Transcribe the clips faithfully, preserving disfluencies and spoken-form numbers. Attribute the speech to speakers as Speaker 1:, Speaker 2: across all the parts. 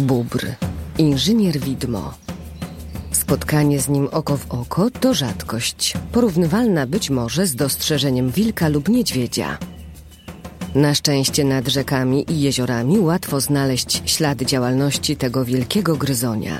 Speaker 1: Bóbr, inżynier widmo. Spotkanie z nim oko w oko to rzadkość, porównywalna być może z dostrzeżeniem wilka lub niedźwiedzia. Na szczęście nad rzekami i jeziorami łatwo znaleźć ślady działalności tego wielkiego gryzonia.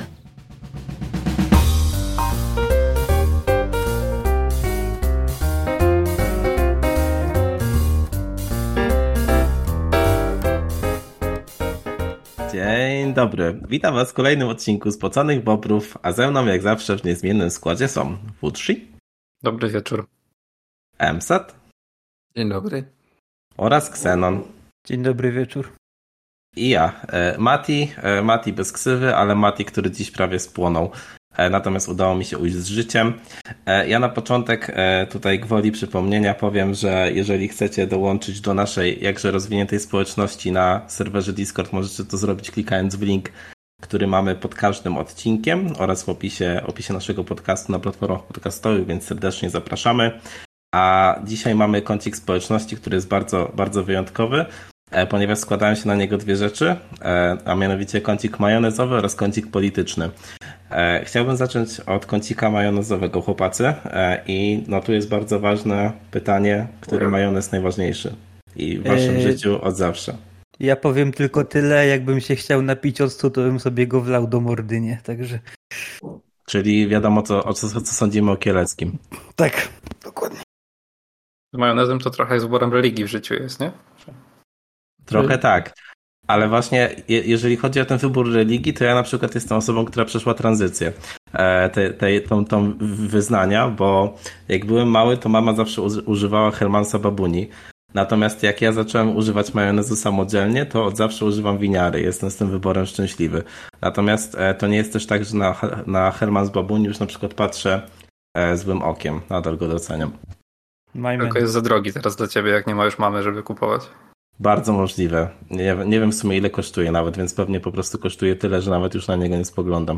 Speaker 2: Dzień dobry, witam was w kolejnym odcinku Spoconych Bobrów, a ze mną jak zawsze w niezmiennym składzie są Wutrzy.
Speaker 3: Dobry wieczór.
Speaker 2: Emsat.
Speaker 4: Dzień dobry.
Speaker 2: Oraz Xenon.
Speaker 5: Dzień dobry wieczór.
Speaker 2: I ja, Mati, Mati bez ksywy, ale Mati, który dziś prawie spłonął. Natomiast udało mi się ujść z życiem. Ja na początek tutaj gwoli przypomnienia powiem, że jeżeli chcecie dołączyć do naszej jakże rozwiniętej społeczności na serwerze Discord, możecie to zrobić klikając w link, który mamy pod każdym odcinkiem oraz w opisie, opisie naszego podcastu na platformach podcastowych, więc serdecznie zapraszamy. A dzisiaj mamy kącik społeczności, który jest bardzo, bardzo wyjątkowy, ponieważ składają się na niego dwie rzeczy, a mianowicie kącik majonezowy oraz kącik polityczny. Chciałbym zacząć od kącika majonezowego, chłopacy, i no tu jest bardzo ważne pytanie, który majonez najważniejszy i w waszym eee, życiu od zawsze.
Speaker 5: Ja powiem tylko tyle, jakbym się chciał napić octu, to bym sobie go wlał do mordy, nie? Także...
Speaker 2: Czyli wiadomo, co, o co, co sądzimy o Kieleckim.
Speaker 5: Tak, dokładnie.
Speaker 3: Z majonezem to trochę z wyborem religii w życiu jest, nie?
Speaker 2: Trochę tak. Ale właśnie jeżeli chodzi o ten wybór religii, to ja na przykład jestem osobą, która przeszła tranzycję te, te, tą, tą wyznania, bo jak byłem mały, to mama zawsze używała Hellmannsa Babuni. Natomiast jak ja zacząłem używać majonezu samodzielnie, to od zawsze używam winiary. Jestem z tym wyborem szczęśliwy. Natomiast to nie jest też tak, że na, na Hellmanns Babuni już na przykład patrzę złym okiem. Nadal go doceniam.
Speaker 3: Tylko jest za drogi teraz dla ciebie, jak nie ma już mamy, żeby kupować.
Speaker 2: Bardzo możliwe. Nie, nie wiem w sumie ile kosztuje nawet, więc pewnie po prostu kosztuje tyle, że nawet już na niego nie spoglądam.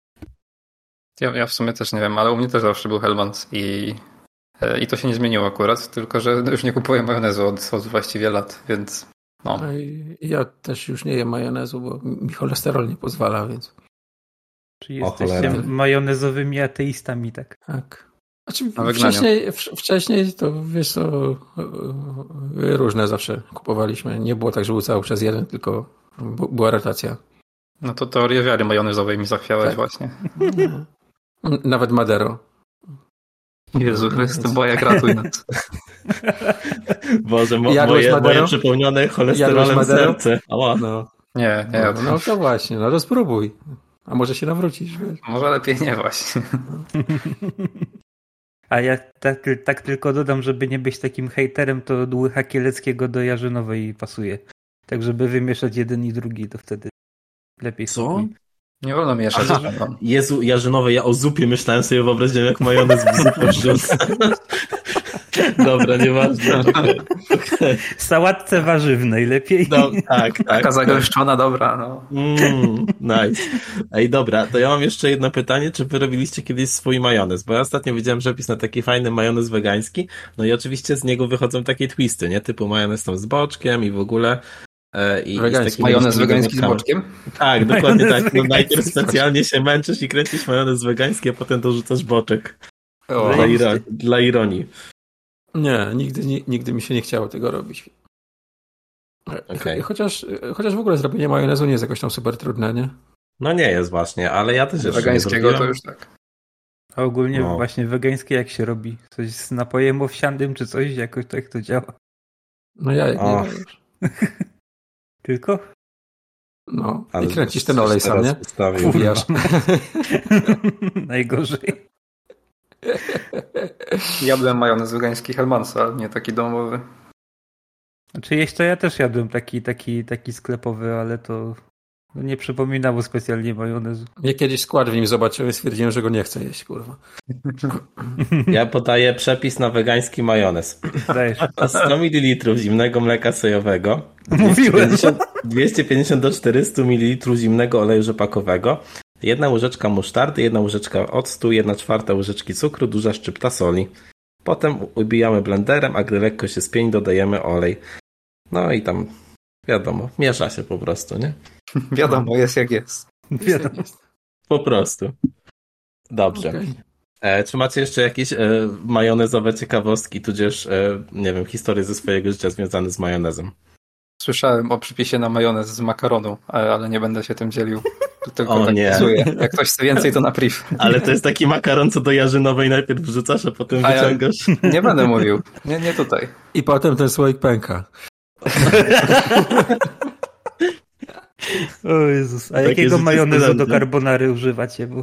Speaker 3: Ja, ja w sumie też nie wiem, ale u mnie też zawsze był Hellmann's i, i to się nie zmieniło akurat, tylko że już nie kupuję majonezu od, od właściwie lat, więc no.
Speaker 4: no ja też już nie jem majonezu, bo mi cholesterol nie pozwala, więc...
Speaker 5: Czy jesteście majonezowymi ateistami, tak?
Speaker 4: Tak. Znaczy, wcześniej, wcześniej to wiesz co, różne zawsze kupowaliśmy. Nie było tak, że był cały czas jeden, tylko była rotacja.
Speaker 3: No to teorię wiary majonezowej mi zachwiałeś tak. Właśnie.
Speaker 4: Nawet Madero.
Speaker 3: Jezu Chryste, bo jak ratuj nas.
Speaker 2: Boże, mo- moje, moje przypomnione cholesterolem serce. Ała.
Speaker 4: No.
Speaker 3: Nie, nie.
Speaker 4: No, no to właśnie, no to spróbuj. A może się nawrócisz, wiesz?
Speaker 3: Może lepiej nie właśnie.
Speaker 5: A ja tak, tak tylko dodam, żeby nie być takim hejterem, to łycha Kieleckiego do Jarzynowej pasuje. Tak, żeby wymieszać jeden i drugi, to wtedy lepiej.
Speaker 2: Co?
Speaker 5: Spokój.
Speaker 3: Nie wolno mieszać.
Speaker 2: Aha, Jezu, Jarzynowe, ja o zupie myślałem sobie, wyobraźcie, jak majonez w zupę wrzuca. Dobra, nieważne. Okay. Okay.
Speaker 5: Sałatce warzywnej lepiej.
Speaker 2: No, tak, tak.
Speaker 3: Taka zagęszczona, dobra. No.
Speaker 2: Mm, nice. Ej, dobra, to ja mam jeszcze jedno pytanie. Czy wy robiliście kiedyś swój majonez? Bo ja ostatnio widziałem przepis na taki fajny majonez wegański. No i oczywiście z niego wychodzą takie twisty, nie? Typu majonez tam z boczkiem i w ogóle... I
Speaker 3: wegański, majonez wegański z boczkiem?
Speaker 2: Tak, dokładnie tak. No, najpierw specjalnie się męczysz i kręcisz majonez wegański, a potem dorzucasz boczek. O, dla, iro- dla ironii.
Speaker 4: Nie, nigdy, nigdy mi się nie chciało tego robić. Okay. Chociaż, chociaż w ogóle zrobienie majonezu nie jest jakoś tam super trudne, nie?
Speaker 2: No nie jest właśnie, ale ja też jeszcze
Speaker 3: wegańskiego to już tak.
Speaker 5: A ogólnie no. Właśnie wegańskie jak się robi? Coś z napojem owsianym czy coś? Jakoś tak to działa?
Speaker 4: No ja jak nie już.
Speaker 5: Tylko?
Speaker 4: No, ale i kręcisz ten olej sam, nie?
Speaker 5: Uwijasz. Najgorzej.
Speaker 3: Jadłem majonez wegański Hellmannsa, nie taki domowy.
Speaker 5: Znaczy jeść to ja też jadłem taki, taki, taki sklepowy, ale to nie przypominało specjalnie majonezu.
Speaker 4: Ja kiedyś skład w nim zobaczyłem i stwierdziłem, że go nie chcę jeść, kurwa.
Speaker 2: Ja podaję przepis na wegański majonez.
Speaker 5: Dajesz.
Speaker 2: sto mililitrów zimnego mleka sojowego.
Speaker 5: Mówiłem.
Speaker 2: dwieście pięćdziesiąt do czterystu mililitrów zimnego oleju rzepakowego. Jedna łyżeczka musztardy, jedna łyżeczka octu, jedna czwarta łyżeczki cukru, duża szczypta soli. Potem ubijamy blenderem, a gdy lekko się spieni, dodajemy olej. No i tam wiadomo, miesza się po prostu, nie?
Speaker 3: Wiadomo, jest jak jest.
Speaker 5: Wiadomo.
Speaker 2: Po prostu. Dobrze. Okay. E, czy macie jeszcze jakieś e, majonezowe ciekawostki, tudzież, e, nie wiem, historie ze swojego życia związane z majonezem?
Speaker 3: Słyszałem o przypisie na majonez z makaronu, ale nie będę się tym dzielił. Tylko
Speaker 2: o
Speaker 3: tak
Speaker 2: nie.
Speaker 3: Psuję. Jak ktoś chce więcej, to na priv.
Speaker 2: Ale to jest taki makaron, co do jarzynowej najpierw wrzucasz, a potem a wyciągasz.
Speaker 3: Ja nie będę mówił. Nie, nie tutaj.
Speaker 4: I potem ten słoik pęka.
Speaker 5: O Jezus. A tak jakiego majonezu do carbonary używacie? Bo...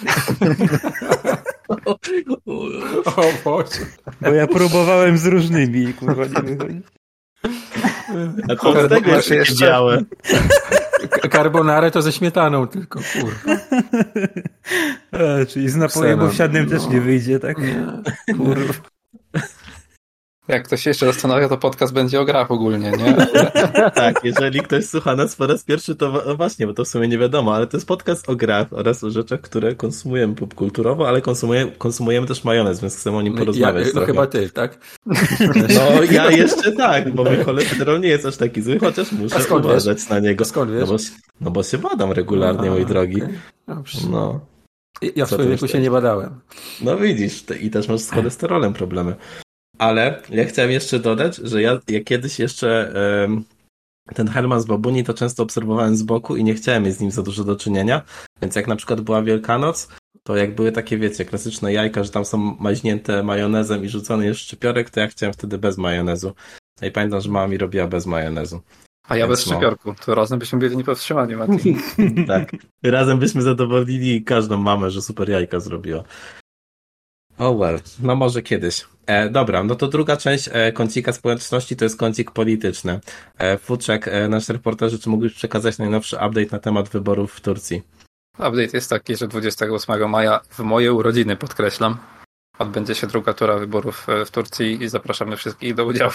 Speaker 4: o Boże.
Speaker 5: Bo ja próbowałem z różnymi, kurwa, nie wychodzi.
Speaker 2: A to z tego jest jeszcze białe.
Speaker 4: Carbonare to ze śmietaną tylko, kurwa.
Speaker 5: A, czyli z napojem owsianym no. też nie wyjdzie, tak?
Speaker 4: Nie. Kurwa.
Speaker 3: Jak ktoś się jeszcze zastanawia, to podcast będzie o grach ogólnie, nie?
Speaker 2: Tak, jeżeli ktoś słucha nas po raz pierwszy, to właśnie, bo to w sumie nie wiadomo, ale to jest podcast o grach oraz o rzeczach, które konsumujemy popkulturowo, ale konsumujemy, konsumujemy też majonez, więc chcemy o nim porozmawiać.
Speaker 4: Ja, no chyba ty, tak?
Speaker 2: No ja jeszcze tak, bo mój cholesterol nie jest aż taki zły, chociaż muszę uważać wiesz? na niego.
Speaker 4: Skąd wiesz?
Speaker 2: No bo, no bo się badam regularnie, A, mój drogi.
Speaker 4: Okay. Dobrze.
Speaker 2: No.
Speaker 4: Ja w swoim wieku się nie badałem.
Speaker 2: No widzisz, ty, i też masz z cholesterolem problemy. Ale ja chciałem jeszcze dodać, że ja, ja kiedyś jeszcze um, ten Hellmann's z Babuni to często obserwowałem z boku i nie chciałem mieć z nim za dużo do czynienia, więc jak na przykład była Wielkanoc, to jak były takie, wiecie, klasyczne jajka, że tam są maźnięte majonezem i rzucony jest szczypiorek, to ja chciałem wtedy bez majonezu. No i pamiętam, że mama mi robiła bez majonezu.
Speaker 3: A ja więc bez szczypiorku. No. To razem byśmy byli niepowstrzymani, Mati.
Speaker 2: Tak. Razem byśmy zadowolili każdą mamę, że super jajka zrobiła. Oh well, no może kiedyś. E, dobra, no to druga część e, kącika społeczności to jest kącik polityczny. E, Futrzak, e, nasz reporterzy, czy mógłbyś przekazać najnowszy update na temat wyborów w Turcji?
Speaker 3: Update jest taki, że dwudziestego ósmego maja w moje urodziny, podkreślam, odbędzie się druga tura wyborów w Turcji i zapraszamy wszystkich do udziału.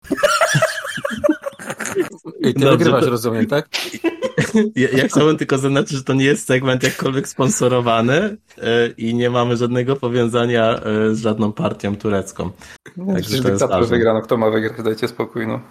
Speaker 4: I ty Dobrze, wygrywasz, to... rozumiem, tak?
Speaker 2: Ja, ja chciałbym tylko zaznaczyć, że to nie jest segment jakkolwiek sponsorowany yy, i nie mamy żadnego powiązania yy, z żadną partią turecką.
Speaker 3: No, Także to jest ważne. Wygra, no kto ma wygrać, dajcie spokój, no.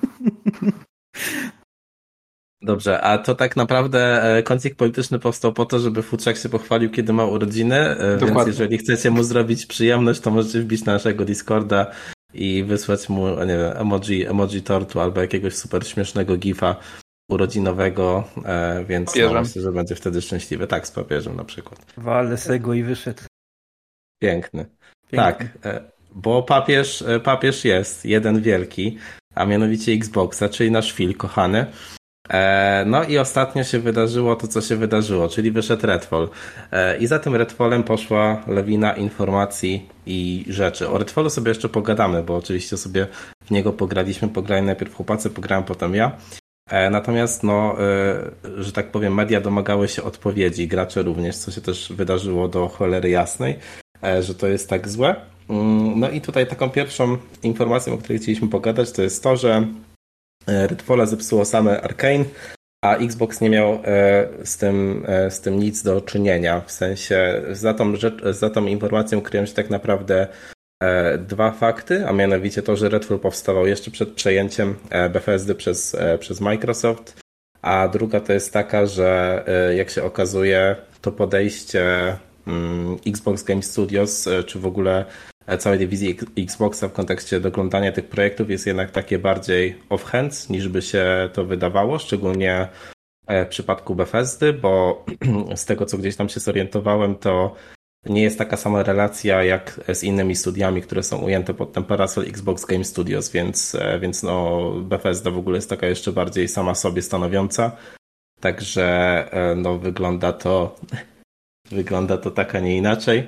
Speaker 2: Dobrze, a to tak naprawdę kącik polityczny powstał po to, żeby Futrzak się pochwalił, kiedy ma urodziny, Dokładnie. Więc jeżeli chcecie mu zrobić przyjemność, to możecie wbić na naszego Discorda i wysłać mu, nie wiem, emoji, emoji tortu albo jakiegoś super śmiesznego gifa urodzinowego, więc no, myślę, że będzie wtedy szczęśliwy. Tak, z papieżem na przykład.
Speaker 5: Wale sego i wyszedł.
Speaker 2: Piękny. Piękny. Tak, bo papież, papież jest jeden wielki, a mianowicie Xboxa, czyli nasz Phil kochany. No i ostatnio się wydarzyło to, co się wydarzyło, czyli wyszedł Redfall. I za tym Redfallem poszła lawina informacji i rzeczy. O Redfallu sobie jeszcze pogadamy, bo oczywiście sobie w niego pograliśmy. Pograli najpierw chłopacy, pograłem potem ja. Natomiast, no, że tak powiem, media domagały się odpowiedzi, gracze również, co się też wydarzyło do cholery jasnej, że to jest tak złe. No i tutaj taką pierwszą informacją, o której chcieliśmy pogadać, to jest to, że Redfalla zepsuło same Arkane, a Xbox nie miał z tym, z tym nic do czynienia. W sensie za tą, rzecz, za tą informacją kryją się tak naprawdę dwa fakty, a mianowicie to, że Redfall powstawał jeszcze przed przejęciem Bethesdy przez, przez Microsoft, a druga to jest taka, że jak się okazuje, to podejście Xbox Game Studios, czy w ogóle całej dywizji Xboxa w kontekście doglądania tych projektów jest jednak takie bardziej off-hands, niż by się to wydawało, szczególnie w przypadku Bethesdy, bo z tego, co gdzieś tam się zorientowałem, to nie jest taka sama relacja jak z innymi studiami, które są ujęte pod ten parasol Xbox Game Studios, więc, więc no Bethesda w ogóle jest taka jeszcze bardziej sama sobie stanowiąca, także no wygląda to wygląda to tak, a nie inaczej.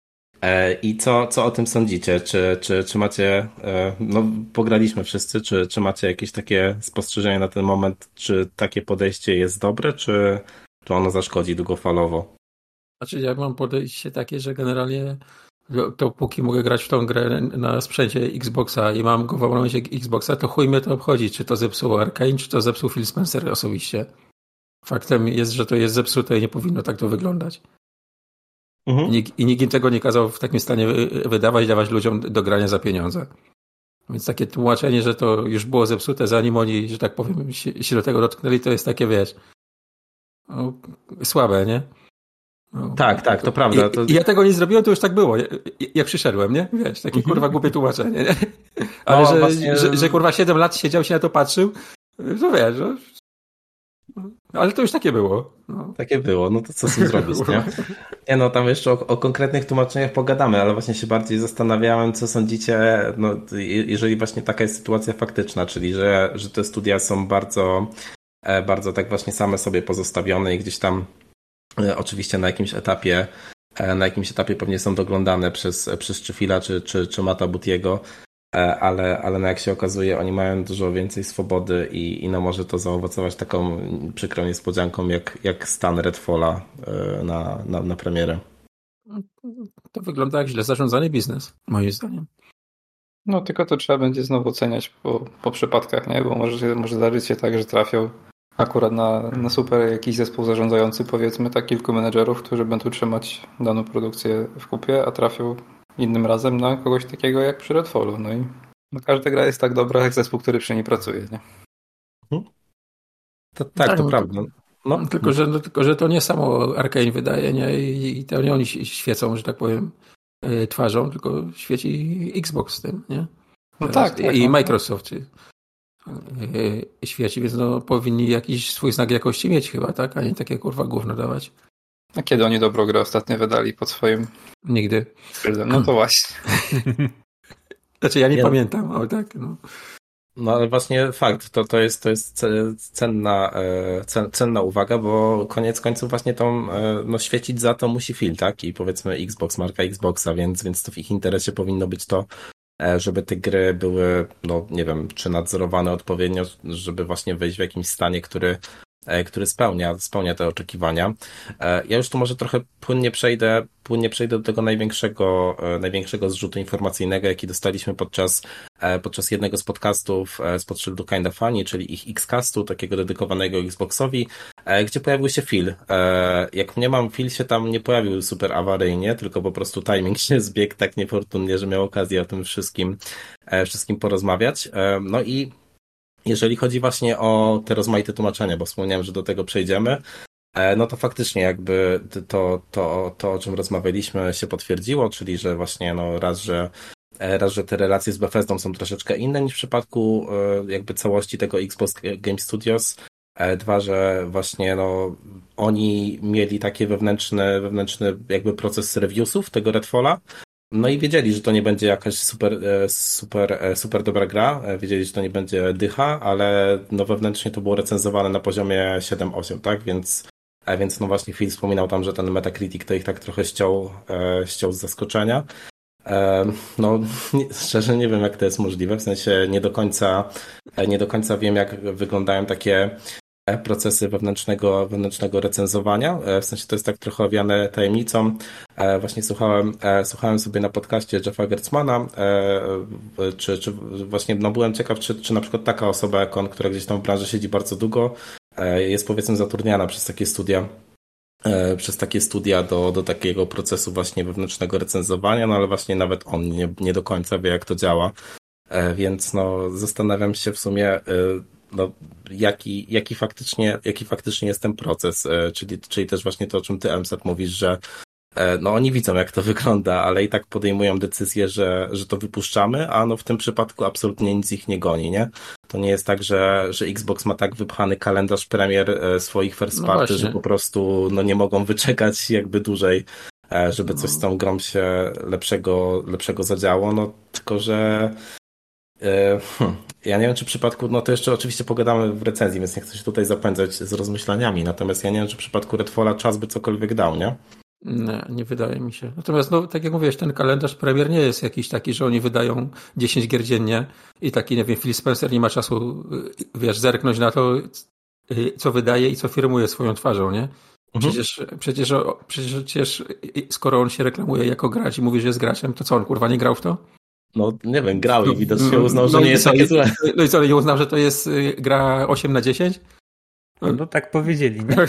Speaker 2: I co, co o tym sądzicie? Czy, czy, czy macie, no pograliśmy wszyscy, czy, czy macie jakieś takie spostrzeżenia na ten moment, czy takie podejście jest dobre, czy, czy ono zaszkodzi długofalowo?
Speaker 4: Znaczy ja mam podejście takie, że generalnie to póki mogę grać w tą grę na sprzęcie Xboxa i mam go w abonamencie Xboxa, to chuj mnie to obchodzi, czy to zepsuło Arkane, czy to zepsuł Phil Spencer osobiście. Faktem jest, że to jest zepsute i nie powinno tak to wyglądać. Mhm. I, nikt, I nikt im tego nie kazał w takim stanie wydawać, dawać ludziom do grania za pieniądze. Więc takie tłumaczenie, że to już było zepsute, zanim oni, że tak powiem, się, się do tego dotknęli, to jest takie, wiesz, no, słabe, nie? No,
Speaker 2: tak, tak, to prawda.
Speaker 4: I,
Speaker 2: to...
Speaker 4: I ja tego nie zrobiłem, to już tak było, jak przyszedłem, nie? Wiesz, takie kurwa głupie tłumaczenie, nie? Ale
Speaker 2: no,
Speaker 4: że,
Speaker 2: właśnie...
Speaker 4: że, że kurwa siedem lat siedział się na to patrzył, to wiesz, no, ale to już takie było. No.
Speaker 2: Takie było, no to co z tym zrobić, nie? Nie no, tam jeszcze o, o konkretnych tłumaczeniach pogadamy, ale właśnie się bardziej zastanawiałem, co sądzicie, no, jeżeli właśnie taka jest sytuacja faktyczna, czyli że, że te studia są bardzo, bardzo tak właśnie same sobie pozostawione i gdzieś tam oczywiście na jakimś etapie, na jakimś etapie pewnie są doglądane przez, przez czy Phila, czy, czy, czy Matta Butiego, ale, ale no jak się okazuje, oni mają dużo więcej swobody i, i no może to zaowocować taką przykrą niespodzianką jak, jak stan Redfalla na, na, na premierę.
Speaker 4: To wygląda jak źle zarządzany biznes, moim zdaniem.
Speaker 3: No tylko to trzeba będzie znowu oceniać po, po przypadkach, nie? Bo może, może zdarzyć się tak, że trafią akurat na, na super jakiś zespół zarządzający, powiedzmy tak kilku menedżerów, którzy będą trzymać daną produkcję w kupie, a trafią innym razem na kogoś takiego jak przy Redfallu. No i no każda gra jest tak dobra jak zespół, który przy niej pracuje, nie?
Speaker 2: Hmm? To, tak, tak, to no, prawda.
Speaker 4: No. Tylko, że, no, tylko, że to nie samo Arkane wydaje, nie? I, i to nie oni świecą, że tak powiem, yy, twarzą, tylko świeci Xbox z tym, nie?
Speaker 3: No tak, tak.
Speaker 4: I
Speaker 3: no.
Speaker 4: Microsoft yy, świeci, więc no, powinni jakiś swój znak jakości mieć chyba, tak? A nie takie kurwa gówno dawać.
Speaker 3: A kiedy oni dobrą grę ostatnio wydali pod swoim...
Speaker 4: Nigdy.
Speaker 3: No to właśnie.
Speaker 4: Znaczy ja nie, nie pamiętam,
Speaker 2: no.
Speaker 4: ale tak, no.
Speaker 2: No ale właśnie fakt, to, to jest, to jest cenna, cenna uwaga, bo koniec końców właśnie tą, no świecić za to musi Phil, tak? I powiedzmy Xbox, marka Xboxa, więc, więc to w ich interesie powinno być to, żeby te gry były, no nie wiem, czy nadzorowane odpowiednio, żeby właśnie wejść w jakimś stanie, który który spełnia, spełnia te oczekiwania. Ja już tu może trochę płynnie przejdę, płynnie przejdę do tego największego, największego zrzutu informacyjnego, jaki dostaliśmy podczas, podczas jednego z podcastów spod szyldu Kinda Funny, czyli ich Xcastu, takiego dedykowanego Xboxowi, gdzie pojawił się Phil. Jak mniemam, Phil się tam nie pojawił super awaryjnie, tylko po prostu timing się zbiegł tak niefortunnie, że miał okazję o tym wszystkim, wszystkim porozmawiać. No i jeżeli chodzi właśnie o te rozmaite tłumaczenia, bo wspomniałem, że do tego przejdziemy, no to faktycznie jakby to, to, to o czym rozmawialiśmy się potwierdziło, czyli że właśnie no raz, że raz, że te relacje z Bethesdą są troszeczkę inne niż w przypadku jakby całości tego Xbox Game Studios. Dwa, że właśnie no oni mieli taki wewnętrzny, wewnętrzny jakby proces reviewsów tego Redfalla. No i wiedzieli, że to nie będzie jakaś super, super, super dobra gra, wiedzieli, że to nie będzie dycha, ale no wewnętrznie to było recenzowane na poziomie siedem osiem, tak, więc, więc no właśnie Phil wspominał tam, że ten Metacritic to ich tak trochę ściął, ściął z zaskoczenia. No szczerze nie wiem, jak to jest możliwe, w sensie nie do końca, nie do końca wiem, jak wyglądają takie procesy wewnętrznego, wewnętrznego recenzowania. W sensie to jest tak trochę owiane tajemnicą. Właśnie słuchałem, słuchałem sobie na podcaście Jeffa Gertzmana, czy, czy właśnie no byłem ciekaw, czy, czy na przykład taka osoba jak on, która gdzieś tam w branży siedzi bardzo długo, jest powiedzmy zatrudniana przez takie studia, przez takie studia do, do takiego procesu właśnie wewnętrznego recenzowania, no ale właśnie nawet on nie, nie do końca wie, jak to działa. Więc no zastanawiam się w sumie, no, jaki, jaki, faktycznie, jaki faktycznie jest ten proces, czyli, czyli też właśnie to, o czym ty, Emsat, mówisz, że no oni widzą, jak to wygląda, ale i tak podejmują decyzję, że, że to wypuszczamy, a no w tym przypadku absolutnie nic ich nie goni, nie? To nie jest tak, że, że Xbox ma tak wypchany kalendarz premier swoich first party, no że po prostu no nie mogą wyczekać jakby dłużej, żeby coś z tą grą się lepszego, lepszego zadziało, no tylko, że Hmm. Ja nie wiem, czy w przypadku, no to jeszcze oczywiście pogadamy w recenzji, więc nie chcę się tutaj zapędzać z rozmyślaniami, natomiast ja nie wiem, czy w przypadku Redfalla czas by cokolwiek dał, nie?
Speaker 4: Nie, nie wydaje mi się. Natomiast, no, tak jak mówiłeś, ten kalendarz premier nie jest jakiś taki, że oni wydają dziesięć gier dziennie i taki, nie wiem, Phil Spencer nie ma czasu, wiesz, zerknąć na to, co wydaje i co firmuje swoją twarzą, nie? Przecież, mhm. przecież, przecież, przecież skoro on się reklamuje jako gracz i mówi, że jest graczem, to co, on kurwa nie grał w to?
Speaker 2: No nie wiem, grał i widocznie uznał, że
Speaker 4: no,
Speaker 2: nie jest
Speaker 4: no,
Speaker 2: takie złe.
Speaker 4: No i co, nie uznał, że to jest gra osiem na dziesięć?
Speaker 5: No, no tak powiedzieli, nie?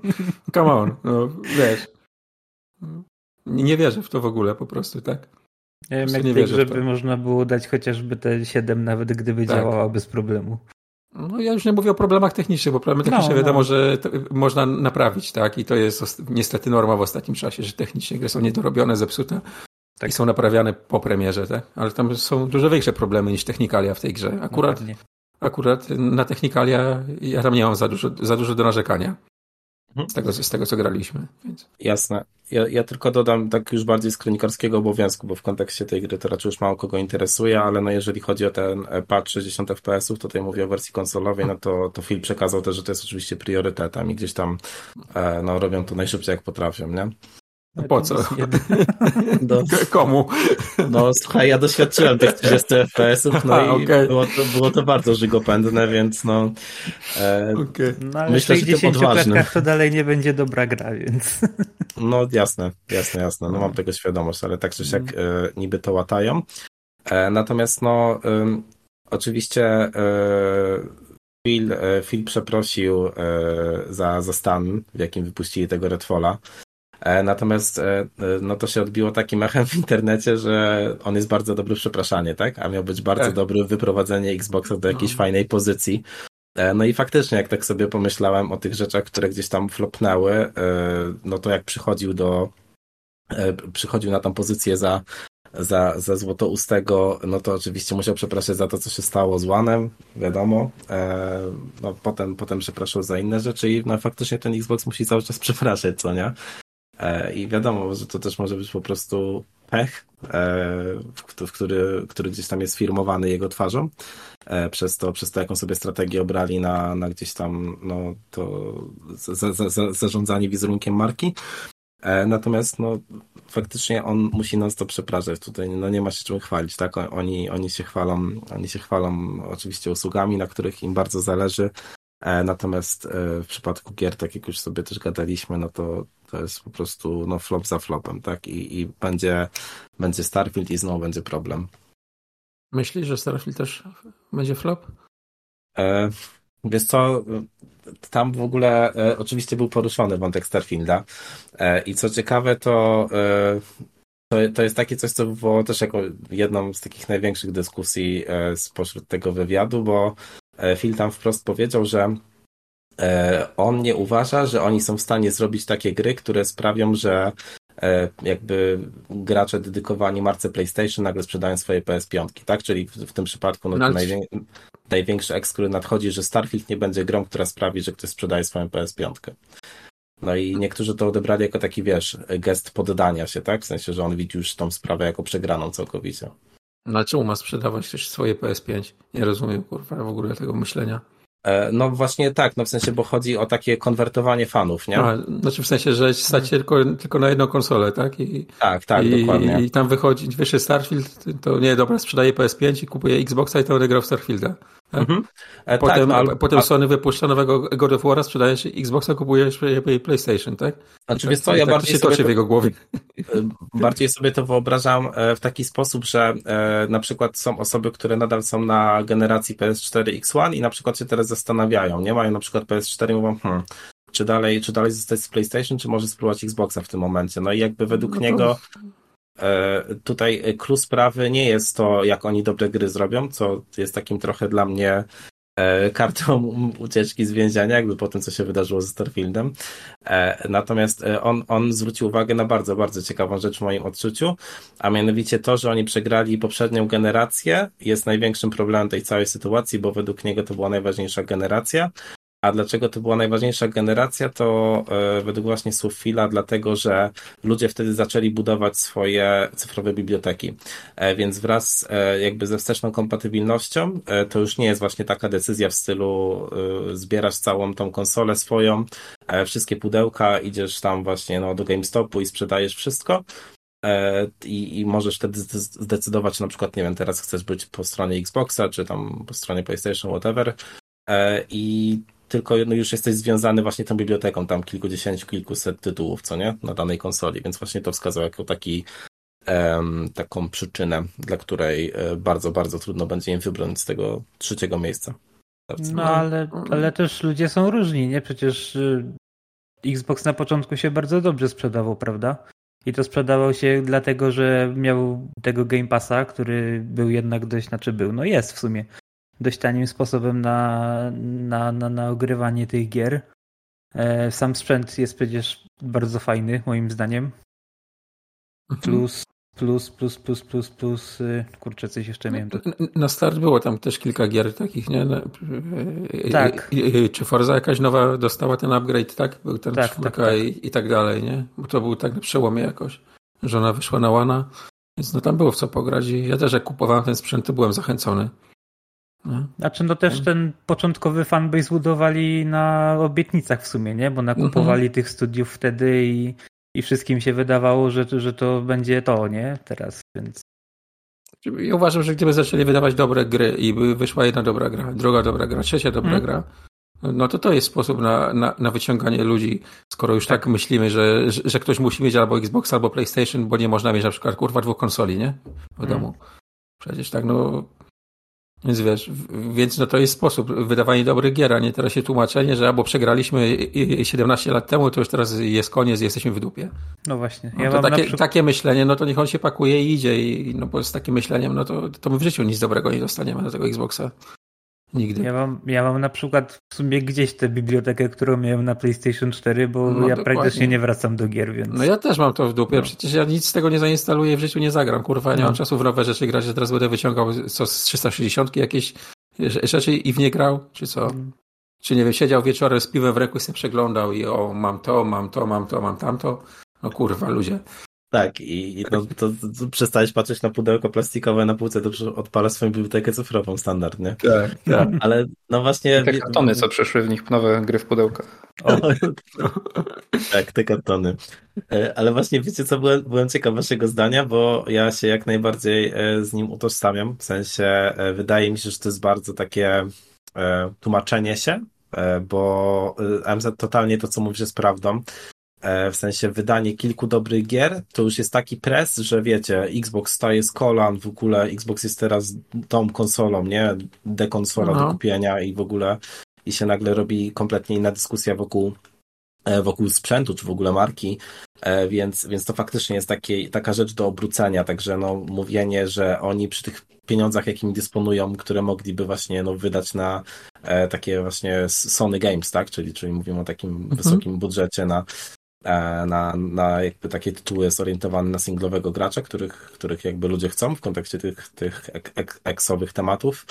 Speaker 4: Come on, no wiesz. Nie wierzę w to w ogóle po prostu, tak?
Speaker 5: Ja wiem, jak
Speaker 4: nie
Speaker 5: tak,
Speaker 4: wierzę w
Speaker 5: żeby
Speaker 4: to.
Speaker 5: można było dać chociażby te siedem, nawet gdyby
Speaker 4: Tak.
Speaker 5: działała bez problemu.
Speaker 4: No ja już nie mówię o problemach technicznych, bo problemy techniczne
Speaker 5: No,
Speaker 4: wiadomo,
Speaker 5: no.
Speaker 4: że to można naprawić, tak? I to jest os- niestety norma w ostatnim czasie, że technicznie gry są niedorobione, zepsute
Speaker 5: Tak.
Speaker 4: i są naprawiane po premierze, tak? Ale tam są dużo większe problemy niż technikalia w tej grze. Akurat,
Speaker 5: Dokładnie.
Speaker 4: akurat na technikalia ja tam nie mam za dużo, za dużo do narzekania.
Speaker 2: Mhm.
Speaker 4: Z tego, z tego co graliśmy. Więc.
Speaker 2: Jasne. Ja, ja tylko dodam tak już bardziej z kronikarskiego obowiązku, bo w kontekście tej gry to raczej już mało kogo interesuje, ale no jeżeli chodzi o ten patch sześćdziesiąt F P S-ów, tutaj mówię o wersji konsolowej, no to, to Phil przekazał też, że to jest oczywiście priorytetem i gdzieś tam e, no, robią to najszybciej jak potrafią, nie?
Speaker 4: No po co?
Speaker 2: Do,
Speaker 4: Komu?
Speaker 2: no słuchaj, ja doświadczyłem tych trzydziestu F P S-ów, no
Speaker 4: A,
Speaker 2: i
Speaker 4: okay.
Speaker 2: było, to, było to bardzo żygopędne, więc no e,
Speaker 4: Okay.
Speaker 5: No ale
Speaker 2: myślę,
Speaker 5: w
Speaker 2: że
Speaker 5: tych
Speaker 2: tym
Speaker 5: dziesięciu
Speaker 2: odważnym.
Speaker 5: klatkach to dalej nie będzie dobra gra, więc...
Speaker 2: No jasne, jasne, jasne, no mam tego świadomość, ale tak czy siak e, niby to łatają. E, natomiast no e, oczywiście e, Phil, e, Phil przeprosił e, za, za stan, w jakim wypuścili tego Redfalla. E, natomiast e, no to się odbiło takim echem w internecie, że on jest bardzo dobry w przepraszanie, tak? A miał być bardzo
Speaker 4: Tak.
Speaker 2: dobry w wyprowadzenie Xboxa do jakiejś
Speaker 4: No.
Speaker 2: fajnej pozycji. E, no i faktycznie, jak tak sobie pomyślałem o tych rzeczach, które gdzieś tam flopnęły, e, no to jak przychodził do e, przychodził na tą pozycję za Za, za Złotoustego, no to oczywiście musiał przepraszać za to, co się stało z One'em, wiadomo. E, no potem, potem przepraszał za inne rzeczy i no faktycznie ten Xbox musi cały czas przepraszać, co nie? E, I wiadomo, że to też może być po prostu pech, e, w, w który, który gdzieś tam jest firmowany jego twarzą, e, przez to, przez to, jaką sobie strategię obrali na, na gdzieś tam, no to za, za, za, zarządzanie wizerunkiem marki. Natomiast no, faktycznie on musi nas to przepraszać. Tutaj no, nie ma się czym chwalić, tak? Oni, oni się chwalą, oni się chwalą oczywiście usługami, na których im bardzo zależy. Natomiast w przypadku gier, tak jak już sobie też gadaliśmy, no to, to jest po prostu no, flop za flopem, tak? I, i będzie, będzie Starfield i znowu będzie problem.
Speaker 4: Myślisz, że Starfield też będzie flop?
Speaker 2: E, wiesz co, tam w ogóle e, oczywiście był poruszony wątek Starfielda e, i co ciekawe to, e, to to jest takie coś, co wywołało też jako jedną z takich największych dyskusji e, spośród tego wywiadu, bo e, Phil tam wprost powiedział, że e, on nie uważa, że oni są w stanie zrobić takie gry, które sprawią, że e, jakby gracze dedykowani marce PlayStation nagle sprzedają swoje P S pięć, tak? Czyli w, w tym przypadku no,
Speaker 4: No,
Speaker 2: to
Speaker 4: ale-
Speaker 2: najwię- największy eks, który nadchodzi, że Starfield nie będzie grą, która sprawi, że ktoś sprzedaje swoją P S pięć. No i niektórzy to odebrali jako taki, wiesz, gest poddania się, tak? W sensie, że on widzi już tą sprawę jako przegraną całkowicie.
Speaker 4: No ale czemu ma sprzedawać też swoje P S pięć? Nie rozumiem, kurwa, w ogóle tego myślenia.
Speaker 2: E, no właśnie tak, no w sensie, bo chodzi o takie konwertowanie fanów, nie?
Speaker 4: A, znaczy w sensie, że stać się tylko, tylko na jedną konsolę, tak? I,
Speaker 2: Tak, tak,
Speaker 4: i,
Speaker 2: dokładnie.
Speaker 4: I tam wychodzi, wyszedł Starfield, to nie, dobra, sprzedaje P S pięć i kupuje Xboxa i to będę grał w Starfielda. Tak?
Speaker 2: Mhm. E,
Speaker 4: Potem,
Speaker 2: tak, no,
Speaker 4: a, potem Sony wypuszcza nowego God of War'a, sprzedajesz Xboxa, kupujesz PlayStation, tak?
Speaker 2: Znaczy,
Speaker 4: I
Speaker 2: wiesz
Speaker 4: tak,
Speaker 2: co,
Speaker 4: i
Speaker 2: ja
Speaker 4: tak to
Speaker 2: bardziej
Speaker 4: się
Speaker 2: sobie
Speaker 4: toczy
Speaker 2: to-
Speaker 4: w jego głowie.
Speaker 2: Bardziej sobie to wyobrażam e, w taki sposób, że e, na przykład są osoby, które nadal są na generacji P S cztery X jeden i na przykład się teraz zastanawiają, nie mają na przykład P S cztery i mówią, hmm, czy dalej, czy dalej zostać z PlayStation, czy może spróbować Xboxa w tym momencie. No i jakby według
Speaker 4: No to-
Speaker 2: niego e, tutaj klucz sprawy nie jest to, jak oni dobre gry zrobią, co jest takim trochę dla mnie e, kartą ucieczki z więzienia, jakby po tym, co się wydarzyło ze Starfieldem. E, natomiast e, on, on zwrócił uwagę na bardzo, bardzo ciekawą rzecz w moim odczuciu, a mianowicie to, że oni przegrali poprzednią generację, jest największym problemem tej całej sytuacji, bo według niego to była najważniejsza generacja. A dlaczego to była najważniejsza generacja, to e, według właśnie słów Phila, dlatego, że ludzie wtedy zaczęli budować swoje cyfrowe biblioteki. E, więc wraz e, jakby ze wsteczną kompatybilnością, e, to już nie jest właśnie taka decyzja w stylu e, zbierasz całą tą konsolę swoją, e, wszystkie pudełka, idziesz tam właśnie no, do GameStopu i sprzedajesz wszystko. E, I, I możesz wtedy zde- zdecydować, na przykład, nie wiem, teraz chcesz być po stronie Xboxa, czy tam po stronie PlayStation, whatever. E, I tylko no, już jesteś związany właśnie tą biblioteką, tam kilkudziesięciu, kilkuset tytułów, co nie? Na danej konsoli, więc właśnie to wskazał jako taki em, taką przyczynę, dla której e, bardzo, bardzo trudno będzie im wybrać z tego trzeciego miejsca.
Speaker 5: No ale, ale też ludzie są różni, nie? Przecież y, Xbox na początku się bardzo dobrze sprzedawał, prawda? I to sprzedawał się dlatego, że miał tego Game Passa, który był jednak dość, znaczy był, no jest w sumie, dość tanim sposobem na, na, na, na ogrywanie tych gier. Sam sprzęt jest przecież bardzo fajny, moim zdaniem. Plus, plus, plus, plus, plus, plus, kurczę, coś jeszcze miałem. To...
Speaker 4: Na start było tam też kilka gier takich, nie?
Speaker 5: Tak.
Speaker 4: Czy Forza jakaś nowa dostała ten upgrade, tak? Był ten
Speaker 5: tak,
Speaker 4: czwórka
Speaker 5: tak, tak.
Speaker 4: I, i tak dalej, nie? Bo to był tak na przełomie jakoś, że ona wyszła na łana, więc no tam było w co pograć i ja też jak kupowałem ten sprzęt, to byłem zachęcony.
Speaker 5: No. Znaczy no też ten początkowy fanbase budowali na obietnicach w sumie, nie? Bo nakupowali mhm. tych studiów wtedy i, i wszystkim się wydawało, że, że to będzie to, nie? Teraz, więc...
Speaker 4: Ja uważam, że gdyby zaczęli wydawać dobre gry i by wyszła jedna dobra gra, druga dobra gra, trzecia dobra hmm. gra, no to to jest sposób na, na, na wyciąganie ludzi, skoro już tak, tak myślimy, że, że, że ktoś musi mieć albo Xbox, albo PlayStation, bo nie można mieć na przykład kurwa dwóch konsoli, nie? W hmm. domu. Przecież tak, no... Więc wiesz, więc no to jest sposób wydawania dobrych gier, a nie teraz się tłumaczenie, że albo przegraliśmy siedemnaście lat temu, to już teraz jest koniec i jesteśmy w dupie.
Speaker 5: No właśnie.
Speaker 4: No
Speaker 5: ja
Speaker 4: to
Speaker 5: mam
Speaker 4: takie,
Speaker 5: przykład...
Speaker 4: takie myślenie, no to niech on się pakuje i idzie, i, no bo z takim myśleniem, no to, to my w życiu nic dobrego nie dostaniemy do tego Xboxa. Nigdy.
Speaker 5: Ja mam, ja mam na przykład w sumie gdzieś tę bibliotekę, którą miałem na PlayStation cztery, bo no, ja dokładnie. praktycznie nie wracam do gier, więc...
Speaker 4: No ja też mam to w dupie, no. Przecież ja nic z tego nie zainstaluję, w życiu nie zagram, kurwa, nie no. mam czasu w nowe rzeczy grać, że teraz będę wyciągał co z trzysta sześćdziesiąt jakieś rzeczy i w nie grał, czy co? Hmm. Czy nie wiem, siedział wieczorem z piwem w ręku i sobie przeglądał i o, mam to, mam to, mam to, mam tamto. No kurwa, ludzie.
Speaker 2: Tak, i, i no, to, to przestałeś patrzeć na pudełko plastikowe na półce, to odpala swoją bibliotekę cyfrową standard, nie?
Speaker 3: Tak, tak.
Speaker 2: Ale no właśnie...
Speaker 3: Te kartony, co przeszły w nich, nowe gry w pudełkach. O.
Speaker 2: Tak, te kartony. Ale właśnie wiecie co, byłem, byłem ciekaw waszego zdania, bo ja się jak najbardziej z nim utożsamiam, w sensie wydaje mi się, że to jest bardzo takie tłumaczenie się, bo M Z totalnie to, co mówisz, jest prawdą. W sensie wydanie kilku dobrych gier, to już jest taki pres, że wiecie, Xbox staje z kolan, w ogóle Xbox jest teraz tą konsolą, nie? Dekonsola no. do kupienia i w ogóle i się nagle robi kompletnie inna dyskusja wokół wokół sprzętu, czy w ogóle marki, więc, więc to faktycznie jest takie, taka rzecz do obrócenia, także no mówienie, że oni przy tych pieniądzach, jakimi dysponują, które mogliby właśnie no, wydać na e, takie właśnie Sony Games, tak, czyli, czyli mówimy o takim mhm. wysokim budżecie na Na, na jakby takie tytuły zorientowane na singlowego gracza, których, których jakby ludzie chcą w kontekście tych, tych ek, ek, eksowych tematów,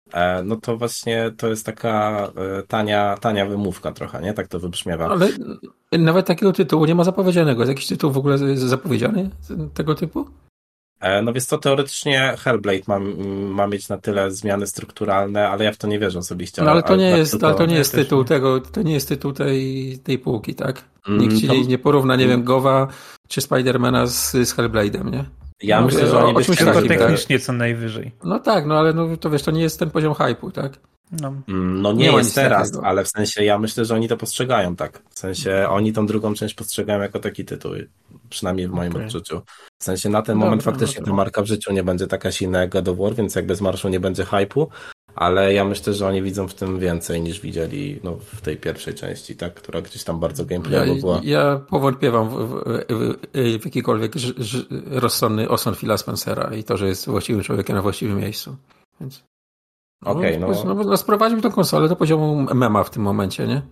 Speaker 2: no to właśnie to jest taka tania, tania wymówka trochę, nie? Tak to wybrzmiewa.
Speaker 4: Ale nawet takiego tytułu nie ma zapowiedzianego. Jest jakiś tytuł w ogóle zapowiedziany tego typu?
Speaker 2: No więc to teoretycznie Hellblade ma, ma mieć na tyle zmiany strukturalne, ale ja w to nie wierzę osobiście.
Speaker 4: No ale to nie ale jest, to, ale to nie jest tytuł nie. tego, to nie jest tytuł tej, tej półki, tak? Nikt ci to... nie porówna, nie wiem, Gowa czy Spidermana z, z Hellblade'em, nie?
Speaker 2: Ja
Speaker 4: no,
Speaker 2: myślę, że oni
Speaker 5: być tylko takim, technicznie tak? co najwyżej.
Speaker 4: No tak, no ale no, to wiesz, to nie jest ten poziom hype'u, tak?
Speaker 2: No, no nie, nie jest teraz, takiego. Ale w sensie ja myślę, że oni to postrzegają tak. W sensie oni tą drugą część postrzegają jako taki tytuł, przynajmniej w moim okay. odczuciu. W sensie na ten moment dobra, faktycznie dobra. ta marka w życiu nie będzie taka silna jak God of War, więc jakby z marszu nie będzie hype'u, ale ja myślę, że oni widzą w tym więcej niż widzieli no, w tej pierwszej części, tak, która gdzieś tam bardzo gameplayowo
Speaker 4: ja,
Speaker 2: była.
Speaker 4: Ja powątpiewam w, w, w, w jakikolwiek ż, ż, rozsądny osąd Phila Spencera i to, że jest właściwym człowiekiem na właściwym miejscu. Więc...
Speaker 2: Okej, okay,
Speaker 4: no... no... no sprowadźmy tą konsolę do poziomu mema w tym momencie, nie?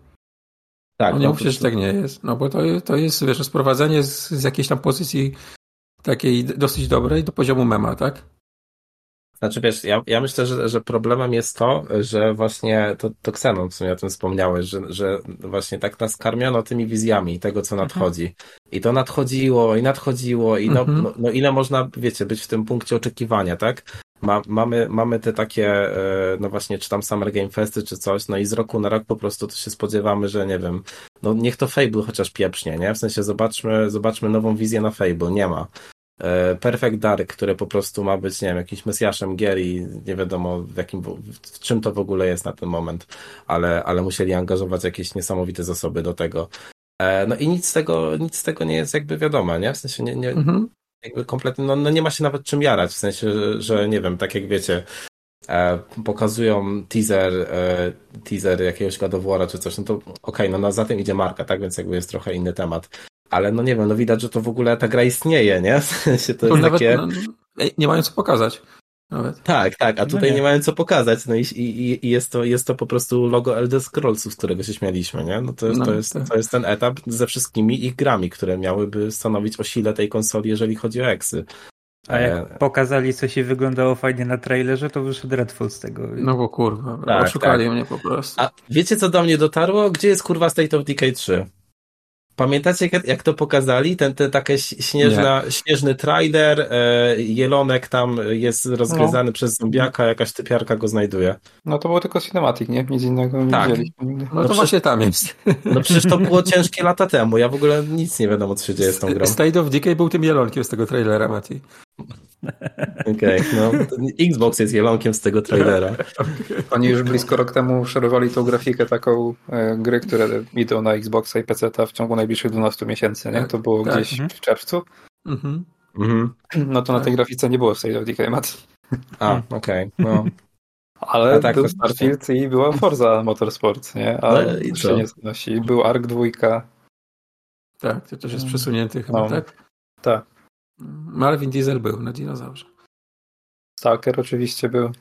Speaker 2: Tak.
Speaker 4: No nie mówcie, że tak nie jest. No bo to, to jest, wiesz, sprowadzenie z, z jakiejś tam pozycji takiej dosyć dobrej do poziomu mema, tak?
Speaker 2: Znaczy wiesz, ja, ja myślę, że, że problemem jest to, że właśnie to, to Xenon w sumie o tym wspomniałeś, że, że właśnie tak nas karmiono tymi wizjami tego, co nadchodzi. Mhm. I to nadchodziło i nadchodziło i no, mhm. no, no ile można, wiecie, być w tym punkcie oczekiwania, tak? Ma, mamy, mamy te takie, no właśnie, czy tam Summer Game Festy, czy coś, no i z roku na rok po prostu to się spodziewamy, że nie wiem, no niech to Fable chociaż pieprznie, nie? W sensie zobaczmy, zobaczmy nową wizję na Fable, nie ma. Perfect Dark, które po prostu ma być, nie wiem, jakimś mesjaszem gier i nie wiadomo w jakim, w czym to w ogóle jest na ten moment, ale, ale musieli angażować jakieś niesamowite zasoby do tego. No i nic z tego, nic z tego nie jest jakby wiadomo, nie? W sensie nie, nie mhm. jakby kompletnie, no, no nie ma się nawet czym jarać, w sensie, że, że nie wiem, tak jak wiecie, e, pokazują teaser, e, teaser jakiegoś God of War'a czy coś, no to okej, okay, no, no za tym idzie marka, tak, więc jakby jest trochę inny temat. ale no nie wiem, no widać, że to w ogóle ta gra istnieje, nie? W sensie to
Speaker 4: To
Speaker 2: jest
Speaker 4: nawet
Speaker 2: takie...
Speaker 4: no, nie mają co pokazać. Nawet.
Speaker 2: Tak, tak, a tutaj
Speaker 5: no nie.
Speaker 2: nie mają co pokazać, no i, i, i jest, to, jest to po prostu logo Elder Scrollsów, z którego się śmialiśmy, nie? No to jest,
Speaker 4: No,
Speaker 2: to jest,
Speaker 4: tak.
Speaker 2: to jest ten etap ze wszystkimi ich grami, które miałyby stanowić o sile tej konsoli, jeżeli chodzi o eksy.
Speaker 5: A jak pokazali, co się wyglądało fajnie na trailerze, to wyszedł Redfall z tego.
Speaker 4: No bo kurwa,
Speaker 2: Tak,
Speaker 4: oszukali
Speaker 2: tak.
Speaker 4: mnie po prostu.
Speaker 2: A wiecie, co do mnie dotarło? Gdzie jest kurwa State of Decay trzy? Pamiętacie, jak, jak to pokazali? Ten, ten taki śnieżna, śnieżny trailer, e, jelonek tam jest rozgryzany no. przez zombiaka, jakaś typiarka go znajduje.
Speaker 3: No to było tylko cinematic, nie? Nic innego nie
Speaker 2: tak.
Speaker 3: widzieliśmy nigdy.
Speaker 4: No to no właśnie tam jest.
Speaker 2: No przecież to było ciężkie lata temu. Ja w ogóle nic nie wiadomo, co się dzieje z tą grą.
Speaker 4: State of Decay był tym jelonkiem z tego trailera, Mati.
Speaker 2: Okej, okay, no. Xbox jest jelonkiem z tego trailera.
Speaker 3: Oni już blisko rok temu szerowali tą grafikę taką e, gry, które idą na Xboxa i peceta w ciągu najbliższych dwunastu miesięcy, nie? To było tak. gdzieś mhm. w czerwcu. Mhm. No to na tej grafice nie było State of Decay, Mati.
Speaker 2: A, okej, okay, no.
Speaker 3: Ale tak, był Starfield i była Forza Motorsport, nie? Ale no i się nie znosi. Był Ark dwa.
Speaker 4: Tak, to też jest przesunięty chyba,
Speaker 3: no.
Speaker 4: tak?
Speaker 3: Tak.
Speaker 4: Marvin Diesel był na dinozaurze.
Speaker 3: Stalker oczywiście był.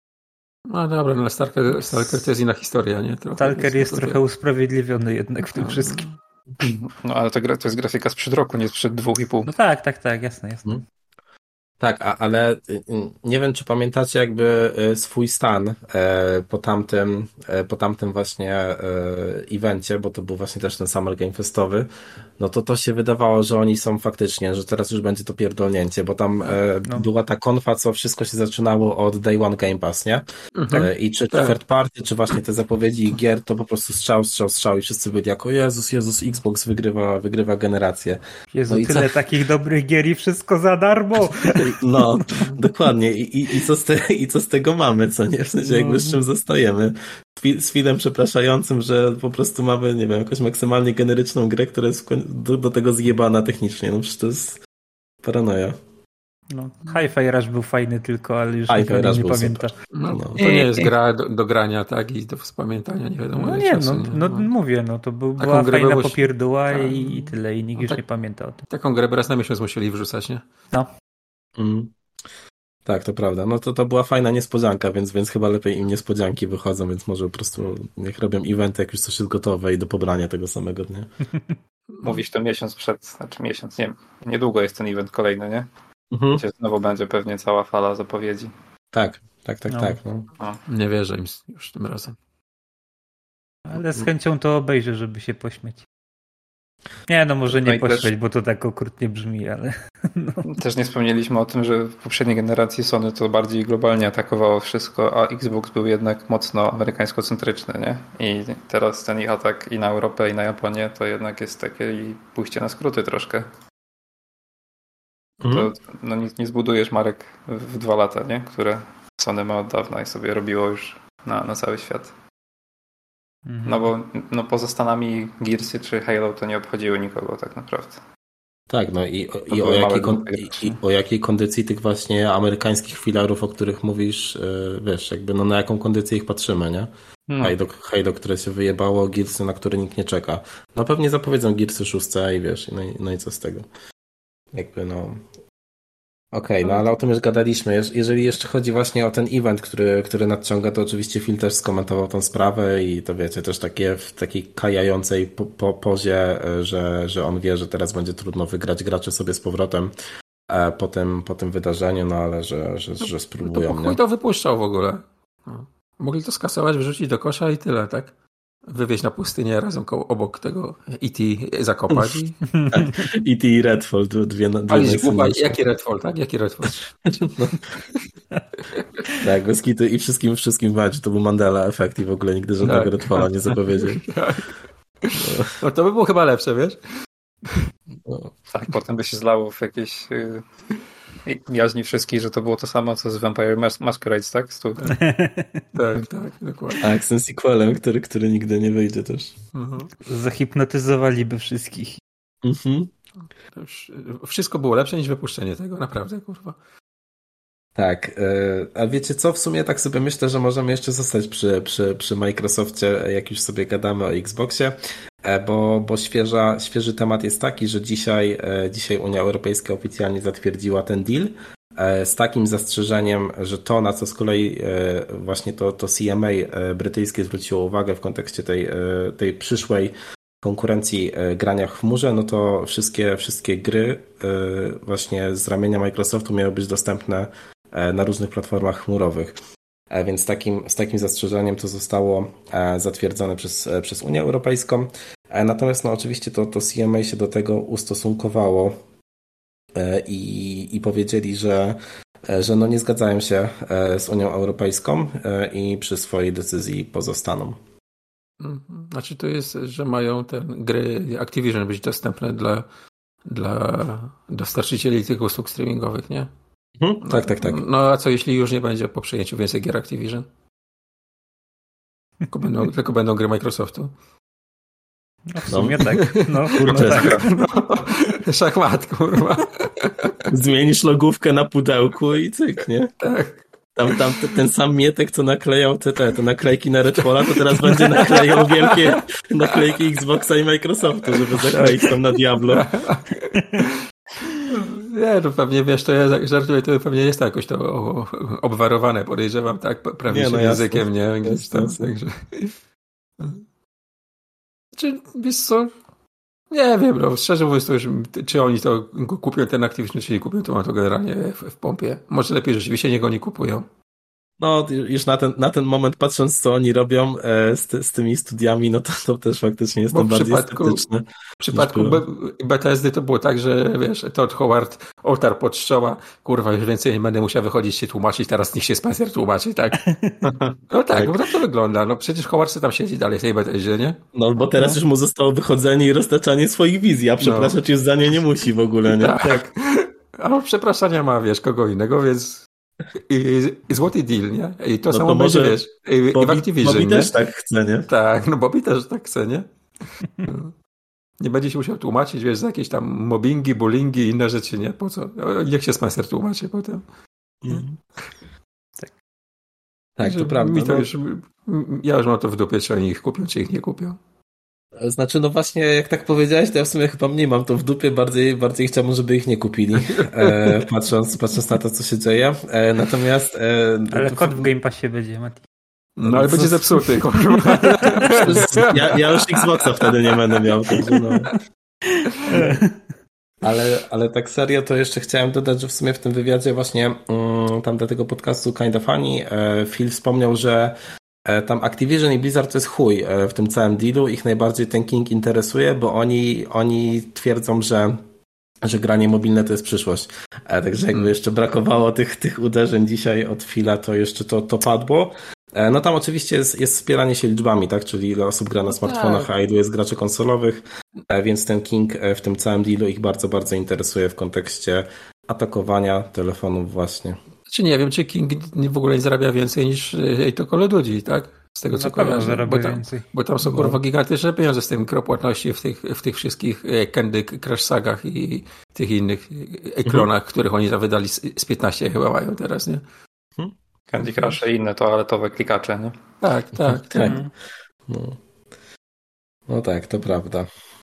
Speaker 4: No dobra, no ale Stalker, Stalker to jest inna historia, nie? Trochę
Speaker 5: Stalker jest, jest trochę
Speaker 4: wie...
Speaker 5: usprawiedliwiony jednak w tym no, wszystkim.
Speaker 3: No ale to, gra, to jest grafika sprzed roku, nie sprzed dwóch i pół.
Speaker 5: No tak, tak, tak, jasne, jasne. Hmm.
Speaker 2: Tak, a, ale nie wiem, czy pamiętacie jakby swój stan po tamtym, po tamtym właśnie evencie, bo to był właśnie też ten Summer Game Festowy, no to to się wydawało, że oni są faktycznie, że teraz już będzie to pierdolnięcie, bo tam no. była ta konfa, co wszystko się zaczynało od Day One Game Pass, nie? Mhm. I czy tak. third party, czy właśnie te zapowiedzi gier, to po prostu strzał, strzał, strzał i wszyscy byli jako Jezus, Jezus, Xbox wygrywa, wygrywa generację.
Speaker 5: Jezu,
Speaker 2: no i
Speaker 5: tyle
Speaker 2: co...
Speaker 5: takich dobrych gier i wszystko za darmo!
Speaker 2: No, dokładnie. I, i, i, co z te, I co z tego mamy, co nie? W sensie jakby no. z czym zostajemy? Z filmem przepraszającym, że po prostu mamy, nie wiem, jakąś maksymalnie generyczną grę, która jest do, do tego zjebana technicznie. No przecież to jest paranoja.
Speaker 5: No, Hi-Fi Rush był fajny tylko, ale już
Speaker 2: nikt nie
Speaker 5: pamięta.
Speaker 4: No, no. To nie jest gra do, do grania, tak? I do wspamiętania, nie wiadomo.
Speaker 5: No nie,
Speaker 4: czasu,
Speaker 5: no,
Speaker 4: nie?
Speaker 5: no, no mówię, no to był, była fajna było... popierduła tak. i, i tyle, i nikt no, już tak, nie pamięta o tym.
Speaker 4: Taką grę raz na miesiąc musieli wrzucać, nie?
Speaker 5: No.
Speaker 2: Mm. Tak, to prawda. No to to była fajna niespodzianka, więc, więc chyba lepiej im niespodzianki wychodzą, więc może po prostu niech robią eventy, jak już coś jest gotowe i do pobrania tego samego dnia.
Speaker 3: Mówisz to miesiąc przed, znaczy miesiąc, nie wiem, niedługo jest ten event kolejny, nie? Mhm. Gdzie znowu będzie pewnie cała fala zapowiedzi.
Speaker 2: Tak, tak, tak,
Speaker 5: no.
Speaker 2: tak. No.
Speaker 4: Nie wierzę im już tym razem.
Speaker 5: Ale z chęcią to obejrzę, żeby się pośmiać. Nie, no może nie no pośmiać, też... bo to tak okrutnie brzmi, ale... No.
Speaker 3: Też nie wspomnieliśmy o tym, że w poprzedniej generacji Sony to bardziej globalnie atakowało wszystko, a Xbox był jednak mocno amerykańsko-centryczny, nie? I teraz ten ich atak i na Europę, i na Japonię to jednak jest takie i pójście na skróty troszkę. Mhm. To no, nie, nie zbudujesz marek w dwa lata, nie? Które Sony ma od dawna i sobie robiło już na, na cały świat. Mhm. No bo no, poza Stanami Gearsy czy Halo to nie obchodziły nikogo tak naprawdę.
Speaker 2: Tak, no i, i, o, jakiej kon- i, i o jakiej kondycji tych właśnie amerykańskich filarów, o których mówisz, yy, wiesz, jakby no na jaką kondycję ich patrzymy, nie? No. Halo, Halo, które się wyjebało, Gearsy, na które nikt nie czeka. No pewnie zapowiedzą Gearsy szóstce i wiesz, no i, no i co z tego? Jakby no... Okej, okay, no ale o tym już gadaliśmy. Jeżeli jeszcze chodzi właśnie o ten event, który, który nadciąga, to oczywiście Phil też skomentował tą sprawę i to wiecie, też takie w takiej kajającej po, po, pozie, że, że on wie, że teraz będzie trudno wygrać graczy sobie z powrotem po tym, po tym wydarzeniu, no ale że, że, że spróbują.
Speaker 4: No to chuj to wypuszczał w ogóle. No. Mogli to skasować, wrzucić do kosza i tyle, tak? Wywieźć na pustynię razem koło, obok tego E T zakopać. I...
Speaker 2: E T i Redfall, dwie, dwie
Speaker 4: Ale głupa, jaki Redfall, tak? Jaki Redfall?
Speaker 2: No. Tak, bez kitu i wszystkim, wszystkim bać, to był Mandela efekt i w ogóle nigdy żadnego tak. Redfalla nie zapowiedział.
Speaker 4: Tak. No. No to by było chyba lepsze, wiesz?
Speaker 3: No. Tak, potem by się zlało w jakieś... Yy... jaźni wszystkich, że to było to samo, co z Vampire Mas- Masquerades, tak?
Speaker 4: tak, tak, dokładnie.
Speaker 2: Tak, z tym sequelem, który, który nigdy nie wyjdzie też.
Speaker 5: Mhm. Zahipnotyzowaliby wszystkich.
Speaker 2: Mhm.
Speaker 4: Wszystko było lepsze niż wypuszczenie tego, naprawdę, kurwa.
Speaker 2: Tak, a wiecie co, w sumie tak sobie myślę, że możemy jeszcze zostać przy, przy, przy Microsoftie, jak już sobie gadamy o Xboxie. bo, bo świeża, świeży temat jest taki, że dzisiaj, dzisiaj Unia Europejska oficjalnie zatwierdziła ten deal z takim zastrzeżeniem, że to, na co z kolei właśnie to, to C M A brytyjskie zwróciło uwagę w kontekście tej, tej przyszłej konkurencji grania w chmurze, no to wszystkie, wszystkie gry właśnie z ramienia Microsoftu miały być dostępne na różnych platformach chmurowych. Więc takim, z takim zastrzeżeniem to zostało zatwierdzone przez, przez Unię Europejską. Natomiast no oczywiście to, to C M A się do tego ustosunkowało i, i powiedzieli, że, że no nie zgadzają się z Unią Europejską i przy swojej decyzji pozostaną.
Speaker 4: Znaczy to jest, że mają te gry Activision być dostępne dla, dla dostarczycieli tych usług streamingowych, nie?
Speaker 2: Mhm, tak, tak, tak.
Speaker 4: No a co jeśli już nie będzie po przejęciu więcej gier Activision? Tylko będą, tylko będą gry Microsoftu.
Speaker 5: No w sumie no. tak. No, kurczę. Tak.
Speaker 4: No, szachmat, kurwa.
Speaker 2: Zmienisz logówkę na pudełku i cyk, nie?
Speaker 4: Tak.
Speaker 2: Tam, tam ten sam Mietek, co naklejał te, te, te naklejki na Redfalla, to teraz będzie naklejał wielkie naklejki Xboxa i Microsoftu, żeby zakleić tam na Diablo.
Speaker 4: Nie, no pewnie wiesz, to ja żartuję, to pewnie jest to jakoś to obwarowane, podejrzewam, tak, prawniczym no językiem, nie? Gdzieś tam, także... Czy, wiesz co, nie wiem, no, szczerze mówiąc, to już, czy oni to kupią ten Activision, czy nie kupią, to mam to generalnie w, w pompie. Może lepiej rzeczywiście niego nie kupują.
Speaker 2: No, już na ten, na ten moment patrząc, co oni robią e, z, ty, z tymi studiami, no to, to też faktycznie jest tam bardziej sceptyczne.
Speaker 4: W przypadku Bethesdy to było tak, że wiesz, Todd Howard otarł pod czoła, kurwa, już więcej nie będę musiał wychodzić się tłumaczyć, teraz niech się Spencer tłumaczy, tak? No tak, tak. Bo tak to wygląda. No przecież Howard sobie tam siedzi dalej w tej Bethesdzie, nie?
Speaker 2: No, bo teraz no. już mu zostało wychodzenie i roztaczanie swoich wizji, a przepraszać no. już za nie nie musi w ogóle, nie?
Speaker 4: Tak. A przepraszania ma, wiesz, kogo innego, więc I, i złoty deal, nie? I to no samo to będzie, wiesz, i,
Speaker 2: Bobby,
Speaker 4: i w Activision,
Speaker 2: Bobby
Speaker 4: nie?
Speaker 2: też tak chce, nie?
Speaker 4: Tak, no Bobby też tak chce, nie? Nie będzie się musiał tłumaczyć, wiesz, za jakieś tam mobbingi, bullyingi i inne rzeczy, nie? Po co? Niech się Spencer tłumaczy potem.
Speaker 2: Mm. Tak, tak to prawda.
Speaker 4: Mi to
Speaker 2: no.
Speaker 4: już, ja już mam to w dupie, czy oni ich kupią, czy ich nie kupią.
Speaker 2: Znaczy, no właśnie, jak tak powiedziałeś, to ja w sumie chyba mniej mam to w dupie, bardziej, bardziej chciałbym, żeby ich nie kupili, e, patrząc, patrząc na to, co się dzieje. E, natomiast... E,
Speaker 5: ale
Speaker 2: to,
Speaker 5: kod w Game Passie będzie, Mati.
Speaker 4: No ale co? Będzie zepsuty, kurwa.
Speaker 2: Ja, ja już Xboxa wtedy nie będę miał, także no. Ale, ale tak serio, to jeszcze chciałem dodać, że w sumie w tym wywiadzie właśnie um, tam do tego podcastu Kinda Funny e, Phil wspomniał, że tam Activision i Blizzard to jest chuj w tym całym dealu. Ich najbardziej ten King interesuje, bo oni, oni twierdzą, że, że granie mobilne to jest przyszłość. Także jakby jeszcze brakowało tych, tych uderzeń dzisiaj od Phila, to jeszcze to, to padło. No tam oczywiście jest, jest wspieranie się liczbami, tak? Czyli ile osób gra na smartfonach, a ilu jest graczy konsolowych, więc ten King w tym całym dealu ich bardzo, bardzo interesuje w kontekście atakowania telefonów właśnie.
Speaker 4: Czy nie wiem, czy King w ogóle nie zarabia więcej niż to Call of Duty, tak? Z tego co kojarzę. Bo tam, bo tam są kurwa gigantyczne pieniądze z tym mikropłatności w tych, w tych wszystkich Candy Crush Sagach i tych innych klonach, mhm. których oni tam wydali z piętnaście chyba mają teraz, nie?
Speaker 3: Mhm. Candy Crush i inne toaletowe klikacze, nie?
Speaker 4: Tak, tak. tak.
Speaker 2: No. no tak, to prawda.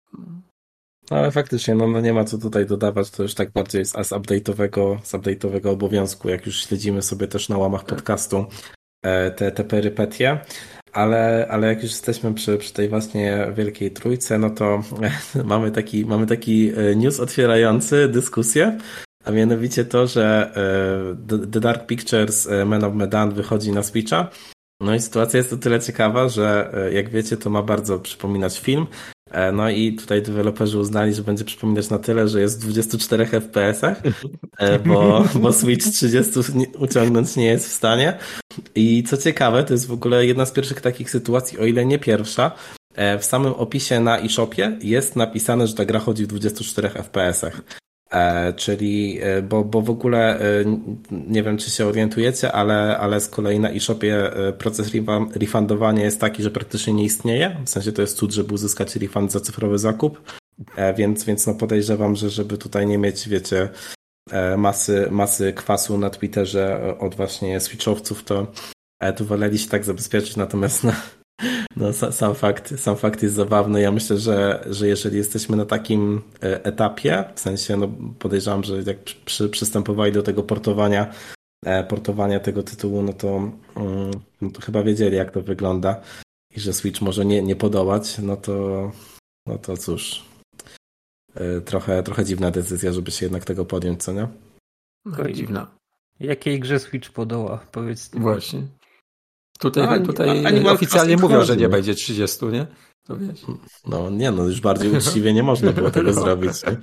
Speaker 2: No ale faktycznie, no, no nie ma co tutaj dodawać, to już tak bardziej z, z update'owego, z update'owego obowiązku, jak już śledzimy sobie też na łamach podcastu e, te, te perypetie, ale, ale jak już jesteśmy przy, przy tej właśnie wielkiej trójce, no to e, mamy taki, mamy taki news otwierający dyskusję, a mianowicie to, że e, The Dark Pictures Man of Medan wychodzi na Switcha. No i sytuacja jest o tyle ciekawa, że e, jak wiecie, to ma bardzo przypominać film. No i tutaj deweloperzy uznali, że będzie przypominać na tyle, że jest w dwudziestu czterech ef pe esach, bo, bo Switch trzydzieści uciągnąć nie jest w stanie. I co ciekawe, to jest w ogóle jedna z pierwszych takich sytuacji, o ile nie pierwsza, w samym opisie na eShopie jest napisane, że ta gra chodzi w dwudziestu czterech ef pe esach. Czyli, bo, bo w ogóle nie wiem, czy się orientujecie, ale, ale z kolei na eShopie proces refundowania jest taki, że praktycznie nie istnieje. W sensie to jest cud, żeby uzyskać refund za cyfrowy zakup. Więc, więc no podejrzewam, że żeby tutaj nie mieć, wiecie, masy, masy kwasu na Twitterze od właśnie switchowców, to tu woleli się tak zabezpieczyć. Natomiast na, No, sam fakt, sam fakt jest zabawny. Ja myślę, że, że jeżeli jesteśmy na takim etapie, w sensie no podejrzewam, że jak przy, przystępowali do tego portowania, portowania tego tytułu, no to, no to chyba wiedzieli, jak to wygląda i że Switch może nie, nie podołać, no to, no to cóż, trochę, trochę dziwna decyzja, żeby się jednak tego podjąć, co nie?
Speaker 4: No, dziwna.
Speaker 5: Jakiej grze Switch podoła? Powiedz.
Speaker 4: Właśnie. Tutaj,
Speaker 2: no,
Speaker 4: tutaj
Speaker 2: ani, ani
Speaker 4: oficjalnie mówią, że nie będzie trzydziestu, nie? To wiesz.
Speaker 2: No nie, no już bardziej uczciwie nie można było tego no. zrobić. Nie?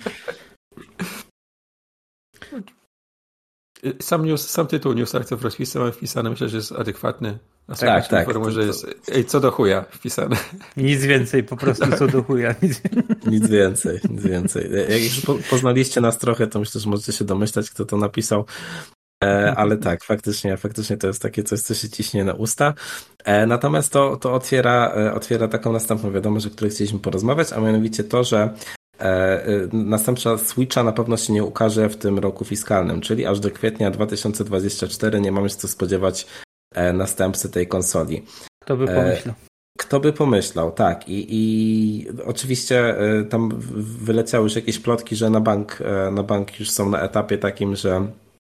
Speaker 4: Sam, news, sam tytuł News Archive rozpisałem wpisany, myślę, że jest adekwatny.
Speaker 2: A tak, tak.
Speaker 4: Informuję, że jest ej, co do chuja wpisane.
Speaker 5: Nic więcej, po prostu co do chuja. Nic,
Speaker 2: nic więcej, nic więcej. Jak już poznaliście nas trochę, to myślę, że możecie się domyślać, kto to napisał. E, ale tak, faktycznie, faktycznie to jest takie coś, co się ciśnie na usta. E, natomiast to, to otwiera, e, otwiera taką następną wiadomość, o której chcieliśmy porozmawiać, a mianowicie to, że e, następca Switcha na pewno się nie ukaże w tym roku fiskalnym, czyli aż do kwietnia dwa tysiące dwudziestego czwartego nie mamy się co spodziewać e, następcy tej konsoli.
Speaker 5: Kto by pomyślał? E,
Speaker 2: Kto by pomyślał, tak. I, i oczywiście e, tam wyleciały już jakieś plotki, że na bank, e, na bank już są na etapie takim, że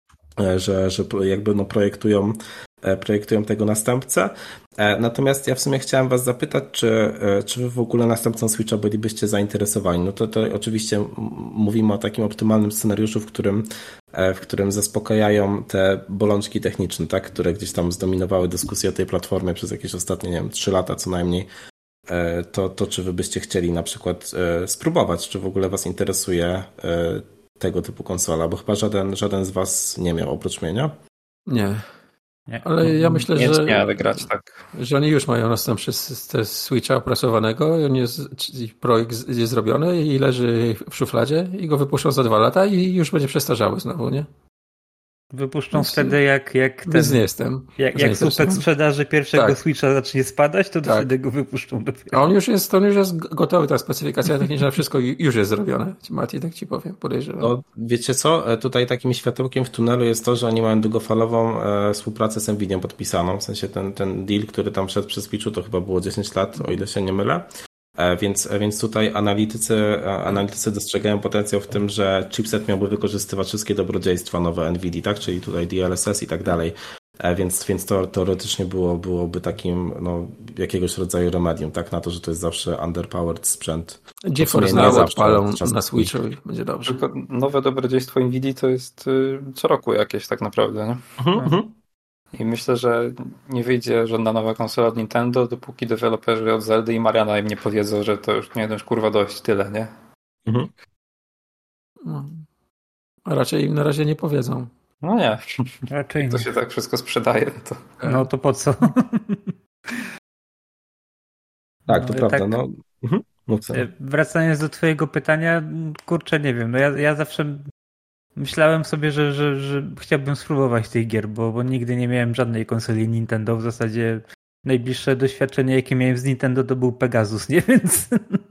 Speaker 2: Że, że jakby no projektują, projektują tego następcę. Natomiast ja w sumie chciałem was zapytać, czy, czy wy w ogóle następcą Switcha bylibyście zainteresowani? No to, to oczywiście mówimy o takim optymalnym scenariuszu, w którym, w którym zaspokajają te bolączki techniczne, tak, które gdzieś tam zdominowały dyskusję o tej platformie przez jakieś ostatnie, nie wiem, trzy lata co najmniej. To, to czy wy byście chcieli na przykład spróbować, czy w ogóle was interesuje tego typu konsola, bo chyba żaden, żaden z was nie miał oprócz mnie, nie?
Speaker 4: Nie. nie. Ale ja myślę,
Speaker 3: nie,
Speaker 4: że,
Speaker 3: nie, ale grać, tak.
Speaker 4: że oni już mają następny te Switcha opracowanego i on jest, projekt jest zrobiony i leży w szufladzie i go wypuszczą za dwa lata i już będzie przestarzały znowu, nie?
Speaker 5: Wypuszczą Więc wtedy jak jak ten,
Speaker 4: Więc nie jestem.
Speaker 5: Jak, jak słupek sprzedaży pierwszego tak. Switcha zacznie spadać, to
Speaker 4: tak.
Speaker 5: wtedy go wypuszczą dopiero.
Speaker 4: A on już jest, on już jest gotowy, ta specyfikacja techniczna, wszystko już jest zrobione. Mati, tak ci powiem, podejrzewam.
Speaker 2: No, wiecie co, tutaj takim światełkiem w tunelu jest to, że oni mają długofalową e, współpracę z Nvidią podpisaną, w sensie ten, ten deal, który tam szedł przy Switchu, to chyba było dziesięć lat, o ile się nie mylę. Więc, więc tutaj analitycy, analitycy dostrzegają potencjał w tym, że chipset miałby wykorzystywać wszystkie dobrodziejstwa nowe Nvidia, tak? Czyli tutaj D L S S i tak dalej. Więc, więc to teoretycznie było, byłoby takim no, jakiegoś rodzaju remedium, tak? Na to, że to jest zawsze underpowered sprzęt.
Speaker 4: GeForce Now odpalą na Switchu i będzie dobrze.
Speaker 3: Tylko nowe dobrodziejstwo Nvidia to jest y, co roku jakieś tak naprawdę, nie?
Speaker 2: Mhm.
Speaker 3: I myślę, że nie wyjdzie żadna nowa konsola od Nintendo, dopóki deweloperzy od Zeldy i Mariana im nie powiedzą, że to już nie, już kurwa dość, tyle, nie?
Speaker 2: Mhm.
Speaker 4: No. A raczej im na razie nie powiedzą.
Speaker 3: No nie.
Speaker 5: Raczej
Speaker 3: to
Speaker 5: nie.
Speaker 3: się tak wszystko sprzedaje. To...
Speaker 5: No to po co?
Speaker 2: Tak, to
Speaker 5: no,
Speaker 2: prawda.
Speaker 5: Tak...
Speaker 2: No. Mhm.
Speaker 5: Wracając do twojego pytania, kurczę, nie wiem. No ja, ja zawsze myślałem sobie, że, że, że chciałbym spróbować tych gier, bo, bo nigdy nie miałem żadnej konsoli Nintendo. W zasadzie najbliższe doświadczenie, jakie miałem z Nintendo, to był Pegasus, nie? Więc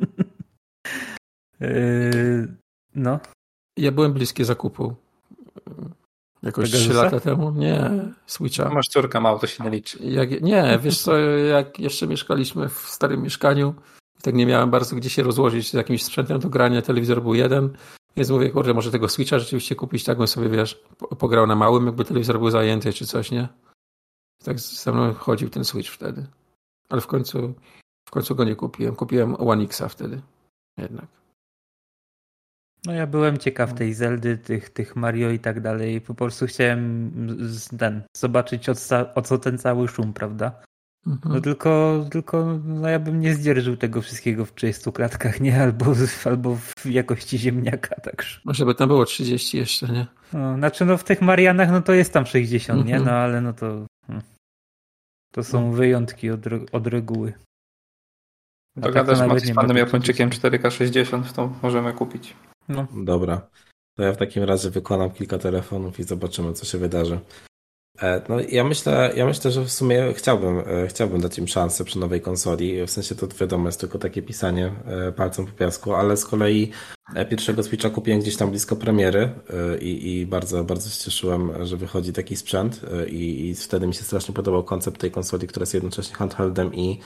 Speaker 5: yy, no.
Speaker 4: Ja byłem bliski zakupu. Jakoś trzy lata temu? Nie, Switcha.
Speaker 3: Masz córkę małą, to się nie liczy.
Speaker 4: Jak, nie, wiesz co, jak jeszcze mieszkaliśmy w starym mieszkaniu, tak nie miałem bardzo gdzie się rozłożyć z jakimś sprzętem do grania, telewizor był jeden, więc mówię, kurde, może tego Switcha rzeczywiście kupić, tak bym sobie, wiesz, pograł na małym, jakby telewizor był zajęty czy coś, nie? Tak ze mną chodził ten Switch wtedy. Ale w końcu, w końcu go nie kupiłem. Kupiłem One X'a wtedy jednak.
Speaker 5: No ja byłem ciekaw tej Zeldy, tych, tych Mario i tak dalej. Po prostu chciałem ten, zobaczyć o, o co ten cały szum, prawda? Mhm. No tylko, tylko no ja bym nie zdzierżył tego wszystkiego w trzydziestu klatkach, nie? Albo, albo w jakości ziemniaka, także.
Speaker 4: Może by tam było trzydzieści jeszcze, nie?
Speaker 5: No, znaczy no w tych Marianach no to jest tam sześćdziesiąt, mhm. nie? No ale no to to są wyjątki od, od reguły.
Speaker 3: Dogadasz tak Maciej z panem Japończykiem cztery K sześćdziesiąt, to możemy kupić.
Speaker 2: No. Dobra. To ja w takim razie wykonam kilka telefonów i zobaczymy, co się wydarzy. No ja myślę, ja myślę, że w sumie chciałbym, chciałbym dać im szansę przy nowej konsoli. W sensie to wiadomo, jest tylko takie pisanie palcem po piasku, ale z kolei pierwszego Switcha kupiłem gdzieś tam blisko premiery i, i bardzo, bardzo się cieszyłem, że wychodzi taki sprzęt i, i wtedy mi się strasznie podobał koncept tej konsoli, która jest jednocześnie handheldem i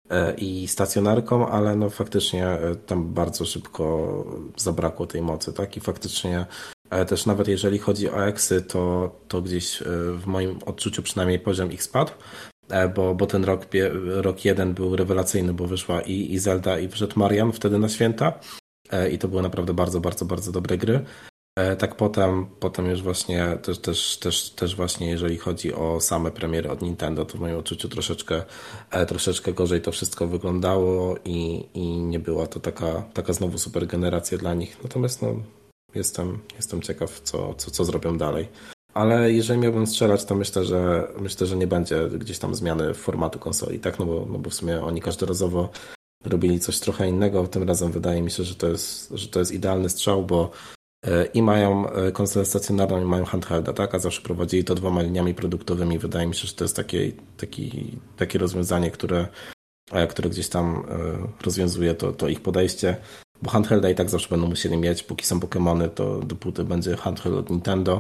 Speaker 2: i stacjonarką, ale no faktycznie tam bardzo szybko zabrakło tej mocy, tak? I faktycznie też nawet jeżeli chodzi o eksy, to, to gdzieś w moim odczuciu przynajmniej poziom ich spadł, bo, bo ten rok, rok jeden był rewelacyjny, bo wyszła i, i Zelda, i wyszedł Marian wtedy na święta i to były naprawdę bardzo, bardzo, bardzo dobre gry. Tak potem, potem już właśnie też, też, też, też właśnie jeżeli chodzi o same premiery od Nintendo, to w moim odczuciu troszeczkę, troszeczkę gorzej to wszystko wyglądało i, i nie była to taka, taka znowu super generacja dla nich. Natomiast no, jestem, jestem ciekaw, co, co, co zrobią dalej. Ale jeżeli miałbym strzelać, to myślę, że myślę, że nie będzie gdzieś tam zmiany formatu konsoli, tak? No bo, no bo w sumie oni każdorazowo robili coś trochę innego. Tym razem wydaje mi się, że to jest, że to jest idealny strzał, bo i mają konsolę stacjonarną, i mają handhelda, tak? A zawsze prowadzili to dwoma liniami produktowymi. Wydaje mi się, że to jest takie, taki, takie rozwiązanie, które, które gdzieś tam rozwiązuje to, to ich podejście, bo handhelda i tak zawsze będą musieli mieć. Póki są Pokémony, to dopóty będzie handheld od Nintendo,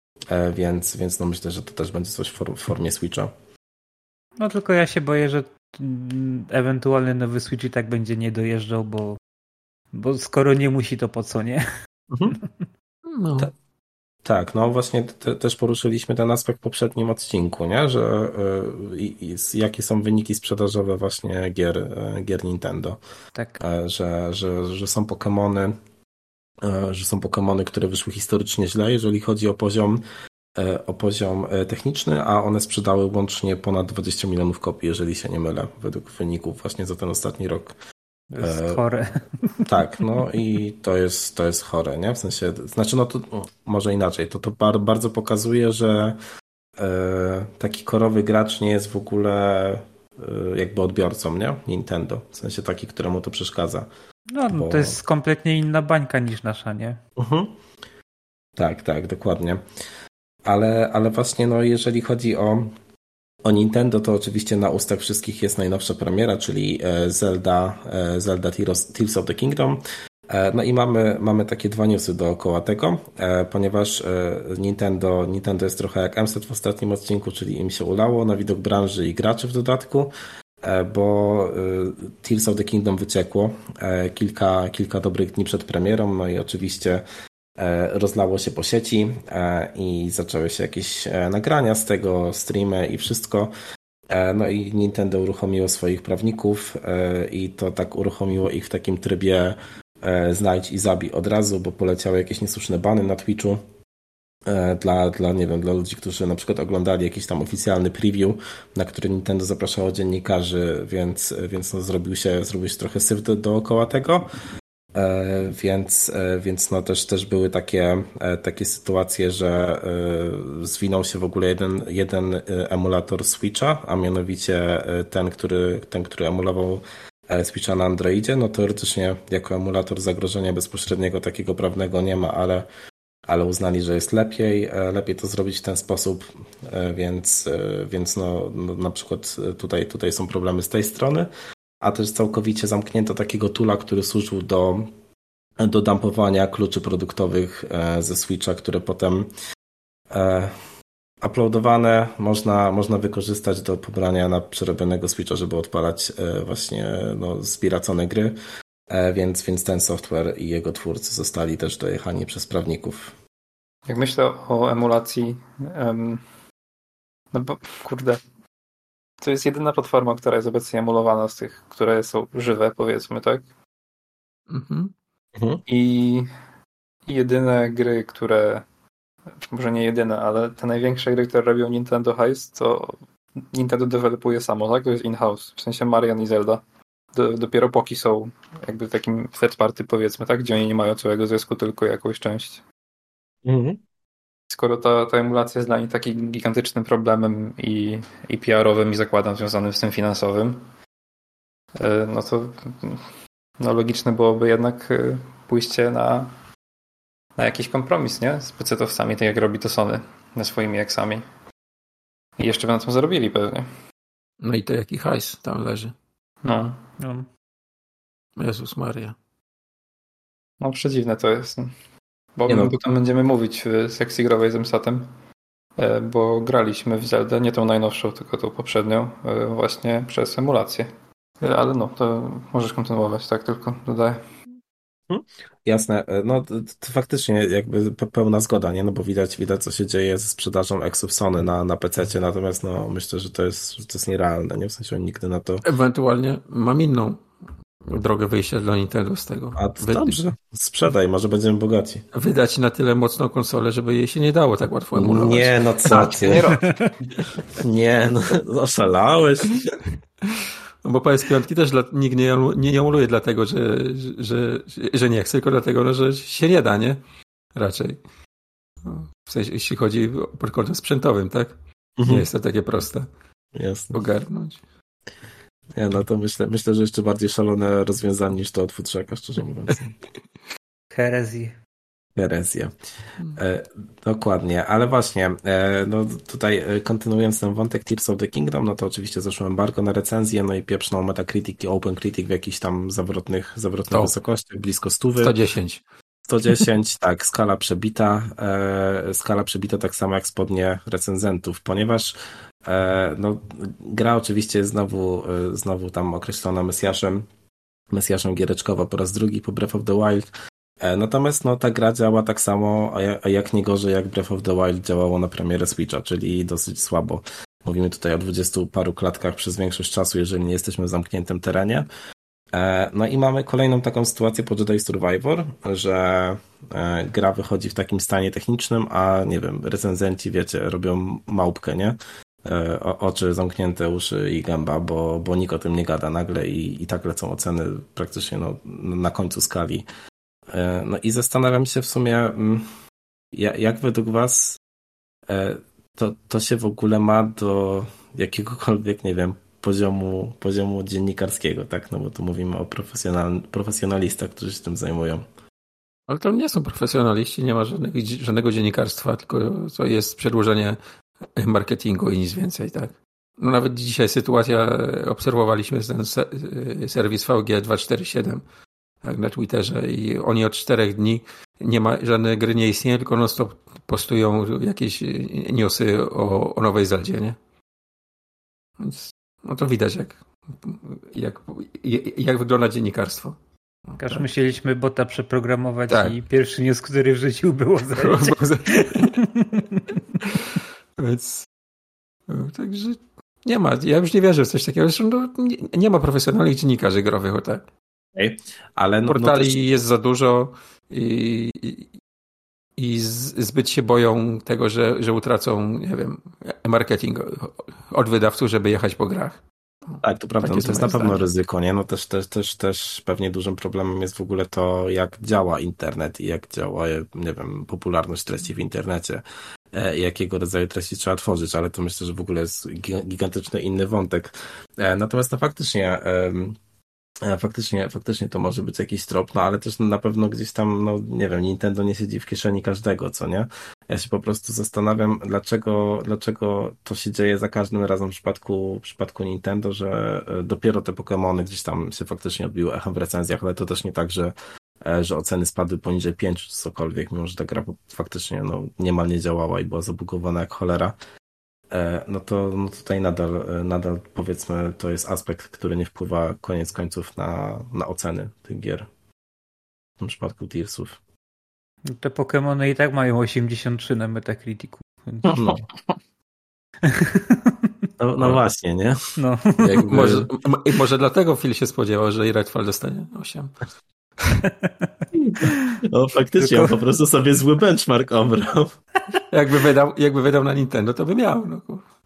Speaker 2: więc, więc no myślę, że to też będzie coś w formie Switcha.
Speaker 5: No tylko ja się boję, że ewentualny nowy Switch i tak będzie nie dojeżdżał, bo, bo skoro nie musi, to po co, nie?
Speaker 2: Mhm. No. Ta, tak, no właśnie te, też poruszyliśmy ten aspekt w poprzednim odcinku, nie? Że y, y, jakie są wyniki sprzedażowe właśnie gier, y, gier Nintendo.
Speaker 5: Tak.
Speaker 2: Y, że, że, że są Pokémony, y, że są Pokémony, które wyszły historycznie źle, jeżeli chodzi o poziom, y, o poziom techniczny, a one sprzedały łącznie ponad dwadzieścia milionów kopii, jeżeli się nie mylę, według wyników właśnie za ten ostatni rok.
Speaker 5: To jest chore.
Speaker 2: Tak, no i to jest, to jest chore, nie? W sensie, znaczy no to może inaczej, to to bardzo pokazuje, że e, taki korowy gracz nie jest w ogóle e, jakby odbiorcą, nie? Nintendo, w sensie taki, któremu to przeszkadza.
Speaker 5: No, bo... to jest kompletnie inna bańka niż nasza, nie?
Speaker 2: Uh-huh. Tak, tak, dokładnie. Ale, ale właśnie no jeżeli chodzi o O Nintendo, to oczywiście na ustach wszystkich jest najnowsza premiera, czyli Zelda, Zelda Tears of the Kingdom. No i mamy, mamy takie dwa newsy dookoła tego, ponieważ Nintendo, Nintendo jest trochę jak M S E T w ostatnim odcinku, czyli im się ulało na widok branży i graczy w dodatku, bo Tears of the Kingdom wyciekło kilka, kilka dobrych dni przed premierą, no i oczywiście rozlało się po sieci i zaczęły się jakieś nagrania z tego, streamy i wszystko. No i Nintendo uruchomiło swoich prawników i to tak uruchomiło ich w takim trybie znajdź i zabij od razu, bo poleciały jakieś niesłuszne bany na Twitchu dla, dla, nie wiem, dla ludzi, którzy na przykład oglądali jakiś tam oficjalny preview, na który Nintendo zapraszało dziennikarzy, więc, więc no zrobił się, zrobił się trochę syf do, dookoła tego. Więc, więc no też, też były takie, takie sytuacje, że zwinął się w ogóle jeden, jeden emulator Switcha, a mianowicie ten, który, ten, który emulował Switcha na Androidzie. No teoretycznie jako emulator zagrożenia bezpośredniego takiego prawnego nie ma, ale, ale uznali, że jest lepiej, lepiej to zrobić w ten sposób, więc, więc no, no na przykład tutaj, tutaj są problemy z tej strony. A też całkowicie zamknięto takiego toola, który służył do, do dumpowania kluczy produktowych ze Switcha, które potem e, uploadowane można, można wykorzystać do pobrania na przerobionego Switcha, żeby odpalać e, właśnie no, zbiracone gry, e, więc, więc ten software i jego twórcy zostali też dojechani przez prawników.
Speaker 3: Jak myślę o emulacji, um, no bo kurde, to jest jedyna platforma, która jest obecnie emulowana z tych, które są żywe, powiedzmy, tak?
Speaker 4: Mhm.
Speaker 2: Mhm.
Speaker 3: I, I jedyne gry, które, może nie jedyne, ale te największe gry, które robią Nintendo Heist, to Nintendo dewelopuje samo, tak? To jest in-house, w sensie Marian i Zelda. Do, dopiero Poki są jakby takim third party, powiedzmy, tak? Gdzie oni nie mają całego zysku, tylko jakąś część.
Speaker 2: Mhm.
Speaker 3: Skoro ta, ta emulacja jest dla nich takim gigantycznym problemem i, i P R-owym i zakładam związanym z tym finansowym, no to no logiczne byłoby jednak pójście na, na jakiś kompromis, nie? Z pecetowcami, tak jak robi to Sony ze swoimi eksami. I jeszcze by na tym zarobili pewnie.
Speaker 4: No i to jaki hajs tam leży.
Speaker 3: No. no.
Speaker 4: Jezus Maria.
Speaker 3: No przedziwne to jest. Bo
Speaker 2: nie
Speaker 3: my
Speaker 2: no.
Speaker 3: potem będziemy mówić w sekcji growej z em satem, bo graliśmy w Zeldę, nie tą najnowszą, tylko tą poprzednią, właśnie przez emulację. Ale no, to możesz kontynuować, tak tylko dodaję.
Speaker 2: Hmm? Jasne, no to, to faktycznie jakby pełna zgoda, nie? No bo widać, widać co się dzieje ze sprzedażą Exów Sony na, na pececie, natomiast no myślę, że to jest, że to jest nierealne, nie? W sensie oni nigdy na to...
Speaker 4: Ewentualnie mam inną drogę wyjścia dla Nintendo z tego.
Speaker 2: A to Wy... dobrze, sprzedaj, może będziemy bogaci.
Speaker 4: Wydać na tyle mocną konsolę, żeby jej się nie dało tak łatwo emulować.
Speaker 2: Nie, no co ty? Nie, no oszalałeś.
Speaker 4: No bo P S pięć też dla, nikt nie, nie emuluje dlatego, że, że, że nie chce, tylko dlatego, no, że się nie da, nie? Raczej. No, w sensie, jeśli chodzi pod kątem sprzętowym, tak? Mhm. Nie jest to takie proste.
Speaker 2: Jasne.
Speaker 4: Ogarnąć.
Speaker 2: Nie, no to myślę, myślę, że jeszcze bardziej szalone rozwiązanie niż to od futrzaka, szczerze mówiąc.
Speaker 5: Herezji.
Speaker 2: Herezja. E, dokładnie, ale właśnie, e, no tutaj kontynuując ten wątek Tears of the Kingdom, no to oczywiście zeszło embargo na recenzję, no i pieprznął Metacritic i OpenCritic w jakichś tam zawrotnych, zawrotnych
Speaker 4: to.
Speaker 2: wysokościach, blisko stówy.
Speaker 4: sto dziesięć.
Speaker 2: sto dziesięć, tak, skala przebita, e, skala przebita tak samo jak spodnie recenzentów, ponieważ e, no, gra oczywiście jest znowu, e, znowu tam określona Mesjaszem, Mesjaszem giereczkowo po raz drugi po Breath of the Wild. Natomiast no, ta gra działa tak samo, a jak nie gorzej jak Breath of the Wild działało na premierę Switcha, czyli dosyć słabo. Mówimy tutaj o dwudziestu paru klatkach przez większość czasu, jeżeli nie jesteśmy w zamkniętym terenie. No i mamy kolejną taką sytuację po Jedi Survivor, że gra wychodzi w takim stanie technicznym, a nie wiem, recenzenci, wiecie, robią małpkę, nie? O, oczy zamknięte, uszy i gęba, bo, bo nikt o tym nie gada nagle i, i tak lecą oceny praktycznie no, na końcu skali. No i zastanawiam się w sumie, jak według was to, to się w ogóle ma do jakiegokolwiek, nie wiem, poziomu, poziomu dziennikarskiego, tak? No bo tu mówimy o profesjonal, profesjonalistach, którzy się tym zajmują.
Speaker 4: Ale to nie są profesjonaliści, nie ma żadnego, żadnego dziennikarstwa, tylko to jest przedłużenie marketingu i nic więcej, tak? No nawet dzisiaj sytuacja, obserwowaliśmy ten serwis V G dwieście czterdzieści siedem, tak, na Twitterze i oni od czterech dni nie ma, żadne gry nie istnieje, tylko non stop postują jakieś newsy o, o nowej Zeldzie, nie? Więc no to widać jak, jak, jak wygląda dziennikarstwo.
Speaker 5: Każ
Speaker 4: tak.
Speaker 5: Musieliśmy bota przeprogramować
Speaker 4: tak.
Speaker 5: I pierwszy news, który w życiu było Zeldzie.
Speaker 4: Więc no, także nie ma, ja już nie wierzę w coś takiego, zresztą no, nie, nie ma profesjonalnych dziennikarzy growych, o tak.
Speaker 2: Okay. Ale no,
Speaker 4: portali
Speaker 2: no też...
Speaker 4: jest za dużo i, i, i zbyt się boją tego, że, że utracą, nie wiem, marketing od wydawców, żeby jechać po grach.
Speaker 2: Tak, to prawda, no to jest na pewno zdanie. ryzyko, nie? No też, też, też, też pewnie dużym problemem jest w ogóle to, jak działa internet i jak działa, nie wiem, popularność treści w internecie. Jakiego rodzaju treści trzeba tworzyć, ale to myślę, że w ogóle jest gigantyczny inny wątek. Natomiast no faktycznie Faktycznie, faktycznie to może być jakiś trop, no ale też na pewno gdzieś tam, no nie wiem, Nintendo nie siedzi w kieszeni każdego, co nie? Ja się po prostu zastanawiam, dlaczego, dlaczego to się dzieje za każdym razem w przypadku, w przypadku Nintendo, że dopiero te Pokemony gdzieś tam się faktycznie odbiły echem w recenzjach, ale to też nie tak, że, że oceny spadły poniżej pięciu czy cokolwiek, mimo że ta gra faktycznie no, niemal nie działała i była zabugowana jak cholera. No to no tutaj nadal, nadal powiedzmy to jest aspekt, który nie wpływa koniec końców na, na oceny tych gier. W tym przypadku Tearsów.
Speaker 5: Te Pokemony i tak mają osiemdziesiąt trzy na Metacriticu. Więc...
Speaker 2: No. No, no właśnie, nie?
Speaker 5: No.
Speaker 2: Jakby...
Speaker 4: Może, może dlatego Phil się spodziewał, że i Redfall dostanie osiem.
Speaker 2: No faktycznie, Tylko... on po prostu sobie zły benchmark obrał.
Speaker 4: Jakby wydał, jakby wydał na Nintendo, to by miał. No.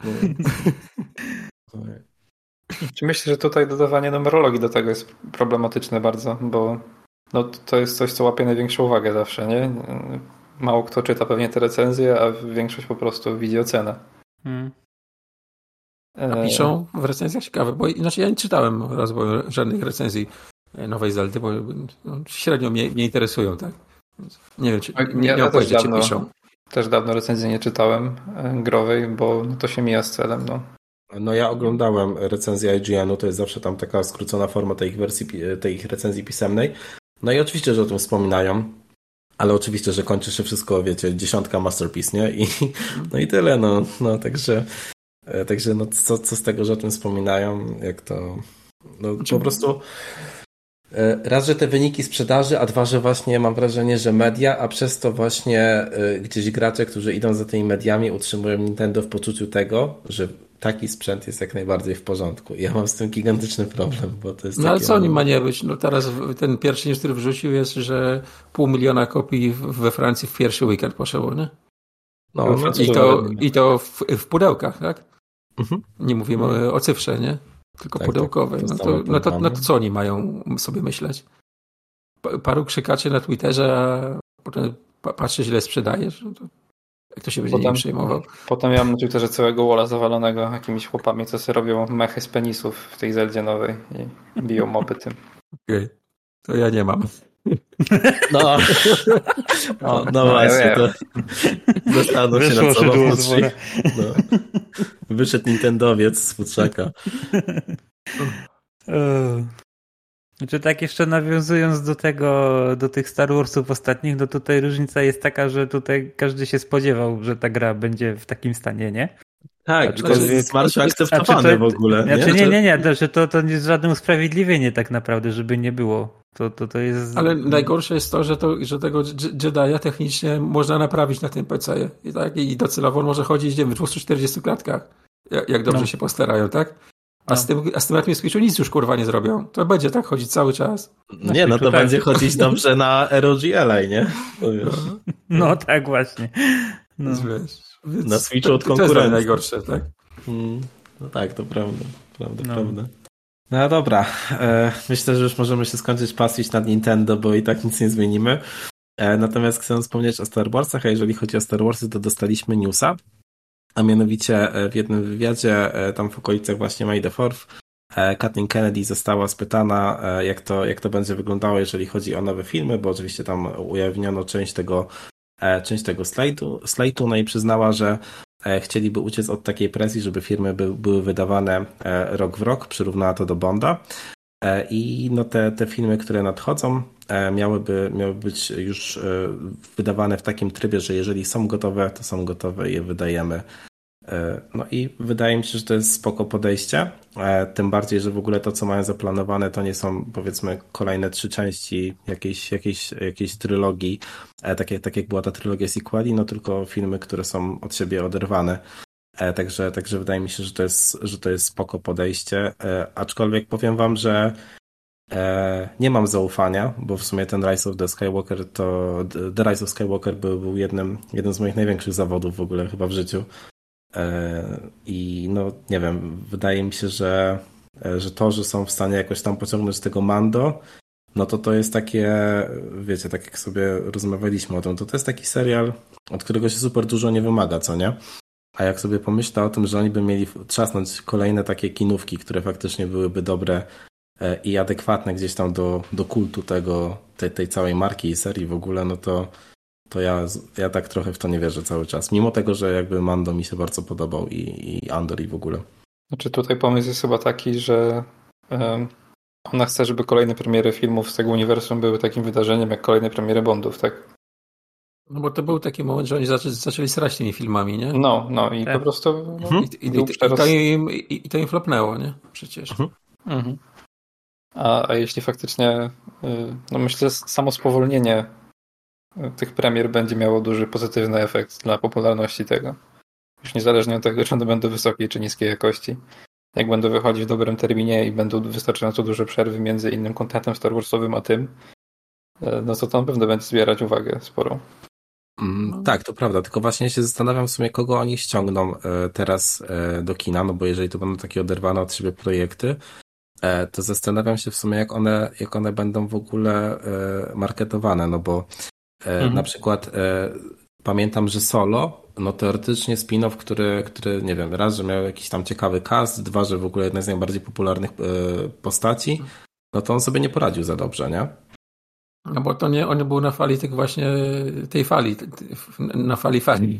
Speaker 3: Czy myślę, że tutaj dodawanie numerologii do tego jest problematyczne bardzo, bo no, to jest coś, co łapie największą uwagę zawsze, nie? Mało kto czyta pewnie te recenzje, a większość po prostu widzi ocenę. Hmm.
Speaker 4: A piszą w recenzjach ciekawe, bo inaczej ja nie czytałem raz, bo żadnych recenzji nowej Zeldy, bo no, średnio mnie, mnie interesują, tak? Nie wiem, czy nie,
Speaker 3: ja
Speaker 4: nie
Speaker 3: też dawno,
Speaker 4: czy piszą.
Speaker 3: Też dawno recenzji nie czytałem growej, bo to się mija z celem, no.
Speaker 2: No ja oglądałem recenzję I G N u, to jest zawsze tam taka skrócona forma tej ich wersji, tej ich recenzji pisemnej. No i oczywiście, że o tym wspominają, ale oczywiście, że kończy się wszystko, wiecie, dziesiątka masterpiece, nie? I, no i tyle, no, no także, także no co, co z tego, że o tym wspominają, jak to, No po prostu raz, że te wyniki sprzedaży, a dwa, że właśnie mam wrażenie, że media, a przez to właśnie gdzieś gracze, którzy idą za tymi mediami, utrzymują Nintendo w poczuciu tego, że taki sprzęt jest jak najbardziej w porządku. I ja mam z tym gigantyczny problem, bo to jest
Speaker 4: No ale
Speaker 2: takie...
Speaker 4: co nim ma nie być? No teraz ten pierwszy news, który wrzucił, jest, że pół miliona kopii we Francji w pierwszy weekend poszło, nie?
Speaker 2: No, no
Speaker 4: I to, i to w, w pudełkach, tak?
Speaker 2: Mhm.
Speaker 4: Nie mówimy o, o cyfrze, nie? Tylko
Speaker 2: tak,
Speaker 4: pudełkowej.
Speaker 2: Tak, to
Speaker 4: no, to, no, to, no to co oni mają sobie myśleć? Paru krzykaczy na Twitterze, a potem patrzysz, ile sprzedajesz. No to jak to się będzie
Speaker 3: potem,
Speaker 4: nie przejmował?
Speaker 3: Potem ja mam na Twitterze całego walla zawalonego jakimiś chłopami, co sobie robią mechy z penisów w tej Zeldzie nowej i biją mopy tym.
Speaker 4: Okej, okay. To ja nie mam.
Speaker 2: No, no, no właśnie, to zastanów się nad sobą. No. Wyszedł Nintendowiec z futrzaka.
Speaker 5: Znaczy tak jeszcze nawiązując do tego, do tych Star Warsów ostatnich, no tutaj różnica jest taka, że tutaj każdy się spodziewał, że ta gra będzie w takim stanie, nie?
Speaker 2: Tak, to jest zmarł akceptowany w ogóle.
Speaker 5: Znaczy nie, nie, nie, nie że to, to nie jest żadne usprawiedliwienie tak naprawdę, żeby nie było. To, to, to jest...
Speaker 4: Ale najgorsze jest to, że, to, że tego Jedi'a technicznie można naprawić na tym P C. I, tak, i docelowo on może chodzić w dwieście czterdzieści klatkach, jak, jak dobrze no. się postarają, tak? A, no. z tym, a z tym na Switchu nic już kurwa nie zrobią. To będzie tak chodzić cały czas.
Speaker 2: Na nie, no to tak. Będzie chodzić dobrze na R O G L A, nie?
Speaker 5: No, no tak właśnie. No.
Speaker 2: Wiesz, na Switchu od konkurencji.
Speaker 4: To jest najgorsze, tak?
Speaker 2: Hmm, no tak, to prawda. Prawda, no. prawda. No dobra, e, myślę, że już możemy się skończyć pastwić nad Nintendo, bo i tak nic nie zmienimy. E, natomiast chcę wspomnieć o Star Warsach, a jeżeli chodzi o Star Warsy, to dostaliśmy newsa, a mianowicie w jednym wywiadzie, e, tam w okolicach właśnie May the fourth, e, Kathleen Kennedy została spytana, e, jak, to, jak to będzie wyglądało, jeżeli chodzi o nowe filmy, bo oczywiście tam ujawniono część tego, e, część tego slate'u, slate'u, no i przyznała, że chcieliby uciec od takiej presji, żeby filmy by, były wydawane rok w rok, przyrównała to do Bonda. I no te, te filmy, które nadchodzą, miałyby, miały być już wydawane w takim trybie, że jeżeli są gotowe, to są gotowe i je wydajemy. No i wydaje mi się, że to jest spoko podejście, tym bardziej, że w ogóle to, co mają zaplanowane, to nie są, powiedzmy, kolejne trzy części jakiejś, jakiejś, jakiejś trylogii, tak jak, tak jak była ta trylogia sequeli, no tylko filmy, które są od siebie oderwane. Także, także wydaje mi się, że to jest, że to jest spoko podejście, aczkolwiek powiem wam, że nie mam zaufania, bo w sumie ten Rise of the Skywalker to The Rise of Skywalker był, był jednym, jednym z moich największych zawodów w ogóle chyba w życiu. I no nie wiem, wydaje mi się, że, że to, że są w stanie jakoś tam pociągnąć tego Mando, no to to jest takie, wiecie, tak jak sobie rozmawialiśmy o tym, to to jest taki serial, od którego się super dużo nie wymaga, co nie? A jak sobie pomyślę o tym, że oni by mieli trzasnąć kolejne takie kinówki, które faktycznie byłyby dobre i adekwatne gdzieś tam do, do kultu tego, tej, tej całej marki i serii w ogóle, no to to ja, ja tak trochę w to nie wierzę cały czas. Mimo tego, że jakby Mando mi się bardzo podobał i, i Andor i w ogóle.
Speaker 3: Znaczy tutaj pomysł jest chyba taki, że um, ona chce, żeby kolejne premiery filmów z tego uniwersum były takim wydarzeniem, jak kolejne premiery Bondów, tak?
Speaker 4: No bo to był taki moment, że oni zaczęli, zaczęli srać tymi filmami, nie?
Speaker 3: No, no i tak. po prostu... No,
Speaker 4: mhm. I, i, i, i, to im, i, I to im flopnęło, nie? Przecież. Mhm.
Speaker 3: Mhm. A, a jeśli faktycznie, no myślę, samo spowolnienie tych premier będzie miało duży pozytywny efekt dla popularności tego. Już niezależnie od tego, czy one będą wysokiej czy niskiej jakości. Jak będą wychodzić w dobrym terminie i będą wystarczająco duże przerwy między innym kontentem Star Warsowym a tym, no to to na pewno będzie zbierać uwagę sporą.
Speaker 2: Mm, tak, to prawda, tylko właśnie się zastanawiam w sumie, kogo oni ściągną teraz do kina, no bo jeżeli to będą takie oderwane od siebie projekty, to zastanawiam się w sumie, jak one, jak one będą w ogóle marketowane, no bo mhm. na przykład pamiętam, że Solo, no teoretycznie spin-off, który, który, nie wiem, raz, że miał jakiś tam ciekawy cast, dwa, że w ogóle jedna z najbardziej popularnych postaci, no to on sobie nie poradził za dobrze, nie?
Speaker 4: No bo to nie, on był na fali tych właśnie, tej fali, na fali fali.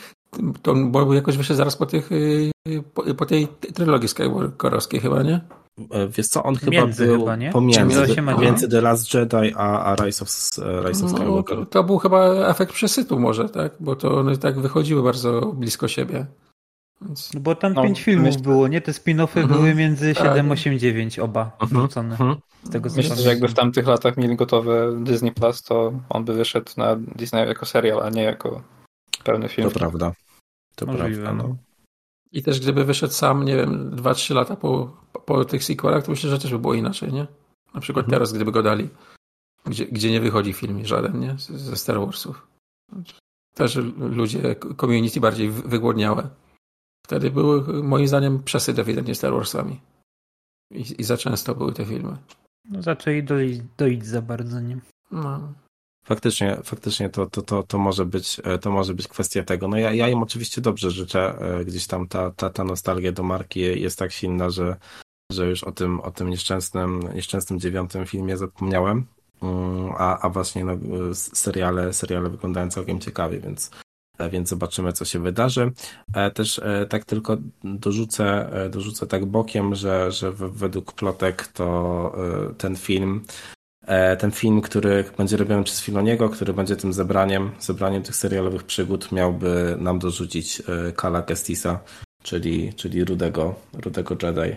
Speaker 4: To bo jakoś wyszedł zaraz po tych, po, po tej trylogii skywalkerowskiej chyba, nie?
Speaker 2: Wiesz co, on
Speaker 5: między
Speaker 2: chyba był
Speaker 5: chyba, nie?
Speaker 2: pomiędzy, pomiędzy The Last Jedi a, a Rise of, Rise of Skywalker.
Speaker 4: No, to, to był chyba efekt przesytu może, tak? Bo to one tak wychodziły bardzo blisko siebie. Więc...
Speaker 5: No bo tam
Speaker 3: No,
Speaker 5: pięć filmów
Speaker 3: myślę...
Speaker 5: było, nie? Te spin-offy
Speaker 4: Mhm.
Speaker 5: były między
Speaker 4: Tak.
Speaker 5: siedem, osiem, dziewięć oba
Speaker 2: Mhm.
Speaker 5: wrzucone.
Speaker 2: Mhm.
Speaker 5: Z tego co
Speaker 3: Myślę, że
Speaker 5: pamiętam.
Speaker 3: jakby w tamtych latach mieli gotowe Disney Plus, to on by wyszedł na Disney jako serial, a nie jako pełny film.
Speaker 2: To prawda. To
Speaker 5: Możliwe,
Speaker 2: prawda, no.
Speaker 5: no.
Speaker 4: I też gdyby wyszedł sam, nie wiem, dwa trzy lata po, po tych sequelach, to myślę, że też by było inaczej, nie? Na przykład
Speaker 2: Mhm.
Speaker 4: teraz, gdyby go dali, gdzie, gdzie nie wychodzi film żaden, nie? Z- Ze Star Warsów. Też ludzie, community bardziej wy- wygłodniałe. Wtedy były, moim zdaniem, przesyt ewidentnie Star Warsami. I, I za często były te filmy.
Speaker 5: No zaczęli doić, doić za bardzo, nie?
Speaker 4: No.
Speaker 2: Faktycznie, faktycznie to, to, to, to, może być, to może być kwestia tego. No ja, ja im oczywiście dobrze życzę. Gdzieś tam ta, ta, ta nostalgia do marki jest tak silna, że, że już o tym, o tym nieszczęsnym, nieszczęsnym dziewiątym filmie zapomniałem. A, a właśnie no, seriale, seriale wyglądają całkiem ciekawie, więc, więc zobaczymy, co się wydarzy. Też tak tylko dorzucę, dorzucę tak bokiem, że, że według plotek to ten film Ten film, który będzie robiony przez Filoniego, który będzie tym zebraniem, zebraniem tych serialowych przygód, miałby nam dorzucić Kala Kestisa, czyli, czyli Rudego, Rudego Jedi.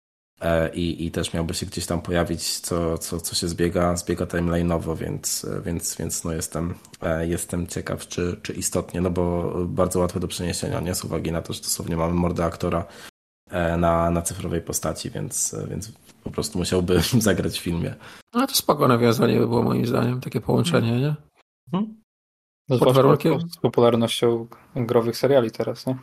Speaker 2: I, i też miałby się gdzieś tam pojawić, co, co, co się zbiega, zbiega timeline'owo, więc, więc, więc no jestem, jestem ciekaw, czy, czy istotnie, no bo bardzo łatwe do przeniesienia, nie? Z uwagi na to, że dosłownie mamy mordę aktora na, na cyfrowej postaci, więc, więc po prostu musiałby zagrać w filmie.
Speaker 4: No to spoko nawiązanie by było moim zdaniem, takie połączenie, nie?
Speaker 2: Hmm?
Speaker 3: No,
Speaker 4: Pod warunkiem...
Speaker 3: z popularnością growych seriali teraz, nie?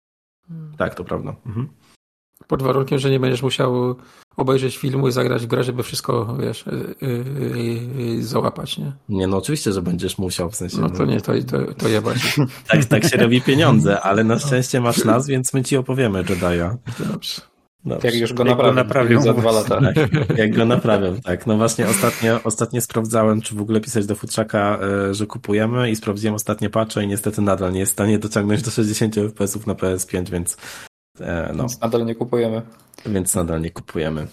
Speaker 2: Tak, to prawda. Mhm.
Speaker 4: Pod warunkiem, że nie będziesz musiał obejrzeć filmu i zagrać w grę, żeby wszystko, wiesz, yy, yy, załapać, nie?
Speaker 2: Nie, no oczywiście, że będziesz musiał, w sensie...
Speaker 4: No to nie, to, to, to jebać.
Speaker 2: tak, tak się robi pieniądze, ale na szczęście masz nas, więc my ci opowiemy Jedi'a.
Speaker 4: Dobrze.
Speaker 2: Dobrze.
Speaker 3: Jak już go
Speaker 5: Jak go
Speaker 3: naprawią,
Speaker 5: naprawią
Speaker 3: za dwa lata.
Speaker 2: Tak, jak go naprawią, tak. No właśnie ostatnio, ostatnio sprawdzałem, czy w ogóle pisać do Futrzaka, że kupujemy i sprawdziłem ostatnie patche i niestety nadal nie jest w stanie dociągnąć do sześćdziesiąt F P S-ów na P S pięć, więc no.
Speaker 3: Więc nadal nie kupujemy.
Speaker 2: Więc nadal nie kupujemy.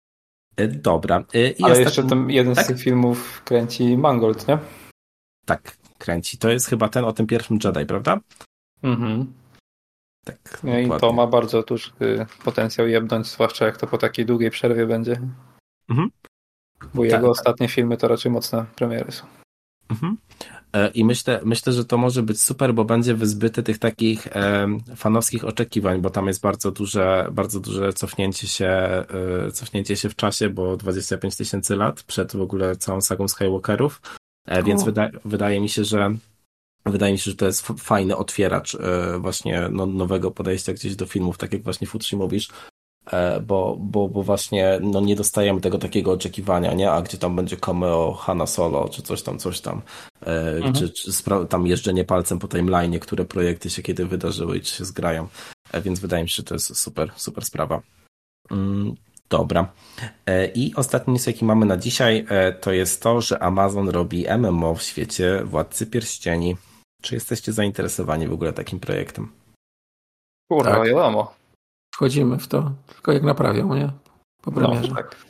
Speaker 2: Dobra. I
Speaker 3: Ale
Speaker 2: ostatni...
Speaker 3: jeszcze ten jeden
Speaker 2: tak?
Speaker 3: z tych filmów kręci Mangold, nie?
Speaker 2: Tak, kręci. To jest chyba ten o tym pierwszym Jedi, prawda?
Speaker 3: Mhm.
Speaker 2: Tak.
Speaker 3: No i to ma bardzo duży potencjał jebnąć, zwłaszcza jak to po takiej długiej przerwie będzie.
Speaker 2: Mhm.
Speaker 3: Bo
Speaker 2: tak,
Speaker 3: jego
Speaker 2: tak.
Speaker 3: ostatnie filmy to raczej mocne premiery są.
Speaker 2: Mhm. I myślę, myślę, że to może być super, bo będzie wyzbyte tych takich e, fanowskich oczekiwań, bo tam jest bardzo duże, bardzo duże cofnięcie się, e, cofnięcie się w czasie, bo dwadzieścia pięć tysięcy lat przed w ogóle całą sagą Skywalkerów, e, więc wyda, wydaje mi się, że wydaje mi się, że to jest fajny otwieracz e, właśnie no, nowego podejścia gdzieś do filmów, tak jak właśnie Futrzy mówisz, Bo, bo, bo właśnie no nie dostajemy tego takiego oczekiwania, nie? A gdzie tam będzie cameo Hanna Solo, czy coś tam, coś tam, mhm. czy, czy spra- tam jeżdżenie palcem po timeline'ie, które projekty się kiedy wydarzyły i czy się zgrają. Więc wydaje mi się, że to jest super, super sprawa. Mm, dobra. I ostatni news, jaki mamy na dzisiaj, to jest to, że Amazon robi M M O w świecie Władcy Pierścieni. Czy jesteście zainteresowani w ogóle takim projektem?
Speaker 3: Kurwa,
Speaker 4: Tak.
Speaker 3: wiadomo.
Speaker 4: Wchodzimy w to, tylko jak naprawią, nie? Po premierze.
Speaker 3: No, tak.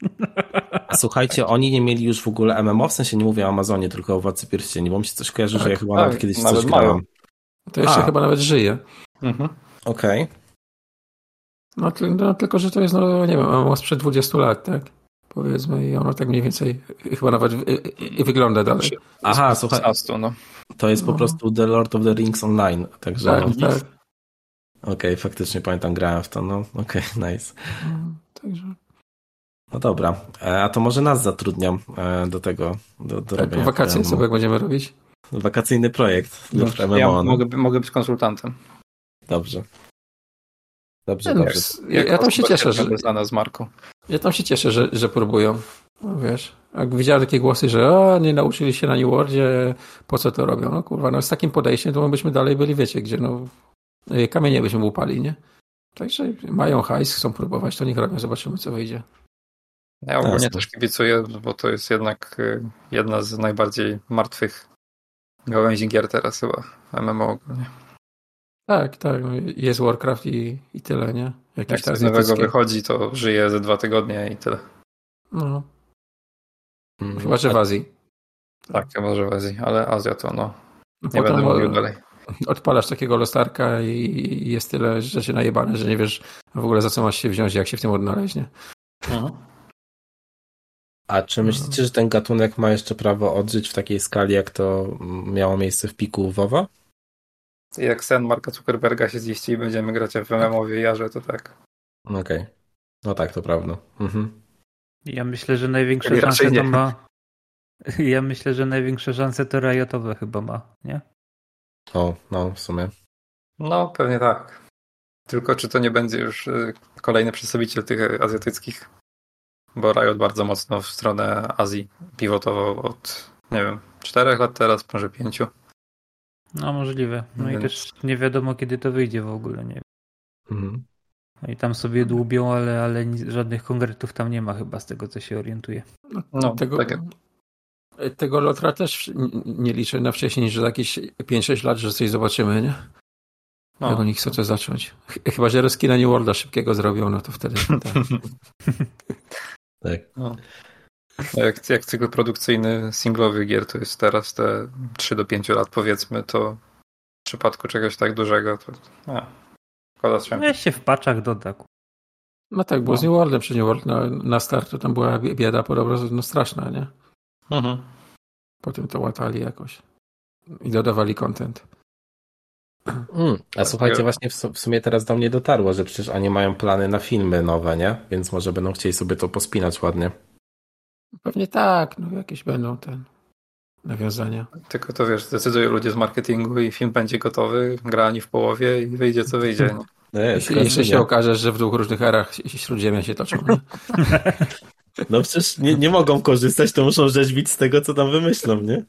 Speaker 2: A słuchajcie, oni nie mieli już w ogóle M M O, w sensie nie mówię o Amazonie, tylko o Władcy Pierścieni, bo mi się coś kojarzy, tak, że ja chyba tak, nawet kiedyś
Speaker 3: nawet
Speaker 2: coś
Speaker 3: mają.
Speaker 2: grałem.
Speaker 4: To jeszcze
Speaker 2: A.
Speaker 4: chyba nawet żyje.
Speaker 3: Mhm.
Speaker 2: Okej. Okay.
Speaker 4: No, no tylko, że to jest, no nie wiem, M M O sprzed dwudziestu lat, tak? Powiedzmy, i ono tak mniej więcej chyba nawet i wygląda dalej.
Speaker 2: Aha, słuchaj,
Speaker 3: no.
Speaker 2: to jest po no. prostu The Lord of the Rings Online, także...
Speaker 4: Tak, tak.
Speaker 2: Okej, okay, faktycznie pamiętam, grałem w to, no okej, okay, nice.
Speaker 4: No, także...
Speaker 2: No dobra, a to może nas zatrudnią do tego, do, do
Speaker 4: tak,
Speaker 2: robienia.
Speaker 4: Wakacje sobie jak będziemy robić?
Speaker 2: Wakacyjny projekt.
Speaker 3: No,
Speaker 2: M M O,
Speaker 3: ja
Speaker 2: no.
Speaker 3: mogę, mogę być konsultantem.
Speaker 2: Dobrze. Dobrze,
Speaker 4: no,
Speaker 2: dobrze.
Speaker 4: Ja, ja tam się cieszę, że...
Speaker 3: znana z marką.
Speaker 4: Ja tam się cieszę, że, że próbują. No, wiesz, jak widziałem takie głosy, że o, nie nauczyli się na New Worldzie, po co to robią? No kurwa, no z takim podejściem to my byśmy dalej byli, wiecie, gdzie no kamienie byśmy upali, nie? Także mają hajs, chcą próbować, to niech robią, zobaczymy co wyjdzie.
Speaker 3: Ja ogólnie Jasne. też kibicuję, bo to jest jednak jedna z najbardziej martwych gałęzi gier teraz chyba, M M O ogólnie.
Speaker 4: Tak, tak, jest Warcraft i, i tyle, nie? Jakieś
Speaker 3: jak coś nowego wychodzi, to żyje ze dwa tygodnie i tyle.
Speaker 4: No. Hmm. Chyba, że w Azji.
Speaker 3: Tak, chyba, że w Azji, ale Azja to no, nie
Speaker 4: Potem
Speaker 3: będę mówił dalej.
Speaker 4: odpalasz takiego Lost Arka i jest tyle rzeczy najebane, że nie wiesz w ogóle za co masz się wziąć, jak się w tym odnaleźć, nie?
Speaker 3: Mhm.
Speaker 2: A czy myślicie, że ten gatunek ma jeszcze prawo odżyć w takiej skali, jak to miało miejsce w piku WoWa?
Speaker 3: Jak sen Marka Zuckerberga się ziści i będziemy grać w M M O w jarze, to tak.
Speaker 2: Okej. Okay. No tak, to prawda. Mhm.
Speaker 5: Ja myślę, że największe
Speaker 3: Czyli
Speaker 5: szanse
Speaker 3: raczej
Speaker 5: to
Speaker 3: nie.
Speaker 5: ma... Ja myślę, że największe szanse to Riotowe chyba ma, nie?
Speaker 2: O, no w sumie.
Speaker 3: No, pewnie tak. Tylko czy to nie będzie już y, kolejny przedstawiciel tych azjatyckich? Bo Riot bardzo mocno w stronę Azji pivotował od, nie wiem, czterech lat teraz, może pięciu.
Speaker 5: No możliwe. No
Speaker 3: Więc...
Speaker 5: i też nie wiadomo kiedy to wyjdzie w ogóle, nie?
Speaker 2: Mhm.
Speaker 5: No i tam sobie dłubią, ale, ale nic, żadnych konkretów tam nie ma chyba z tego, co się orientuje.
Speaker 3: No,
Speaker 4: tego,
Speaker 3: tak.
Speaker 4: tego Lotra też nie liczę na wcześniej, że za jakieś pięć sześć lat, że coś zobaczymy, nie?
Speaker 3: No.
Speaker 4: Jak oni chcą to zacząć. Chyba, że reskina New Worlda szybkiego zrobią, no to wtedy tak.
Speaker 2: Tak.
Speaker 3: No. Jak, jak cykl produkcyjny singlowych gier to jest teraz te trzy do pięciu lat powiedzmy, to w przypadku czegoś tak dużego to no, szkoda strzępu.
Speaker 5: No się w paczach doda.
Speaker 4: No tak, było
Speaker 3: No.
Speaker 4: z New Worldem przy New World na, na start, to tam była bieda podobno no straszna, nie?
Speaker 3: Mhm.
Speaker 4: Potem to łatali jakoś i dodawali content.
Speaker 2: Mm, a słuchajcie, właśnie w, w sumie teraz do mnie dotarło, że przecież oni mają plany na filmy nowe, nie? Więc może będą chcieli sobie to pospinać ładnie.
Speaker 4: Pewnie tak, no jakieś będą te nawiązania.
Speaker 3: Tylko to wiesz, decydują ludzie z marketingu i film będzie gotowy, gra ani w połowie i wyjdzie co wyjdzie. Nie?
Speaker 2: Nie,
Speaker 4: Jeśli jeszcze się okaże, że w dwóch różnych erach Śródziemia się toczą. Nie?
Speaker 2: No przecież nie, nie mogą korzystać, to muszą rzeźbić z tego, co tam wymyślą, nie?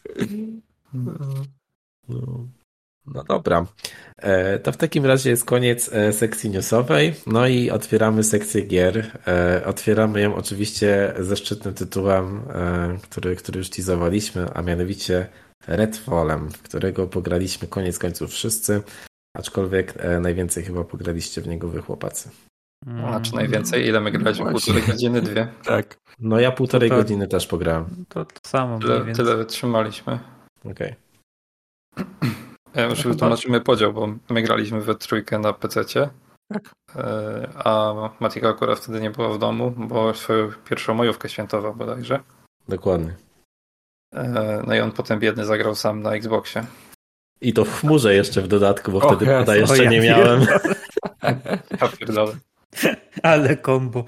Speaker 2: No, no dobra. E, to w takim razie jest koniec e, sekcji newsowej. No i otwieramy sekcję gier. E, otwieramy ją oczywiście ze szczytnym tytułem, e, który, który już teasowaliśmy, a mianowicie Redfallem, w którego pograliśmy koniec końców wszyscy, aczkolwiek e, najwięcej chyba pograliście w niego wy chłopacy.
Speaker 3: Znaczy najwięcej, ile my graliśmy?
Speaker 4: Właśnie.
Speaker 3: Półtorej godziny, dwie?
Speaker 4: Tak.
Speaker 2: No ja półtorej
Speaker 5: To tak.
Speaker 2: godziny też pograłem.
Speaker 5: To, to samo mniej
Speaker 3: Tyle,
Speaker 5: więcej.
Speaker 3: tyle wytrzymaliśmy.
Speaker 2: Okej.
Speaker 3: Ja już wytłumaczymy podział, bo my graliśmy we trójkę na pececie,
Speaker 4: Tak.
Speaker 3: e, a Matika akurat wtedy nie była w domu, bo swoją pierwszą majówkę świętował bodajże.
Speaker 2: Dokładnie.
Speaker 3: E, No i on potem biedny zagrał sam na Xboxie.
Speaker 2: I to w chmurze jeszcze w dodatku, bo
Speaker 4: O
Speaker 2: wtedy
Speaker 4: Jezu,
Speaker 2: pada
Speaker 5: o
Speaker 2: jeszcze
Speaker 5: ja
Speaker 2: nie miałem.
Speaker 3: Ja pierdolę.
Speaker 5: Ale kombo.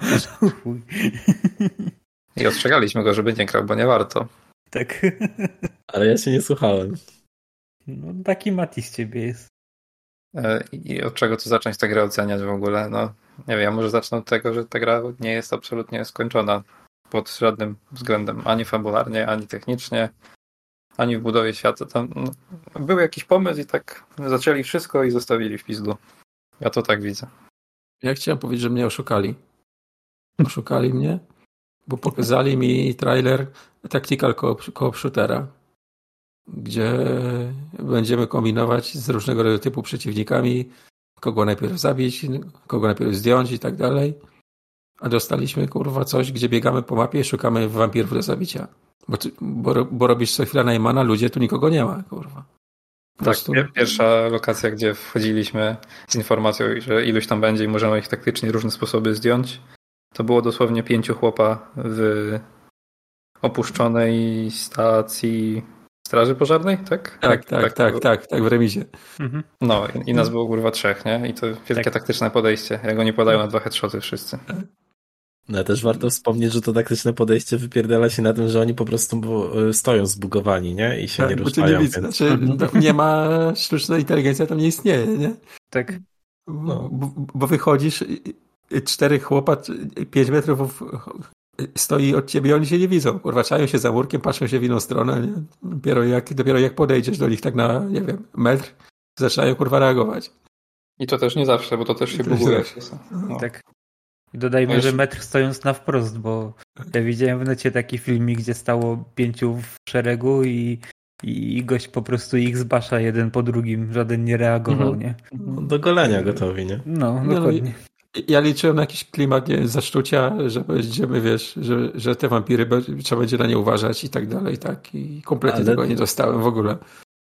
Speaker 3: I ostrzegaliśmy go, żeby nie grał, bo nie warto.
Speaker 5: Tak.
Speaker 2: Ale ja się nie słuchałem.
Speaker 5: No taki Mati z ciebie jest.
Speaker 3: E, I od czego tu zacząć tę grę oceniać w ogóle? No nie wiem, ja może zacznę od tego, że ta gra nie jest absolutnie skończona pod żadnym względem. Ani fabularnie, ani technicznie, ani w budowie świata. Tam no, był jakiś pomysł i tak zaczęli wszystko i zostawili w pizdu. Ja to tak widzę.
Speaker 4: Ja chciałem powiedzieć, że mnie oszukali. Oszukali mnie, bo pokazali mi trailer Tactical Co-op, Co-op Shootera, gdzie będziemy kombinować z różnego rodzaju typu przeciwnikami, kogo najpierw zabić, kogo najpierw zdjąć i tak dalej. A dostaliśmy, kurwa, coś, gdzie biegamy po mapie i szukamy wampirów do zabicia. Bo, bo, bo robisz co chwila Najmana, ludzie, tu nikogo nie ma, kurwa. Po
Speaker 3: Tak,
Speaker 4: prostu...
Speaker 3: pier- pierwsza lokacja, gdzie wchodziliśmy z informacją, że iluś tam będzie i możemy ich taktycznie różne sposoby zdjąć, to było dosłownie pięciu chłopa w opuszczonej stacji Straży Pożarnej, tak?
Speaker 4: Tak, tak, tak, tak, tak, tak, w remizie.
Speaker 5: Mhm.
Speaker 3: No i, i nas było kurwa trzech, nie? I to wielkie
Speaker 5: Tak.
Speaker 3: taktyczne podejście. Jak oni podają na dwa headshoty wszyscy.
Speaker 2: No też warto wspomnieć, że to taktyczne podejście wypierdala się na tym, że oni po prostu bu- stoją zbugowani, nie? I się
Speaker 4: Tak,
Speaker 2: nie
Speaker 4: bo ty nie
Speaker 2: ruszają.
Speaker 4: widzę,
Speaker 2: Więc...
Speaker 4: znaczy, no, nie ma sztuczna inteligencja, tam nie istnieje, nie?
Speaker 5: Tak.
Speaker 4: No. Bo, bo wychodzisz, czterech chłopa, pięć metrów stoi od ciebie, oni się nie widzą. Kurwa, czają się za murkiem, patrzą się w inną stronę, nie? Dopiero jak, dopiero jak podejdziesz do nich tak na, nie wiem, metr, zaczynają kurwa reagować.
Speaker 3: I to też nie zawsze, bo to też się
Speaker 4: To też
Speaker 3: buguje.
Speaker 4: zawsze.
Speaker 3: No.
Speaker 5: Tak. I dodajmy,
Speaker 3: A jeszcze-
Speaker 5: że metr stojąc na wprost, bo ja widziałem w necie taki filmik, gdzie stało pięciu w szeregu i, i gość po prostu ich zbasza jeden po drugim, żaden nie reagował,
Speaker 3: Mhm.
Speaker 5: nie?
Speaker 2: Do golenia gotowi, nie?
Speaker 5: No,
Speaker 4: No,
Speaker 5: dokładnie.
Speaker 4: Ja liczyłem na jakiś klimat nie, zaszczucia, że będziemy, wiesz, że, że te wampiry, be- trzeba będzie na nie uważać i tak dalej, tak. I kompletnie
Speaker 2: Ale-
Speaker 4: tego nie dostałem w ogóle.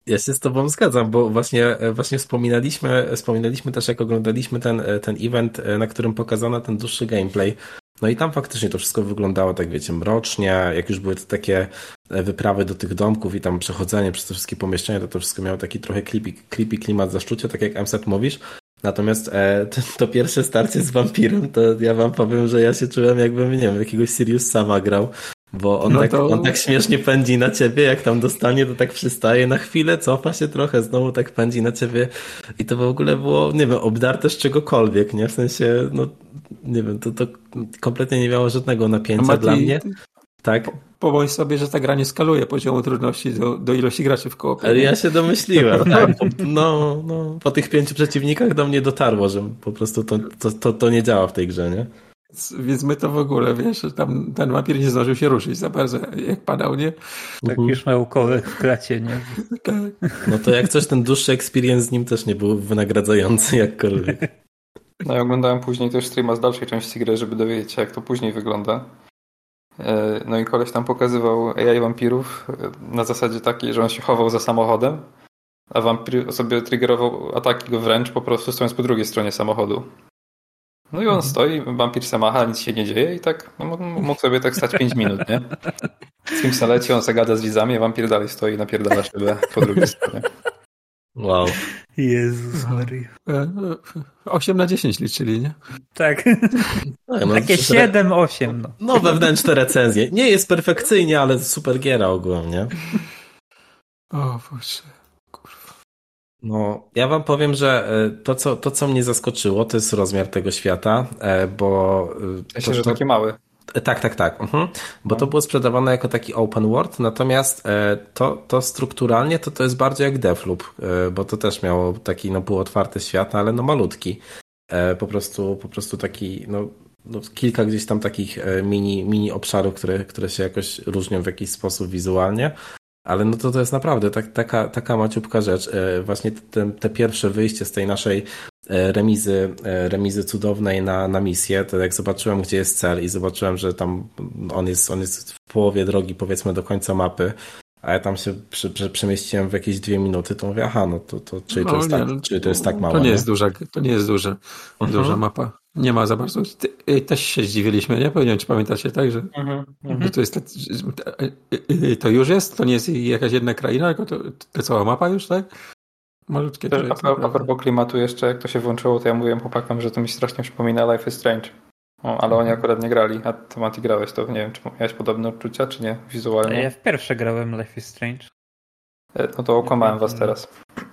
Speaker 2: Ja się z tobą zgadzam, bo właśnie, właśnie wspominaliśmy, wspominaliśmy też, jak oglądaliśmy ten, ten event, na którym pokazano ten dłuższy gameplay. No i tam faktycznie to wszystko wyglądało tak, wiecie, mrocznie, jak już były to takie wyprawy do tych domków i tam przechodzenie przez te wszystkie pomieszczenia, to to wszystko miało taki trochę creepy, creepy klimat zaszczucia, tak jak M S E T mówisz. Natomiast e, to, to pierwsze starcie z wampirem, to ja wam powiem, że ja się czułem, jakbym, nie wiem, jakiegoś Sirius Sama grał. Bo on, no tak, to... on tak śmiesznie pędzi na ciebie, jak tam dostanie, to tak przystaje na chwilę, cofa się trochę, znowu tak pędzi na ciebie i to w ogóle było, nie wiem, obdarte z czegokolwiek, nie? W sensie, no, nie wiem, to, to kompletnie nie miało żadnego napięcia Mati, dla mnie. Tak.
Speaker 4: Pomyśl sobie, że ta gra nie skaluje poziomu trudności do, do ilości graczy w koopie.
Speaker 2: Ale ja się domyśliłem, tak. No, no, po tych pięciu przeciwnikach do mnie dotarło, że po prostu to, to, to, to nie działa w tej grze, nie?
Speaker 4: Więc my to w ogóle, wiesz, tam ten wampir nie zdążył się ruszyć za bardzo, jak padał, nie?
Speaker 5: Tak już naukowe w klacie, nie?
Speaker 2: No to jak coś, ten dłuższy experience z nim też nie był wynagradzający jakkolwiek.
Speaker 3: No ja oglądałem później też streama z dalszej części gry, żeby dowiedzieć się, jak to później wygląda. No i koleś tam pokazywał A I wampirów na zasadzie takiej, że on się chował za samochodem, a wampir sobie triggerował ataki go wręcz po prostu stojąc po drugiej stronie samochodu. No i on stoi, wampir se macha, nic się nie dzieje i tak no, mógł sobie tak stać pięć minut, nie? Z kimś leci, on se gada z widzami, a wampir dalej stoi i napierdala szybę po drugiej stronie.
Speaker 2: Wow.
Speaker 5: Jezus Maria.
Speaker 4: osiem na dziesięć liczyli, nie?
Speaker 5: Tak.
Speaker 2: No, no,
Speaker 5: takie siedem osiem. No.
Speaker 2: no wewnętrzne recenzje. Nie jest perfekcyjnie, ale super giera ogólnie.
Speaker 4: O Boże.
Speaker 2: No, ja wam powiem, że to co, to, co mnie zaskoczyło, to jest rozmiar tego świata, bo...
Speaker 3: Myślę, że taki mały.
Speaker 2: Tak, tak, tak. Mhm. Bo to było sprzedawane jako taki open world, natomiast to, to strukturalnie to, to jest bardziej jak Deathloop, bo to też miało taki no, półotwarty świat, ale no malutki. Po prostu, po prostu taki, no, no kilka gdzieś tam takich mini, mini obszarów, które, które się jakoś różnią w jakiś sposób wizualnie. Ale no to to jest naprawdę tak, taka, taka maciupka rzecz. Właśnie te, te pierwsze wyjście z tej naszej remizy, remizy cudownej na, na misję, to jak zobaczyłem, gdzie jest cel i zobaczyłem, że tam on jest, on jest w połowie drogi, powiedzmy, do końca mapy, a ja tam się przy, przy, przemieściłem w jakieś dwie minuty, to mówię, aha, no to, to czyli, to jest no, tak, nie, czyli to jest tak mało.
Speaker 4: To nie,
Speaker 2: nie?
Speaker 4: jest duża, to nie jest duża, uh-huh. duża mapa. Nie ma za bardzo. Też się zdziwiliśmy, nie? Pewnie, czy pamiętacie, tak? Że, uh-huh. że to jest. To już jest? To nie jest jakaś jedna kraina, tylko to, to cała mapa już, tak? Malutkie.
Speaker 3: To jest, a, a propos klimatu jeszcze, jak to się włączyło, to ja mówiłem chłopakom, że to mi strasznie przypomina Life is Strange. O, ale oni akurat nie grali, a ty, Mati, grałeś to. Nie wiem, czy miałeś podobne odczucia, czy nie? Wizualnie.
Speaker 5: Ja w pierwsze grałem Life is Strange.
Speaker 3: No to okłamałem was teraz.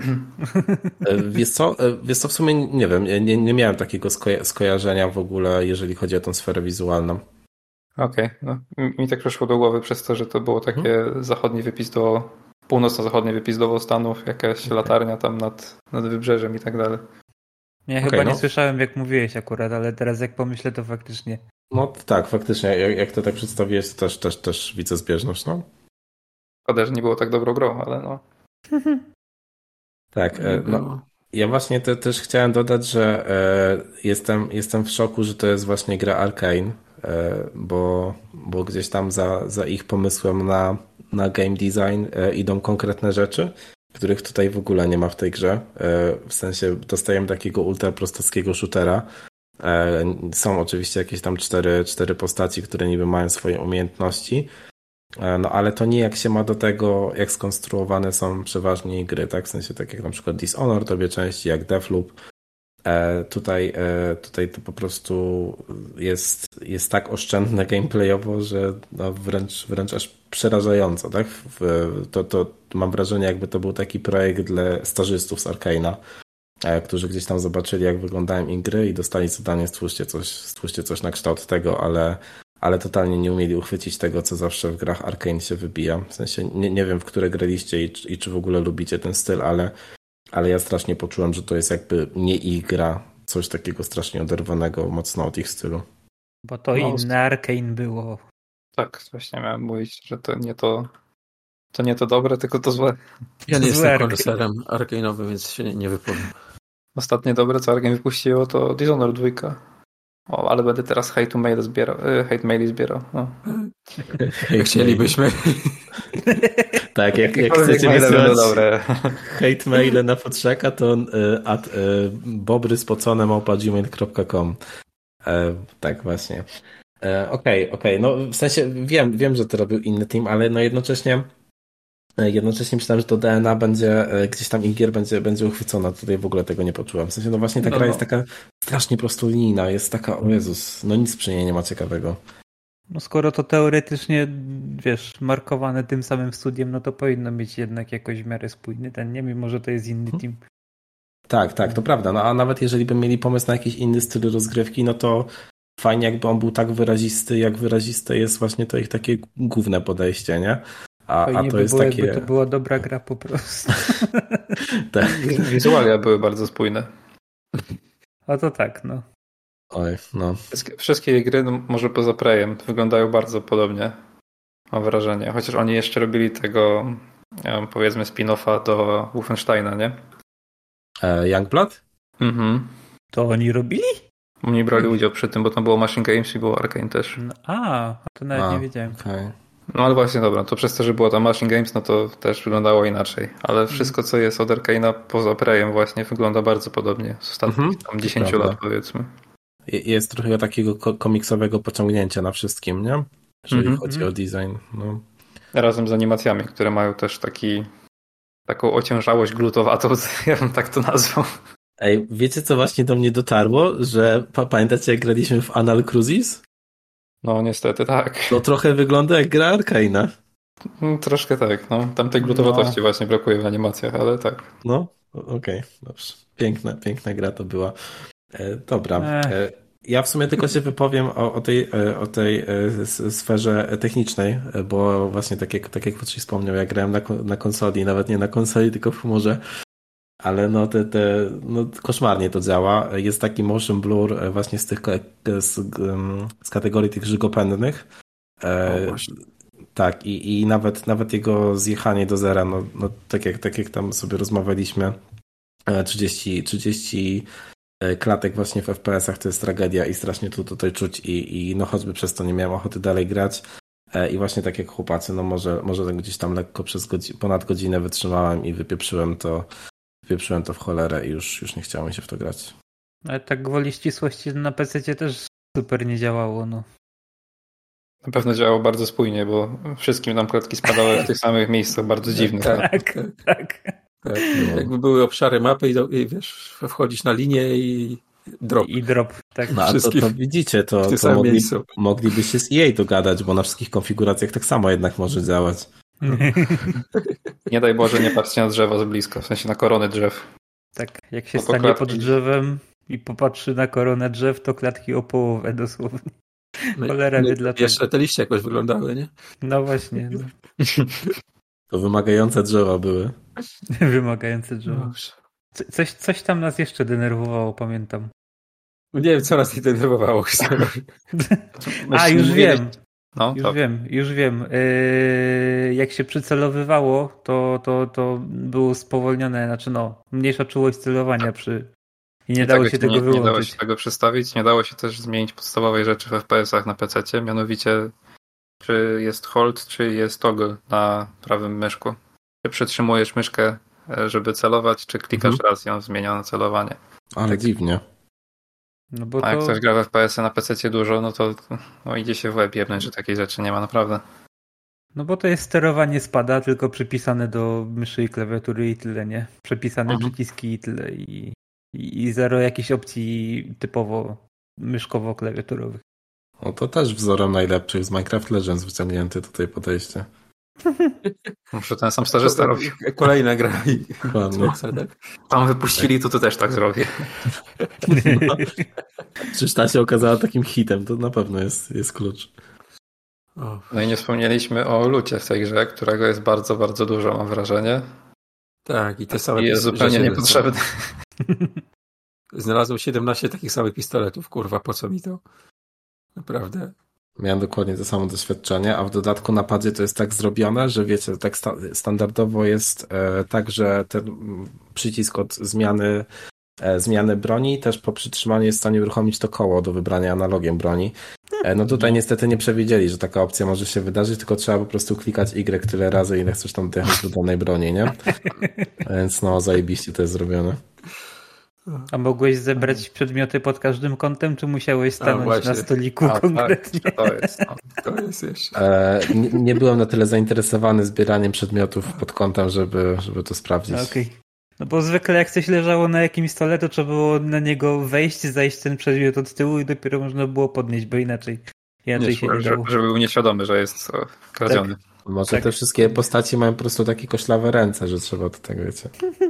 Speaker 2: Wiesz co, wiesz co, w sumie nie wiem, nie, nie miałem takiego skoja- skojarzenia w ogóle, jeżeli chodzi o tą sferę wizualną.
Speaker 3: Okej, okay. No, mi tak przyszło do głowy przez to, że to było takie hmm. zachodnie wypizdowo, północno-zachodnie wypizdowo Stanów, jakaś okay. latarnia tam nad, nad wybrzeżem i tak dalej.
Speaker 5: Ja okay, chyba no. nie słyszałem, jak mówiłeś akurat, ale teraz jak pomyślę, to faktycznie.
Speaker 2: No tak, faktycznie, jak, jak to tak przedstawiłeś, to też, też, też widzę zbieżność, no.
Speaker 3: Szkoda, że nie było tak dobrą grą, ale no.
Speaker 2: Tak, no. Ja właśnie te, też chciałem dodać, że e, jestem, jestem w szoku, że to jest właśnie gra Arkane, e, bo, bo gdzieś tam za, za ich pomysłem na, na game design e, idą konkretne rzeczy, których tutaj w ogóle nie ma w tej grze. E, w sensie dostajemy takiego ultra prostackiego shootera. E, są oczywiście jakieś tam cztery, cztery postaci, które niby mają swoje umiejętności. No ale to nie jak się ma do tego, jak skonstruowane są przeważnie gry, tak? W sensie tak jak na przykład Dishonored, obie części, jak Deathloop. E, tutaj, e, tutaj to po prostu jest, jest tak oszczędne gameplayowo, że no wręcz, wręcz aż przerażająco, tak? W, to, to mam wrażenie, jakby to był taki projekt dla stażystów z Arkane'a, e, którzy gdzieś tam zobaczyli, jak wyglądają ich gry i dostali zadanie, stwórzcie coś, stwórzcie coś na kształt tego, ale ale totalnie nie umieli uchwycić tego, co zawsze w grach Arkane się wybija. W sensie nie, nie wiem, w które graliście i, i czy w ogóle lubicie ten styl, ale, ale ja strasznie poczułem, że to jest jakby nie ich gra, coś takiego strasznie oderwanego mocno od ich stylu.
Speaker 5: Bo to no, inne Arkane było.
Speaker 3: Tak, właśnie miałem mówić, że to nie to, to nie to dobre, tylko to złe.
Speaker 4: Ja nie jestem koneserem Arkane'owym, więc się nie wypowiem.
Speaker 3: Ostatnie dobre, co Arkane wypuściło, to Dishonored dwa. O, ale będę teraz hate maili zbierał. Hate maili zbierał. No.
Speaker 4: Chcielibyśmy.
Speaker 2: Tak, jak, jak chcecie wysyłać hate maile na Futrzaka, to uh, at uh, bobry spocone małpa gmail kropka com. Uh, tak, właśnie. Uh, okej, okay, okej. Okay. No w sensie wiem, wiem, że to robił inny team, ale no jednocześnie jednocześnie myślałem, że to D N A będzie gdzieś tam Ingier będzie, będzie uchwycona. Tutaj w ogóle tego nie poczułem. W sensie no właśnie ta no, gra no. jest taka strasznie prostolinijna, jest taka, o Jezus, no nic przy niej nie ma ciekawego.
Speaker 5: No skoro to teoretycznie, wiesz, markowane tym samym studiem, no to powinno mieć jednak jakoś w miarę spójny ten, nie? Mimo że to jest inny team.
Speaker 2: Tak, tak, to prawda. No a nawet jeżeli by mieli pomysł na jakiś inny styl rozgrywki, no to fajnie jakby on był tak wyrazisty, jak wyraziste jest właśnie to ich takie główne podejście, nie? A, a to
Speaker 5: by
Speaker 2: jest
Speaker 5: było,
Speaker 2: takie...
Speaker 5: jakby to była dobra gra po prostu.
Speaker 3: Tak. Wizualia były bardzo spójne.
Speaker 5: A to tak, no.
Speaker 2: Oj, no.
Speaker 3: Wszystkie, wszystkie gry, no, może poza Preyem, wyglądają bardzo podobnie. Mam wrażenie. Chociaż oni jeszcze robili tego, powiedzmy, spin-offa do Wolfensteina, nie?
Speaker 2: E, Youngblood?
Speaker 3: Mhm.
Speaker 5: To oni robili?
Speaker 3: Oni brali udział przy tym, bo tam było Machine Games i było Arkane też.
Speaker 5: No, a, to nawet a, nie wiedziałem.
Speaker 2: Okay.
Speaker 3: No ale właśnie, dobra, to przez to, że było tam Machine Games, no to też wyglądało inaczej. Ale wszystko, co jest od Arkane'a poza Preyem właśnie wygląda bardzo podobnie. Z ostatnich mm-hmm. tam dziesięć lat, powiedzmy.
Speaker 2: Jest trochę takiego komiksowego pociągnięcia na wszystkim, nie? Jeżeli mm-hmm. chodzi o design. No.
Speaker 3: Razem z animacjami, które mają też taki taką ociężałość glutowatą, ja bym tak to nazwał.
Speaker 2: Ej, wiecie co właśnie do mnie dotarło? Że pamiętacie jak graliśmy w Anal Cruises?
Speaker 3: No niestety tak.
Speaker 2: To trochę wygląda jak gra Arkane'a.
Speaker 3: Troszkę tak, no. Tam tej glutowatości no. właśnie brakuje w animacjach, ale tak.
Speaker 2: No, okej, okay, dobrze. Piękna, piękna gra to była. E, dobra. E, ja w sumie tylko się wypowiem o, o tej, o tej e, sferze technicznej, bo właśnie tak jak, tak jak Futrzi wspomniał, ja grałem na, na konsoli, nawet nie na konsoli, tylko w humorze. Ale no, te, te, no koszmarnie to działa. Jest taki motion blur właśnie z tych z, z kategorii tych żygopędnych. E, tak, i, i nawet, nawet jego zjechanie do zera, no, no tak, jak, tak jak tam sobie rozmawialiśmy, trzydzieści, trzydzieści klatek właśnie w F P S ach to jest tragedia i strasznie tu tutaj czuć i, i no choćby przez to nie miałem ochoty dalej grać. I właśnie tak jak chłopacy, no może, może gdzieś tam lekko przez godzi- ponad godzinę wytrzymałem i wypieprzyłem to Wypieprzyłem to w cholerę i już, już nie chciało mi się w to grać.
Speaker 5: Ale tak gwoli ścisłości na P C też super nie działało, no.
Speaker 3: Na pewno działało bardzo spójnie, bo wszystkim nam klatki spadały w tych samych miejscach bardzo dziwnych.
Speaker 5: Tak, tak. tak.
Speaker 4: tak. No. Jakby były obszary mapy i, i wiesz, wchodzić na linię i drop.
Speaker 5: I drop, tak.
Speaker 2: No a to, to widzicie, to, to mogli, moglibyście z E A dogadać, bo na wszystkich konfiguracjach tak samo jednak może działać.
Speaker 3: No. Nie daj Boże, nie patrzcie na drzewo z bliska, w sensie na korony drzew.
Speaker 5: Tak, jak się stanie pod drzewem i popatrzy na koronę drzew, to klatki o połowę dosłownie. Cholera wie dlaczego.
Speaker 4: Jeszcze te liście jakoś wyglądały, nie?
Speaker 5: No właśnie. No.
Speaker 2: To wymagające drzewa były.
Speaker 5: Wymagające drzewa. Co, coś, coś tam nas jeszcze denerwowało, pamiętam.
Speaker 4: Nie wiem, co nas nie denerwowało.
Speaker 5: A, już wiem.
Speaker 3: No,
Speaker 5: już
Speaker 3: tak.
Speaker 5: wiem, już wiem. Yy, jak się przycelowywało, to, to, to było spowolnione, znaczy no, mniejsza czułość celowania przy... I nie I dało się tego nie, wyłączyć.
Speaker 3: Nie dało się tego przestawić, nie dało się też zmienić podstawowej rzeczy w F P S ach na pececie, mianowicie czy jest hold, czy jest toggle na prawym myszku. Czy przytrzymujesz myszkę, żeby celować, czy klikasz mhm. raz i on zmienia na celowanie.
Speaker 2: Ale tak dziwnie.
Speaker 5: No bo
Speaker 3: A jak
Speaker 5: to...
Speaker 3: ktoś gra w F P S y na pececie dużo, no to no, idzie się w łeb jebnąć, że takiej rzeczy nie ma naprawdę.
Speaker 5: No bo to jest sterowanie spada, tylko przypisane do myszy i klawiatury i tyle, nie? Przepisane mhm. przyciski i tyle. I, i, I zero jakichś opcji typowo myszkowo-klawiaturowych.
Speaker 2: No to też wzorem najlepszych z Minecraft Legends wyciągnięty tutaj podejście.
Speaker 3: Muszę ten sam starzysta robił.
Speaker 4: Kolejna gra.
Speaker 2: Dokładnie.
Speaker 3: Tam wypuścili, to to też tak zrobię.
Speaker 2: No. Przecież ta się okazała takim hitem, to na pewno jest, jest klucz.
Speaker 3: No i nie wspomnieliśmy o lucie w tej grze, którego jest bardzo, bardzo dużo, mam wrażenie.
Speaker 4: Tak, i te same
Speaker 3: I jest zupełnie niepotrzebne.
Speaker 4: Znalazłem siedemnaście takich samych pistoletów, kurwa, po co mi to? Naprawdę.
Speaker 2: Miałem dokładnie to samo doświadczenie, a w dodatku na padzie to jest tak zrobione, że wiecie, tak sta- standardowo jest e, tak, że ten przycisk od zmiany zmiany broni, też po przytrzymaniu jest w stanie uruchomić to koło do wybrania analogiem broni. No tutaj niestety nie przewidzieli, że taka opcja może się wydarzyć, tylko trzeba po prostu klikać Y tyle razy, ile chcesz tam dojechać do danej broni, nie? Więc no, zajebiście to jest zrobione.
Speaker 5: A mogłeś zebrać przedmioty pod każdym kątem, czy musiałeś stanąć na stoliku A, konkretnie?
Speaker 3: Tak, to jest, no, to jest jeszcze.
Speaker 2: E, nie, nie byłem na tyle zainteresowany zbieraniem przedmiotów pod kątem, żeby, żeby to sprawdzić.
Speaker 5: Okej. Okay. No bo zwykle jak coś leżało na jakimś stole, to trzeba było na niego wejść, zajść ten przedmiot od tyłu i dopiero można było podnieść, bo inaczej, inaczej nie, się nie dało.
Speaker 3: Żeby był nieświadomy, że jest kradziony.
Speaker 2: Tak. Może tak. Te wszystkie postaci mają po prostu takie koślawe ręce, że trzeba to tak, wiecie.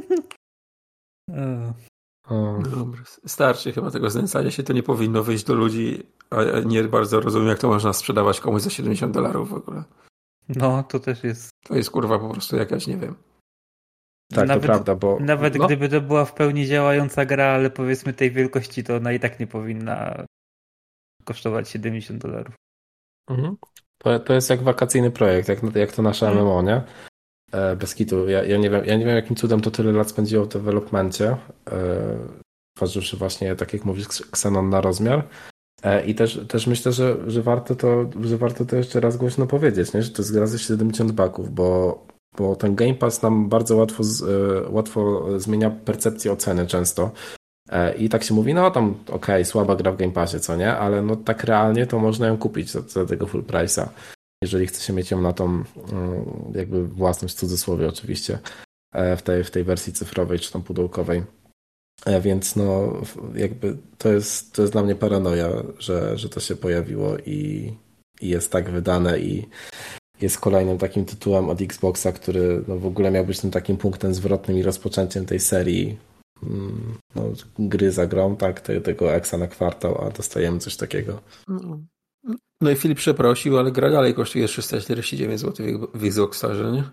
Speaker 4: O. Dobra. Starczy chyba tego znęcania się, to nie powinno wyjść do ludzi, a ja nie bardzo rozumiem, jak to można sprzedawać komuś za siedemdziesiąt dolarów w ogóle.
Speaker 5: No, to też jest...
Speaker 4: To jest kurwa po prostu jakaś, nie wiem.
Speaker 2: Tak,
Speaker 5: nawet,
Speaker 2: to prawda, bo...
Speaker 5: Nawet
Speaker 2: no.
Speaker 5: gdyby to była w pełni działająca gra, ale powiedzmy tej wielkości, to ona i tak nie powinna kosztować siedemdziesiąt dolarów.
Speaker 2: Mhm. To, to jest jak wakacyjny projekt, jak, jak to nasze M M O, nie? E, bez kitu. Ja, ja, nie wiem, ja nie wiem, jakim cudem to tyle lat spędziło w developmencie, tworzywszy e, właśnie, tak jak mówisz, Xenon na rozmiar. E, I też, też myślę, że, że, warto to, że warto to jeszcze raz głośno powiedzieć, nie? Że to jest gra za siedemdziesiąt baków, bo bo ten Game Pass nam bardzo łatwo, z, łatwo zmienia percepcję oceny często. I tak się mówi, no tam okej, okay, słaba gra w Game Passie, co nie? Ale no tak realnie to można ją kupić za, za tego full price'a. Jeżeli chce się mieć ją na tą jakby własność w cudzysłowie oczywiście w tej, w tej wersji cyfrowej czy tam pudełkowej. Więc no jakby to jest, to jest dla mnie paranoja, że, że to się pojawiło i, i jest tak wydane i jest kolejnym takim tytułem od Xboxa, który no w ogóle miał być tym takim punktem zwrotnym i rozpoczęciem tej serii no, gry za grą, tak, tego Exa na kwartał, a dostajemy coś takiego.
Speaker 4: No i Filip przeprosił, ale gra dalej kosztuje trzysta czterdzieści dziewięć złotych w Xboxarze, nie?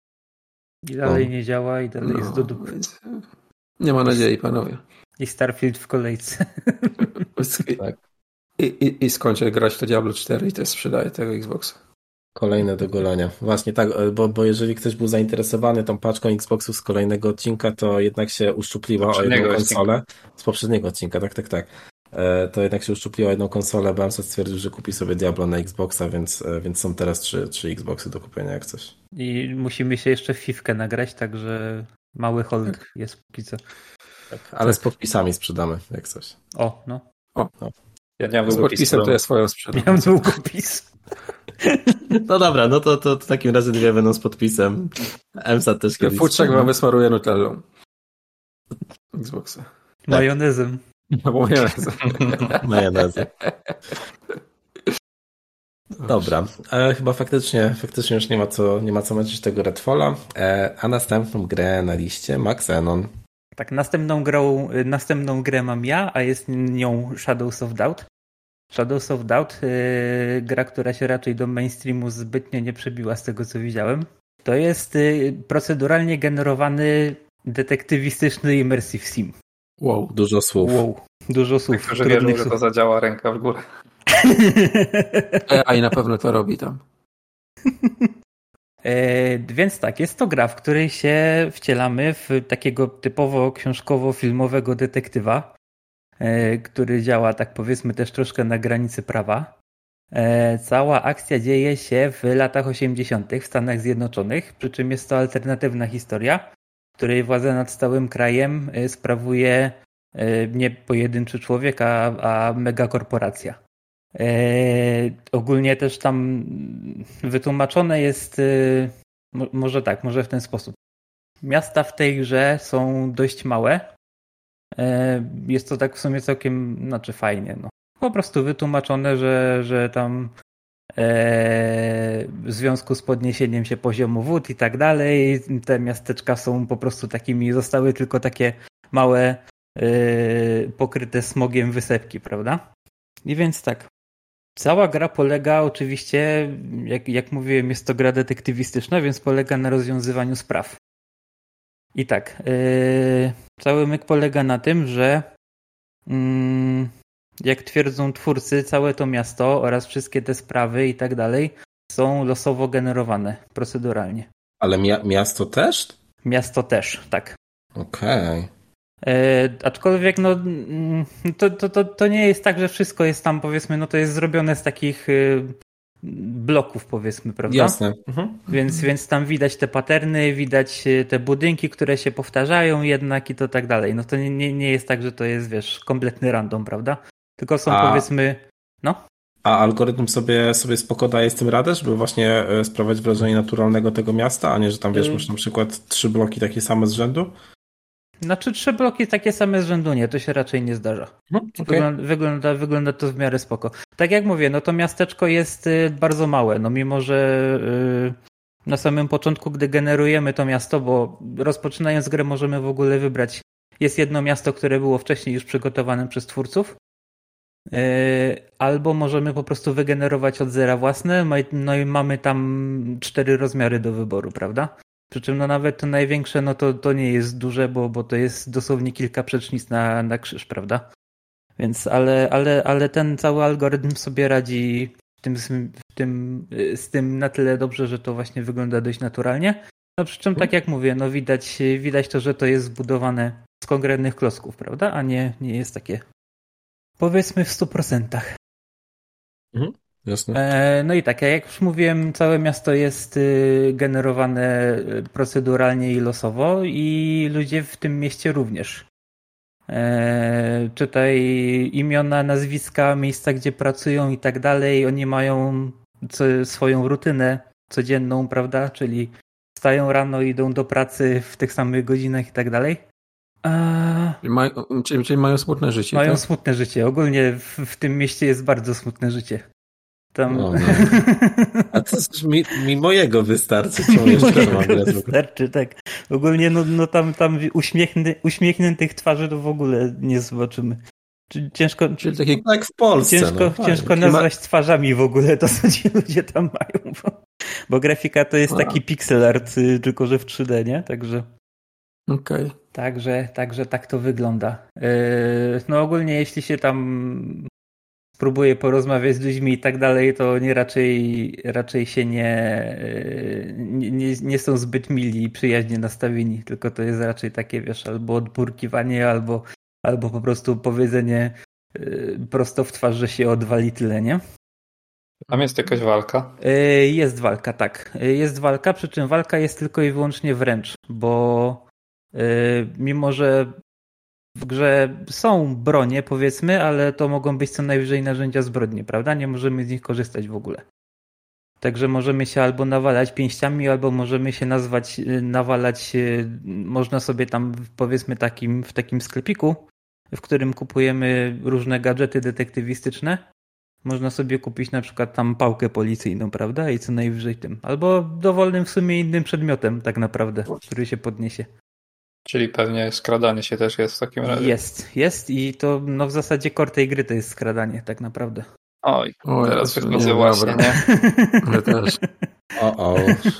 Speaker 5: I dalej no. nie działa i dalej no, jest do dupy.
Speaker 4: Nie ma nadziei, panowie.
Speaker 5: I Starfield w kolejce.
Speaker 2: tak.
Speaker 4: I, i, I skończę grać to Diablo cztery i też sprzedaję tego Xboxa.
Speaker 2: Kolejne do golenia. Właśnie tak, bo, bo jeżeli ktoś był zainteresowany tą paczką Xboxów z kolejnego odcinka, to jednak się uszczupliła o jedną konsolę. Z poprzedniego odcinka, tak, tak, tak. E, to jednak się uszczupliła o jedną konsolę, bo Amstrad stwierdził, że kupi sobie Diablo na Xboxa, więc, więc są teraz trzy, trzy Xboxy do kupienia jak coś.
Speaker 5: I musimy się jeszcze w fifkę nagrać, także mały hold tak. jest póki co.
Speaker 2: Tak, ale tak. Z podpisami sprzedamy jak coś.
Speaker 5: O, no.
Speaker 4: O, no. Ja nie mam z podpisem, to ja swoją sprzedam.
Speaker 5: Miałem długopis.
Speaker 2: No dobra, no to, to, to w takim razie dwie będą z podpisem. Amstrad też kiedyś.
Speaker 4: Futrzak wam wysmaruje nutellą. Xboxa.
Speaker 5: Tak. Majonezem.
Speaker 4: No, majonezem.
Speaker 2: Majonezem. Dobra, e, chyba faktycznie, faktycznie już nie ma co, nie ma co męczyć tego Redfalla, e, a następną grę na liście ma Xenon.
Speaker 5: Tak, następną grą, następną grę mam ja, a jest nią Shadows of Doubt. Shadows of Doubt, yy, gra, która się raczej do mainstreamu zbytnio nie przebiła z tego, co widziałem. To jest yy, proceduralnie generowany detektywistyczny immersive sim.
Speaker 2: Wow, dużo słów.
Speaker 5: Wow, dużo słów.
Speaker 3: Niektórzy wierzą, że to zadziała ręka w górę.
Speaker 4: A i na pewno to robi tam.
Speaker 5: E, więc tak, jest to gra, w której się wcielamy w takiego typowo książkowo-filmowego detektywa, e, który działa, tak powiedzmy, też troszkę na granicy prawa. E, cała akcja dzieje się w latach osiemdziesiątych w Stanach Zjednoczonych, przy czym jest to alternatywna historia, w której władzę nad całym krajem e, sprawuje e, nie pojedynczy człowiek, a, a megakorporacja. E, ogólnie też tam wytłumaczone jest, e, mo, może tak, może w ten sposób. Miasta w tej grze są dość małe. E, jest to tak w sumie całkiem, znaczy fajnie, no. Po prostu wytłumaczone, że, że tam e, w związku z podniesieniem się poziomu wód i tak dalej, te miasteczka są po prostu takimi, zostały tylko takie małe, e, pokryte smogiem wysepki, prawda? I więc tak. Cała gra polega oczywiście, jak, jak mówiłem, jest to gra detektywistyczna, więc polega na rozwiązywaniu spraw. I tak, yy, cały myk polega na tym, że yy, jak twierdzą twórcy, całe to miasto oraz wszystkie te sprawy i tak dalej są losowo generowane, proceduralnie.
Speaker 2: Ale mia- miasto też?
Speaker 5: Miasto też, tak.
Speaker 2: Okej.
Speaker 5: E, aczkolwiek no to, to, to, to nie jest tak, że wszystko jest tam, powiedzmy, no to jest zrobione z takich y, bloków, powiedzmy, prawda?
Speaker 2: Jasne. Mhm.
Speaker 5: Więc, więc tam widać te paterny, widać te budynki, które się powtarzają jednak i to tak dalej. No to nie, nie jest tak, że to jest, wiesz, kompletny random, prawda? Tylko są,
Speaker 2: A...
Speaker 5: powiedzmy, no.
Speaker 2: A algorytm sobie, sobie spoko daje z tym radę, żeby właśnie sprawiać wrażenie naturalnego tego miasta, a nie, że tam, wiesz, masz na przykład trzy bloki takie same z rzędu?
Speaker 5: Znaczy trzy bloki takie same z rzędu nie, to się raczej nie zdarza.
Speaker 2: No, okay.
Speaker 5: wygląda, wygląda, wygląda to w miarę spoko. Tak jak mówię, no to miasteczko jest bardzo małe, no mimo, że yy, na samym początku, gdy generujemy to miasto, bo rozpoczynając grę możemy w ogóle wybrać, jest jedno miasto, które było wcześniej już przygotowane przez twórców, yy, albo możemy po prostu wygenerować od zera własne, no i mamy tam cztery rozmiary do wyboru, prawda? Przy czym no nawet to największe, no to, to nie jest duże, bo, bo to jest dosłownie kilka przecznic na, na krzyż, prawda? Więc, ale, ale, ale ten cały algorytm sobie radzi w tym, w tym, z tym na tyle dobrze, że to właśnie wygląda dość naturalnie. No przy czym tak jak mówię, no widać, widać to, że to jest zbudowane z konkretnych klocków, prawda? A nie, nie jest takie, powiedzmy, w stu procentach.
Speaker 2: Mhm. Jasne.
Speaker 5: No i tak, jak już mówiłem, całe miasto jest generowane proceduralnie i losowo i ludzie w tym mieście również. Czytaj imiona, nazwiska, miejsca, gdzie pracują i tak dalej. Oni mają swoją rutynę codzienną, prawda? Czyli wstają rano, idą do pracy w tych samych godzinach i tak dalej. A...
Speaker 4: Czyli, mają, czyli, czyli mają smutne życie.
Speaker 5: Mają
Speaker 4: tak?
Speaker 5: smutne życie. Ogólnie w, w tym mieście jest bardzo smutne życie. Tam...
Speaker 2: No, no. A to mi, mi mojego wystarczy. Co jeszcze mam grać?
Speaker 5: Wystarczy, tak. Ogólnie no, no tam, tam uśmiechny, uśmiechniętych twarzy to w ogóle nie zobaczymy. Ciężko,
Speaker 2: Czyli takie, jak w Polsce.
Speaker 5: Ciężko,
Speaker 2: no,
Speaker 5: ciężko nazwać twarzami w ogóle to, co ci ludzie tam mają. Bo, bo grafika to jest taki pixel art, tylko że w trzy D, nie? Także...
Speaker 4: Okej. Okay.
Speaker 5: Także, także tak to wygląda. No ogólnie jeśli się tam spróbuję porozmawiać z ludźmi i tak dalej, to oni raczej, raczej się nie, nie, nie są zbyt mili i przyjaźnie nastawieni, tylko to jest raczej takie, wiesz, albo odburkiwanie, albo, albo po prostu powiedzenie prosto w twarz, że się odwali tyle, nie?
Speaker 3: Tam jest jakaś walka?
Speaker 5: Jest walka, tak. Jest walka, przy czym walka jest tylko i wyłącznie wręcz, bo mimo, że w grze są bronie, powiedzmy, ale to mogą być co najwyżej narzędzia zbrodni, prawda? Nie możemy z nich korzystać w ogóle. Także możemy się albo nawalać pięściami, albo możemy się nazwać, nawalać, można sobie tam, powiedzmy, takim, w takim sklepiku, w którym kupujemy różne gadżety detektywistyczne. Można sobie kupić na przykład tam pałkę policyjną, prawda? I co najwyżej tym. Albo dowolnym w sumie innym przedmiotem, tak naprawdę, który się podniesie.
Speaker 3: Czyli pewnie skradanie się też jest w takim razie.
Speaker 5: Jest, jest i to no w zasadzie core tej gry to jest skradanie, tak naprawdę.
Speaker 3: Oj,
Speaker 4: o,
Speaker 3: teraz
Speaker 4: ja
Speaker 3: wychodzę
Speaker 4: nie,
Speaker 3: właśnie,
Speaker 4: dobra.
Speaker 3: nie?
Speaker 4: Ja też.
Speaker 2: O, o.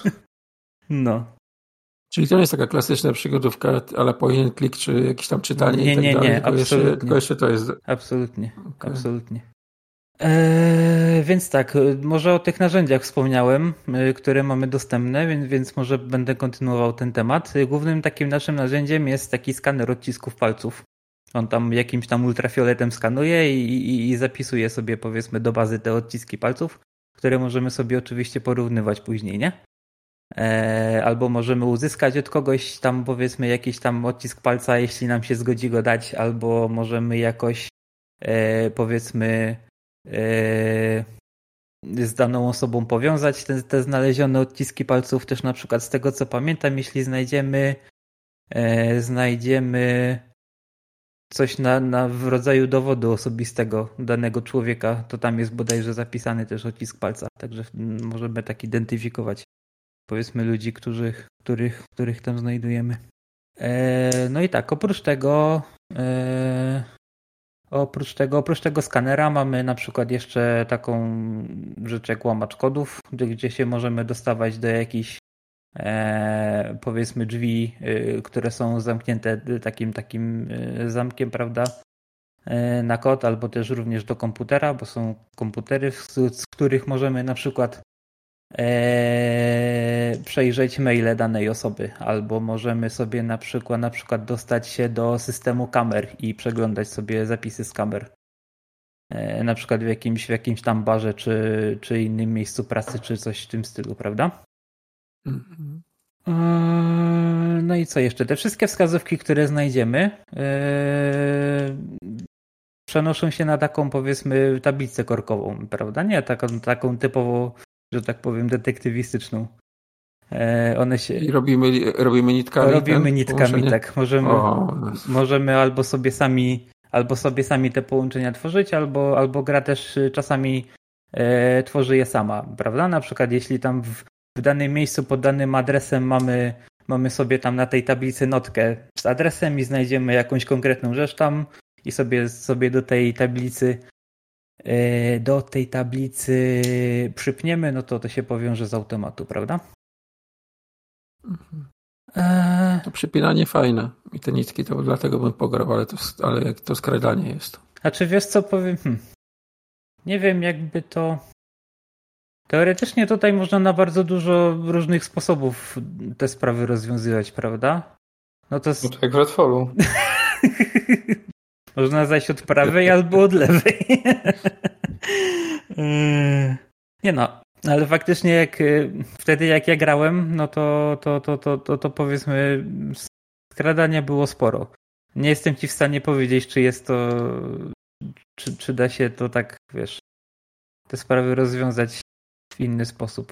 Speaker 5: No.
Speaker 4: Czyli to nie jest taka klasyczna przygodówka, ale point and click, czy jakieś tam czytanie
Speaker 5: nie,
Speaker 4: i tak
Speaker 5: nie,
Speaker 4: dalej.
Speaker 5: nie,
Speaker 4: tylko
Speaker 5: absolutnie.
Speaker 4: Jeszcze, tylko jeszcze to jest...
Speaker 5: Absolutnie,
Speaker 4: okay.
Speaker 5: absolutnie. Eee, więc tak, może o tych narzędziach wspomniałem, które mamy dostępne, więc, więc może będę kontynuował ten temat. Głównym takim naszym narzędziem jest taki skaner odcisków palców. On tam jakimś tam ultrafioletem skanuje i, i, i zapisuje sobie, powiedzmy, do bazy te odciski palców, które możemy sobie oczywiście porównywać później, nie? Eee, albo możemy uzyskać od kogoś tam, powiedzmy, jakiś tam odcisk palca, jeśli nam się zgodzi go dać, albo możemy jakoś, e, powiedzmy, z daną osobą powiązać te, te znalezione odciski palców. Też na przykład z tego co pamiętam, jeśli znajdziemy e, znajdziemy coś na, na, w rodzaju dowodu osobistego danego człowieka, to tam jest bodajże zapisany też odcisk palca, także możemy tak identyfikować, powiedzmy, ludzi, których, których, których tam znajdujemy. E, no i tak, oprócz tego e, Oprócz tego, oprócz tego skanera mamy na przykład jeszcze taką rzecz jak łamacz kodów, gdzie się możemy dostawać do jakichś e, powiedzmy drzwi, e, które są zamknięte takim takim e, zamkiem, prawda, e, na kod, albo też również do komputera, bo są komputery, z, z których możemy na przykład e, przejrzeć maile danej osoby, albo możemy sobie na przykład, na przykład dostać się do systemu kamer i przeglądać sobie zapisy z kamer. E, na przykład w jakimś, w jakimś tam barze, czy, czy innym miejscu pracy, czy coś w tym stylu, prawda? Mhm. No i co jeszcze? Te wszystkie wskazówki, które znajdziemy, yy, przenoszą się na taką, powiedzmy, tablicę korkową, prawda? Nie taką, taką typowo, że tak powiem, detektywistyczną. Yy, one się...
Speaker 4: I robimy, robimy nitkami.
Speaker 5: Robimy nitkami, połączenie? Tak. Możemy, o, możemy albo sobie sami, albo sobie sami te połączenia tworzyć, albo, albo gra też czasami yy, tworzy je sama, prawda? Na przykład jeśli tam w W danym miejscu pod danym adresem mamy, mamy sobie tam na tej tablicy notkę z adresem i znajdziemy jakąś konkretną rzecz tam i sobie, sobie do tej tablicy do tej tablicy przypniemy, no to to się powiąże z automatu, prawda?
Speaker 4: Mhm. Eee... To przypinanie fajne i te nitki to dlatego bym pograł, ale to, ale jak to skradanie jest.
Speaker 5: Znaczy wiesz co powiem? Hm. Nie wiem jakby to... Teoretycznie tutaj można na bardzo dużo różnych sposobów te sprawy rozwiązywać, prawda? No to, jest...
Speaker 3: no to jak w Redfallu.
Speaker 5: Można zajść od prawej albo od lewej. Nie no, ale faktycznie jak wtedy jak ja grałem, no to, to, to, to, to, to powiedzmy skradania było sporo. Nie jestem ci w stanie powiedzieć, czy jest to, czy, czy da się to tak, wiesz, te sprawy rozwiązać w inny sposób.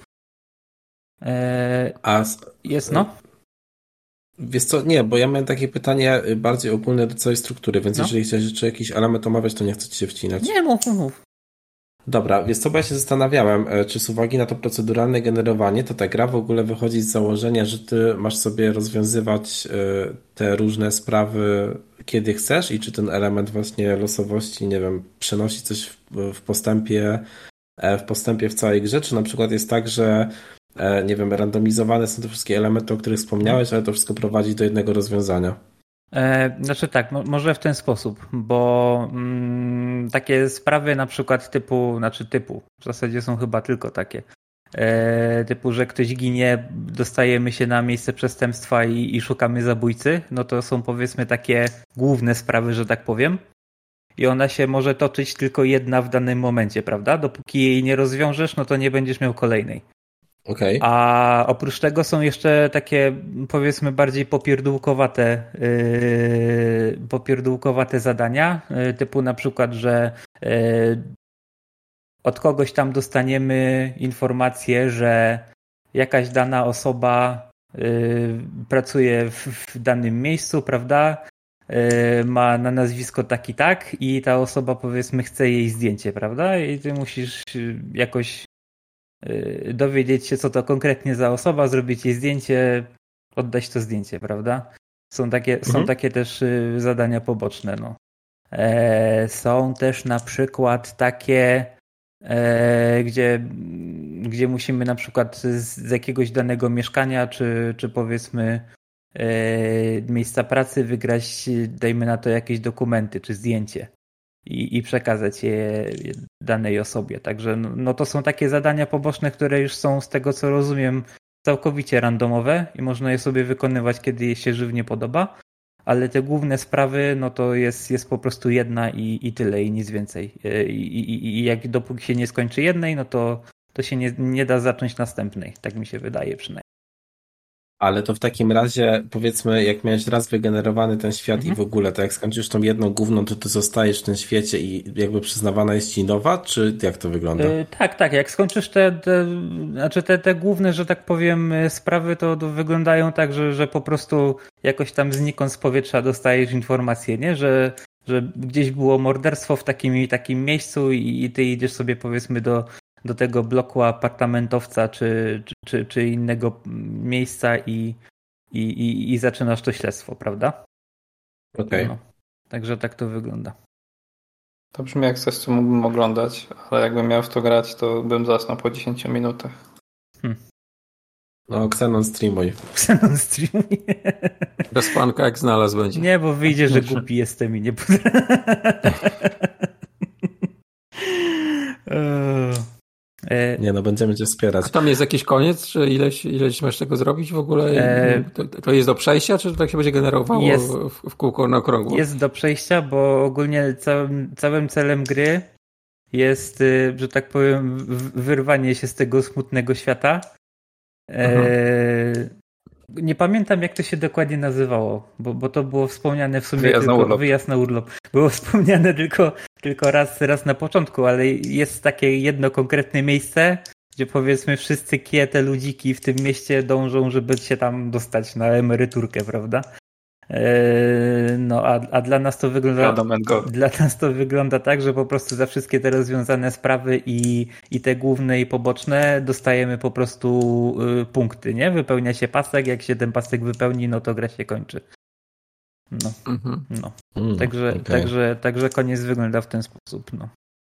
Speaker 5: Eee,
Speaker 2: A
Speaker 5: jest, no?
Speaker 2: Wiesz co, nie, bo ja miałem takie pytanie bardziej ogólne do całej struktury, więc no. jeżeli chcesz jeszcze jakiś element omawiać, to nie chcę ci się wcinać.
Speaker 5: Nie, mów, mów.
Speaker 2: Dobra, wiesz co, bo ja się zastanawiałem, czy z uwagi na to proceduralne generowanie, to ta gra w ogóle wychodzi z założenia, że ty masz sobie rozwiązywać te różne sprawy, kiedy chcesz i czy ten element właśnie losowości, nie wiem, przenosi coś w, w postępie w postępie w całej grze, czy na przykład jest tak, że nie wiem, randomizowane są te wszystkie elementy, o których wspomniałeś, ale to wszystko prowadzi do jednego rozwiązania.
Speaker 5: E, znaczy tak, mo- może w ten sposób, bo mm, takie sprawy na przykład typu, znaczy typu, w zasadzie są chyba tylko takie, e, typu, że ktoś ginie, dostajemy się na miejsce przestępstwa i, i szukamy zabójcy, no to są powiedzmy takie główne sprawy, że tak powiem. I ona się może toczyć tylko jedna w danym momencie, prawda? Dopóki jej nie rozwiążesz, no to nie będziesz miał kolejnej.
Speaker 2: Okay.
Speaker 5: A oprócz tego są jeszcze takie, powiedzmy, bardziej popierdółkowate, yy, popierdółkowate zadania, yy, typu na przykład, że yy, od kogoś tam dostaniemy informację, że jakaś dana osoba yy, pracuje w, w danym miejscu, prawda? Ma na nazwisko tak i tak i ta osoba, powiedzmy, chce jej zdjęcie, prawda? I ty musisz jakoś dowiedzieć się, co to konkretnie za osoba, zrobić jej zdjęcie, oddać to zdjęcie, prawda? Są takie, mhm. są takie też zadania poboczne. No. E, są też na przykład takie, e, gdzie, gdzie musimy na przykład z, z jakiegoś danego mieszkania, czy, czy powiedzmy miejsca pracy wygrać, dajmy na to jakieś dokumenty czy zdjęcie i, i przekazać je danej osobie. Także no, no to są takie zadania poboczne, które już są z tego co rozumiem całkowicie randomowe i można je sobie wykonywać, kiedy je się żywnie podoba, ale te główne sprawy no to jest, jest po prostu jedna i, i tyle i nic więcej. I, i, i jak dopóki się nie skończy jednej, no to, to się nie, nie da zacząć następnej. Tak mi się wydaje przynajmniej.
Speaker 2: Ale to w takim razie, powiedzmy, jak miałeś raz wygenerowany ten świat mhm. i w ogóle, to jak skończysz tą jedną główną, to ty zostajesz w tym świecie i jakby przyznawana jest ci nowa, czy jak to wygląda? Yy,
Speaker 5: tak, tak. Jak skończysz te, te, znaczy te, te główne, że tak powiem, sprawy, to, to wyglądają tak, że, że po prostu jakoś tam znikąd z powietrza dostajesz informację, nie? Że, że gdzieś było morderstwo w takim i takim miejscu i, i ty idziesz sobie, powiedzmy, do do tego bloku apartamentowca czy, czy, czy innego miejsca i, i, i, i zaczynasz to śledztwo, prawda?
Speaker 2: Okej. Okay. No,
Speaker 5: także tak to wygląda.
Speaker 3: To brzmi jak coś, co mógłbym oglądać, ale jakbym miał w to grać, to bym zasnął po dziesięciu minutach. Hmm.
Speaker 2: No, Xenon streamuj.
Speaker 5: Xenon streamuj.
Speaker 4: Bezpanka jak znalazł będzie.
Speaker 5: Nie, bo wyjdzie, że głupi jestem i nie
Speaker 2: Nie no, będziemy cię wspierać.
Speaker 4: A tam jest jakiś koniec, czy ileś, ileś masz tego zrobić w ogóle?
Speaker 5: E...
Speaker 4: To, to jest do przejścia, czy to tak się będzie generowało
Speaker 5: jest,
Speaker 4: w, w kółko na okrągło?
Speaker 5: Jest do przejścia, bo ogólnie całym, całym celem gry jest, że tak powiem, wyrwanie się z tego smutnego świata. E... Nie pamiętam, jak to się dokładnie nazywało, bo, bo to było wspomniane w sumie
Speaker 3: wyjazd
Speaker 5: tylko
Speaker 3: na urlop.
Speaker 5: wyjazd na urlop. Było wspomniane tylko, tylko raz, raz na początku, ale jest takie jedno konkretne miejsce, gdzie powiedzmy wszyscy kiete ludziki w tym mieście dążą, żeby się tam dostać na emeryturkę, prawda? Eee, no a, a dla nas to wygląda dla nas to wygląda tak, że po prostu za wszystkie te rozwiązane sprawy i, i te główne i poboczne dostajemy po prostu y, punkty, nie? Wypełnia się pasek, jak się ten pasek wypełni, no to gra się kończy. No. Mm-hmm. no. Mm, także, okay. także, także koniec wygląda w ten sposób, no.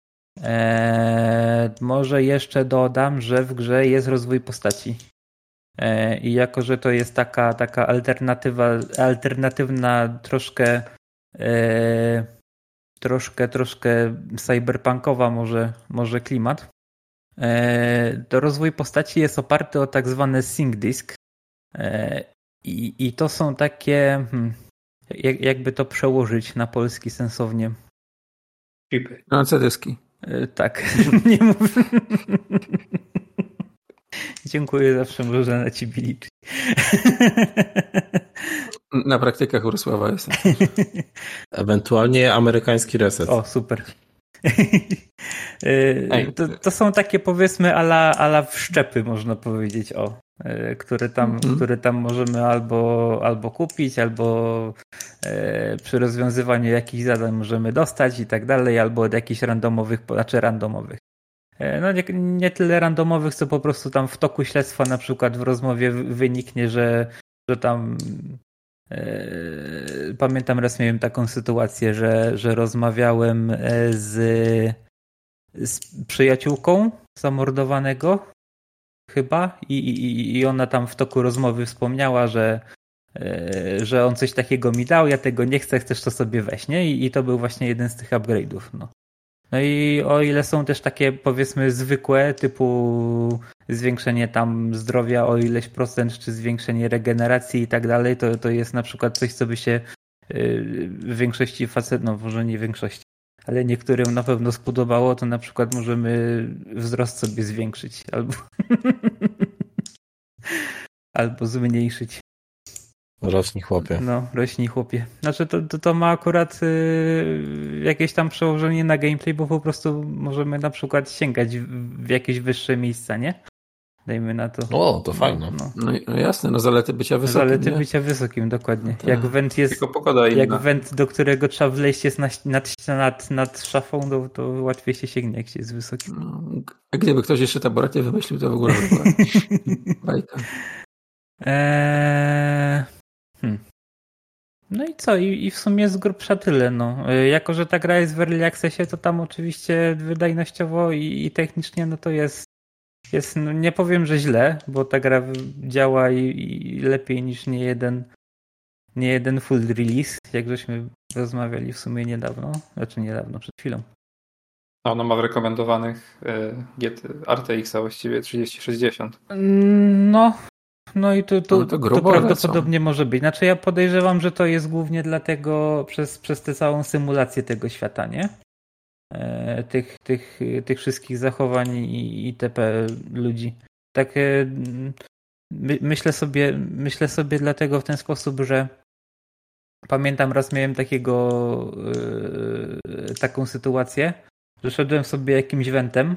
Speaker 5: Eee, może jeszcze dodam, że w grze jest rozwój postaci. Eee, I jako, że to jest taka, taka alternatywa, alternatywna troszkę eee, troszkę, troszkę cyberpunkowa może, może klimat, eee, to rozwój postaci jest oparty o tak zwane sync disk. Eee, i, I to są takie hmm, jak, jakby to przełożyć na polski sensownie.
Speaker 3: Chipy.
Speaker 4: Na C dyski.
Speaker 5: Tak, nie mówię. Dziękuję, zawsze można na ciebie liczyć.
Speaker 4: Na praktykach Urysława jestem.
Speaker 2: Ewentualnie amerykański reset.
Speaker 5: O, super. to, to są takie powiedzmy ala, ala wszczepy, można powiedzieć, o, które tam, mm-hmm. które tam możemy albo, albo kupić, albo e, przy rozwiązywaniu jakichś zadań możemy dostać i tak dalej, albo od jakichś randomowych, znaczy randomowych. E, no nie, nie tyle randomowych, co po prostu tam w toku śledztwa na przykład w rozmowie wyniknie, że, że tam e, pamiętam raz miałem taką sytuację, że, że rozmawiałem z, z przyjaciółką zamordowanego chyba i, i, i ona tam w toku rozmowy wspomniała, że, yy, że on coś takiego mi dał, ja tego nie chcę, chcesz to sobie weź, nie? I, i to był właśnie jeden z tych upgrade'ów, no. No i o ile są też takie powiedzmy zwykłe, typu zwiększenie tam zdrowia o ileś procent, czy zwiększenie regeneracji i tak dalej, to, to jest na przykład coś, co by się yy, w większości facetów, no może nie większości, ale niektórym na pewno spodobało, to na przykład możemy wzrost sobie zwiększyć albo albo zmniejszyć.
Speaker 2: Rośnij chłopie.
Speaker 5: No, rośnij chłopie. Znaczy to, to, to ma akurat y, jakieś tam przełożenie na gameplay, bo po prostu możemy na przykład sięgać w, w jakieś wyższe miejsca, nie? Dajmy na to.
Speaker 2: O, to fajne.
Speaker 5: No,
Speaker 4: no. no jasne, no zalety bycia wysokim.
Speaker 5: Zalety
Speaker 4: nie?
Speaker 5: bycia wysokim, dokładnie.
Speaker 4: No
Speaker 5: jak went jest, jak went, do którego trzeba wleźć jest nad, nad, nad, nad szafą, to, to łatwiej się sięgnie, jak się jest wysokim.
Speaker 4: No, a gdyby ktoś jeszcze taborety wymyślił, to w ogóle bajka.
Speaker 5: Eee... Hmm. No i co? I, i w sumie z grubsza tyle. No. Jako, że ta gra jest w Early Accessie, to tam oczywiście wydajnościowo i, i technicznie no to jest, jest no nie powiem, że źle, bo ta gra działa i, i lepiej niż nie jeden, nie jeden full release, jak żeśmy rozmawiali w sumie niedawno, znaczy niedawno, przed chwilą.
Speaker 3: Ona ma w rekomendowanych R T X a właściwie trzydzieści sześćdziesiąt.
Speaker 5: No, no i to, to,
Speaker 4: no to,
Speaker 5: to prawdopodobnie może być. Znaczy ja podejrzewam, że to jest głównie dlatego przez, przez tę całą symulację tego świata, nie? E, tych, tych, tych wszystkich zachowań i itp. Ludzi. Tak e, my, myślę sobie, myślę sobie dlatego w ten sposób, że pamiętam raz miałem takiego e, taką sytuację, że szedłem sobie jakimś wentem.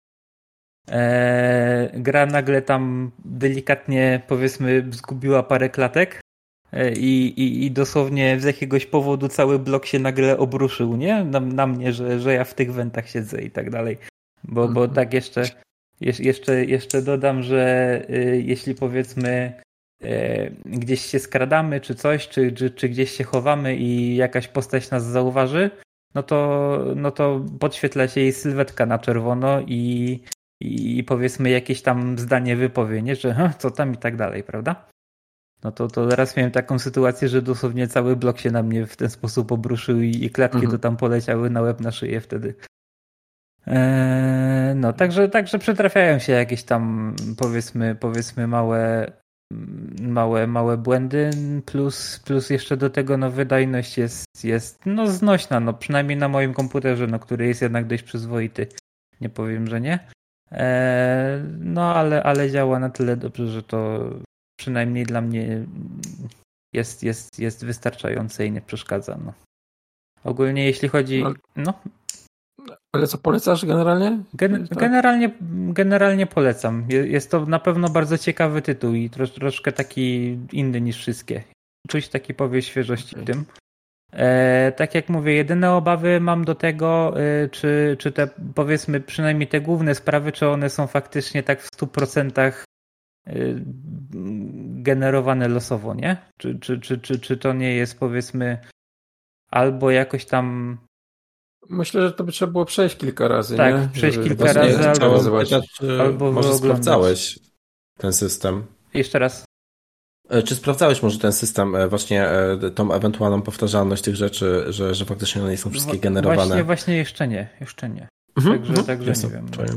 Speaker 5: Eee, gra nagle tam delikatnie powiedzmy zgubiła parę klatek eee, i, i dosłownie z jakiegoś powodu cały blok się nagle obruszył, nie? Na, na mnie, że, że ja w tych wentach siedzę i tak dalej. Bo, bo tak jeszcze, jeszcze, jeszcze dodam, że y, jeśli powiedzmy y, gdzieś się skradamy czy coś, czy, czy, czy gdzieś się chowamy i jakaś postać nas zauważy, no to, no to podświetla się jej sylwetka na czerwono i i powiedzmy jakieś tam zdanie wypowie, nie? Że co tam i tak dalej, prawda? No to, to raz miałem taką sytuację, że dosłownie cały blok się na mnie w ten sposób obruszył i, i klatki mhm. to tam poleciały na łeb, na szyję wtedy. Eee, no, także, także przytrafiają się jakieś tam powiedzmy, powiedzmy małe, małe, małe błędy, plus, plus jeszcze do tego no, wydajność jest, jest no, znośna, no, przynajmniej na moim komputerze, no, który jest jednak dość przyzwoity. Nie powiem, że nie. Eee, no, ale, ale działa na tyle dobrze, że to przynajmniej dla mnie jest, jest, jest wystarczające i nie przeszkadza. No. Ogólnie jeśli chodzi... No,
Speaker 4: ale co, polecasz generalnie?
Speaker 5: Gen, generalnie, generalnie polecam. Jest to na pewno bardzo ciekawy tytuł i trosz, troszkę taki inny niż wszystkie. Czuć taki powiew świeżości w tym. E, tak jak mówię, jedyne obawy mam do tego, e, czy, czy te powiedzmy przynajmniej te główne sprawy, czy one są faktycznie tak w stu procentach e, generowane losowo, nie? Czy, czy, czy, czy, czy to nie jest powiedzmy albo jakoś tam...
Speaker 4: Myślę, że to by trzeba było przejść kilka razy.
Speaker 5: Tak,
Speaker 4: nie?
Speaker 5: przejść
Speaker 4: Żeby
Speaker 5: kilka razy albo,
Speaker 2: zobaczyć,
Speaker 5: albo
Speaker 2: może
Speaker 5: wyoglądać.
Speaker 2: sprawdzałeś ten system?
Speaker 5: Jeszcze raz.
Speaker 2: Czy sprawdzałeś może ten system, właśnie tą ewentualną powtarzalność tych rzeczy, że, że faktycznie one nie są wszystkie
Speaker 5: w,
Speaker 2: generowane?
Speaker 5: Właśnie, właśnie jeszcze nie, jeszcze nie.
Speaker 2: Mhm,
Speaker 5: także
Speaker 2: mhm.
Speaker 5: także
Speaker 2: Jestem,
Speaker 5: nie wiem.
Speaker 2: czuję.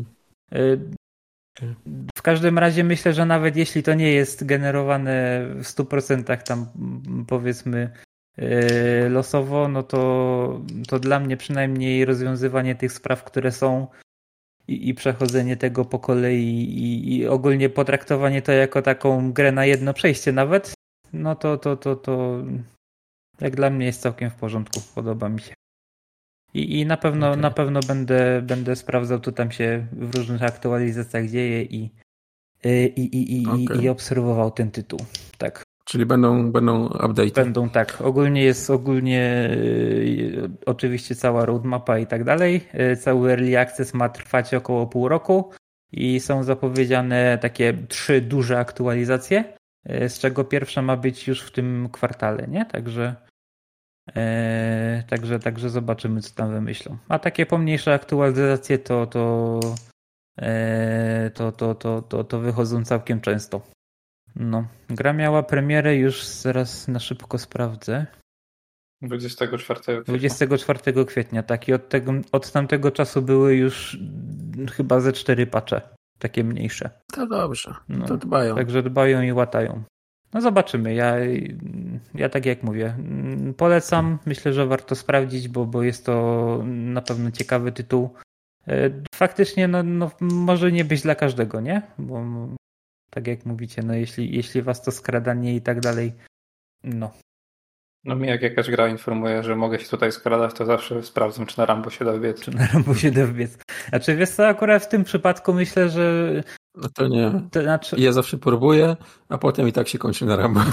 Speaker 5: W każdym razie myślę, że nawet jeśli to nie jest generowane w stu procentach tam powiedzmy losowo, no to, to dla mnie przynajmniej rozwiązywanie tych spraw, które są i, i przechodzenie tego po kolei i, i ogólnie potraktowanie to jako taką grę na jedno przejście nawet, no to, to, to, to jak dla mnie jest całkiem w porządku, podoba mi się. I, i na pewno okay. na pewno będę, będę sprawdzał, co tam się w różnych aktualizacjach dzieje i, i, i, i, okay. i obserwował ten tytuł. Tak.
Speaker 4: Czyli będą, będą update'y.
Speaker 5: Będą, tak. Ogólnie jest ogólnie y, oczywiście cała roadmapa i tak dalej. Y, cały early access ma trwać około pół roku i są zapowiedziane takie trzy duże aktualizacje, y, z czego pierwsza ma być już w tym kwartale, nie? Także y, także, także zobaczymy, co tam wymyślą. A takie pomniejsze aktualizacje to to, y, to, to, to, to, to wychodzą całkiem często. No, gra miała premierę już, zaraz na szybko sprawdzę.
Speaker 3: dwudziestego czwartego kwietnia.
Speaker 5: dwudziestego czwartego kwietnia, tak. I od, tego, od tamtego czasu były już chyba ze cztery patche, takie mniejsze.
Speaker 4: To dobrze,
Speaker 5: no,
Speaker 4: to dbają.
Speaker 5: Także dbają i łatają. No zobaczymy. Ja, ja tak jak mówię, polecam. Myślę, że warto sprawdzić, bo, bo jest to na pewno ciekawy tytuł. Faktycznie no, no, może nie być dla każdego, nie? Bo tak jak mówicie, no jeśli, jeśli was to skradanie i tak dalej, no.
Speaker 3: No mi jak jakaś gra informuje, że mogę się tutaj skradać, to zawsze sprawdzam, czy na Rambo się da wbiec.
Speaker 5: Czy na Rambo się da wbiec. Znaczy wiesz co, akurat w tym przypadku myślę, że...
Speaker 4: No to nie.
Speaker 5: To znaczy...
Speaker 4: Ja zawsze próbuję, a potem i tak się kończy na Rambo.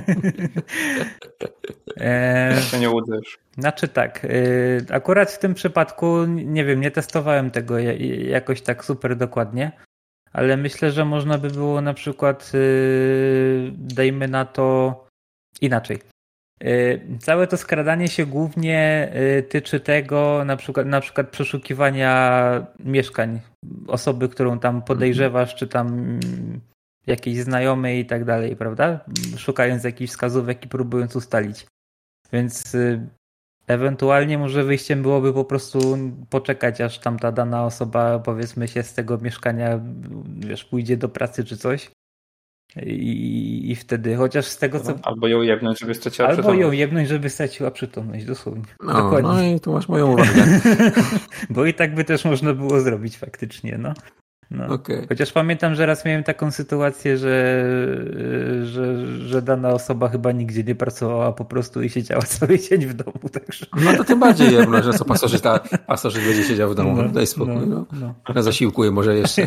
Speaker 3: eee, się nie łudzisz.
Speaker 5: Znaczy tak, yy, akurat w tym przypadku, nie wiem, nie testowałem tego jakoś tak super dokładnie, ale myślę, że można by było na przykład, yy, dajmy na to inaczej. Yy, całe to skradanie się głównie yy, tyczy tego, na przykład, na przykład przeszukiwania mieszkań osoby, którą tam podejrzewasz, czy tam jakiejś znajomej i tak dalej, prawda? Szukając jakichś wskazówek i próbując ustalić. Więc yy, ewentualnie może wyjściem byłoby po prostu poczekać, aż tam ta dana osoba, powiedzmy, się z tego mieszkania, wiesz, pójdzie do pracy czy coś i, i wtedy, chociaż z tego co...
Speaker 3: Albo ją jebnąć, żeby straciła
Speaker 5: Albo
Speaker 3: przytomność.
Speaker 5: ją jebnąć, żeby straciła przytomność, dosłownie.
Speaker 4: No,
Speaker 5: Dokładnie.
Speaker 4: No i tu masz moją uwagę.
Speaker 5: Bo i tak by też można było zrobić faktycznie, no. No.
Speaker 4: Okay.
Speaker 5: Chociaż pamiętam, że raz miałem taką sytuację, że, że, że dana osoba chyba nigdzie nie pracowała po prostu i siedziała cały dzień w domu. Także...
Speaker 4: No to tym bardziej jedno, że co pasożyta, pasożyt będzie siedział w domu. No, daj spokój. No, no. Na zasiłku może jeszcze.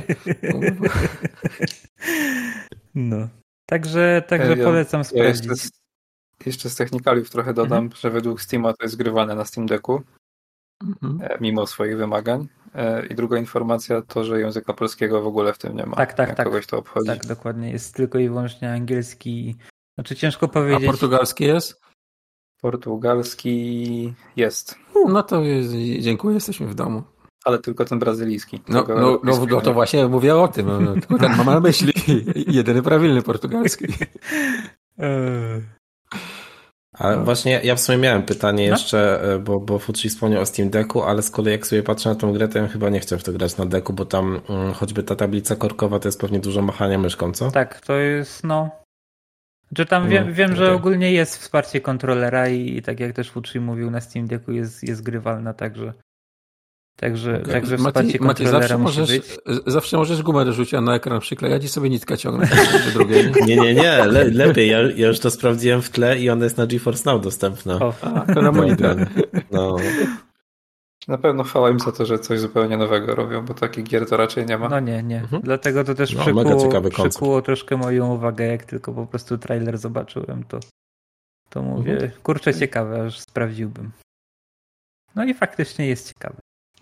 Speaker 5: No. Także, także ja, polecam sprawdzić.
Speaker 3: Ja jeszcze, z, jeszcze z technikaliów trochę dodam, mhm. że według Steama to jest grywane na Steam Decku. Mhm. Mimo swoich wymagań. I druga informacja to, że języka polskiego w ogóle w tym nie ma.
Speaker 5: Tak, tak,
Speaker 3: jak
Speaker 5: tak.
Speaker 3: Kogoś to obchodzi.
Speaker 5: Tak, dokładnie. Jest tylko i wyłącznie angielski. Znaczy ciężko powiedzieć.
Speaker 4: A portugalski jest?
Speaker 3: Portugalski jest.
Speaker 4: No to jest, dziękuję, jesteśmy w domu.
Speaker 3: Ale tylko ten brazylijski.
Speaker 4: No, no, no, no to właśnie mówię o tym. No, tylko ten mam na myśli. Jedyny prawilny portugalski.
Speaker 2: Ale
Speaker 4: No.
Speaker 2: właśnie ja w sumie miałem pytanie
Speaker 5: No.
Speaker 2: jeszcze, bo, bo Futrzi wspomniał o Steam Decku, ale z kolei jak sobie patrzę na tą grę, to ja chyba nie chcę w to grać na decku, bo tam mm, choćby ta tablica korkowa to jest pewnie dużo machania myszką, co?
Speaker 5: Tak, to jest no... Że tam wiem,
Speaker 2: Mm,
Speaker 5: wiem że
Speaker 2: okej.
Speaker 5: ogólnie jest wsparcie kontrolera i, i tak jak też Futrzi mówił, na Steam Decku jest, jest grywalna, także także,
Speaker 2: Okej.
Speaker 5: także
Speaker 4: Mati,
Speaker 5: wsparcie
Speaker 4: Mati,
Speaker 5: kontrolera
Speaker 4: zawsze
Speaker 5: musi
Speaker 4: możesz,
Speaker 5: być.
Speaker 4: zawsze możesz gumę dorzucić, a na ekran przyklejać i sobie nitka ciągnąć do drugiej.
Speaker 2: Nie, nie, nie, le, lepiej, ja, ja już to sprawdziłem w tle i ona jest na GeForce Now dostępna.
Speaker 5: O,
Speaker 4: A, to na monitor.
Speaker 2: No,
Speaker 3: Na pewno chwała im za to, że coś zupełnie nowego robią, bo takich gier to raczej nie ma.
Speaker 5: no nie, nie.
Speaker 2: Mhm.
Speaker 5: Dlatego to też
Speaker 2: No, mega
Speaker 5: przykuło,
Speaker 2: ciekawy koncept.
Speaker 5: przykuło troszkę moją uwagę, jak tylko po prostu trailer zobaczyłem, to, to mówię,
Speaker 2: Mhm.
Speaker 5: kurczę, ciekawe, aż sprawdziłbym. No i faktycznie jest ciekawe.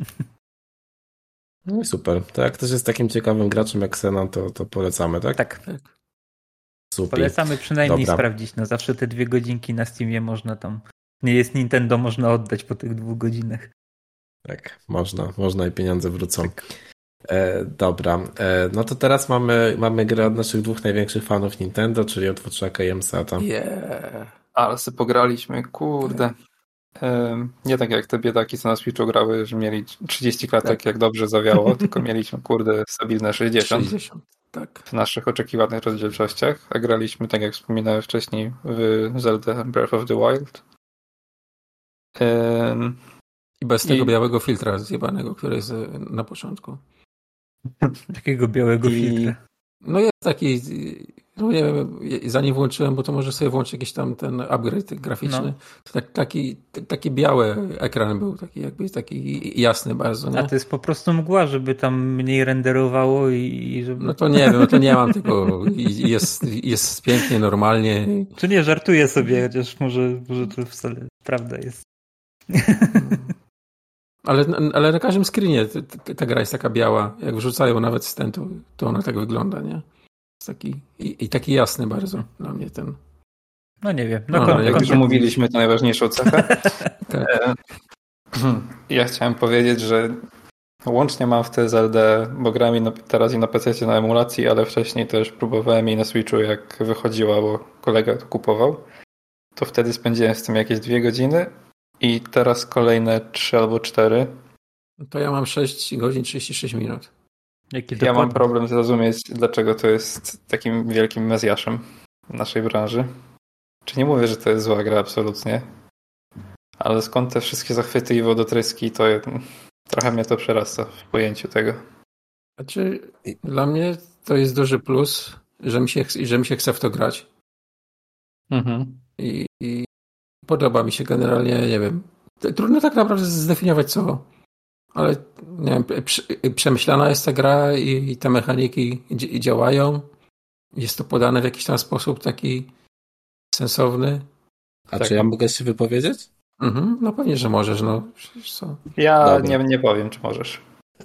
Speaker 2: no i super. To jak ktoś jest takim ciekawym graczem jak Xenon, to, to polecamy, tak?
Speaker 5: Tak,
Speaker 2: Super.
Speaker 5: polecamy przynajmniej
Speaker 2: Dobra.
Speaker 5: sprawdzić. No zawsze te dwie godzinki na Steamie można tam, nie jest Nintendo, można oddać po tych dwóch godzinach.
Speaker 2: Tak, można, można i pieniądze wrócą. E, dobra, e, no to teraz mamy, mamy grę od naszych dwóch największych fanów Nintendo, czyli od Futrzaka i Emsata.
Speaker 4: Yeah.
Speaker 3: Ale sobie pograliśmy, kurde. Ym, nie tak jak te biedaki, co na Switchu grały, że mieli trzydzieści klatek,
Speaker 4: Tak.
Speaker 3: jak dobrze zawiało, tylko mieliśmy, kurde, stabilne sześćdziesiąt
Speaker 4: sześćdziesiąt. Tak.
Speaker 3: w naszych oczekiwanych rozdzielczościach, a graliśmy, tak jak wspominałem wcześniej, w Zelda Breath of the Wild. Ym,
Speaker 4: I bez tego
Speaker 3: I-
Speaker 4: białego filtra zjebanego, który jest e, na początku.
Speaker 5: Takiego białego
Speaker 3: I-
Speaker 5: filtra.
Speaker 4: No jest taki, no nie wiem, zanim włączyłem, bo to może sobie włączyć jakiś tam ten upgrade graficzny,
Speaker 5: No.
Speaker 4: to tak, taki, taki biały ekran był, taki jakby taki jasny bardzo, nie?
Speaker 5: A to jest po prostu mgła, żeby tam mniej renderowało i, i żeby...
Speaker 4: No to nie wiem, no to nie mam tego, i- jest, jest pięknie, normalnie.
Speaker 5: Czy nie, żartuję sobie, chociaż może, może to wcale prawda jest.
Speaker 4: Ale, ale na każdym screenie t- t- ta gra jest taka biała, jak wrzucają nawet z ten, to, to ona tak wygląda, nie? Jest taki, i, i taki jasny bardzo dla mnie ten.
Speaker 5: No nie wiem. No,
Speaker 4: No,
Speaker 5: kon-
Speaker 4: jak
Speaker 3: jak
Speaker 5: kon-
Speaker 3: już omówiliśmy tę najważniejszą cechę,
Speaker 4: Tak.
Speaker 3: e, ja chciałem powiedzieć, że łącznie mam w tę Zeldę, bo grałem jej na, teraz i na P C na emulacji, ale wcześniej też próbowałem jej na Switchu, jak wychodziła, bo kolega to kupował. To wtedy spędziłem z tym jakieś dwie godziny i teraz kolejne trzy albo cztery.
Speaker 4: To ja mam sześć godzin trzydzieści sześć minut.
Speaker 5: Jaki
Speaker 3: Ja mam
Speaker 5: dokładny.
Speaker 3: problem zrozumieć, dlaczego to jest takim wielkim mesjaszem w naszej branży. Czy nie mówię, że to jest zła gra, absolutnie. Ale skąd te wszystkie zachwyty i wodotryski, to trochę mnie to przerasta w pojęciu tego.
Speaker 4: Znaczy, dla mnie to jest duży plus, że mi się, że mi się chce w to grać.
Speaker 3: Mhm.
Speaker 4: I, i podoba mi się generalnie, nie wiem. Trudno tak naprawdę zdefiniować co, ale nie wiem, prze- przemyślana jest ta gra i, i te mechaniki dzi- działają. Jest to podane w jakiś tam sposób taki sensowny.
Speaker 2: A
Speaker 3: Tak.
Speaker 2: czy ja mogę się wypowiedzieć?
Speaker 4: Mhm, no pewnie, że możesz, no przecież co.
Speaker 3: Ja
Speaker 2: Dobra.
Speaker 3: nie, nie powiem, czy możesz.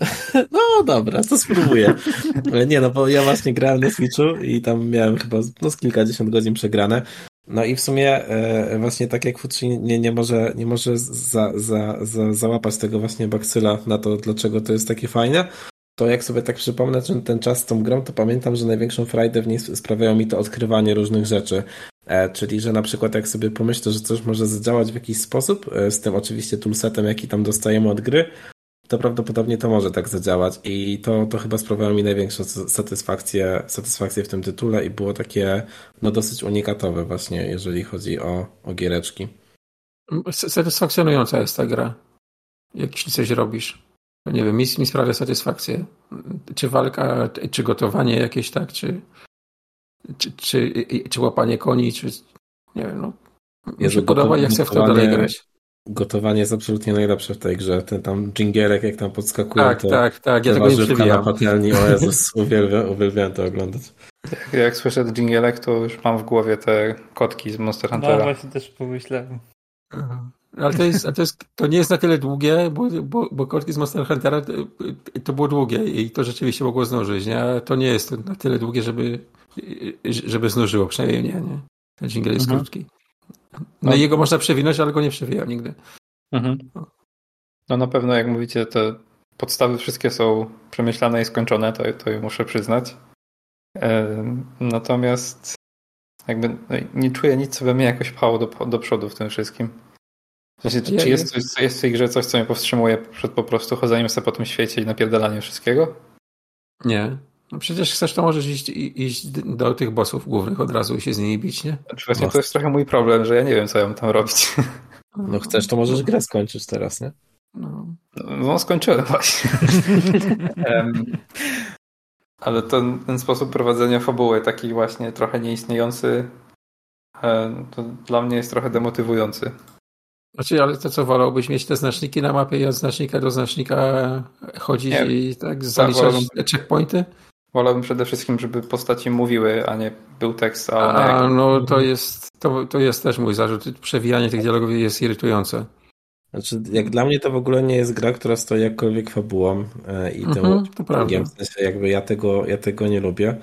Speaker 2: No dobra, to spróbuję. Ale nie, no bo ja właśnie grałem na Switchu i tam miałem chyba no, z kilkadziesiąt godzin przegrane. No i w sumie e, właśnie tak jak Futrzy nie, nie może, nie może za, za, za, załapać tego właśnie bakcyla na to, dlaczego to jest takie fajne, to jak sobie tak przypomnę ten, ten czas z tą grą, to pamiętam, że największą frajdę w niej sprawiało mi to odkrywanie różnych rzeczy. E, czyli, że na przykład jak sobie pomyślę, że coś może zadziałać w jakiś sposób, e, z tym oczywiście toolsetem, jaki tam dostajemy od gry, to prawdopodobnie to może tak zadziałać i to, to chyba sprawiało mi największą satysfakcję, satysfakcję w tym tytule i było takie no dosyć unikatowe właśnie, jeżeli chodzi o, o giereczki.
Speaker 4: S- Satysfakcjonująca jest ta gra. Jak jeśli coś robisz. To nie wiem, mi, mi sprawia satysfakcję. Czy walka, czy gotowanie jakieś, tak, czy, czy, czy, czy łapanie koni, czy nie wiem, no. Mi
Speaker 2: Jezu,
Speaker 4: się podoba i ja chcę w to
Speaker 2: gotowanie-
Speaker 4: dalej grać.
Speaker 2: Gotowanie jest absolutnie najlepsze w tej grze. Ten tam dżingielek, jak tam podskakuje,
Speaker 4: Tak,
Speaker 2: to
Speaker 4: tak, tak, ja
Speaker 2: te
Speaker 4: tego nie
Speaker 2: warzywka na
Speaker 4: przewijam.
Speaker 2: patelni, o Jezus, uwielbiam, uwielbiam to oglądać.
Speaker 3: Jak słyszę dżingielek, to już mam w głowie te kotki z Monster
Speaker 5: No
Speaker 3: Huntera.
Speaker 5: właśnie też pomyślałem.
Speaker 4: Aha. Ale to, jest, a to, jest, to nie jest na tyle długie, bo, bo, bo kotki z Monster Huntera to, to było długie i to rzeczywiście mogło znużyć, nie? A to nie jest na tyle długie, żeby, żeby znużyło, przynajmniej mnie, nie? Ten dżingiel jest
Speaker 3: Mhm.
Speaker 4: krótki. No i jego można przewinąć, ale go nie przewijam nigdy.
Speaker 3: Mhm. No na pewno, jak mówicie, te podstawy wszystkie są przemyślane i skończone, to, to muszę przyznać. E, Natomiast jakby no, nie czuję nic, co by mnie jakoś pchało do, do przodu w tym wszystkim. W sensie, czy,
Speaker 4: Ja-
Speaker 3: czy jest, coś, jest w tej grze coś, co mnie powstrzymuje przed po prostu chodzeniem sobie po tym świecie i napierdalaniem wszystkiego?
Speaker 4: Nie. No przecież chcesz, to możesz iść, i- iść do tych bossów głównych od razu i się z nimi bić, nie?
Speaker 3: Znaczy właśnie
Speaker 2: No.
Speaker 3: to jest trochę mój problem, że ja nie wiem, co ja mam tam robić.
Speaker 2: No chcesz, to możesz grę skończyć teraz, nie?
Speaker 4: No.
Speaker 3: No skończyłem właśnie. Em, ale ten, ten sposób prowadzenia fabuły, taki właśnie trochę nieistniejący, e, to dla mnie jest trochę demotywujący.
Speaker 4: Znaczy, ale to co, wolałbyś mieć te znaczniki na mapie i od znacznika do znacznika chodzić
Speaker 3: Nie.
Speaker 4: i tak zaliczać
Speaker 3: wolałbym-
Speaker 4: checkpointy?
Speaker 3: Wolałbym przede wszystkim, żeby postaci mówiły, a nie był tekst, a one
Speaker 4: A,
Speaker 3: jak...
Speaker 4: no to jest, to, to jest też mój zarzut. Przewijanie tych dialogów jest irytujące.
Speaker 2: Znaczy, jak dla mnie to w ogóle nie jest gra, która stoi jakkolwiek fabułą e, i tym
Speaker 4: Mhm, to prawda.
Speaker 2: watchingiem, w sensie jakby ja tego, ja tego nie lubię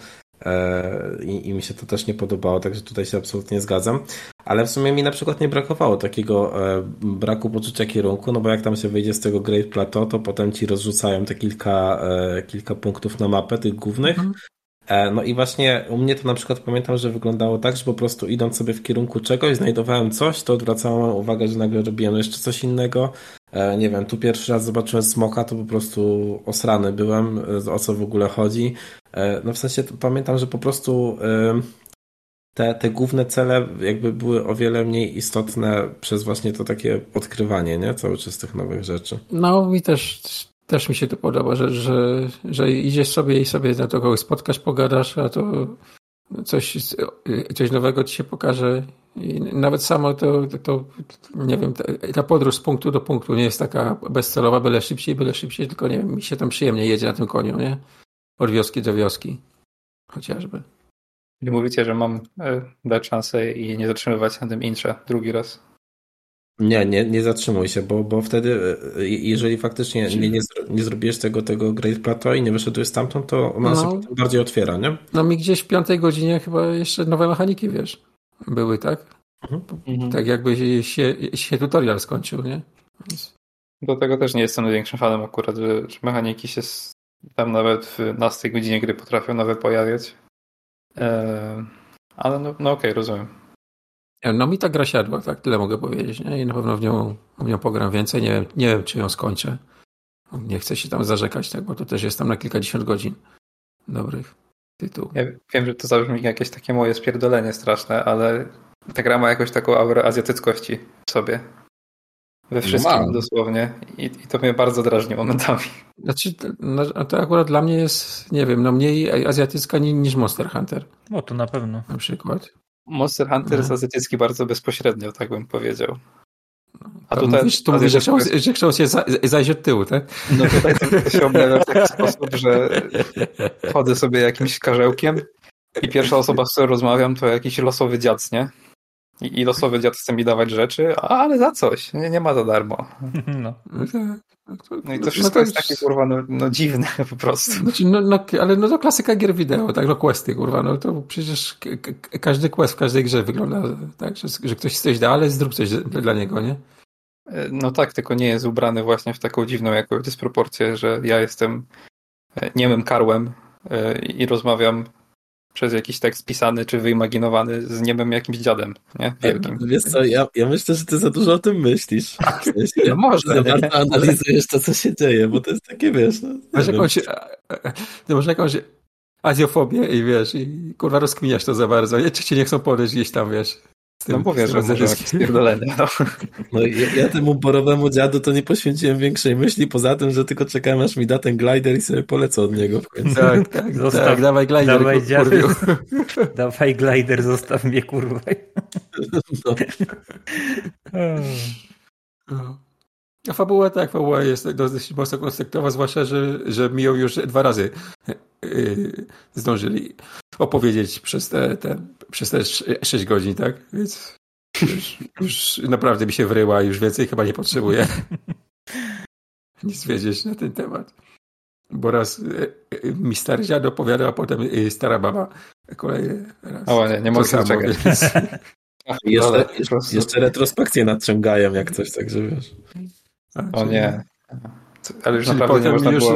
Speaker 2: e, i, i mi się to też nie podobało, także tutaj się absolutnie zgadzam, ale w sumie mi na przykład nie brakowało takiego e, braku poczucia kierunku, no bo jak tam się wyjdzie z tego Great Plateau, to potem ci rozrzucają te kilka, e, kilka punktów na mapę, tych głównych.
Speaker 4: Mhm.
Speaker 2: E, No i właśnie u mnie to na przykład pamiętam, że wyglądało tak, że po prostu idąc sobie w kierunku czegoś, znajdowałem coś, to odwracałem uwagę, że nagle robiłem jeszcze coś innego. E, Nie wiem, tu pierwszy raz zobaczyłem smoka, to po prostu osrany byłem, e, o co w ogóle chodzi. E, No w sensie to pamiętam, że po prostu e, te, te główne cele jakby były o wiele mniej istotne przez właśnie to takie odkrywanie, nie? Cały czas tych nowych rzeczy.
Speaker 4: No mi też, też mi się to podoba, że, że, że idziesz sobie i sobie na to kogoś spotkasz, pogadasz, a to coś, coś nowego ci się pokaże. I nawet samo to, to, to nie wiem, ta, ta podróż z punktu do punktu nie jest taka bezcelowa, byle szybciej, byle szybciej, tylko nie wiem, mi się tam przyjemnie jedzie na tym koniu, nie? Od wioski do wioski. Chociażby.
Speaker 3: I mówicie, że mam e, dać szansę i nie zatrzymywać na tym intrze drugi raz.
Speaker 2: Nie, nie, nie zatrzymuj się, bo, bo wtedy, e, jeżeli faktycznie nie, nie, zro- nie zrobisz tego, tego Great Plateau i nie wyszedłeś stamtąd, to ona
Speaker 4: No.
Speaker 2: się potem bardziej otwiera, nie?
Speaker 4: No mi gdzieś w piątej godzinie chyba jeszcze nowe mechaniki, wiesz, były, tak?
Speaker 3: Mhm.
Speaker 4: Tak jakby się, się tutorial skończył, nie? Więc...
Speaker 3: Do tego też nie jestem największym fanem akurat, że, że mechaniki się s- tam nawet w nastej godzinie gry potrafią nowe pojawiać. E, ale no, no okej, rozumiem.
Speaker 4: No mi ta gra siadła, tak, tyle mogę powiedzieć, nie? I na pewno w nią, w nią pogram więcej, nie wiem, nie wiem, czy ją skończę. Nie chcę się tam zarzekać, tak, bo to też jest tam na kilkadziesiąt godzin dobrych tytułów.
Speaker 3: Ja wiem, że to zabrzmi jakieś takie moje spierdolenie straszne, ale ta gra ma jakąś taką aurę azjatyckości w sobie. We wszystkim
Speaker 2: ma.
Speaker 3: dosłownie. I, I to mnie bardzo drażni momentami.
Speaker 4: Znaczy, to, no, to akurat dla mnie jest, nie wiem, no mniej azjatycka ni- niż Monster Hunter
Speaker 5: No to na pewno.
Speaker 4: na przykład.
Speaker 3: Monster Hunter jest
Speaker 4: No.
Speaker 3: azjatycki bardzo bezpośrednio, tak bym powiedział. A
Speaker 4: To
Speaker 3: tutaj
Speaker 4: mówisz, tu mówisz, że chcą, że chcą się za, zajść od tyłu, tak?
Speaker 3: No tutaj to się objawia w taki sposób, że chodzę sobie jakimś karzełkiem i pierwsza osoba, z którą rozmawiam, to jakiś losowy dziad, nie? I, i losowy dziad chce mi dawać rzeczy, ale za coś, nie, nie ma za darmo.
Speaker 5: No.
Speaker 4: No, tak.
Speaker 3: No i to wszystko jest takie, kurwa, no, no dziwne po prostu.
Speaker 4: Znaczy, no, no, ale no to klasyka gier wideo, tak, no questy, kurwa, no to przecież k- k- każdy quest w każdej grze wygląda tak, że, że ktoś coś da, ale zrób coś dla niego, nie?
Speaker 3: No tak, tylko nie jest ubrany właśnie w taką dziwną jakąś dysproporcję, że ja jestem niemym karłem i rozmawiam przez jakiś tekst pisany czy wyimaginowany z niemym jakimś dziadem, nie? Wielkim.
Speaker 2: Wiesz co, ja, ja myślę, że ty za dużo o tym myślisz. W sensie,
Speaker 3: No może,
Speaker 2: za
Speaker 3: nie?
Speaker 2: bardzo analizujesz to, co się dzieje, bo to jest takie, wiesz, no, nie
Speaker 4: Masz
Speaker 2: wiem.
Speaker 4: jakąś, ty masz jakąś azjofobię i wiesz, i kurwa rozkminiasz to za bardzo, nie? Czy cię nie chcą podejść gdzieś tam, wiesz? Z
Speaker 3: No mówię,
Speaker 4: z
Speaker 3: że może
Speaker 4: azjatyckim.
Speaker 3: jakieś spierdolenie. No.
Speaker 2: No, ja, ja temu borowemu dziadu to nie poświęciłem większej myśli, poza tym, że tylko czekałem, aż mi da ten glider i sobie polecę od niego w końcu.
Speaker 4: Tak, tak,
Speaker 5: Zostaw-
Speaker 4: tak, dawaj glider,
Speaker 5: dawaj
Speaker 4: kur-
Speaker 5: dziady.
Speaker 4: kurwiu.
Speaker 5: Dawaj glider, zostaw mnie, kurwa.
Speaker 2: No.
Speaker 4: No. A fabuła tak, fabuła jest dosyć mocno konstruktowa, zwłaszcza, że, że mi ją już dwa razy yy, zdążyli opowiedzieć przez te, te, przez te sześć godzin, tak? Więc już, już naprawdę mi się wryła i już więcej chyba nie potrzebuję nic wiedzieć na ten temat. Bo raz yy, mi stary dziad opowiadał, a potem yy, stara baba kolejny raz.
Speaker 3: O nie, nie
Speaker 4: To
Speaker 3: mogę
Speaker 4: samo,
Speaker 3: czekać.
Speaker 4: więc-
Speaker 2: Jeszcze,
Speaker 3: Ale
Speaker 2: jeszcze, jeszcze retrospekcje nadciągają jak coś, także wiesz.
Speaker 4: A,
Speaker 3: O
Speaker 4: czyli-
Speaker 3: nie. Ale już
Speaker 4: czyli
Speaker 3: naprawdę nie
Speaker 4: potem
Speaker 3: można
Speaker 4: już,
Speaker 3: było...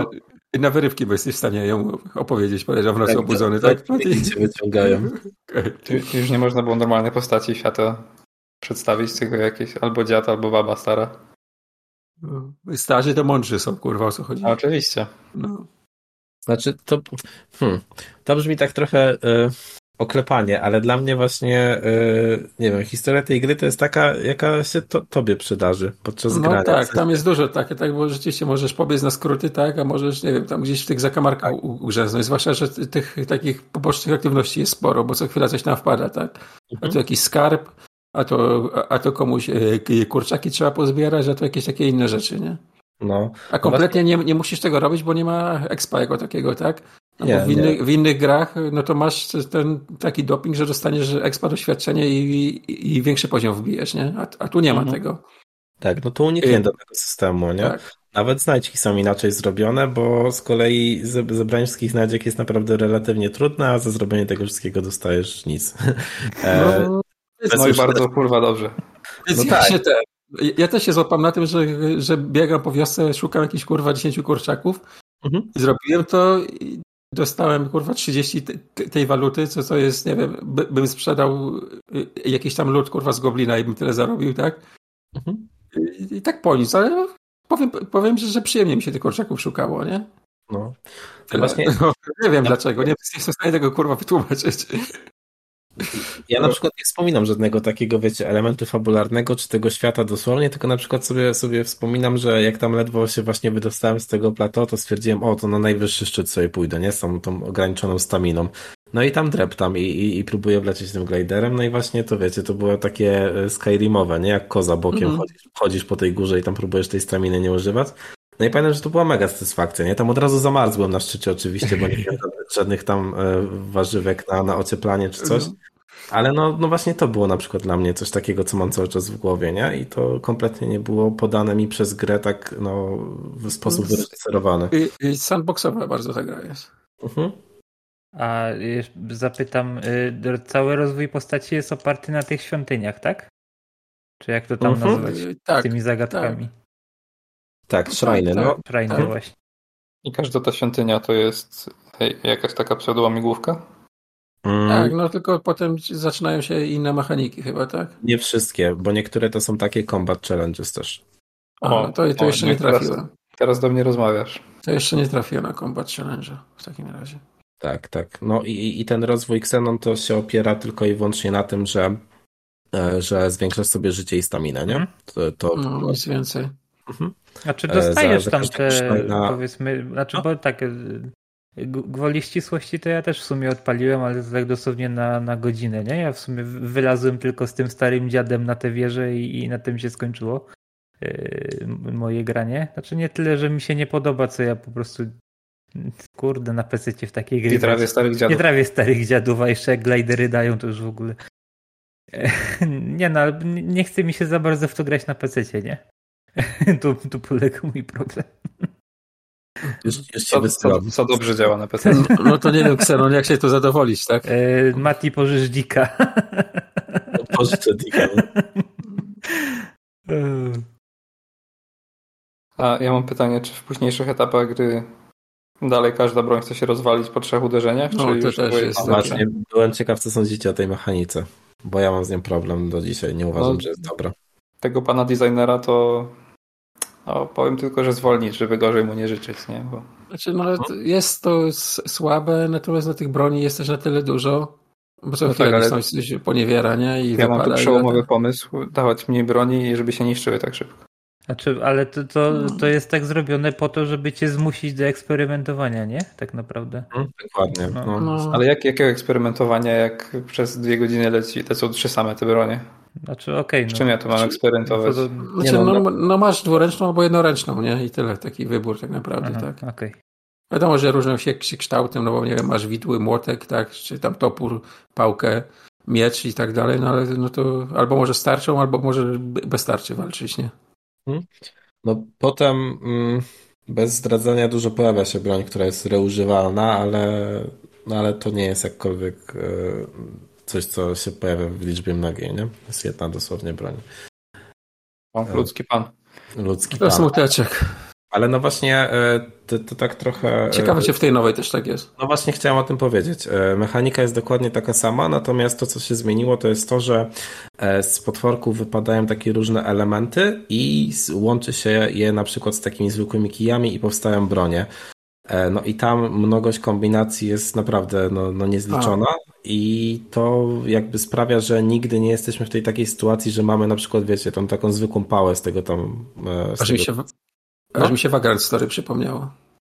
Speaker 4: Na wyrywki, bo jesteś w stanie ją opowiedzieć, powiedział w nocy tak, obudzony, tak?
Speaker 2: Tak, i cię wyciągają.
Speaker 3: Okay. Już nie można było normalnej postaci świata przedstawić, tylko jakieś albo dziad, albo baba stara.
Speaker 4: No. Starzy to mądrzy są, kurwa, o co chodzi.
Speaker 3: A, oczywiście.
Speaker 4: No.
Speaker 2: Znaczy, to, hmm, to brzmi tak trochę y, oklepanie, ale dla mnie właśnie, y, nie wiem, historia tej gry to jest taka, jaka się to, tobie przydarzy podczas
Speaker 4: no
Speaker 2: grania.
Speaker 4: No tak, tam jest dużo takie, tak, bo rzeczywiście możesz pobiec na skróty, tak, a możesz, nie wiem, tam gdzieś w tych zakamarkach tak. ugrzęznąć, zwłaszcza, że tych takich pobocznych aktywności jest sporo, bo co chwila coś tam wpada, tak? A to jakiś skarb, a to, a to komuś y, kurczaki trzeba pozbierać, a to jakieś takie inne rzeczy, nie?
Speaker 2: No.
Speaker 4: A kompletnie nie, nie musisz tego robić, bo nie ma expa jako takiego, tak? No
Speaker 2: nie,
Speaker 4: bo w, innych, w innych grach no to masz ten taki doping, że dostaniesz expa, doświadczenie i, i, i większy poziom wbijesz, nie? A, a tu nie ma mhm. tego.
Speaker 2: Tak, no to uniknięto tego systemu, nie? Tak. Nawet znajdźki są inaczej zrobione, bo z kolei zebranie wszystkich znajdziek jest naprawdę relatywnie trudne, a za zrobienie tego wszystkiego dostajesz nic.
Speaker 3: No, no i bardzo kurwa dobrze.
Speaker 4: Więc no ja, tak. się te, ja też się złapam na tym, że, że biegam po wiosce, szukam jakichś kurwa dziesięciu kurczaków. Mhm. Zrobiłem to i dostałem kurwa trzydzieści te, tej waluty, co to jest, nie wiem, by, bym sprzedał jakiś tam lód kurwa z goblina i bym tyle zarobił, tak? Mhm. I, I tak po nic, ale powiem, powiem że, że przyjemnie mi się tych kurczaków szukało, nie?
Speaker 2: No.
Speaker 4: Tyle, właśnie... no nie wiem ja... dlaczego, nie jestem w stanie tego kurwa wytłumaczyć.
Speaker 2: Ja na przykład nie wspominam żadnego takiego, wiecie, elementu fabularnego, czy tego świata dosłownie, tylko na przykład sobie, sobie wspominam, że jak tam ledwo się właśnie wydostałem z tego plateau, to stwierdziłem, o, to na najwyższy szczyt sobie pójdę, nie? Z tą, tą ograniczoną staminą. No i tam dreptam i, i, i próbuję wlecieć tym gliderem, no i właśnie to, wiecie, to było takie skyrimowe, nie? Jak koza bokiem mm-hmm. chodzisz, chodzisz po tej górze i tam próbujesz tej staminy nie używać. No i pamiętam, że to była mega satysfakcja, nie? Tam od razu zamarzłem na szczycie oczywiście, bo nie miałem żadnych tam warzywek na, na ocieplanie czy coś. Ale no, no właśnie to było na przykład dla mnie coś takiego, co mam cały czas w głowie, nie? I to kompletnie nie było podane mi przez grę tak, no, w sposób wyreżyserowany.
Speaker 4: I, i sandboxowa bardzo ta gra jest. Uh-huh.
Speaker 5: A zapytam, cały rozwój postaci jest oparty na tych świątyniach, tak? Czy jak to tam uh-huh. nazwać?
Speaker 4: Tak,
Speaker 5: tymi zagadkami.
Speaker 2: Tak, tak szrajny, tak, no.
Speaker 5: Szrajny
Speaker 4: tak.
Speaker 5: właśnie.
Speaker 3: I każda ta świątynia to jest jakaś taka pseudołamigłówka?
Speaker 4: Mm. Tak, no tylko potem zaczynają się inne mechaniki chyba, tak?
Speaker 2: Nie wszystkie, bo niektóre to są takie combat challenges też.
Speaker 4: O, o to, to o, jeszcze nie trafiłem.
Speaker 3: Teraz, teraz do mnie rozmawiasz.
Speaker 4: To jeszcze nie trafiłem na combat challenge w takim razie.
Speaker 2: Tak, tak. No i, i ten rozwój Xenon to się opiera tylko i wyłącznie na tym, że, że zwiększasz sobie życie i staminę, nie? To, to...
Speaker 4: No, nic więcej.
Speaker 2: Mhm.
Speaker 5: A czy dostajesz za, za tam te, sztajna... powiedzmy, znaczy, no. bo tak, gwoli ścisłości to ja też w sumie odpaliłem, ale to tak dosłownie na, na godzinę, nie? Ja w sumie wylazłem tylko z tym starym dziadem na tę wieżę i, i na tym się skończyło yy, moje granie. Znaczy nie tyle, że mi się nie podoba, co ja po prostu kurde, na pececie w takiej gry.
Speaker 3: Nie trawię starych dziadów.
Speaker 5: Nie trawię starych dziadów, a jeszcze jak glidery dają, to już w ogóle nie no, nie chce mi się za bardzo w to grać na pececie, nie? tu, tu polega mój problem.
Speaker 2: Już, już
Speaker 3: co, co, co dobrze działa na P C.
Speaker 4: No, no to nie wiem, Xenon, jak się tu zadowolić, tak?
Speaker 5: E, Mati, pożycz Dika.
Speaker 2: Pożyczę Dika.
Speaker 3: A ja mam pytanie, czy w późniejszych etapach gry dalej każda broń chce się rozwalić po trzech uderzeniach?
Speaker 4: No,
Speaker 3: czy
Speaker 4: to
Speaker 3: już
Speaker 4: też jest. jest
Speaker 2: właśnie, byłem ciekaw, co sądzicie o tej mechanice, bo ja mam z nią problem do dzisiaj, nie uważam, no, że jest dobra.
Speaker 3: Tego pana designera to no, powiem tylko, że zwolnić, żeby gorzej mu nie życzyć, nie? Bo...
Speaker 4: Znaczy, no, jest to słabe, natomiast na tych broni jest też na tyle dużo, bo co no chwilę tak, ale... coś poniewiera, nie? I
Speaker 3: ja mam tu przełomowy pomysł, dawać mniej broni i żeby się niszczyły tak szybko.
Speaker 5: Znaczy, ale to, to, to jest tak zrobione po to, żeby cię zmusić do eksperymentowania, nie? Tak naprawdę.
Speaker 2: Hmm, dokładnie. No.
Speaker 4: No. No.
Speaker 3: Ale jak, jakiego eksperymentowania, jak przez dwie godziny leci, lecą trzy same te bronie?
Speaker 5: Znaczy, okej. Okay,
Speaker 3: no. Z czym ja tu mam eksperymentować?
Speaker 4: To, znaczy, no, no, no masz dwuręczną albo jednoręczną, nie? I tyle, taki wybór tak naprawdę,
Speaker 5: aha,
Speaker 4: tak.
Speaker 5: Okay.
Speaker 4: Wiadomo, że różnią się, się kształtem, no bo nie wiem, masz widły, młotek, tak, czy tam topór, pałkę, miecz i tak dalej, no ale no to albo może starczą, albo może bez tarczy walczyć, nie?
Speaker 2: Hmm. No potem mm, bez zdradzania dużo pojawia się broń, która jest reużywalna, ale, no, ale to nie jest jakkolwiek e, coś, co się pojawia w liczbie mnogiej, nie? Jest jedna dosłownie broń.
Speaker 3: O, ludzki pan.
Speaker 2: Ludzki
Speaker 4: to
Speaker 2: pan.
Speaker 4: smuteczek.
Speaker 2: Ale no właśnie to, to tak trochę...
Speaker 4: Ciekawe, czy w tej nowej też tak jest.
Speaker 2: No właśnie chciałem o tym powiedzieć. Mechanika jest dokładnie taka sama, natomiast to, co się zmieniło, to jest to, że z potworków wypadają takie różne elementy i łączy się je na przykład z takimi zwykłymi kijami i powstają bronie. No i tam mnogość kombinacji jest naprawdę no, no niezliczona. A. I to jakby sprawia, że nigdy nie jesteśmy w tej takiej sytuacji, że mamy na przykład, wiecie, tą taką zwykłą pałę z tego tam... Z
Speaker 4: aż
Speaker 2: tego...
Speaker 4: mi się, aż no? mi się Vagrant Story przypomniało.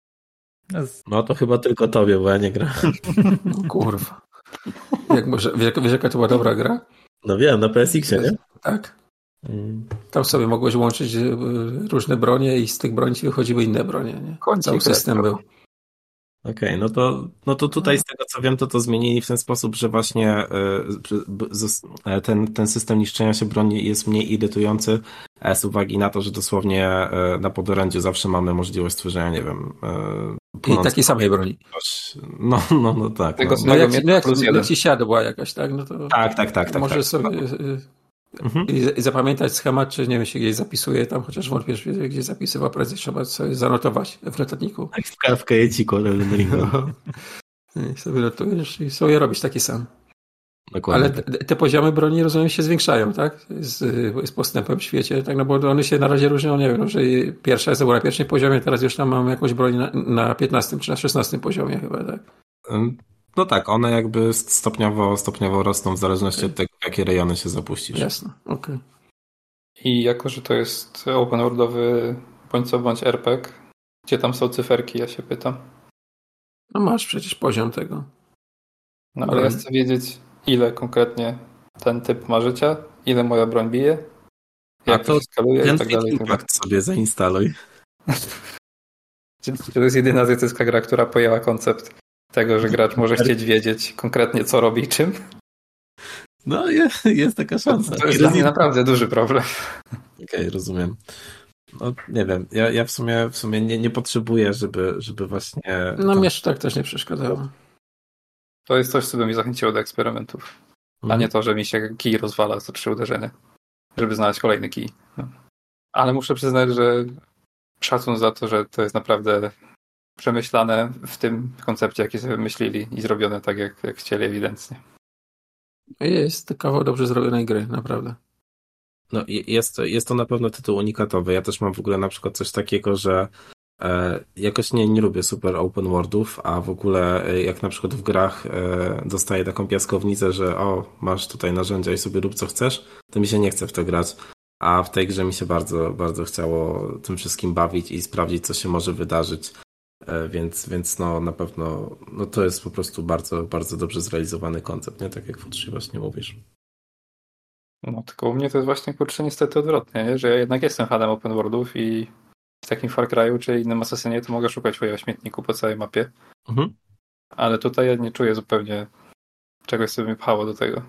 Speaker 2: No to chyba tylko tobie, bo ja nie grałem.
Speaker 4: No, kurwa. Jak może, wiesz, wiesz, jaka to była dobra gra?
Speaker 2: No wiem, na P S X-ie, nie?
Speaker 4: Tak. Hmm. Tam sobie mogłeś łączyć różne bronie i z tych broni ci wychodziły inne bronie, nie? Cały system był.
Speaker 2: Okej, okay, no to, no to tutaj z tego co wiem, to to zmienili w ten sposób, że właśnie ten, ten system niszczenia się broni jest mniej irytujący z uwagi na to, że dosłownie na podorędziu zawsze mamy możliwość stworzenia, nie wiem...
Speaker 4: I takiej samej broni.
Speaker 2: No, no, no tak.
Speaker 3: Tego
Speaker 2: no.
Speaker 3: no, jak,
Speaker 4: no jak, jak ci siadła jakaś, tak? No to
Speaker 2: tak, tak, tak. tak
Speaker 4: może
Speaker 2: tak,
Speaker 4: sobie...
Speaker 2: tak.
Speaker 4: Mhm. I zapamiętać schemat, czy nie wiem, się gdzieś zapisuje tam, chociaż wątpię, gdzieś zapisywał, prędzej trzeba sobie zanotować w notatniku.
Speaker 2: Tak, w kajeciku, ale no.
Speaker 4: I sobie notujesz i sobie robisz taki sam.
Speaker 2: Dokładnie.
Speaker 4: Ale te, te poziomy broni, rozumiem, się zwiększają, tak? Z, z postępem w świecie, tak? No bo one się na razie różnią, nie wiem, że pierwsza jest na pierwszym poziomie, teraz już tam mamy jakąś broń na, na piętnastym czy na szesnastym poziomie chyba, tak?
Speaker 2: No tak, one jakby stopniowo, stopniowo rosną w zależności okay. od tego, w jakie rejony się zapuścisz.
Speaker 4: Jasne, okej. Okay.
Speaker 3: I jako, że to jest open worldowy bądź co bądź er pe gie, gdzie tam są cyferki, ja się pytam.
Speaker 4: No masz przecież poziom tego.
Speaker 3: No ale ja chcę wiedzieć, ile konkretnie ten typ ma życia, ile moja broń bije, jak
Speaker 2: A to,
Speaker 3: to się skaluje
Speaker 2: ten
Speaker 3: i tak dalej.
Speaker 2: Impact sobie zainstaluj.
Speaker 3: Czy to jest jedyna azjatycka gra, która pojęła koncept tego, że gracz może chcieć wiedzieć konkretnie, co robi i czym?
Speaker 2: No, jest, jest taka szansa.
Speaker 3: To, to jest dla mnie naprawdę duży problem.
Speaker 2: Okej, okay, rozumiem. No, nie wiem, ja, ja w sumie, w sumie nie, nie potrzebuję, żeby, żeby właśnie...
Speaker 4: No, mnie tak też nie przeszkadzało.
Speaker 3: To jest coś, co by mi zachęciło do eksperymentów. Mhm. A nie to, że mi się kij rozwala co trzy uderzenia, żeby znaleźć kolejny kij. No. Ale muszę przyznać, że szacun za to, że to jest naprawdę przemyślane w tym koncepcie, jaki sobie myśleli i zrobione tak, jak, jak chcieli ewidentnie.
Speaker 4: Jest to kawał dobrze zrobionej gry, naprawdę.
Speaker 2: No jest, jest to na pewno tytuł unikatowy. Ja też mam w ogóle na przykład coś takiego, że e, jakoś nie, nie lubię super open worldów, a w ogóle e, jak na przykład w grach e, dostaję taką piaskownicę, że o, masz tutaj narzędzia i sobie rób co chcesz, to mi się nie chce w to grać. A w tej grze mi się bardzo, bardzo chciało tym wszystkim bawić i sprawdzić, co się może wydarzyć. Więc, więc no na pewno no to jest po prostu bardzo, bardzo dobrze zrealizowany koncept, nie? Tak jak Futrzy właśnie mówisz.
Speaker 3: No tylko u mnie to jest właśnie kurczę niestety odwrotnie, nie? Że ja jednak jestem fanem open worldów i w takim Far Cry'u czy innym Assassinie to mogę szukać swojego śmietniku po całej mapie. Mhm. Ale tutaj ja nie czuję zupełnie czegoś, co by mi pchało do tego.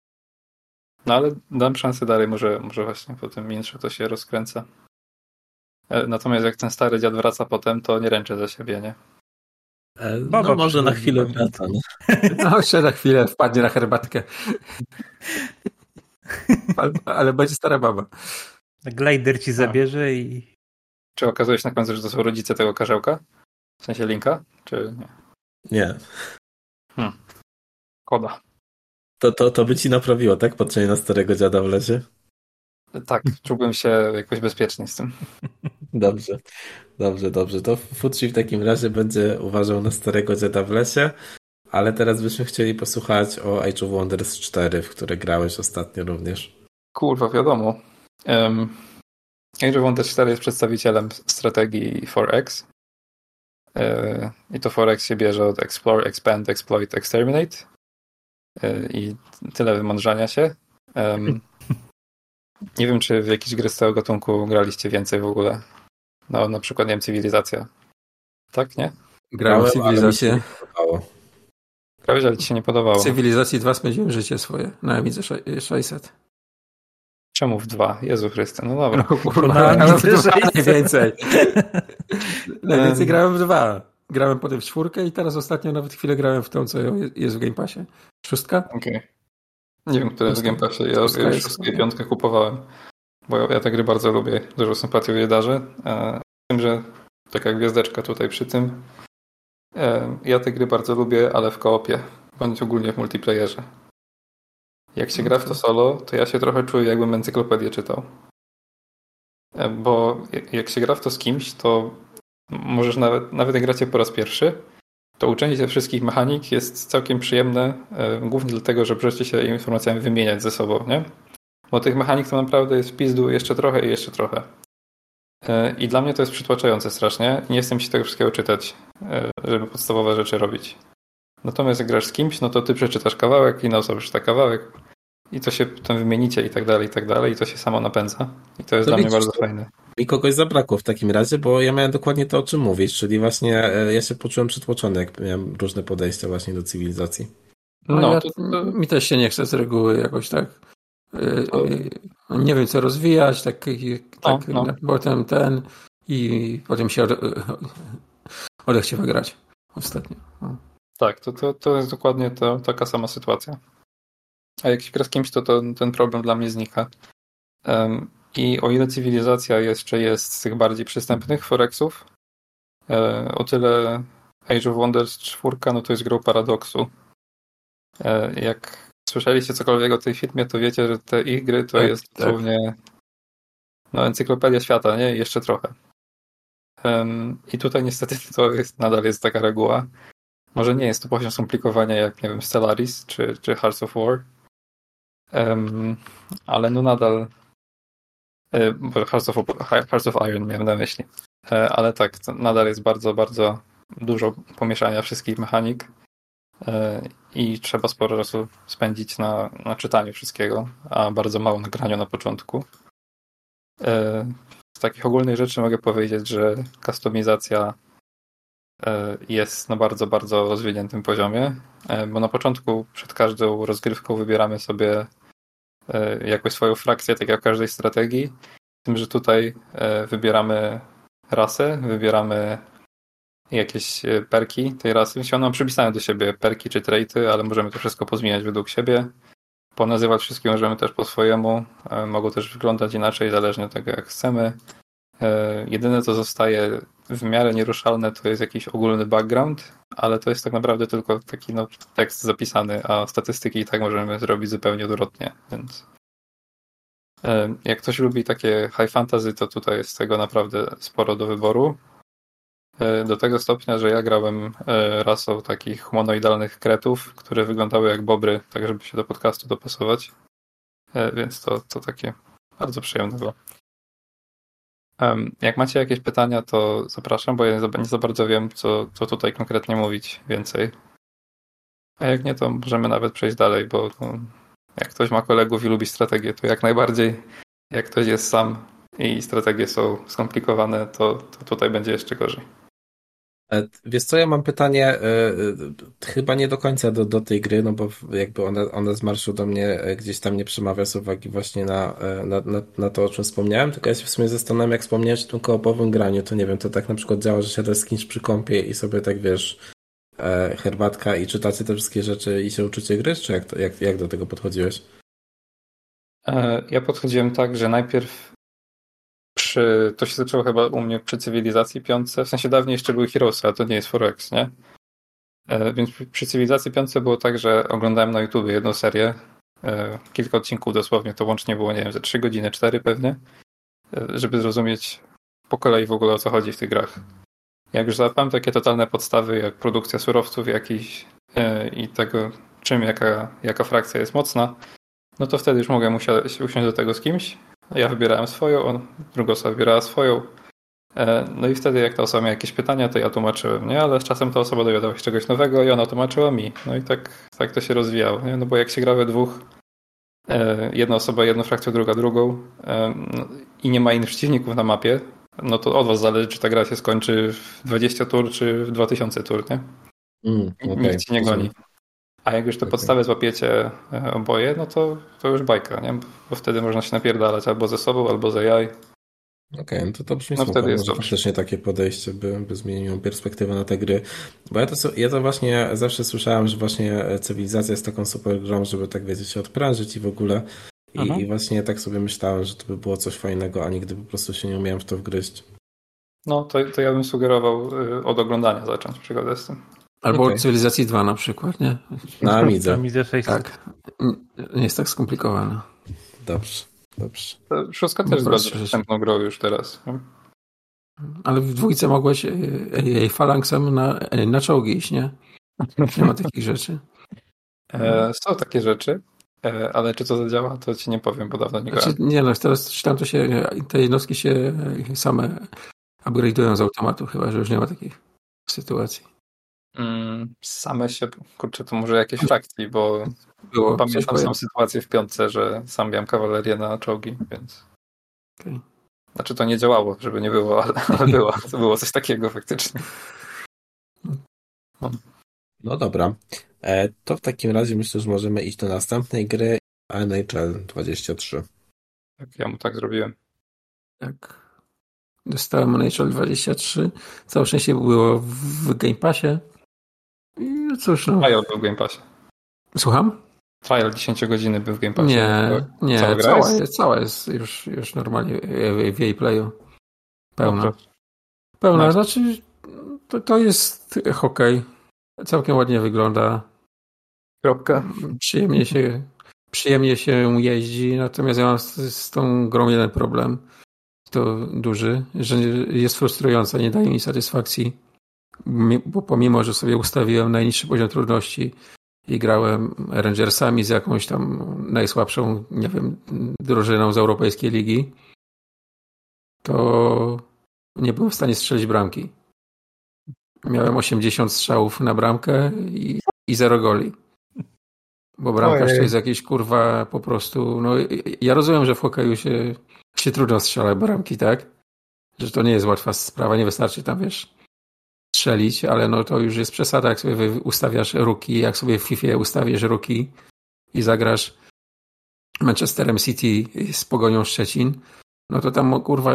Speaker 3: No ale dam szansę dalej, może, może właśnie po tym intrze to się rozkręca. Natomiast jak ten stary dziad wraca potem, to nie ręczę za siebie, nie?
Speaker 2: No, no może na chwilę wraca. No.
Speaker 4: no jeszcze na chwilę wpadnie na herbatkę. ale, ale będzie stara baba.
Speaker 5: Glider ci zabierze i...
Speaker 3: Czy okazuje się na końcu, że to są rodzice tego karzełka? W sensie Linka? Czy nie?
Speaker 2: Nie.
Speaker 3: Hmm. Koda.
Speaker 2: To, to, to by ci naprawiło, tak? Patrzenie na starego dziada w lesie?
Speaker 3: Tak, czułbym się jakoś bezpiecznie z tym.
Speaker 2: Dobrze, dobrze, dobrze. To Futrzy w takim razie będzie uważał na starego dziada w lesie, ale teraz byśmy chcieli posłuchać o Age of Wonders cztery, w które grałeś ostatnio również.
Speaker 3: Kurwa, wiadomo. Um, Age of Wonders cztery jest przedstawicielem strategii four X. Yy, I to four X się bierze od Explore, Expand, Exploit, Exterminate. Yy, I tyle wymądrzania się. Um, Nie wiem, czy w jakieś gry z tego gatunku graliście więcej w ogóle. No, na przykład, nie wiem, Cywilizacja. Tak, nie?
Speaker 4: Grałem w Cywilizację.
Speaker 3: Grałeś, ale ci się nie podobało.
Speaker 4: W Cywilizacji dwa spędziłem życie swoje na Amidze sześćset.
Speaker 3: Czemu w dwa? Jezu Chryste, no dobra.
Speaker 4: No, kurwa, grałem w dwa najwięcej. Najwięcej grałem w dwa. Grałem potem w czwórkę i teraz ostatnio nawet chwilę grałem w tą, co jest w Game Passie. Szóstka?
Speaker 3: Okej. Okay. Nie wiem, które jest w Game Passie. Ja już szóstkę i piątkę kupowałem. Bo ja, ja te gry bardzo lubię. Dużo sympatii je darzę. tym, że taka gwiazdeczka tutaj przy tym. Ja te gry bardzo lubię, ale w koopie, bądź ogólnie w multiplayerze. Jak się gra w to solo, to ja się trochę czuję, jakbym encyklopedię czytał. Bo jak się gra w to z kimś, to możesz nawet, nawet jak gracie po raz pierwszy, to uczenie się wszystkich mechanik jest całkiem przyjemne, głównie dlatego, że możecie się informacjami wymieniać ze sobą, nie? Bo tych mechanik to naprawdę jest w pizdu jeszcze trochę i jeszcze trochę. I dla mnie to jest przytłaczające strasznie. Nie chcę się tego wszystkiego czytać, żeby podstawowe rzeczy robić. Natomiast jak grasz z kimś, no to ty przeczytasz kawałek, inna osoba przeczyta kawałek i to się potem wymienicie i tak dalej, i tak dalej i to się samo napędza. I to jest to dla widzisz, mnie bardzo fajne.
Speaker 2: Mi kogoś zabrakło w takim razie, bo ja miałem dokładnie to, o czym mówisz, czyli właśnie ja się poczułem przytłoczony, jak miałem różne podejścia właśnie do cywilizacji.
Speaker 4: No, no ja, to, to... mi też się nie chce z reguły jakoś tak to... nie wiem co rozwijać, tak, tak no, no. Potem ten i potem się odechciewa grać ostatnio. No.
Speaker 3: Tak, to, to, to jest dokładnie to, taka sama sytuacja. A jak się gra z kimś, to, to ten problem dla mnie znika. Um, I o ile cywilizacja jeszcze jest z tych bardziej przystępnych Forexów, e, o tyle Age of Wonders cztery, no to jest grą paradoksu. E, jak słyszeliście cokolwiek o tej firmie, to wiecie, że te ich gry to tak, jest dosłownie tak. no, encyklopedia świata, nie? I jeszcze trochę. Um, I tutaj niestety to jest, nadal jest taka reguła. Może nie jest to poziom skomplikowania jak, nie wiem, Stellaris czy, czy Hearts of War, um, ale no nadal e, Hearts of, Hearts of Iron miałem na myśli. E, ale tak, nadal jest bardzo, bardzo dużo pomieszania wszystkich mechanik e, i trzeba sporo czasu spędzić na, na czytaniu wszystkiego, a bardzo mało na graniu na początku. E, z takich ogólnych rzeczy mogę powiedzieć, że kustomizacja jest na bardzo, bardzo rozwiniętym poziomie, bo na początku przed każdą rozgrywką wybieramy sobie jakąś swoją frakcję, tak jak w każdej strategii, z tym, że tutaj wybieramy rasę, wybieramy jakieś perki tej rasy, one mam przypisane do siebie perki czy traity, ale możemy to wszystko pozmieniać według siebie, ponazywać wszystkie możemy też po swojemu, mogą też wyglądać inaczej, zależnie od tego jak chcemy. Jedyne co zostaje w miarę nieruszalne to jest jakiś ogólny background, ale to jest tak naprawdę tylko taki no, tekst zapisany, a statystyki i tak możemy zrobić zupełnie odwrotnie, więc jak ktoś lubi takie high fantasy, to tutaj jest tego naprawdę sporo do wyboru. Do tego stopnia, że ja grałem rasą takich humanoidalnych kretów, które wyglądały jak bobry, tak żeby się do podcastu dopasować, więc to, to takie bardzo przyjemne było. Jak macie jakieś pytania, to zapraszam, bo ja nie za bardzo wiem, co, co tutaj konkretnie mówić więcej. A jak nie, to możemy nawet przejść dalej, bo no, jak ktoś ma kolegów i lubi strategię, to jak najbardziej. Jak ktoś jest sam i strategie są skomplikowane, to, to tutaj będzie jeszcze gorzej.
Speaker 2: Wiesz co, ja mam pytanie yy, chyba nie do końca do, do tej gry, no bo jakby ona, ona z marszu do mnie gdzieś tam nie przemawia z uwagi właśnie na, na, na, na to, o czym wspomniałem, tylko ja się w sumie zastanawiam, jak wspomniałeś o tym koopowym graniu, to nie wiem, to tak na przykład działa, że siadasz z kimś przy kąpie i sobie tak wiesz, e, herbatka i czytacie te wszystkie rzeczy i się uczycie gry, czy jak, to, jak, jak do tego podchodziłeś?
Speaker 3: Ja podchodziłem tak, że najpierw Przy, to się zaczęło chyba u mnie przy Cywilizacji piątce, w sensie dawniej jeszcze były Heroesy, ale to nie jest Forex, nie? E, więc przy, przy Cywilizacji piątce było tak, że oglądałem na YouTubie jedną serię, e, kilka odcinków dosłownie, to łącznie było, nie wiem, ze trzy godziny, cztery pewnie, e, żeby zrozumieć po kolei w ogóle o co chodzi w tych grach. Jak już załapałem takie totalne podstawy, jak produkcja surowców jakichś e, i tego, czym jaka, jaka frakcja jest mocna, no to wtedy już mogłem usiąść, usiąść do tego z kimś. Ja wybierałem swoją, on, druga osoba wybierała swoją. No i wtedy jak ta osoba miała jakieś pytania, to ja tłumaczyłem, nie? Ale z czasem ta osoba dowiadała się czegoś nowego i ona tłumaczyła mi. No i tak, tak to się rozwijało, nie? No bo jak się gra we dwóch, jedna osoba jedną frakcją, druga drugą no, i nie ma innych przeciwników na mapie, no to od was zależy, czy ta gra się skończy w dwadzieścia tur, czy w dwa tysiące tur, nie? Mm, okay. Nikt ci nie goni. A jak już te okay. podstawy złapiecie oboje, no to, to już bajka, nie? Bo wtedy można się napierdalać albo ze sobą, albo z A I.
Speaker 2: Okej, okay, no to to brzmi
Speaker 3: no
Speaker 2: super.
Speaker 3: Wtedy jest
Speaker 2: Może faktycznie takie podejście by, by zmieniło perspektywę na te gry. Bo ja to, ja to właśnie zawsze słyszałem, że właśnie Cywilizacja jest taką super grą, żeby tak wiecie, się odprężyć i w ogóle. I, I właśnie tak sobie myślałem, że to by było coś fajnego, a nigdy po prostu się nie umiałem w to wgryźć.
Speaker 3: No, to, to ja bym sugerował od oglądania zacząć przygodę z tym.
Speaker 4: Albo
Speaker 2: okay.
Speaker 4: od Cywilizacji dwa na przykład, nie?
Speaker 2: Na Amidze.
Speaker 5: Na Amidze sześćset.
Speaker 4: Tak. Nie jest tak skomplikowane.
Speaker 2: Dobrze, dobrze.
Speaker 3: To szóstka też jest bardzo przystępną grą już teraz. Nie?
Speaker 4: Ale w dwójce mogłeś jej falanksem na, na czołgi iść, nie? Nie ma takich rzeczy.
Speaker 3: E, są takie rzeczy, e, ale czy to zadziała, to ci nie powiem, bo dawno nie grałem.
Speaker 4: Znaczy, nie no, teraz czytam, to się, te jednostki się same upgrade'ują z automatu, chyba, że już nie ma takich sytuacji.
Speaker 3: Mm, same się, kurczę, to może jakieś frakcji, bo
Speaker 4: Było,
Speaker 3: pamiętam sam sytuację w piątce, że sam miałem kawalerię na czołgi, więc...
Speaker 4: Okay.
Speaker 3: Znaczy to nie działało, żeby nie było, ale, ale było, to było coś takiego faktycznie.
Speaker 2: No, no dobra. E, to w takim razie myślę, że możemy iść do następnej gry N H L dwadzieścia trzy.
Speaker 3: Tak, ja mu tak zrobiłem.
Speaker 4: Tak. Dostałem N H L dwadzieścia trzy. Całe szczęście było w Game Passie. I no cóż, no.
Speaker 3: Trial był w Game Passie.
Speaker 4: Słucham?
Speaker 3: Trial dziesięć godzin był w Game Passie.
Speaker 4: Nie, nie.
Speaker 3: Cała,
Speaker 4: cała,
Speaker 3: jest?
Speaker 4: jest, cała jest już, już normalnie w jej playu. Pełna.
Speaker 3: Dobrze.
Speaker 4: Pełna,
Speaker 3: Nice.
Speaker 4: znaczy to, to jest hokej. Całkiem ładnie wygląda.
Speaker 3: Kropka.
Speaker 4: Przyjemnie się, przyjemnie się jeździ, natomiast ja mam z, z tą grą jeden problem. To duży, że jest frustrująca, nie daje mi satysfakcji. Bo pomimo, że sobie ustawiłem najniższy poziom trudności i grałem Rangersami z jakąś tam najsłabszą, nie wiem, drużyną z Europejskiej Ligi, to nie byłem w stanie strzelić bramki. Miałem osiemdziesiąt strzałów na bramkę i, i zero goli. Bo bramkarz to jest jakiś kurwa po prostu, no ja rozumiem, że w hokeju się, się trudno strzela bramki, tak? Że to nie jest łatwa sprawa, nie wystarczy tam, wiesz, strzelić, ale no to już jest przesada, jak sobie ustawiasz ruki, jak sobie w FIFA ustawisz ruki i zagrasz Manchesterem City z Pogonią Szczecin, no to tam kurwa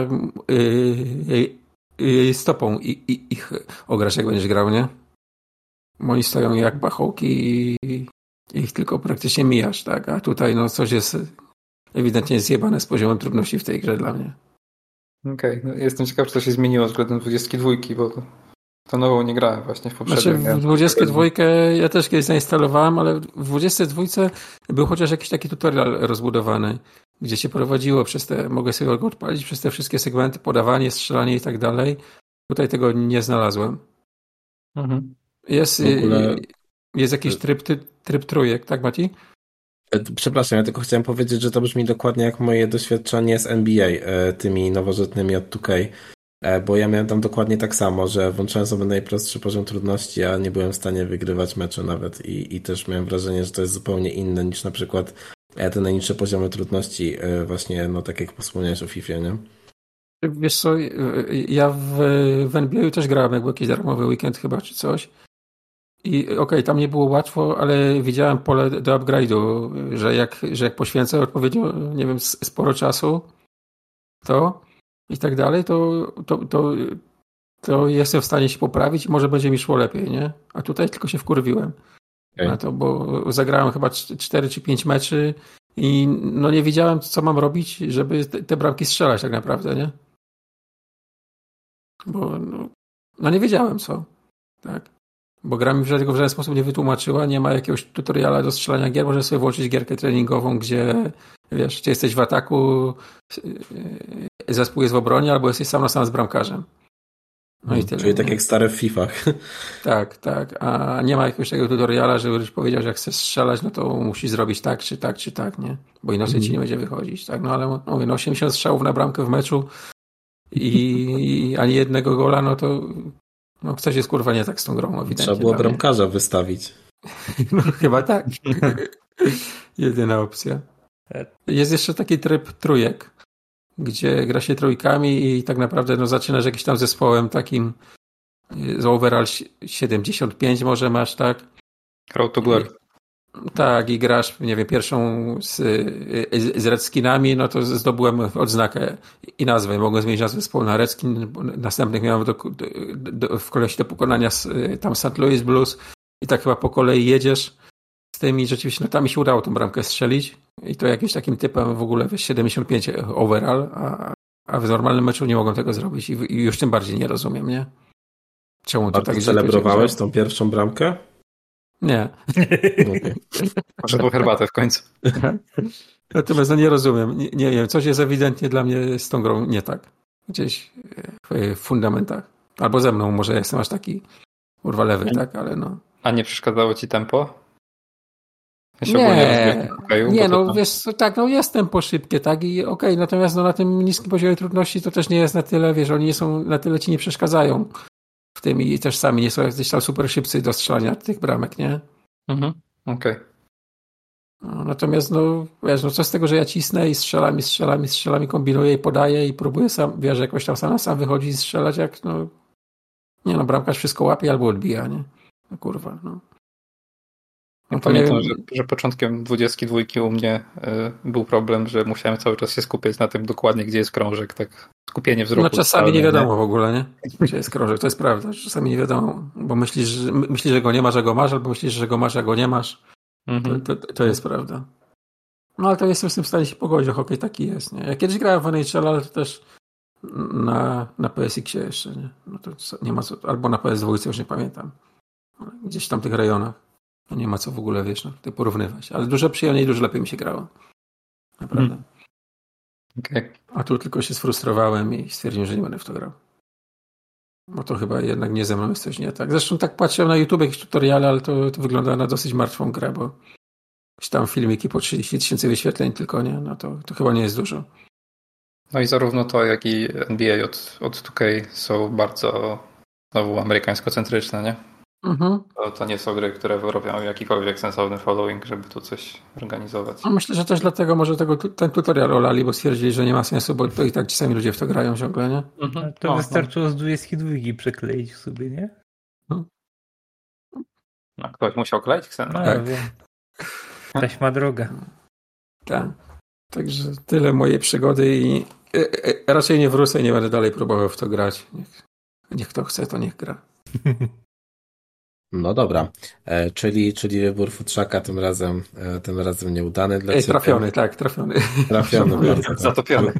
Speaker 4: yy, yy, stopą i, i, ich ograsz, jak będziesz grał, nie? Bo oni stoją jak bachołki i, i ich tylko praktycznie mijasz, tak? A tutaj no coś jest ewidentnie zjebane z poziomem trudności w tej grze dla mnie.
Speaker 3: Okej, okay. No, jestem ciekaw, czy to się zmieniło względem dwudziestki dwójki, bo to nową nie grałem właśnie w poprzednim.
Speaker 4: Znaczy w dwudziestce dwójkę ja też kiedyś zainstalowałem, ale w dwudziestce dwójce był chociaż jakiś taki tutorial rozbudowany, gdzie się prowadziło przez te, mogę sobie go odpalić, przez te wszystkie segmenty, podawanie, strzelanie i tak dalej. Tutaj tego nie znalazłem.
Speaker 3: Mhm.
Speaker 4: Jest, ogóle... jest jakiś tryb, tryb trójek, tak Mati?
Speaker 2: Przepraszam, ja tylko chciałem powiedzieć, że to brzmi dokładnie jak moje doświadczenie z N B A, tymi nowożytnymi od two K. Bo ja miałem tam dokładnie tak samo, że włączyłem sobie najprostszy poziom trudności, a nie byłem w stanie wygrywać meczu nawet i, i też miałem wrażenie, że to jest zupełnie inne niż na przykład te najniższe poziomy trudności właśnie, no tak jak wspomniałeś o FIFA, nie?
Speaker 4: Wiesz co, ja w, w N B A też grałem, jak był jakiś darmowy weekend chyba, czy coś. I okej, okay, tam nie było łatwo, ale widziałem pole do upgrade'u, że jak, że jak poświęcę odpowiednio, nie wiem, sporo czasu, to i tak dalej, to, to, to, to jestem w stanie się poprawić i może będzie mi szło lepiej, nie? A tutaj tylko się wkurwiłem okay. na to, bo zagrałem chyba cztery czy pięć meczy i no nie wiedziałem, co mam robić, żeby te, te bramki strzelać tak naprawdę, nie? Bo no, no nie wiedziałem co, tak? Bo gra mi tego w żaden sposób nie wytłumaczyła, nie ma jakiegoś tutoriala do strzelania gier, możesz sobie włączyć gierkę treningową, gdzie wiesz, gdzie jesteś w ataku, zespół jest w obronie, albo jesteś sam na sam z bramkarzem. No i tyle.
Speaker 2: Czyli tak jak stare w fifach. Tak,
Speaker 4: tak. A nie ma jakiegoś takiego tutoriala, żebyś powiedział, że jak chcesz strzelać, no to musisz zrobić tak, czy tak, czy tak, nie? Bo inaczej mm. ci nie będzie wychodzić, tak? No ale mówię, no osiemdziesiąt strzałów na bramkę w meczu i, i ani jednego gola, no to no coś jest kurwa nie tak z tą grą, ewidentnie.
Speaker 2: Trzeba było bramkarza wystawić.
Speaker 4: No chyba tak. Jedyna opcja. Jest jeszcze taki tryb trójek, gdzie gra się trójkami i tak naprawdę no, zaczynasz jakimś tam zespołem takim z overall siedemdziesiąt pięć może masz, tak?
Speaker 3: Road to Glory.
Speaker 4: Tak, i grasz, nie wiem, pierwszą z, z Redskinami, no to zdobyłem odznakę i nazwę. Mogłem zmienić nazwę zespołu na Redskin, następnych miałem do, do, do, w kolejności do pokonania z, tam Saint Louis Blues i tak chyba po kolei jedziesz z tymi, rzeczywiście, no tam mi się udało tą bramkę strzelić i to jakimś takim typem w ogóle, wiesz, siedemdziesiąt pięć overall, a, a w normalnym meczu nie mogą tego zrobić i, i już tym bardziej nie rozumiem, nie? Czemu to
Speaker 2: A
Speaker 4: tak
Speaker 2: ty celebrowałeś tą pierwszą bramkę?
Speaker 4: Nie.
Speaker 2: Okay.
Speaker 3: Może po herbatę w końcu.
Speaker 4: Natomiast no nie rozumiem. Nie, nie wiem, coś jest ewidentnie dla mnie z tą grą nie tak. Gdzieś w fundamentach. Albo ze mną, może jestem aż taki kurwa lewy, tak, ale no.
Speaker 3: A nie przeszkadzało ci tempo? Ja się
Speaker 4: nie,
Speaker 3: pokoju,
Speaker 4: nie no
Speaker 3: tam...
Speaker 4: wiesz, tak, no jest tempo szybkie, tak, i okej, okay, natomiast no na tym niskim poziomie trudności to też nie jest na tyle, wiesz, oni nie są, na tyle ci nie przeszkadzają w tym i też sami nie są jacyś tam super szybcy do strzelania tych bramek, nie?
Speaker 3: Mhm, okej. Okay.
Speaker 4: No, natomiast no, wiesz, no co z tego, że ja cisnę i strzelam i strzelam i strzelam i kombinuję i podaję i próbuję sam, wiesz, jakoś tam sam na sam wychodzi i strzelać, jak no, nie no, bramkarz wszystko łapie albo odbija, nie? No kurwa, no.
Speaker 3: Ja no pamiętam, że, że początkiem dwudziestki dwójki u mnie y, był problem, że musiałem cały czas się skupiać na tym dokładnie, gdzie jest krążek, tak skupienie wzroku.
Speaker 4: No czasami nie wiadomo nie? w ogóle, nie? Gdzie jest krążek, to jest prawda, czasami nie wiadomo, bo myślisz, że, myślisz, że go nie masz, że go masz, albo myślisz, że go masz, a go nie masz. Mhm. To, to, to jest prawda. No ale to jestem z tym w stanie się pogodzić, że hokej taki jest, nie? Ja kiedyś grałem w N H L, ale to też na, na P S X-ie jeszcze, nie? No to nie ma co, albo na P S dwa, już nie pamiętam. Gdzieś w tamtych rejonach. No nie ma co w ogóle, wiesz, no, ty porównywać. Ale dużo przyjemniej, dużo lepiej mi się grało. Naprawdę. Hmm.
Speaker 3: Okay.
Speaker 4: A tu tylko się sfrustrowałem i stwierdziłem, że nie będę w to grał. Bo to chyba jednak nie ze mną jest coś nie tak. Zresztą tak patrzyłem na YouTube jakieś tutoriale, ale to, to wygląda na dosyć martwą grę, bo tam filmiki po trzydzieści tysięcy wyświetleń tylko, nie? No to, to chyba nie jest dużo.
Speaker 3: No i zarówno to, jak i N B A od, od two K są bardzo znowu amerykańsko-centryczne, nie? Mhm. To, to nie są gry, które robią jakikolwiek sensowny following, żeby tu coś organizować.
Speaker 4: No myślę, że też dlatego może tego, ten tutorial olali, bo stwierdzili, że nie ma sensu, bo to i tak ci sami ludzie w to grają ciągle, nie?
Speaker 5: Mhm. To no, wystarczyło no. z dwudziestki dwójki przekleić sobie, nie?
Speaker 3: No. A ktoś musiał kleić Xena?
Speaker 5: No, tak. Wiem. Taśma droga.
Speaker 4: Tak. Także tyle mojej przygody i e, e, raczej nie wrócę i nie będę dalej próbował w to grać. Niech, niech kto chce, to niech gra.
Speaker 2: No dobra, e, czyli, czyli wybór futrzaka tym razem e, tym razem nieudany dla
Speaker 4: Ej,
Speaker 2: ciebie.
Speaker 4: Trafiony, tak, trafiony.
Speaker 2: Trafiony. Bardzo,
Speaker 3: zatopiony.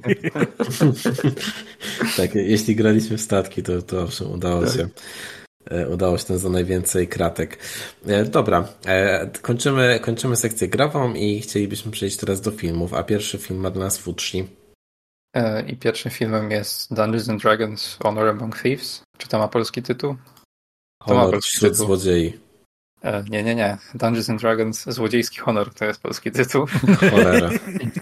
Speaker 2: Tak, jeśli graliśmy w statki, to, to owszem, udało tak. się e, udało się ten za najwięcej kratek. E, dobra, e, kończymy, kończymy sekcję grową i chcielibyśmy przejść teraz do filmów, a pierwszy film ma dla nas Futrzi.
Speaker 3: E, I pierwszym filmem jest Dungeons and Dragons Honor Among Thieves. Czy to ma polski tytuł?
Speaker 2: To Honor wśród tytuł. Złodziei.
Speaker 3: E, nie, nie, nie. Dungeons and Dragons Złodziejski Honor to jest polski tytuł.
Speaker 2: Cholera.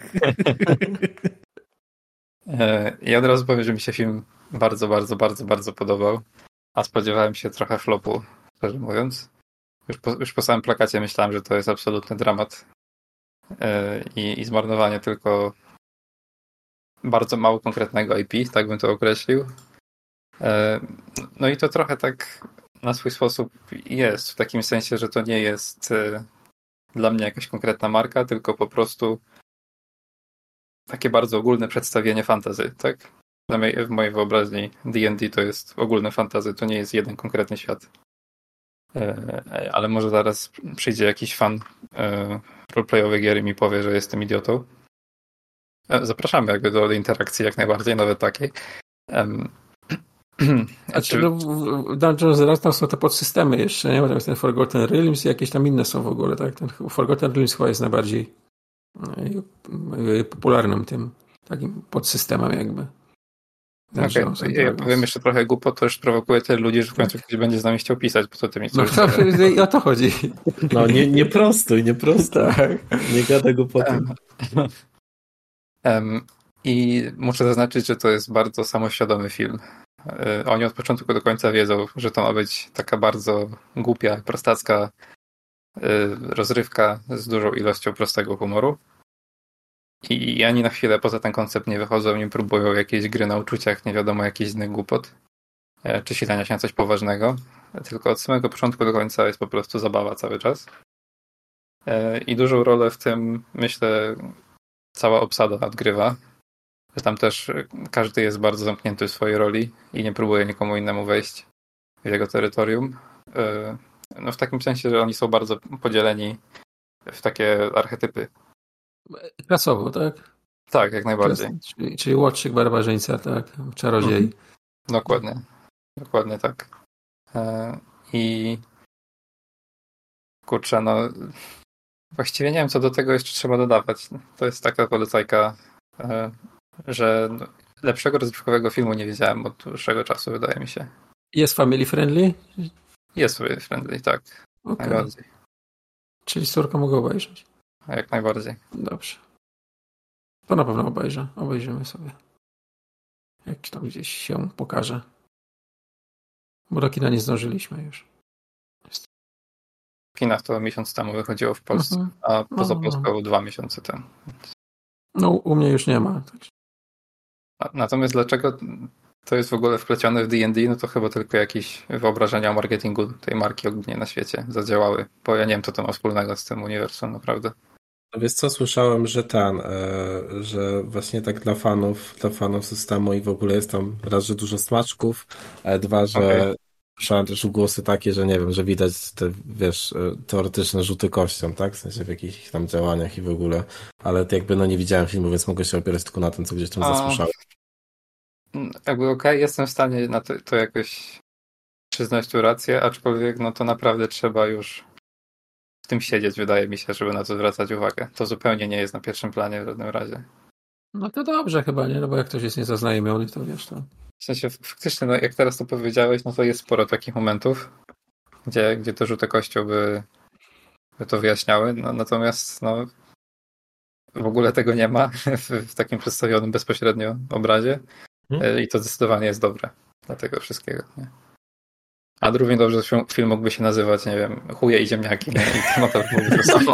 Speaker 3: e, I od razu powiem, że mi się film bardzo, bardzo, bardzo, bardzo podobał. A spodziewałem się trochę flopu, szczerze mówiąc. Już po, już po samym plakacie myślałem, że to jest absolutny dramat. E, i, I zmarnowanie tylko bardzo mało konkretnego I P, tak bym to określił. E, no i to trochę tak na swój sposób jest, w takim sensie, że to nie jest y, dla mnie jakaś konkretna marka, tylko po prostu takie bardzo ogólne przedstawienie fantasy, tak? Przynajmniej w mojej wyobraźni D and D to jest ogólne fantasy, to nie jest jeden konkretny świat. Y, ale może zaraz przyjdzie jakiś fan y, roleplayowych gier i mi powie, że jestem idiotą. Y, zapraszamy jakby do interakcji jak najbardziej, nawet takiej. Um,
Speaker 4: A czy no, w Dungeons and Dragons są te podsystemy jeszcze, nie? Bo tam jest ten Forgotten Realms i jakieś tam inne są w ogóle, tak? Ten Forgotten Realms chyba jest najbardziej popularnym tym takim podsystemem jakby.
Speaker 3: Okej, okay. Ja powiem jeszcze trochę głupot, to już prowokuje tyle ludzi, że w końcu ktoś będzie z nami chciał pisać, bo to ty mi coś...
Speaker 4: No to, o to chodzi.
Speaker 2: No nie, nie prostuj, nie prostuj.
Speaker 4: Tak.
Speaker 2: Nie gada głupoty.
Speaker 3: Um, I muszę zaznaczyć, że to jest bardzo samoświadomy film. Oni od początku do końca wiedzą, że to ma być taka bardzo głupia, prostacka rozrywka z dużą ilością prostego humoru. I ani na chwilę poza ten koncept nie wychodzą, nie próbują jakiejś gry na uczuciach, nie wiadomo, jakichś innych głupot, czy silenia się na coś poważnego. Tylko od samego początku do końca jest po prostu zabawa cały czas. I dużą rolę w tym, myślę, cała obsada odgrywa. Że tam też każdy jest bardzo zamknięty w swojej roli i nie próbuje nikomu innemu wejść w jego terytorium. No w takim sensie, że oni są bardzo podzieleni w takie archetypy.
Speaker 4: Klasowo, tak?
Speaker 3: Tak, jak najbardziej.
Speaker 4: Czyli, czyli łotrzyk, barbarzyńca, tak? Czarodziej.
Speaker 3: Mhm. Dokładnie. Dokładnie tak. E, I kurczę, no właściwie nie wiem, co do tego jeszcze trzeba dodawać. To jest taka polecajka, e, że lepszego rozrywkowego filmu nie widziałem od dłuższego czasu, wydaje mi się.
Speaker 4: Jest family friendly?
Speaker 3: Jest family friendly, tak.
Speaker 4: Okay.
Speaker 3: Najbardziej.
Speaker 4: Czyli z córką mogę obejrzeć?
Speaker 3: Jak najbardziej.
Speaker 4: Dobrze. To na pewno obejrzę. Obejrzymy sobie. Jak to gdzieś się pokaże. Bo do kina nie zdążyliśmy już. Jest.
Speaker 3: W kinach to miesiąc temu wychodziło w Polsce, mhm. a poza
Speaker 4: no,
Speaker 3: Polską
Speaker 4: no.
Speaker 3: dwa miesiące temu.
Speaker 4: No u mnie już nie ma. Tak.
Speaker 3: A, natomiast dlaczego to jest w ogóle wplecione w D and D, no to chyba tylko jakieś wyobrażenia o marketingu tej marki ogólnie na świecie zadziałały, bo ja nie wiem, co to ma wspólnego z tym uniwersum, naprawdę.
Speaker 2: No wiesz co, słyszałem, że ten, e, że właśnie tak dla fanów, dla fanów systemu i w ogóle jest tam raz, że dużo smaczków, a dwa, że okay. Słyszałem też głosy takie, że nie wiem, że widać te, wiesz, teoretyczne rzuty kością, tak? W sensie w jakichś tam działaniach i w ogóle, ale jakby no nie widziałem filmu, więc mogę się opierać tylko na tym, co gdzieś tam zasłyszałem.
Speaker 3: Jakby okej, okay, jestem w stanie na to, to jakoś przyznać tu rację, aczkolwiek no to naprawdę trzeba już w tym siedzieć, wydaje mi się, żeby na to zwracać uwagę. To zupełnie nie jest na pierwszym planie w żadnym razie.
Speaker 4: No to dobrze chyba, nie? No bo jak ktoś jest niezaznajomiony, to wiesz to.
Speaker 3: W sensie faktycznie, no jak teraz to powiedziałeś, no to jest sporo takich momentów, gdzie, gdzie te rzuty kością by, by to wyjaśniały, no, natomiast no w ogóle tego nie ma w, w takim przedstawionym bezpośrednio obrazie hmm. i to zdecydowanie jest dobre dla tego wszystkiego, nie? A równie dobrze film mógłby się nazywać, nie wiem, Chuje i ziemniaki, nie? I to na to byłoby to samo.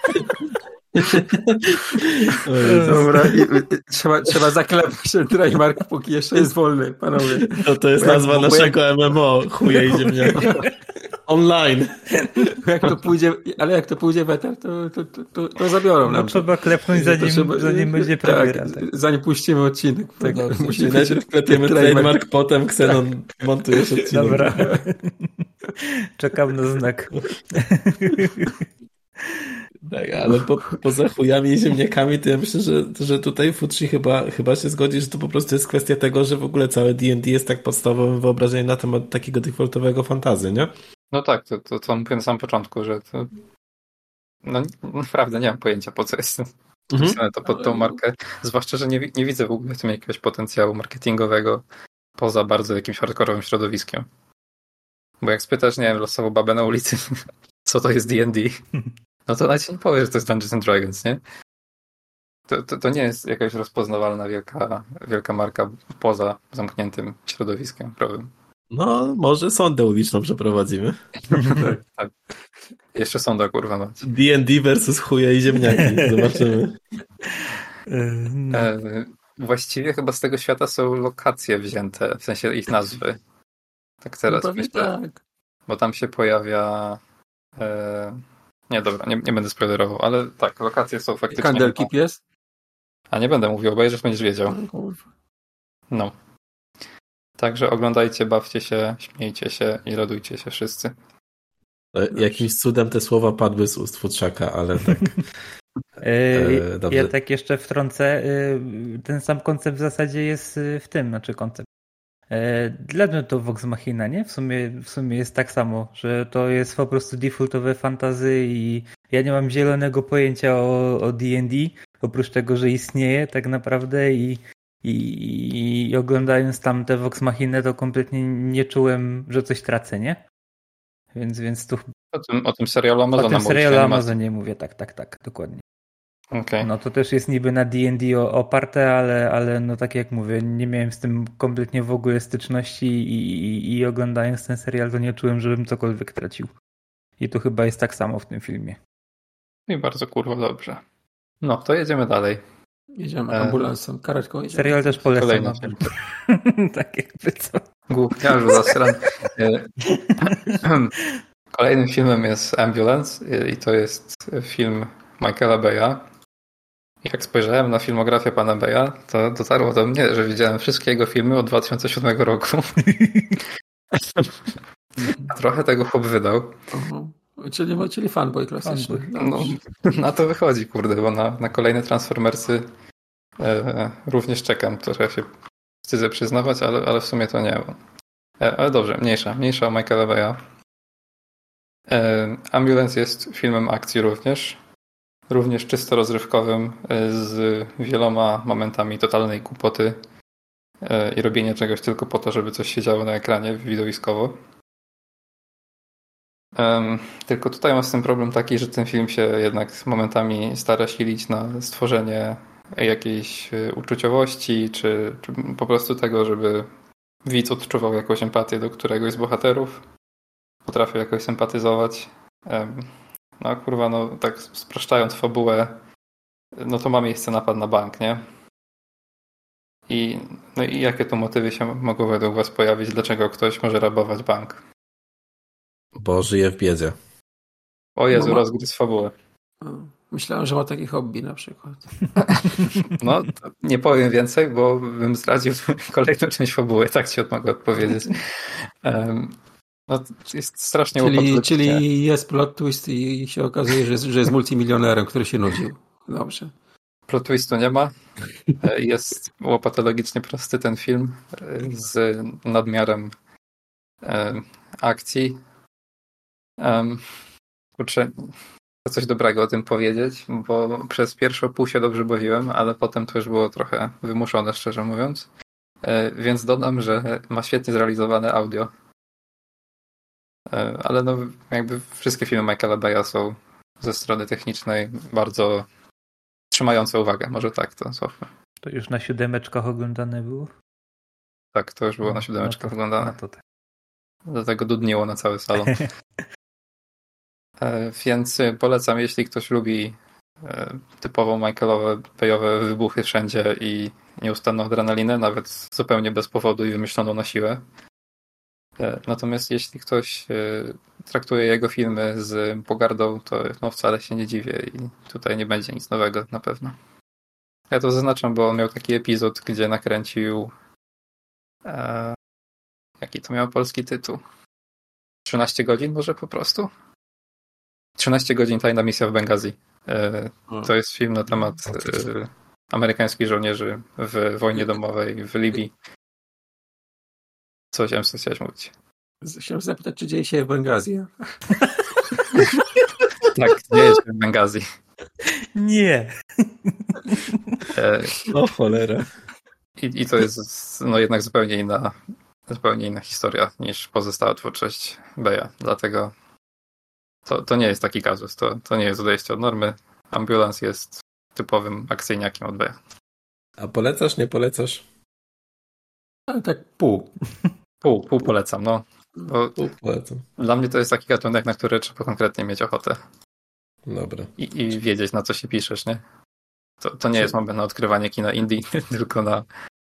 Speaker 4: Dobra, i, i, trzeba, trzeba zaklepać ten trademark, póki jeszcze jest wolny, panowie.
Speaker 2: No to jest bo nazwa jak, naszego jak... M M O, Chuje i ziemniaki. Online.
Speaker 4: Jak to pójdzie, ale jak to pójdzie weter, to, to, to, to, to zabiorą nam.
Speaker 5: No trzeba klepnąć, zanim, trzeba, zanim będzie premiera.
Speaker 4: Tak, zanim puścimy odcinek.
Speaker 2: Tak, no, musimy najpierw klepiemy trademark, potem Xenon tak. montujesz odcinek.
Speaker 5: Dobra. Czekam na znak.
Speaker 2: Tak, ale po, poza chujami i ziemniakami to ja myślę, że, że tutaj Futrzy chyba, chyba się zgodzi, że to po prostu jest kwestia tego, że w ogóle całe D and D jest tak podstawowym wyobrażeniem na temat takiego defaultowego fantasy, nie?
Speaker 3: No tak, to, to, to mówię na samym początku, że to no naprawdę nie mam pojęcia, po co jest mhm. to pod tą markę, zwłaszcza, że nie, nie widzę w ogóle w tym jakiegoś potencjału marketingowego poza bardzo jakimś hardkorowym środowiskiem. Bo jak spytasz, nie wiem, losową babę na ulicy, co to jest D and D, no to nawet się nie powie, że to jest Dungeons and Dragons, nie? To, to, to nie jest jakaś rozpoznawalna wielka, wielka marka poza zamkniętym środowiskiem prawym.
Speaker 2: No, może sondę uliczną przeprowadzimy.
Speaker 3: tak, tak. Jeszcze sonda, kurwa mać.
Speaker 2: D and D versus chuje i ziemniaki. Zobaczymy.
Speaker 3: E, właściwie chyba z tego świata są lokacje wzięte, w sensie ich nazwy. Tak teraz
Speaker 4: no
Speaker 3: myślę. Tak. Bo tam się pojawia... E, nie, dobra, nie, nie będę spoilerował, ale tak, lokacje są faktycznie...
Speaker 4: Kandelki pies?
Speaker 3: A nie będę mówił, obejrzysz, będziesz wiedział. No. Także oglądajcie, bawcie się, śmiejcie się i radujcie się wszyscy.
Speaker 2: Jakimś cudem te słowa padły z ust Futrzaka, ale tak...
Speaker 5: e, dobrze. Ja tak jeszcze wtrącę. Ten sam koncept w zasadzie jest w tym, znaczy koncept. Dla mnie to Vox Machina, nie? W sumie, w sumie jest tak samo, że to jest po prostu defaultowe fantasy i ja nie mam zielonego pojęcia o, o D and D, oprócz tego, że istnieje tak naprawdę i, i, i oglądając tam te Vox Machinę, to kompletnie nie czułem, że coś tracę, nie? Więc, więc tu...
Speaker 3: O tym, o tym serialu Amazona
Speaker 5: O tym serialu Amazonie mówię, tak, tak, tak, dokładnie.
Speaker 3: Okay.
Speaker 5: No to też jest niby na D and D oparte, ale, ale no tak jak mówię, nie miałem z tym kompletnie w ogóle styczności i, i, i oglądając ten serial to nie czułem, żebym cokolwiek tracił. I to chyba jest tak samo w tym filmie.
Speaker 3: I bardzo kurwa dobrze. No, to jedziemy dalej.
Speaker 4: Jedziemy ambulansem, karetką jedziemy.
Speaker 5: Serial też polecam. Tak jakby co.
Speaker 3: Głupiarzu zasran. Kolejnym filmem jest Ambulance i to jest film Michaela Baya. Jak spojrzałem na filmografię pana Baya, to dotarło do mnie, że widziałem wszystkie jego filmy od dwa tysiące siódmego roku. A trochę tego chłop wydał.
Speaker 4: Uh-huh. Czyli, czyli fanboy klasyczny.
Speaker 3: No, na to wychodzi, kurde, bo na, na kolejne Transformersy E, również czekam, trochę się wstydzę przyznawać, ale, ale w sumie to nie. E, ale dobrze, mniejsza, mniejsza o Michaela Bay'a. E, Ambulance jest filmem akcji również. Również czysto rozrywkowym, e, z wieloma momentami totalnej głupoty e, i robienia czegoś tylko po to, żeby coś się działo na ekranie widowiskowo. Um, tylko tutaj mam z tym problem taki, że ten film się jednak momentami stara silić na stworzenie jakiejś uczuciowości, czy, czy po prostu tego, żeby widz odczuwał jakąś empatię do któregoś z bohaterów, potrafił jakoś sympatyzować. Um, no kurwa, no tak spraszczając fabułę, no to ma miejsce napad na bank, nie? I, no i jakie tu motywy się mogą według was pojawić? Dlaczego ktoś może rabować bank?
Speaker 2: Bo żyje w biedzie.
Speaker 3: O Jezu,
Speaker 4: No ma...
Speaker 3: rozgryz fabułę.
Speaker 4: Myślałem, że ma takie hobby na przykład.
Speaker 3: No, nie powiem więcej, bo bym zdradził kolejną część fabuły, tak ci mogę odpowiedzieć. Um, no, jest strasznie
Speaker 4: Czyli, czyli jest plot twist i się okazuje, że jest, że jest multimilionerem, który się nudził. Dobrze.
Speaker 3: Plot twistu nie ma. Jest łopatologicznie prosty ten film z nadmiarem um, akcji. Um, kurczę, coś dobrego o tym powiedzieć, bo przez pierwsze pół się dobrze bawiłem, ale potem to już było trochę wymuszone, szczerze mówiąc. E, więc dodam, że ma świetnie zrealizowane audio. E, ale no jakby wszystkie filmy Michaela Bay'a są ze strony technicznej bardzo trzymające uwagę. Może tak to słownie.
Speaker 5: To już na siódemeczkach oglądane było?
Speaker 3: Tak, to już było na siódemeczkach
Speaker 5: no to,
Speaker 3: oglądane.
Speaker 5: No to tak.
Speaker 3: Dlatego dudniło na cały salon. e, więc polecam, jeśli ktoś lubi typowo Michaelowe, Bayowe wybuchy wszędzie i nieustanną adrenalinę, nawet zupełnie bez powodu i wymyśloną na siłę. Natomiast jeśli ktoś traktuje jego filmy z pogardą, to no wcale się nie dziwię i tutaj nie będzie nic nowego na pewno. Ja to zaznaczam, bo on miał taki epizod, gdzie nakręcił e, jaki to miał polski tytuł? trzynaście godzin może po prostu? trzynaście godzin tajna misja w Bengazji. To jest film na temat amerykańskich żołnierzy w wojnie domowej w Libii. Coś M C chciałeś mówić.
Speaker 4: Chciałem zapytać, czy dzieje się w Bengazji.
Speaker 3: Tak, dzieje się w Bengazji.
Speaker 5: Nie.
Speaker 2: O cholera.
Speaker 3: I, I to jest no jednak zupełnie inna zupełnie inna historia niż pozostała twórczość Bay'a. Dlatego to, to nie jest taki kazus. To, to nie jest odejście od normy. Ambulance jest typowym akcyjniakiem od Bay'a.
Speaker 2: A polecasz, nie polecasz?
Speaker 4: Ale tak pół.
Speaker 3: Pół, pół polecam, no. Bo
Speaker 2: pół polecam.
Speaker 3: Dla mnie to jest taki gatunek, na który trzeba konkretnie mieć ochotę.
Speaker 2: Dobra.
Speaker 3: I, i wiedzieć, na co się piszesz, nie? To, to nie jest moment na odkrywanie kina indie, tylko na,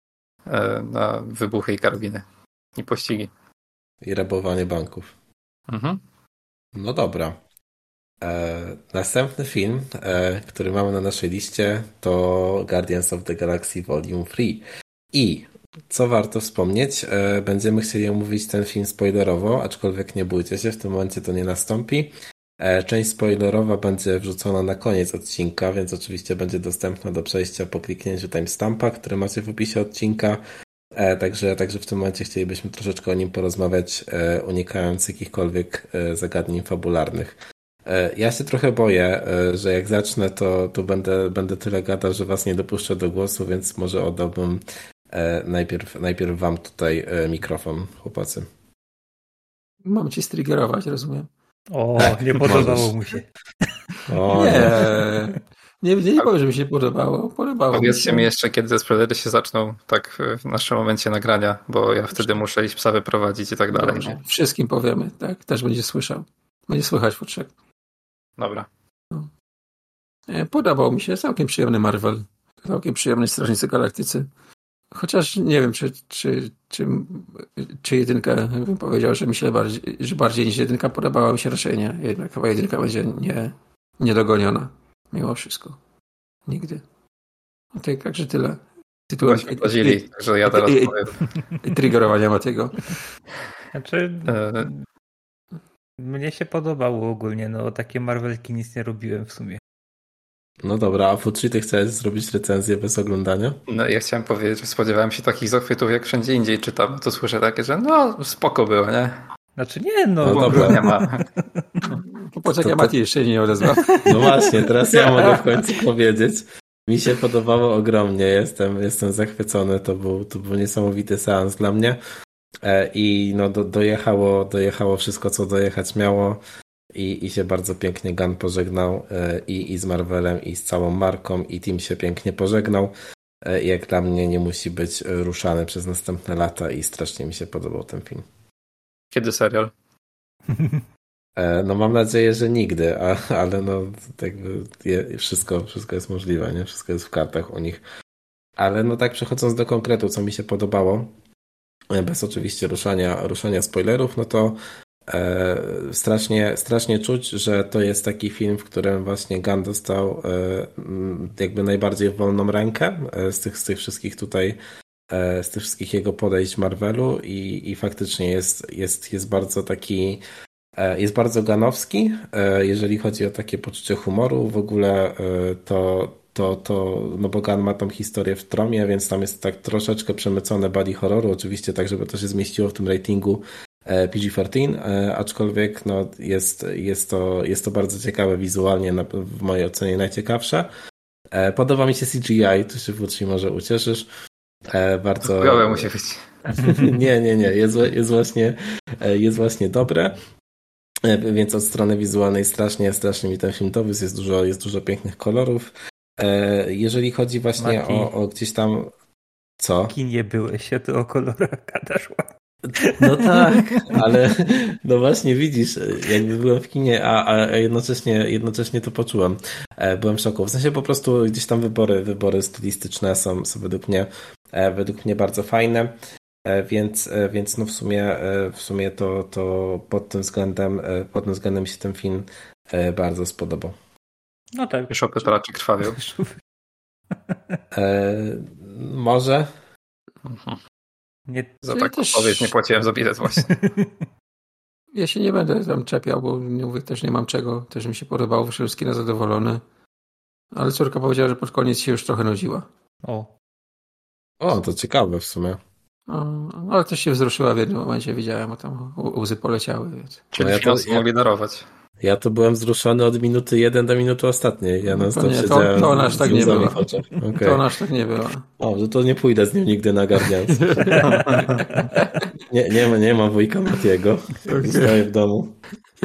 Speaker 3: na wybuchy i karabiny. I pościgi.
Speaker 2: I rabowanie banków.
Speaker 3: Mhm.
Speaker 2: No dobra. E, następny film, e, który mamy na naszej liście, to Guardians of the Galaxy Volume trzy. I co warto wspomnieć, e, będziemy chcieli omówić ten film spoilerowo, aczkolwiek nie bójcie się, w tym momencie to nie nastąpi. E, część spoilerowa będzie wrzucona na koniec odcinka, więc oczywiście będzie dostępna do przejścia po kliknięciu timestampa, który macie w opisie odcinka. E, także, także w tym momencie chcielibyśmy troszeczkę o nim porozmawiać, e, unikając jakichkolwiek e, zagadnień fabularnych. E, ja się trochę boję, e, że jak zacznę, to, to będę, będę tyle gadał, że was nie dopuszczę do głosu, więc może oddałbym e, najpierw, najpierw wam tutaj e, mikrofon, chłopacy.
Speaker 4: Mam cię striggerować, rozumiem.
Speaker 5: O, nie podobało mu się.
Speaker 2: O,
Speaker 4: nie. Nie, nie, nie powiem, że mi się podobało. Podobało
Speaker 3: Powiedzcie
Speaker 4: mi,
Speaker 3: mi jeszcze, kiedy te spoilery się zaczną, tak w naszym momencie nagrania, bo ja wtedy muszę iść psa wyprowadzić i tak dalej.
Speaker 4: Dobrze. Wszystkim powiemy, tak? Też będzie słyszał. Będzie słychać futrzek.
Speaker 3: Dobra.
Speaker 4: No. Podobał mi się. Całkiem przyjemny Marvel. Całkiem przyjemny Strażnicy Galaktycy. Chociaż nie wiem, czy, czy, czy, czy jedynkę bym powiedział, że mi się bardziej, że bardziej niż jedynka podobała mi się raczej nie. Jednak chyba jedynka będzie nie, niedogoniona. Mimo wszystko. Nigdy. No tak, także tyle.
Speaker 3: Tytułem się pozili, także ja teraz powiem.
Speaker 4: Triggerowania Matiego.
Speaker 5: Znaczy, e... mnie się podobało ogólnie. No takie Marvelki nic nie robiłem w sumie.
Speaker 2: No dobra, a Futrzi, ty chciałeś zrobić recenzję bez oglądania?
Speaker 3: No ja chciałem powiedzieć, że spodziewałem się takich zachwytów, jak wszędzie indziej czytam, to słyszę takie, że no spoko było, nie?
Speaker 5: Znaczy nie, no.
Speaker 2: No dobra.
Speaker 3: Nie ma.
Speaker 4: Poczekaj,
Speaker 2: To- to-
Speaker 4: Mati jeszcze nie odezwał.
Speaker 2: No właśnie, teraz ja mogę w końcu powiedzieć. Mi się podobało ogromnie, jestem, jestem zachwycony, to był, to był niesamowity seans dla mnie. E, I no do, dojechało, dojechało wszystko, co dojechać miało. I, i się bardzo pięknie Gunn pożegnał e, i, i z Marvelem, i z całą marką, i team się pięknie pożegnał. E, I jak dla mnie nie musi być ruszany przez następne lata i strasznie mi się podobał ten film.
Speaker 3: Kiedy serial?
Speaker 2: E, No mam nadzieję, że nigdy, a, ale no tak jakby je, wszystko, wszystko jest możliwe, nie? Wszystko jest w kartach u nich. Ale no tak przechodząc do konkretu, co mi się podobało, e, bez oczywiście ruszania, ruszania spoilerów, no to e, strasznie, strasznie czuć, że to jest taki film, w którym właśnie Gunn dostał e, m, jakby najbardziej wolną rękę e, z tych, z tych wszystkich tutaj e, z tych wszystkich jego podejść Marvelu i, i faktycznie jest, jest, jest bardzo taki jest bardzo ganowski, jeżeli chodzi o takie poczucie humoru. W ogóle to, to, to no bo Gunn ma tą historię w Tromie, więc tam jest tak troszeczkę przemycone body horroru, oczywiście tak, żeby to się zmieściło w tym ratingu P G czternaście, aczkolwiek no jest, jest, to, jest to bardzo ciekawe wizualnie, w mojej ocenie najciekawsze. Podoba mi się C G I, tu się Futrzi może ucieszysz. Bardzo...
Speaker 3: Chujowe musi być.
Speaker 2: nie, nie, nie, jest, jest, właśnie, jest właśnie dobre. Więc od strony wizualnej strasznie, strasznie mi ten film dowiózł, jest dużo, jest dużo pięknych kolorów. Jeżeli chodzi właśnie
Speaker 5: Mati,
Speaker 2: o, o gdzieś tam... Co?
Speaker 5: W kinie byłeś, się tu o kolorach gadasz.
Speaker 2: No tak, ale no właśnie widzisz, jakby byłem w kinie, a, a jednocześnie, jednocześnie to poczułem. Byłem w szoku. W sensie po prostu gdzieś tam wybory, wybory stylistyczne są, są według mnie, według mnie bardzo fajne. Więc, więc no w sumie, w sumie to, to pod tym względem, pod tym względem się ten film bardzo spodobał.
Speaker 5: No tak.
Speaker 3: Już opyt raczej krwawił.
Speaker 2: E, może?
Speaker 5: Nie,
Speaker 3: Za
Speaker 4: Ja
Speaker 3: taką
Speaker 4: też-
Speaker 3: odpowiedź nie płaciłem za bilet właśnie.
Speaker 4: Ja się nie będę tam czepiał, bo nie mówię, też nie mam czego. Też mi się podobało, wszystkie na zadowolone. Ale córka powiedziała, że pod koniec się już trochę nudziła.
Speaker 5: o.
Speaker 2: O, to ciekawe w sumie.
Speaker 4: O, ale też się wzruszyła w jednym momencie, widziałem, bo tam u- łzy poleciały. Więc...
Speaker 3: Czyli
Speaker 2: ja to-
Speaker 3: finanse
Speaker 2: ja-
Speaker 3: mogli darować.
Speaker 2: Ja to byłem wzruszony od minuty jeden do minuty ostatniej. Ja
Speaker 4: No
Speaker 2: non
Speaker 4: to
Speaker 2: stop
Speaker 4: nie, to-
Speaker 2: siedziałem
Speaker 4: to ona aż tak
Speaker 2: z
Speaker 4: nie
Speaker 2: łzami
Speaker 4: była.
Speaker 2: w oczach. Okej.
Speaker 4: To ona aż tak nie była.
Speaker 2: O, że to nie pójdę z nim nigdy na Guardians. nie, nie, ma, nie ma wujka Matiego. Zostaję w domu.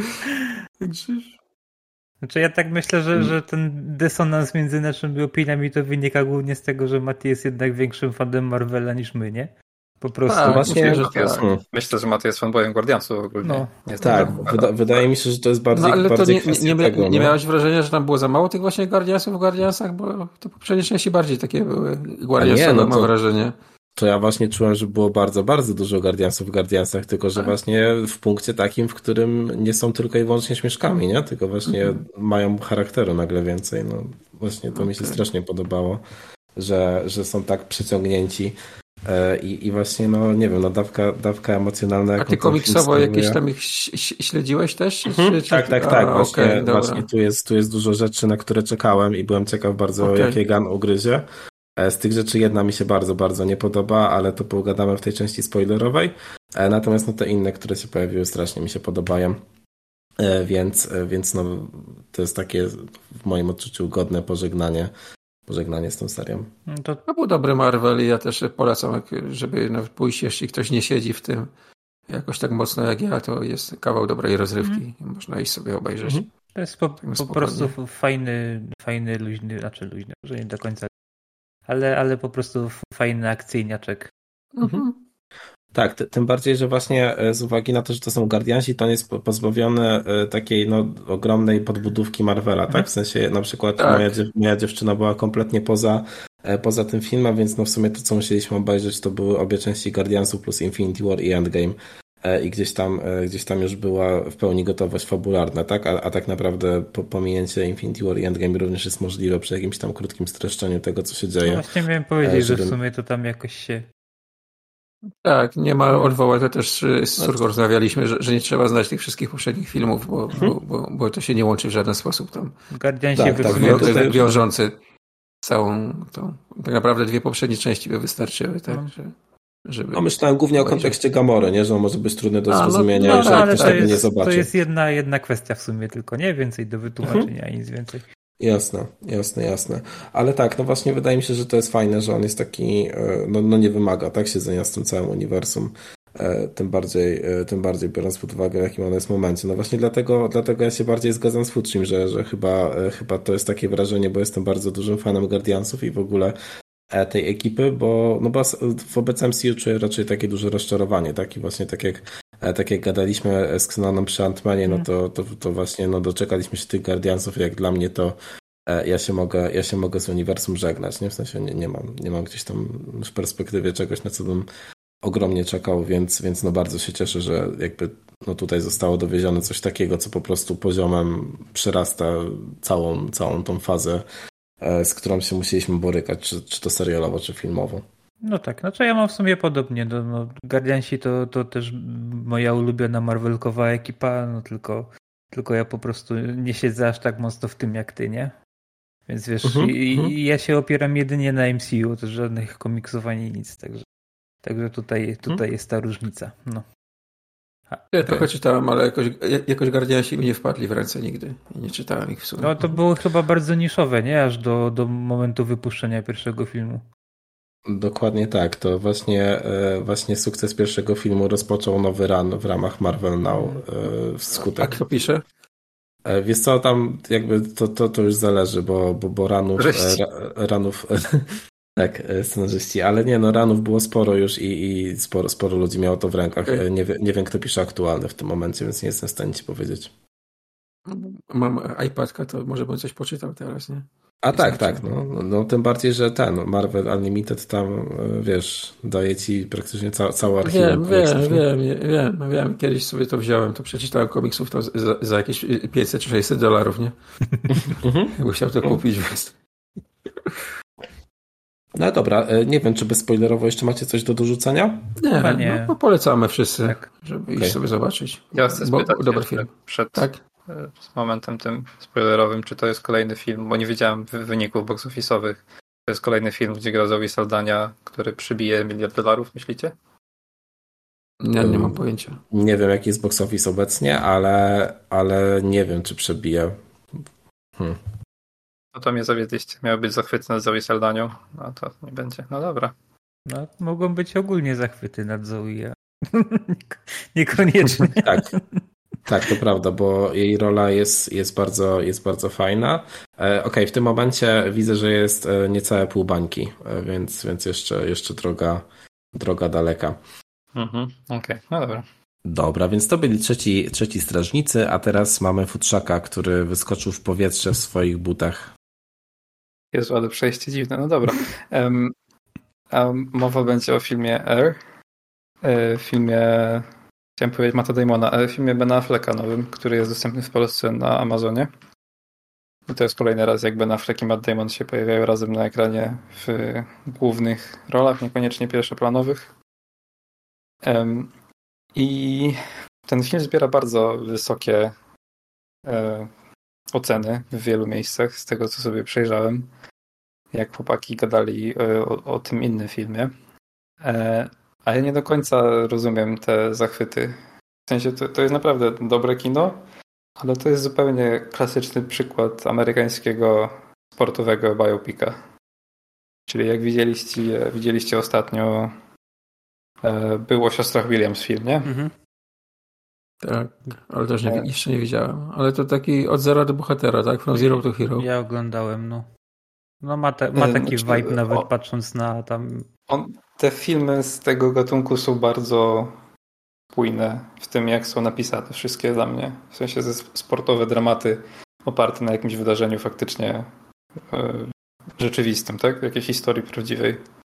Speaker 5: Znaczy ja tak myślę, że, że ten dysonans między naszymi opiniami to wynika głównie z tego, że Mati jest jednak większym fanem Marvela niż my, nie? Po prostu.
Speaker 4: Tak,
Speaker 2: właśnie-
Speaker 4: myślę, że
Speaker 3: Jest.
Speaker 4: tak.
Speaker 2: Hmm.
Speaker 3: Myślę, że Maty jest fanboyem Guardiansów ogólnie.
Speaker 5: No.
Speaker 3: Nie
Speaker 2: Tak,
Speaker 3: tylko-
Speaker 2: wyda, wydaje mi się, że to jest bardziej,
Speaker 4: No ale to
Speaker 2: bardziej
Speaker 4: nie, nie,
Speaker 2: kwestia
Speaker 4: nie,
Speaker 2: tego.
Speaker 4: nie
Speaker 2: no.
Speaker 4: miałeś wrażenia, że tam było za mało tych właśnie Guardiansów w Guardiansach? Bo to poprzednie części bardziej takie były Guardiansowe,
Speaker 2: no to-
Speaker 4: mam wrażenie.
Speaker 2: To ja właśnie czułem, że było bardzo, bardzo dużo Guardiansów w Guardiansach, tylko że
Speaker 4: Tak.
Speaker 2: właśnie w punkcie takim, w którym nie są tylko i wyłącznie śmieszkami, nie? Tylko właśnie mają charakteru nagle więcej. No właśnie to mi się
Speaker 4: Okej.
Speaker 2: strasznie podobało, że, że są tak przyciągnięci e, i, i właśnie, no nie wiem, no dawka, dawka emocjonalna.
Speaker 4: A
Speaker 2: jaką
Speaker 4: ty
Speaker 2: ten
Speaker 4: komiksowo
Speaker 2: film
Speaker 4: jakieś
Speaker 2: sprawuje.
Speaker 4: tam ich ś- ś- śledziłeś też? Czy,
Speaker 2: Mhm,
Speaker 4: czy,
Speaker 2: tak, tak,
Speaker 4: a,
Speaker 2: tak. Właśnie,
Speaker 4: okej, dobra.
Speaker 2: właśnie tu, jest, tu jest dużo rzeczy, na które czekałem i byłem ciekaw bardzo,
Speaker 4: Okej.
Speaker 2: jakie Gunn ugryzie. E, Z tych rzeczy jedna mi się bardzo, bardzo nie podoba, ale to pogadamy w tej części spoilerowej. E, Natomiast no, te inne, które się pojawiły, strasznie mi się podobają. E, Więc, e, więc no, to jest takie w moim odczuciu godne pożegnanie, pożegnanie z tą serią.
Speaker 5: No to
Speaker 4: To był dobry Marvel i ja też polecam, jak- żeby no, pójść, jeśli ktoś nie siedzi w tym jakoś tak mocno jak ja, to jest kawał dobrej rozrywki. Można iść sobie obejrzeć.
Speaker 2: Mhm.
Speaker 5: To jest po, po
Speaker 4: spokojnie.
Speaker 5: prostu fajny, fajny, luźny, znaczy luźny, może nie do końca, ale, ale po prostu fajny akcyjniaczek.
Speaker 4: Mhm.
Speaker 2: Tak, ty- tym bardziej, że właśnie e, z uwagi na to, że to są Guardiansi, to on jest po- pozbawiony e, takiej no, ogromnej podbudówki Marvela, tak? W sensie na przykład
Speaker 4: Tak.
Speaker 2: moja, dziew- moja dziewczyna była kompletnie poza, e, poza tym filmem, więc no w sumie to, co musieliśmy obejrzeć, to były obie części Guardiansów plus Infinity War i Endgame. E, I gdzieś tam, e, gdzieś tam już była w pełni gotowość fabularna, tak? A, a tak naprawdę po, pominięcie Infinity War i Endgame również jest możliwe przy jakimś tam krótkim streszczeniu tego, co się
Speaker 5: No
Speaker 2: dzieje.
Speaker 5: właśnie miałem powiedzieć,
Speaker 2: E,
Speaker 5: że w
Speaker 2: żeby-
Speaker 5: sumie to tam jakoś się
Speaker 4: Tak, nie ma odwołań, to też z córką rozmawialiśmy, że, że nie trzeba znać tych wszystkich poprzednich filmów, bo, bo, bo, bo to się nie łączy w żaden sposób tam.
Speaker 5: Guardiansi
Speaker 2: Tak,
Speaker 5: by
Speaker 2: tak,
Speaker 5: w sumie
Speaker 2: no,
Speaker 5: to
Speaker 4: Wiąże, wiążący całą tą, tak naprawdę dwie poprzednie części by wystarczyły, tak,
Speaker 5: No.
Speaker 4: że, żeby...
Speaker 2: No myślałem głównie o kontekście Gamory, nie? Że on może być trudny do
Speaker 4: A, no,
Speaker 2: zrozumienia,
Speaker 4: no,
Speaker 2: jeżeli
Speaker 4: ale
Speaker 2: ktoś
Speaker 4: to
Speaker 2: tego
Speaker 5: jest,
Speaker 2: nie zobaczy.
Speaker 5: To jest jedna, jedna kwestia w sumie tylko, nie? Więcej do wytłumaczenia, mhm. nic więcej.
Speaker 2: Jasne, jasne, jasne. Ale tak, no właśnie wydaje mi się, że to jest fajne, że on jest taki, no, no nie wymaga tak siedzenia z tym całym uniwersum, tym bardziej, tym bardziej biorąc pod uwagę, w jakim on jest momencie. No właśnie dlatego, dlatego ja się bardziej zgadzam z Futrzym, że, że chyba, chyba to jest takie wrażenie, bo jestem bardzo dużym fanem Guardiansów i w ogóle tej ekipy, bo, no bo wobec M C U czuję raczej takie duże rozczarowanie, tak? I właśnie tak jak Tak jak gadaliśmy z Xenonem przy Ant-Manie, no to, to, to właśnie no doczekaliśmy się tych Guardiansów i jak dla mnie to ja się mogę, ja się mogę z uniwersum żegnać, nie? W sensie nie, nie, mam, nie mam gdzieś tam w perspektywie czegoś, na co bym ogromnie czekał, więc, więc no bardzo się cieszę, że jakby no tutaj zostało dowiezione coś takiego, co po prostu poziomem przerasta całą, całą tą fazę, z którą się musieliśmy borykać, czy, czy to serialowo, czy filmowo.
Speaker 5: No tak, znaczy ja mam w sumie podobnie. No, no, Guardiansi to, to też moja ulubiona Marvelkowa ekipa, no tylko, tylko ja po prostu nie siedzę aż tak mocno w tym jak ty, nie? Więc wiesz, uh-huh, i, uh-huh. i ja się opieram jedynie na M C U, to żadnych komiksów ani nic, także, także tutaj, tutaj uh-huh. jest ta różnica. No.
Speaker 4: A, ja trochę okay. czytałem, ale jakoś, jakoś Guardiansi mi nie wpadli w ręce nigdy i nie czytałem ich w sumie.
Speaker 5: No to było chyba bardzo niszowe, nie? Aż do, do momentu wypuszczenia pierwszego filmu.
Speaker 2: Dokładnie tak. To właśnie, właśnie sukces pierwszego filmu rozpoczął nowy run w ramach Marvel Now wskutek.
Speaker 4: A kto pisze?
Speaker 2: Wiesz co, tam jakby to, to, to już zależy, bo, bo, bo ranów, ra, ranów tak, scenarzyści, ale nie, no ranów było sporo już i, i sporo, sporo ludzi miało to w rękach. Okay. Nie, nie wiem, kto pisze aktualny w tym momencie, więc nie jestem w stanie ci powiedzieć.
Speaker 4: Mam iPadka, to może bym coś poczytał teraz, nie?
Speaker 2: A tak, tak, no, no tym bardziej, że ten Marvel Unlimited tam, wiesz, daje ci praktycznie ca- całą archiwum.
Speaker 4: Wiem, wiem, wiem, wiem, wiem, kiedyś sobie to wziąłem, to przeczytałem komiksów to za, za jakieś pięćset czy sześćset dolarów, nie? Jakby chciał to kupić, więc...
Speaker 2: No dobra, nie wiem, czy bezspoilerowo jeszcze macie coś do dorzucenia?
Speaker 4: Nie, nie. No, polecamy wszyscy, tak. żeby okay. iść sobie zobaczyć.
Speaker 3: Ja chcę spytać
Speaker 4: bo, dobry film.
Speaker 3: Przed...
Speaker 4: Tak?
Speaker 3: Z momentem tym spoilerowym, czy to jest kolejny film, bo nie wiedziałem wyników box office'owych. To jest kolejny film, gdzie gra Zoe Saldana, który przybije miliard dolarów, myślicie?
Speaker 4: Nie, nie mam pojęcia.
Speaker 2: Nie wiem, jaki jest box office obecnie, ale, ale nie wiem, czy przebije. Hmm.
Speaker 3: No to mnie zawiedliście. Miały być zachwyty nad Zoe Saldanią, a to nie będzie. No dobra.
Speaker 5: No, mogą być ogólnie zachwyty nad Zoe, a niekoniecznie.
Speaker 2: Tak. Tak, to prawda, bo jej rola jest, jest, bardzo, jest bardzo fajna. E, Okej, okay, w tym momencie widzę, że jest niecałe pół bańki, więc, więc jeszcze, jeszcze droga, droga daleka.
Speaker 3: Mhm, okej, okay. No dobra.
Speaker 2: Dobra, więc to byli trzeci, trzeci strażnicy, a teraz mamy futrzaka, który wyskoczył w powietrze w swoich butach.
Speaker 3: Jezu, ale przejście dziwne, no dobra. Um, um, mowa będzie o filmie Air, w filmie... Chciałem powiedzieć Matta Damona, ale w filmie Bena Afflecka nowym, który jest dostępny w Polsce na Amazonie. I to jest kolejny raz, jak Ben Affleck i Matt Damon się pojawiają razem na ekranie w głównych rolach, niekoniecznie pierwszoplanowych. Um, I ten film zbiera bardzo wysokie e, oceny w wielu miejscach, z tego co sobie przejrzałem, jak chłopaki gadali e, o, o tym innym filmie. E, A ja nie do końca rozumiem te zachwyty. W sensie to, to jest naprawdę dobre kino, ale to jest zupełnie klasyczny przykład amerykańskiego sportowego biopika. Czyli jak widzieliście, widzieliście ostatnio e, był o siostrach Williams film, nie? Mhm.
Speaker 4: Tak, ale też nie, jeszcze nie widziałem. Ale to taki od zera do bohatera, tak? From zero to hero.
Speaker 5: Ja oglądałem, no. No ma, te, ma taki
Speaker 3: znaczy,
Speaker 5: vibe nawet
Speaker 3: o,
Speaker 5: patrząc na tam...
Speaker 3: On, te filmy z tego gatunku są bardzo spójne w tym, jak są napisane. Wszystkie dla mnie. W sensie ze sportowe dramaty oparte na jakimś wydarzeniu faktycznie e, rzeczywistym, tak? Jakiejś historii prawdziwej.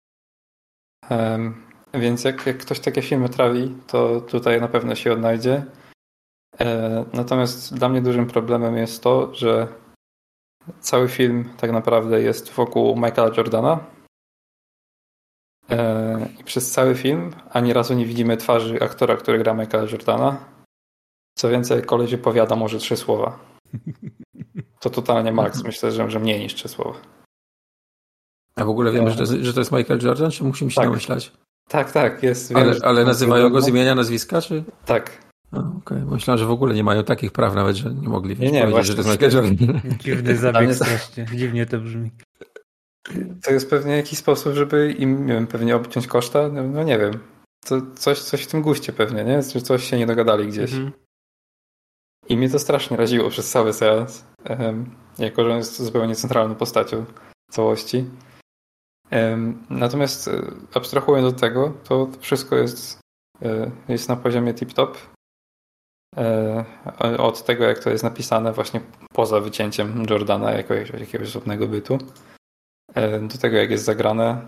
Speaker 3: E, więc jak, jak ktoś takie filmy trawi, to tutaj na pewno się odnajdzie. E, natomiast dla mnie dużym problemem jest to, że cały film tak naprawdę jest wokół Michaela Jordana. I przez cały film ani razu nie widzimy twarzy aktora, który gra Michaela Jordana. Co więcej, koleś opowiada może trzy słowa. To totalnie maks. Myślę, że, że mniej niż trzy słowa.
Speaker 4: A w ogóle wiemy, że to jest, że to jest Michael Jordan, czy musimy się
Speaker 3: tak.
Speaker 4: namyślać?
Speaker 3: Tak, tak. Jest,
Speaker 4: ale
Speaker 3: wiem,
Speaker 4: ale nazywają go z imienia, nazwiska, czy?
Speaker 3: Tak.
Speaker 4: Okay. Myślałem, że w ogóle nie mają takich praw nawet, że nie mogli
Speaker 3: nie, nie,
Speaker 4: powiedzieć, że to jest Michael Jordan.
Speaker 5: Dziwny zabieg strasznie. Dziwnie to brzmi.
Speaker 3: To jest pewnie jakiś sposób, żeby im, nie wiem, pewnie obciąć koszta? No, no nie wiem. To coś, coś w tym guście pewnie, nie? Że coś się nie dogadali gdzieś. Mhm. I mnie to strasznie raziło przez cały seans. Um, jako, że on jest zupełnie centralną postacią całości. Um, natomiast abstrahując od tego, to wszystko jest, jest na poziomie tip-top. Od tego, jak to jest napisane właśnie poza wycięciem Jordana jako jakiegoś osobnego bytu, do tego, jak jest zagrane.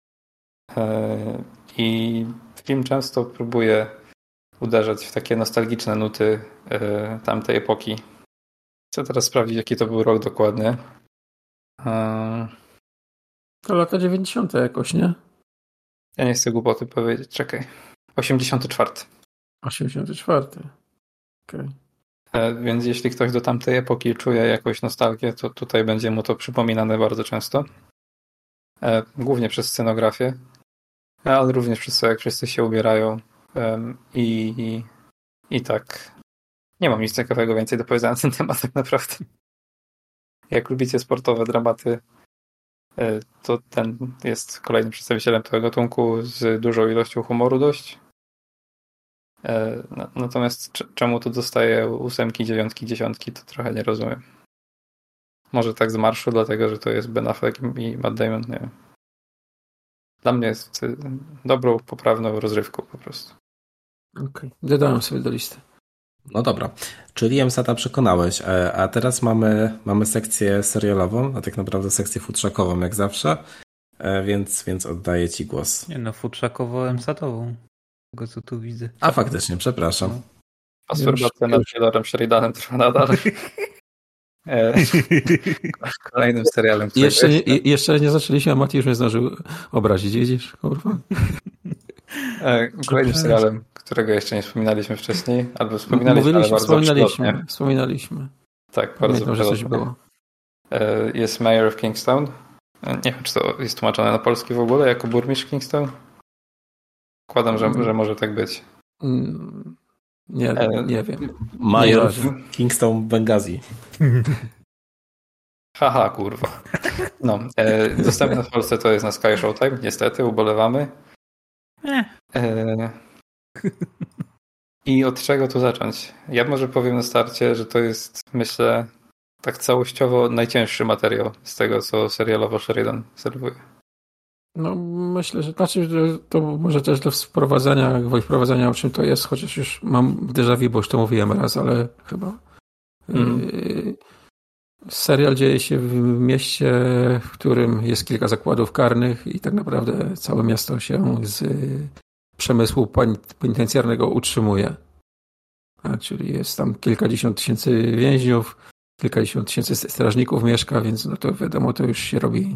Speaker 3: I film często próbuje uderzać w takie nostalgiczne nuty tamtej epoki. Chcę teraz sprawdzić, jaki to był rok dokładnie.
Speaker 4: To lata dziewięćdziesiąte jakoś, nie?
Speaker 3: Ja nie chcę głupoty powiedzieć, czekaj. osiemdziesiąty czwarty.
Speaker 4: osiemdziesiąty czwarty. Okay.
Speaker 3: Więc jeśli ktoś do tamtej epoki czuje jakąś nostalgię, to tutaj będzie mu to przypominane bardzo często. Głównie przez scenografię, ale również przez to, jak wszyscy się ubierają. I, i, i tak. Nie mam nic ciekawego więcej do powiedzenia na ten temat tak naprawdę. Jak lubicie sportowe dramaty, to ten jest kolejnym przedstawicielem tego gatunku z dużą ilością humoru dość. Natomiast czemu to dostaje ósemki, dziewiątki, dziesiątki, to trochę nie rozumiem. Może tak z marszu, dlatego że to jest Ben Affleck i Matt Damon, nie wiem. Dla mnie jest dobrą, poprawną rozrywką po prostu.
Speaker 4: Okej, okay. Dodałem sobie do listy.
Speaker 2: No dobra, czyli Jamsata przekonałeś, a teraz mamy, mamy sekcję serialową, a tak naprawdę sekcję futrzakową jak zawsze, więc, więc oddaję Ci głos.
Speaker 5: Nie no, futrzakowo-emsatową. Tego co tu widzę.
Speaker 2: A faktycznie, przepraszam.
Speaker 3: Masturbacja nad Taylorem Sheridanem trwa nadal. Kolejnym serialem.
Speaker 4: Jeszcze nie, jeszcze nie zaczęliśmy, a Mati już mnie zdążył obrazić, widzisz? Kurwa.
Speaker 3: Kolejnym serialem, którego jeszcze nie wspominaliśmy wcześniej, albo wspominaliśmy,
Speaker 4: Mówiliśmy,
Speaker 3: ale bardzo
Speaker 4: wspominaliśmy, wspominaliśmy.
Speaker 3: Tak, bardzo
Speaker 4: Pamiętam, że coś było.
Speaker 3: Jest Mayor of Kingstown. Nie wiem, czy to jest tłumaczone na polski w ogóle, jako burmistrz Kingstown. Zakładam, że, że może tak być.
Speaker 4: Nie, nie wiem.
Speaker 2: Mayor Kingstown Benghazi.
Speaker 3: Haha, kurwa. No, e, dostępne w Polsce to jest na Sky Showtime, niestety, ubolewamy. E, I od czego tu zacząć? Ja może powiem na starcie, że to jest, myślę, tak całościowo najcięższy materiał z tego, co serialowo Sheridan serwuje.
Speaker 4: No myślę, że znaczy, że to może też do wprowadzenia, gwoli wprowadzenia, o czym to jest, chociaż już mam déjà vu, bo już to mówiłem raz, ale chyba mm. yy, serial dzieje się w mieście, w którym jest kilka zakładów karnych i tak naprawdę całe miasto się z przemysłu penitencjarnego utrzymuje. A, czyli jest tam kilkadziesiąt tysięcy więźniów, kilkadziesiąt tysięcy strażników mieszka, więc no to wiadomo, to już się robi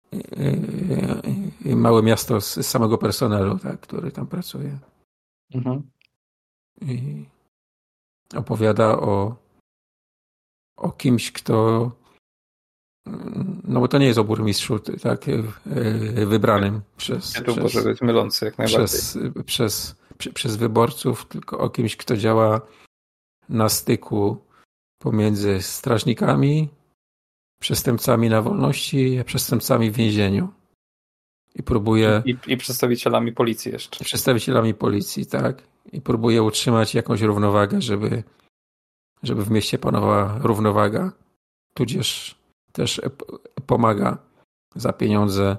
Speaker 4: i małe miasto z samego personelu, tak, który tam pracuje. Mhm. I opowiada o o kimś, kto no bo to nie jest o burmistrzu, tak, wybranym przez
Speaker 3: to może być mylący jak najbardziej.
Speaker 4: Przez, przez, przez wyborców, tylko o kimś, kto działa na styku pomiędzy strażnikami, przestępcami na wolności, a przestępcami w więzieniu. I próbuje...
Speaker 3: I, i przedstawicielami policji jeszcze.
Speaker 4: Przedstawicielami policji, tak. I próbuje utrzymać jakąś równowagę, żeby, żeby w mieście panowała równowaga. Tudzież też pomaga za pieniądze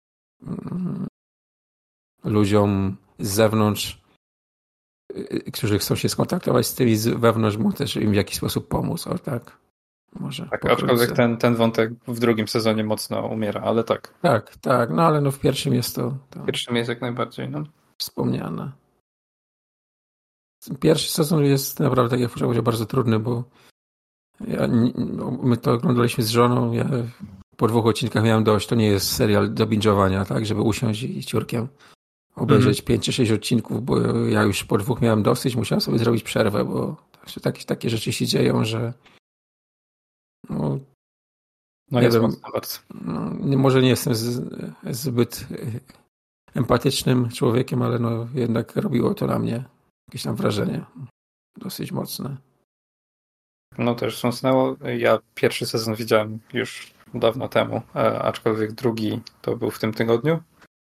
Speaker 4: ludziom z zewnątrz, którzy chcą się skontaktować z tymi z wewnątrz, bo też im w jakiś sposób pomóc. O tak. Może
Speaker 3: tak, aczkolwiek ten, ten wątek w drugim sezonie mocno umiera, ale tak.
Speaker 4: Tak, tak, no ale no w pierwszym jest to... to
Speaker 3: w pierwszym jest jak najbardziej, no.
Speaker 4: Wspomniane. Pierwszy sezon jest naprawdę, jak powiedział, bardzo trudny, bo ja, no, my to oglądaliśmy z żoną, ja po dwóch odcinkach miałem dość. To nie jest serial do binge'owania, tak, żeby usiąść i ciurkiem obejrzeć pięć czy sześć odcinków, bo ja już po dwóch miałem dosyć, musiałem sobie zrobić przerwę, bo takie, takie rzeczy się dzieją, że no,
Speaker 3: no
Speaker 4: nie
Speaker 3: jest
Speaker 4: wiem,
Speaker 3: mocno bardzo.
Speaker 4: No, może nie jestem z, zbyt empatycznym człowiekiem, ale no jednak robiło to na mnie jakieś tam wrażenie dosyć mocne.
Speaker 3: No też wstrząsnęło. Ja pierwszy sezon widziałem już dawno temu, aczkolwiek drugi to był w tym tygodniu.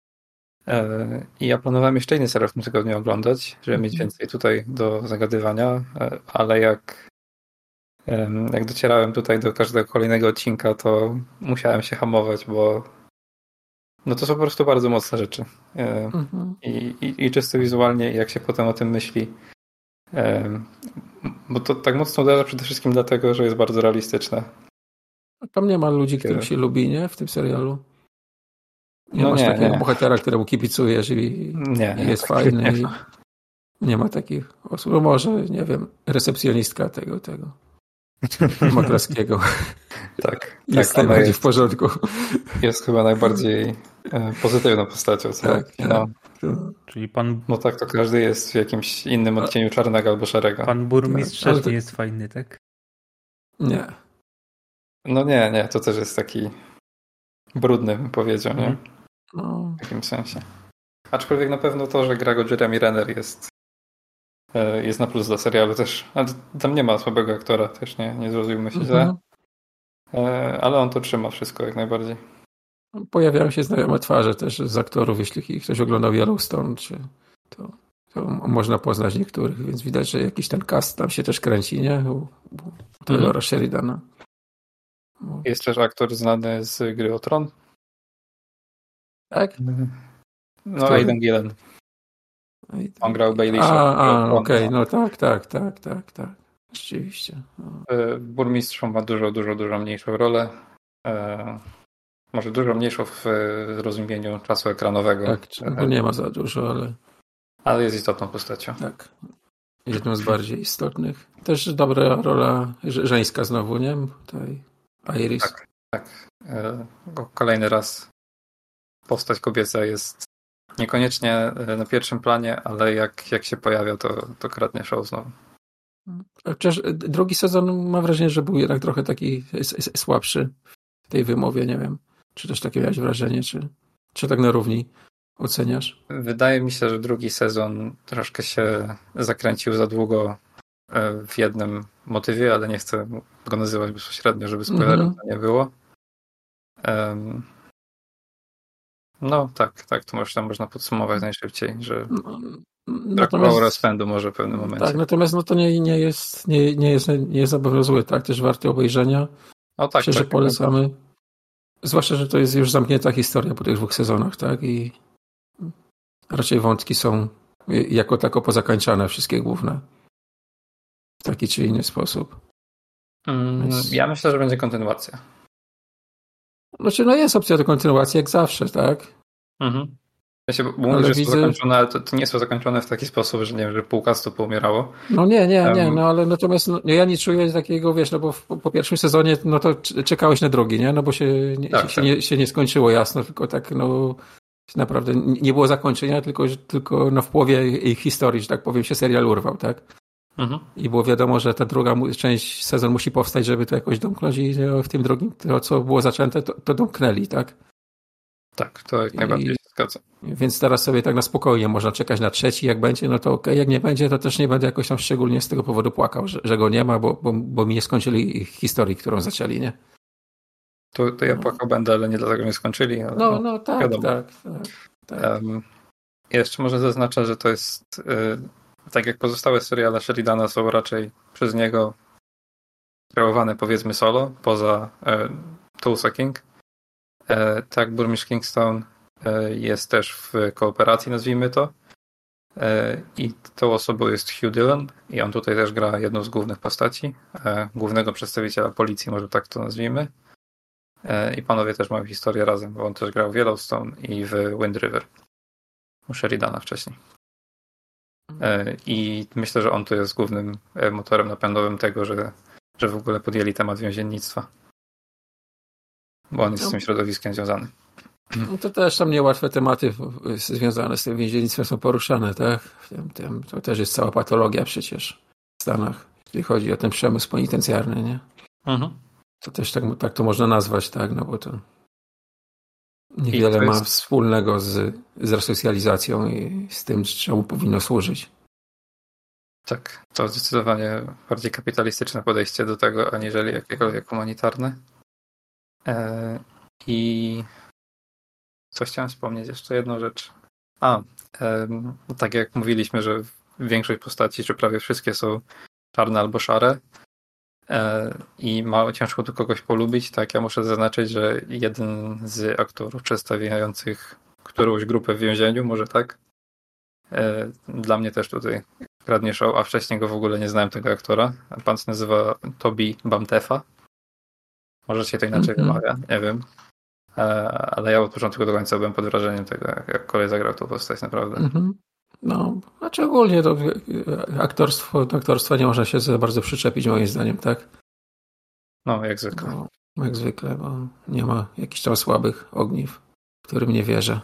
Speaker 3: I ja planowałem jeszcze inny serial w tym tygodniu oglądać, żeby mieć więcej tutaj do zagadywania, ale jak, jak docierałem tutaj do każdego kolejnego odcinka, to musiałem się hamować, bo no to są po prostu bardzo mocne rzeczy. Mhm. I, i, I czysto wizualnie, jak się potem o tym myśli. Bo to tak mocno uderza przede wszystkim dlatego, że jest bardzo realistyczne.
Speaker 4: Tam nie ma ludzi, których się lubi, nie? W tym serialu. Nie
Speaker 3: no
Speaker 4: masz
Speaker 3: nie,
Speaker 4: takiego
Speaker 3: nie.
Speaker 4: bohatera, któremu kibicujesz i
Speaker 3: nie, nie,
Speaker 4: jest fajny. Nie, i nie ma takich osób. No może, nie wiem, recepcjonistka tego, tego. Maklaskiego.
Speaker 3: Tak.
Speaker 4: Jest
Speaker 3: tak,
Speaker 4: najbardziej
Speaker 3: jest,
Speaker 4: w porządku.
Speaker 3: Jest chyba najbardziej pozytywną postacią. Co?
Speaker 4: Tak,
Speaker 3: no.
Speaker 4: tak.
Speaker 5: Czyli pan...
Speaker 3: No tak, to każdy jest w jakimś innym odcieniu czarnego albo szarego.
Speaker 5: Pan burmistrz
Speaker 4: tak,
Speaker 5: też
Speaker 4: to...
Speaker 5: nie jest fajny, tak?
Speaker 4: Nie.
Speaker 3: No nie, nie, to też jest taki brudny, bym powiedział, nie?
Speaker 4: No.
Speaker 3: W takim sensie. Aczkolwiek na pewno to, że gra go Jeremy Renner jest jest na plus dla serialu też. Ale tam nie ma słabego aktora, też nie, nie zrozummy się źle. Mhm. Ale on to trzyma wszystko jak najbardziej.
Speaker 4: Pojawiają się znajome twarze też z aktorów, jeśli ktoś oglądał Yellowstone, czy to, to można poznać niektórych, więc widać, że jakiś ten cast tam się też kręci, nie? U, u Taylora mhm. Sheridana. No.
Speaker 3: Jest też aktor znany z Gry o Tron.
Speaker 4: Tak?
Speaker 3: No, Aidan Gillen. On grał Baileysha.
Speaker 4: A, a okej, okay. No tak, tak, tak, tak, tak. Rzeczywiście. No.
Speaker 3: Burmistrz ma dużo, dużo, dużo mniejszą rolę. E, może dużo mniejszą w rozumieniu czasu ekranowego.
Speaker 4: Tak, bo nie ma za dużo, ale...
Speaker 3: Ale jest istotną postacią.
Speaker 4: Tak. Jedną z bardziej istotnych. Też dobra rola żeńska znowu, nie? Tutaj Iris.
Speaker 3: Tak, tak. E, kolejny raz postać kobieca jest niekoniecznie na pierwszym planie, ale jak, jak się pojawia, to, to kradnie show znowu.
Speaker 4: Chociaż drugi sezon mam wrażenie, że był jednak trochę taki słabszy w tej wymowie, nie wiem. Czy też takie miałeś wrażenie, czy, czy tak na równi oceniasz?
Speaker 3: Wydaje mi się, że drugi sezon troszkę się zakręcił za długo w jednym motywie, ale nie chcę go nazywać bezpośrednio, żeby spoilerów mm-hmm. nie było. Um, No tak, tak, to może tam można podsumować najszybciej, że brakowało rozpędu może w pewnym momencie.
Speaker 4: Tak, natomiast no to nie, nie, jest, nie, nie, jest, nie jest obowiązuje, tak, też warty obejrzenia.
Speaker 3: O tak,
Speaker 4: Myślę,
Speaker 3: tak,
Speaker 4: że polecamy. Tak. Zwłaszcza, że to jest już zamknięta historia po tych dwóch sezonach, tak, i raczej wątki są jako tako pozakańczane, wszystkie główne. W taki czy inny sposób.
Speaker 3: Mm, Więc... Ja myślę, że będzie kontynuacja.
Speaker 4: Znaczy, no jest opcja do kontynuacji, jak zawsze, tak?
Speaker 3: Mhm. Ja się mówię, że widzę... są zakończone, ale to, to nie są zakończone w taki sposób, że nie wiem, że pół castu poumierało.
Speaker 4: No nie, nie, nie, um... no ale natomiast no, ja nie czuję takiego, wiesz, no bo w, po pierwszym sezonie, no to czekałeś na drugi, nie? No bo się, nie, tak, się, tak. Nie, się nie skończyło jasno, tylko tak, no naprawdę nie było zakończenia, tylko, tylko no w połowie ich historii, że tak powiem, się serial urwał, tak? Mhm. I było wiadomo, że ta druga część sezon musi powstać, żeby to jakoś domknąć i w tym drugim to, co było zaczęte, to, to domknęli, tak?
Speaker 3: Tak, to jak najbardziej się zgadza.
Speaker 4: Więc teraz sobie tak na spokojnie można czekać na trzeci, jak będzie, no to okej, okay. Jak nie będzie, to też nie będę jakoś tam szczególnie z tego powodu płakał, że, że go nie ma, bo, bo, bo mi nie skończyli ich historii, którą zaczęli, nie?
Speaker 3: To, to ja no. płakał będę, ale nie dlatego, że nie skończyli. Ale
Speaker 4: no, no tak, wiadomo. tak, tak, tak.
Speaker 3: Um, jeszcze może zaznaczę, że to jest y, tak jak pozostałe seriale Sheridana są raczej przez niego kreowane, powiedzmy, solo, poza e, Tulsa King. E, tak, Burmistrz Kingstown e, jest też w kooperacji, nazwijmy to. E, I tą osobą jest Hugh Dillon i on tutaj też gra jedną z głównych postaci, e, głównego przedstawiciela policji, może tak to nazwijmy. E, I panowie też mają historię razem, bo on też grał w Yellowstone i w Wind River. U Sheridana wcześniej. I myślę, że on tu jest głównym motorem napędowym tego, że, że w ogóle podjęli temat więziennictwa. bo on jest
Speaker 4: No.
Speaker 3: z tym środowiskiem związany.
Speaker 4: No to też tam niełatwe tematy związane z tym więziennictwem są poruszane, tak? Tym, tym, to też jest cała patologia przecież w Stanach, jeśli chodzi o ten przemysł penitencjarny, nie?
Speaker 3: Mhm.
Speaker 4: To też tak, tak to można nazwać, tak? No bo to niewiele
Speaker 3: to
Speaker 4: ma
Speaker 3: jest-
Speaker 4: wspólnego z, z resocjalizacją i z tym, czemu powinno służyć.
Speaker 3: Tak, to zdecydowanie bardziej kapitalistyczne podejście do tego, aniżeli jakiekolwiek humanitarne. E, I co chciałem wspomnieć, jeszcze jedną rzecz. A, em, tak jak mówiliśmy, że większość postaci, czy prawie wszystkie są czarne albo szare e, i mało ciężko tu kogoś polubić, tak ja muszę zaznaczyć, że jeden z aktorów przedstawiających którąś grupę w więzieniu, może tak, e, dla mnie też tutaj kradnie show, a wcześniej go w ogóle nie znałem, tego aktora. Pan się nazywa Toby Bamtefa. Może się to inaczej
Speaker 4: Mhm.
Speaker 3: wymawia, nie wiem. E, ale ja od początku do końca byłem pod wrażeniem tego, jak, jak kolej zagrał tą postać, naprawdę.
Speaker 4: Mhm. No, znaczy ogólnie to e, aktorstwo, do aktorstwa nie można się za bardzo przyczepić moim zdaniem, tak?
Speaker 3: No, jak zwykle.
Speaker 4: Bo, jak zwykle, bo nie ma jakichś tam słabych ogniw, którym nie wierzę.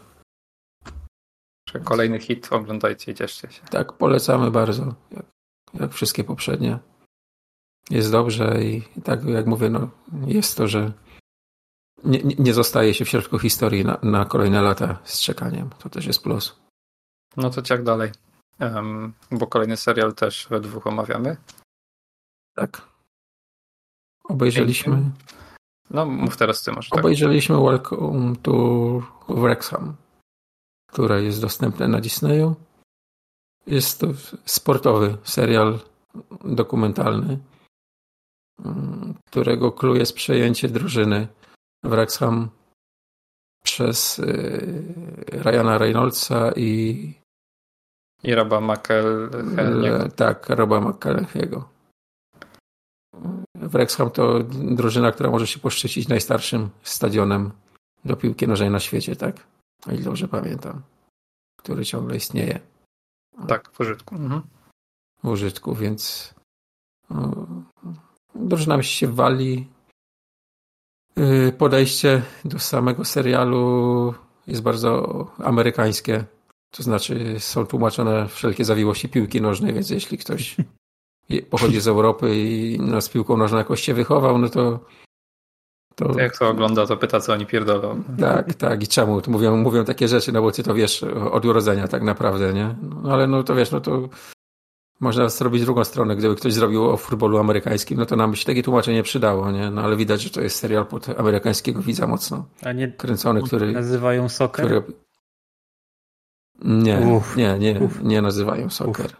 Speaker 3: Kolejny hit, oglądajcie i cieszcie się.
Speaker 4: Tak, polecamy bardzo, jak, jak wszystkie poprzednie. Jest dobrze i, i tak jak mówię, no, jest to, że nie, nie nie zostaje się w środku historii na, na kolejne lata z czekaniem. To też jest plus.
Speaker 3: No to jak dalej? Um, bo kolejny serial też we dwóch omawiamy.
Speaker 4: Tak. Obejrzeliśmy,
Speaker 3: No mów teraz ty może. Tak.
Speaker 4: obejrzeliśmy Welcome to Wrexham, które jest dostępne na Disneyu. Jest to sportowy serial dokumentalny, którego clou jest przejęcie drużyny Wrexham przez Ryana Reynoldsa i
Speaker 3: I Roba McElhenney'ego.
Speaker 4: tak, Roba McElhenney'ego. Wrexham to drużyna, która może się poszczycić najstarszym stadionem do piłki nożnej na świecie, tak? O ile dobrze pamiętam. Który ciągle istnieje.
Speaker 3: Tak, w użytku. Mhm.
Speaker 4: W użytku, więc no, drużyna mieści się w Walii. Yy, Podejście do samego serialu jest bardzo amerykańskie. To znaczy są tłumaczone wszelkie zawiłości piłki nożnej, więc jeśli ktoś pochodzi z Europy i no, z piłką nożną jakoś się wychował, no to to,
Speaker 3: to jak to ogląda, to pyta, co oni pierdolą.
Speaker 4: Tak, tak. I czemu? To mówią, mówią takie rzeczy, no bo ty to wiesz od urodzenia tak naprawdę, nie? No ale no to wiesz, no to można zrobić drugą stronę. Gdyby ktoś zrobił o futbolu amerykańskim, no to nam by się takie tłumaczenie przydało, nie? No ale widać, że to jest serial pod amerykańskiego widza mocno
Speaker 5: A nie
Speaker 4: kręcony, który...
Speaker 5: nazywają soccer?
Speaker 4: Który... Nie,
Speaker 5: Uf.
Speaker 4: nie, nie,
Speaker 5: Uf.
Speaker 4: nie nazywają soccer.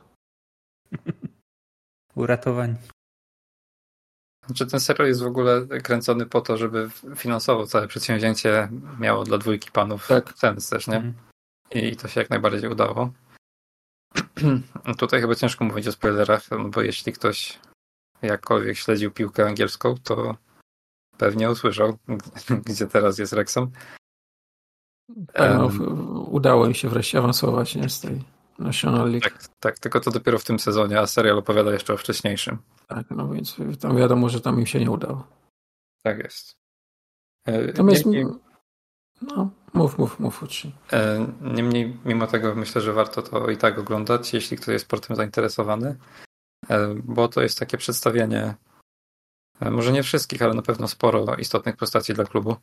Speaker 5: Uratowani.
Speaker 3: Znaczy ten serial jest w ogóle kręcony po to, żeby finansowo całe przedsięwzięcie miało dla dwójki panów
Speaker 4: Tak.
Speaker 3: sens też, nie?
Speaker 5: Mhm.
Speaker 3: I to się jak najbardziej udało. Tutaj chyba ciężko mówić o spoilerach, no bo jeśli ktoś jakkolwiek śledził piłkę angielską, to pewnie usłyszał, gdzie teraz jest Wrexham.
Speaker 4: Tak, no,
Speaker 3: Em,
Speaker 4: w- udało im się wreszcie awansować, nie? Z tej National League.
Speaker 3: tak, tak, tylko to dopiero w tym sezonie, a serial opowiada jeszcze o wcześniejszym.
Speaker 4: Tak, no więc tam wiadomo, że tam im się nie udało.
Speaker 3: Tak jest. E,
Speaker 4: Natomiast,
Speaker 3: Niemniej,
Speaker 4: no, mów, mów, mów, uczy.
Speaker 3: e, niemniej, mimo tego myślę, że warto to i tak oglądać, jeśli ktoś jest sportem zainteresowany, e, bo to jest takie przedstawienie, e, może nie wszystkich, ale na pewno sporo istotnych postaci dla klubu.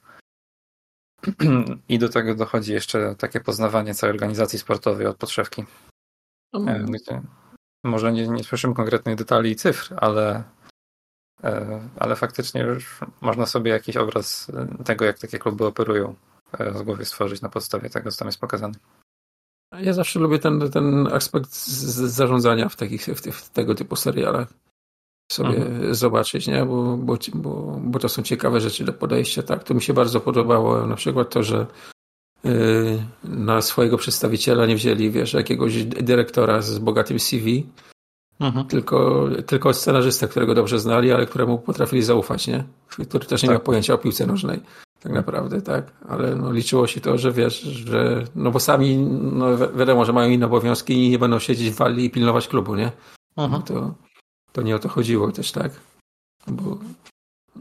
Speaker 3: I do tego dochodzi jeszcze takie poznawanie całej organizacji sportowej od podszewki.
Speaker 4: No,
Speaker 3: E, gdzie może nie, nie słyszymy konkretnych detali i cyfr, ale, e, ale faktycznie już można sobie jakiś obraz tego, jak takie kluby operują, e, z głowy stworzyć na podstawie tego, co tam jest pokazane.
Speaker 4: Ja zawsze lubię ten, ten aspekt z- z- zarządzania w, takich, w, tych- w tego typu serialach. Sobie
Speaker 3: Mhm.
Speaker 4: zobaczyć, nie? Bo, bo, bo, bo to są ciekawe rzeczy do podejścia. Tak, to mi się bardzo podobało. Na przykład to, że yy, na swojego przedstawiciela nie wzięli, wiesz, jakiegoś dyrektora z bogatym C V,
Speaker 3: Mhm.
Speaker 4: tylko, tylko scenarzystę, którego dobrze znali, ale któremu potrafili zaufać, nie? Który też nie
Speaker 3: Tak.
Speaker 4: miał pojęcia o piłce nożnej. Tak naprawdę, tak. Ale no, liczyło się to, że wiesz, że no bo sami, no wi- wiadomo, że mają inne obowiązki i nie będą siedzieć w Walii i pilnować klubu, nie?
Speaker 3: Mhm.
Speaker 4: No to, to nie o to chodziło też, tak? Bo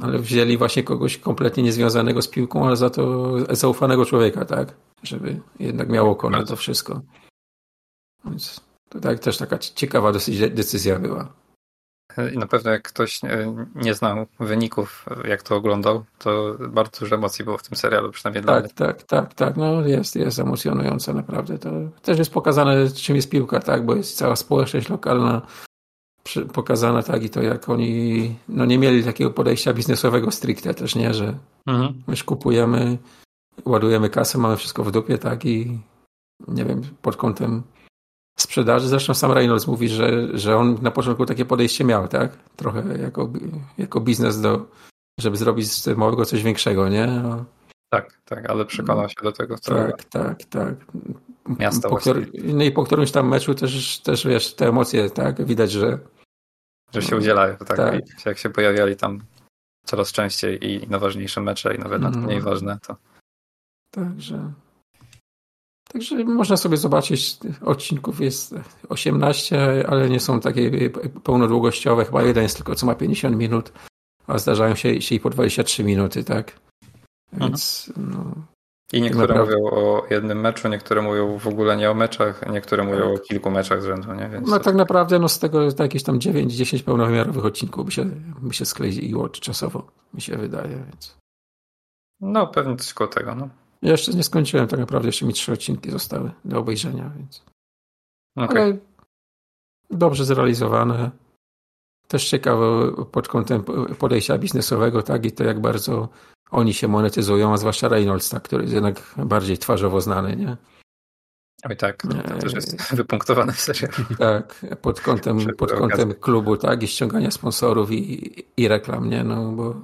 Speaker 4: ale wzięli właśnie kogoś kompletnie niezwiązanego z piłką, ale za to zaufanego człowieka, tak? Żeby jednak miał oko na to wszystko. Więc to tak, też taka ciekawa dosyć decyzja była.
Speaker 3: I na pewno jak ktoś nie znał wyników, jak to oglądał, to bardzo dużo emocji było w tym serialu, przynajmniej dla mnie.
Speaker 4: Tak, tak, tak, tak. No jest, jest emocjonujące naprawdę. To też jest pokazane, czym jest piłka, tak? Bo jest cała społeczność lokalna pokazana, tak? I to jak oni no nie mieli takiego podejścia biznesowego stricte też, nie? Że mhm. my kupujemy, ładujemy kasę, mamy wszystko w dupie, tak? I nie wiem, pod kątem sprzedaży. Zresztą sam Reynolds mówi, że, że on na początku takie podejście miał, tak? Trochę jako, jako biznes, do, żeby zrobić z małego coś większego, nie? No.
Speaker 3: Tak, tak, ale przekonał się do tego.
Speaker 4: Tak, tak, tak.
Speaker 3: Miasta
Speaker 4: po któr... No i po którymś tam meczu też, też wiesz, te emocje, tak? Widać, że
Speaker 3: że się udzielają, tak? tak. I jak się pojawiali tam coraz częściej i na ważniejsze mecze i nawet mm. na to mniej ważne, to...
Speaker 4: Także... Także można sobie zobaczyć, odcinków jest osiemnaście, ale nie są takie pełnodługościowe. Chyba jeden jest tylko, co ma pięćdziesiąt minut, a zdarzają się, się i po dwadzieścia trzy minuty, tak? Więc no,
Speaker 3: i niektóre naprawdę... mówią o jednym meczu, niektóre mówią w ogóle nie o meczach, niektóre mówią tak. o kilku meczach z rzędu, nie? Więc
Speaker 4: no
Speaker 3: to...
Speaker 4: tak naprawdę no, z tego jakieś tam dziewięć dziesięć pełnowymiarowych odcinków by się, by się skleiło czasowo, mi się wydaje. Więc...
Speaker 3: No pewnie coś koło tego, no.
Speaker 4: Ja jeszcze nie skończyłem, tak naprawdę jeszcze mi trzy odcinki zostały do obejrzenia, więc.
Speaker 3: Okay.
Speaker 4: Ale dobrze zrealizowane. Też ciekawe pod kątem podejścia biznesowego, tak, i to jak bardzo oni się monetyzują, a zwłaszcza Reynolds, tak, który jest jednak bardziej twarzowo znany, nie?
Speaker 3: Oj tak, to też jest wypunktowane w serialu.
Speaker 4: Tak, pod kątem, pod kątem klubu, tak, i ściągania sponsorów i, i reklam, nie, no bo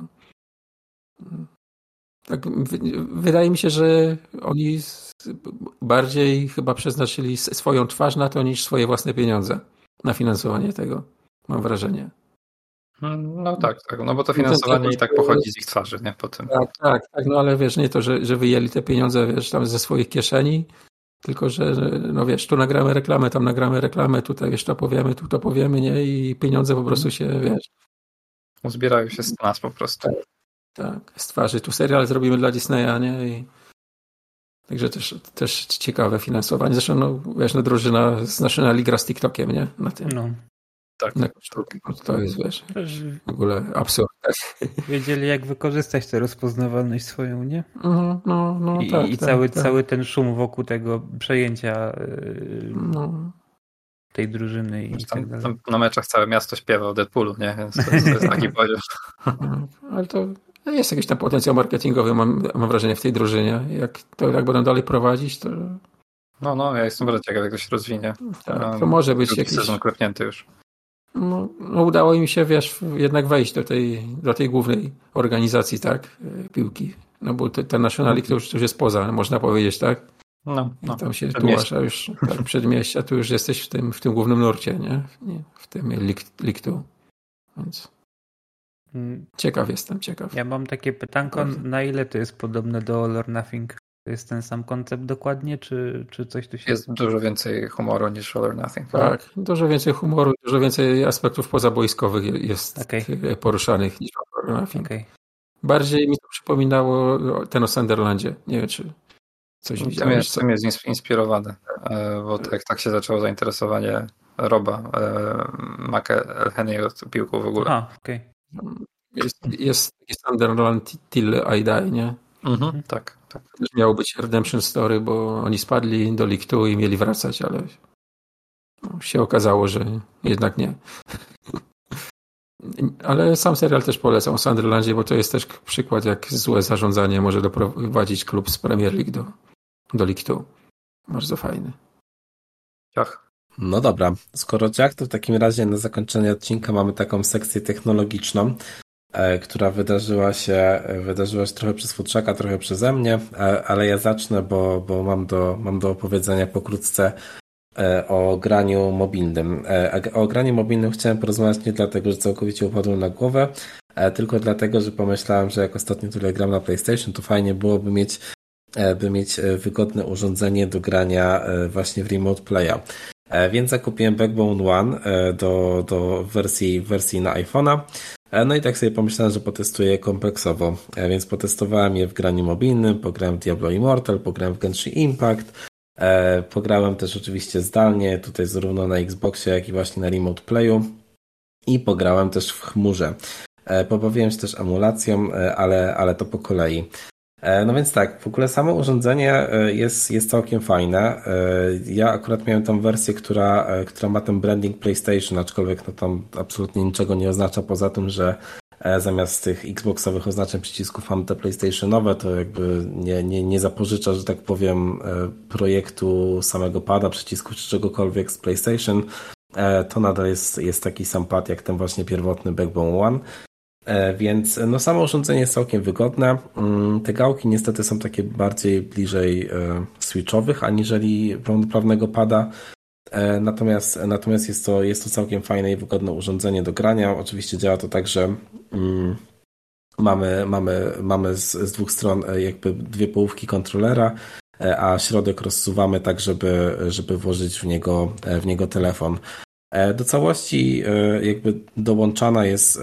Speaker 4: tak, wydaje mi się, że oni bardziej chyba przeznaczyli swoją twarz na to niż swoje własne pieniądze na finansowanie tego. Mam wrażenie.
Speaker 3: No tak, tak. No bo to finansowanie i tak pochodzi z ich twarzy, nie? Potem.
Speaker 4: Tak, tak, tak, no ale wiesz, nie to, że, że wyjęli te pieniądze, wiesz, tam ze swoich kieszeni, tylko że, no wiesz, tu nagramy reklamę, tam nagramy reklamę, tutaj wiesz, to powiemy, tu to powiemy, nie? I pieniądze po prostu się, wiesz.
Speaker 3: Uzbierają się z nas po prostu.
Speaker 4: Tak. Tak, z twarzy. Tu serial zrobimy dla Disneya, nie? I... Także też, też ciekawe finansowanie. Zresztą, no, wiesz, no, drużyna z National gra z TikTokiem, nie? Na tym.
Speaker 5: No.
Speaker 3: Tak.
Speaker 4: Na... To jest, wiesz, w ogóle absurd.
Speaker 5: Wiedzieli, jak wykorzystać tę rozpoznawalność swoją, nie?
Speaker 4: No, no, no
Speaker 5: I,
Speaker 4: tak,
Speaker 5: i
Speaker 4: tak,
Speaker 5: cały,
Speaker 4: tak.
Speaker 5: cały ten szum wokół tego przejęcia yy,
Speaker 4: no.
Speaker 5: tej drużyny i
Speaker 3: tam,
Speaker 5: tak dalej.
Speaker 3: Tam na meczach całe miasto śpiewa o Deadpoolu, nie? Więc to, to jest taki poziom.
Speaker 4: Ale to jest jakiś tam potencjał marketingowy, mam, mam wrażenie, w tej drużynie. Jak to jak będą dalej prowadzić, to...
Speaker 3: No, no, ja jestem bardzo ciekaw, jak to się rozwinie.
Speaker 4: Tak, to um, może być jakiś...
Speaker 3: sezon klepnięty już.
Speaker 4: No, no udało im się, wiesz, jednak wejść do tej, do tej głównej organizacji, tak, piłki. No bo te, ten National League to już, to już jest poza, można powiedzieć, tak?
Speaker 3: No, no.
Speaker 4: I tam się tułasz, a już tak, przedmieścia, tu już jesteś w tym, w tym głównym nurcie, nie? nie w tym League Two. Więc ciekaw jestem, ciekaw.
Speaker 5: Ja mam takie pytanko, na ile to jest podobne do All or Nothing? To jest ten sam koncept dokładnie, czy, czy coś tu się...
Speaker 3: Jest dużo więcej humoru niż All or Nothing.
Speaker 4: Tak, dużo więcej humoru, dużo więcej aspektów pozaboiskowych jest okay. poruszanych niż All or Nothing. Okay. Bardziej mi to przypominało ten o Sunderlandzie. Nie wiem, czy coś
Speaker 3: tym
Speaker 4: widziałeś.
Speaker 3: Jest, tym jest inspirowane, bo tak, tak się zaczęło zainteresowanie Roba McElhenney'ego piłką w ogóle.
Speaker 5: A, okej.
Speaker 4: Okay. Jest, jest, jest Sunderland till I die, nie?
Speaker 3: Mhm, tak, tak.
Speaker 4: Miało być Redemption Story, bo oni spadli do League Two i mieli wracać, ale no, się okazało, że jednak nie. Ale sam serial też polecam o Sunderlandzie, bo to jest też przykład, jak złe zarządzanie może doprowadzić klub z Premier League do, do League Two. Bardzo fajny.
Speaker 3: Ciach.
Speaker 2: No dobra, skoro Jack, to w takim razie na zakończenie odcinka mamy taką sekcję technologiczną, e, która wydarzyła się, wydarzyła się trochę przez Futrzaka, trochę przeze mnie, e, ale ja zacznę, bo, bo mam, do, mam do opowiedzenia pokrótce e, o graniu mobilnym. E, o graniu mobilnym chciałem porozmawiać nie dlatego, że całkowicie upadłem na głowę, e, tylko dlatego, że pomyślałem, że jak ostatnio tyle gram na PlayStation, to fajnie byłoby mieć, e, by mieć wygodne urządzenie do grania e, właśnie w Remote Playa. Więc zakupiłem Backbone One do, do wersji, wersji na iPhone'a. No i tak sobie pomyślałem, że potestuję je kompleksowo, więc potestowałem je w graniu mobilnym, pograłem w Diablo Immortal, pograłem w Genshin Impact, pograłem też oczywiście zdalnie, tutaj zarówno na Xboxie, jak i właśnie na Remote Playu i pograłem też w chmurze. Pobawiłem się też emulacją, ale, ale to po kolei. No więc tak, w ogóle samo urządzenie jest, jest całkiem fajne. Ja akurat miałem tam wersję, która, która ma ten branding PlayStation, aczkolwiek no tam absolutnie niczego nie oznacza poza tym, że zamiast tych Xboxowych oznaczeń przycisków mam te PlayStationowe, to jakby nie, nie, nie zapożycza, że tak powiem, projektu samego pada, przycisków czy czegokolwiek z PlayStation. To nadal jest, jest taki sam pad jak ten właśnie pierwotny Backbone One. Więc no samo urządzenie jest całkiem wygodne. Te gałki niestety są takie bardziej bliżej switchowych, aniżeli pełnoprawnego pada. Natomiast, natomiast jest to, jest to całkiem fajne i wygodne urządzenie do grania. Oczywiście działa to tak, że mm, mamy, mamy, mamy z, z dwóch stron jakby dwie połówki kontrolera, a środek rozsuwamy tak, żeby, żeby włożyć w niego, w niego telefon. Do całości jakby dołączana jest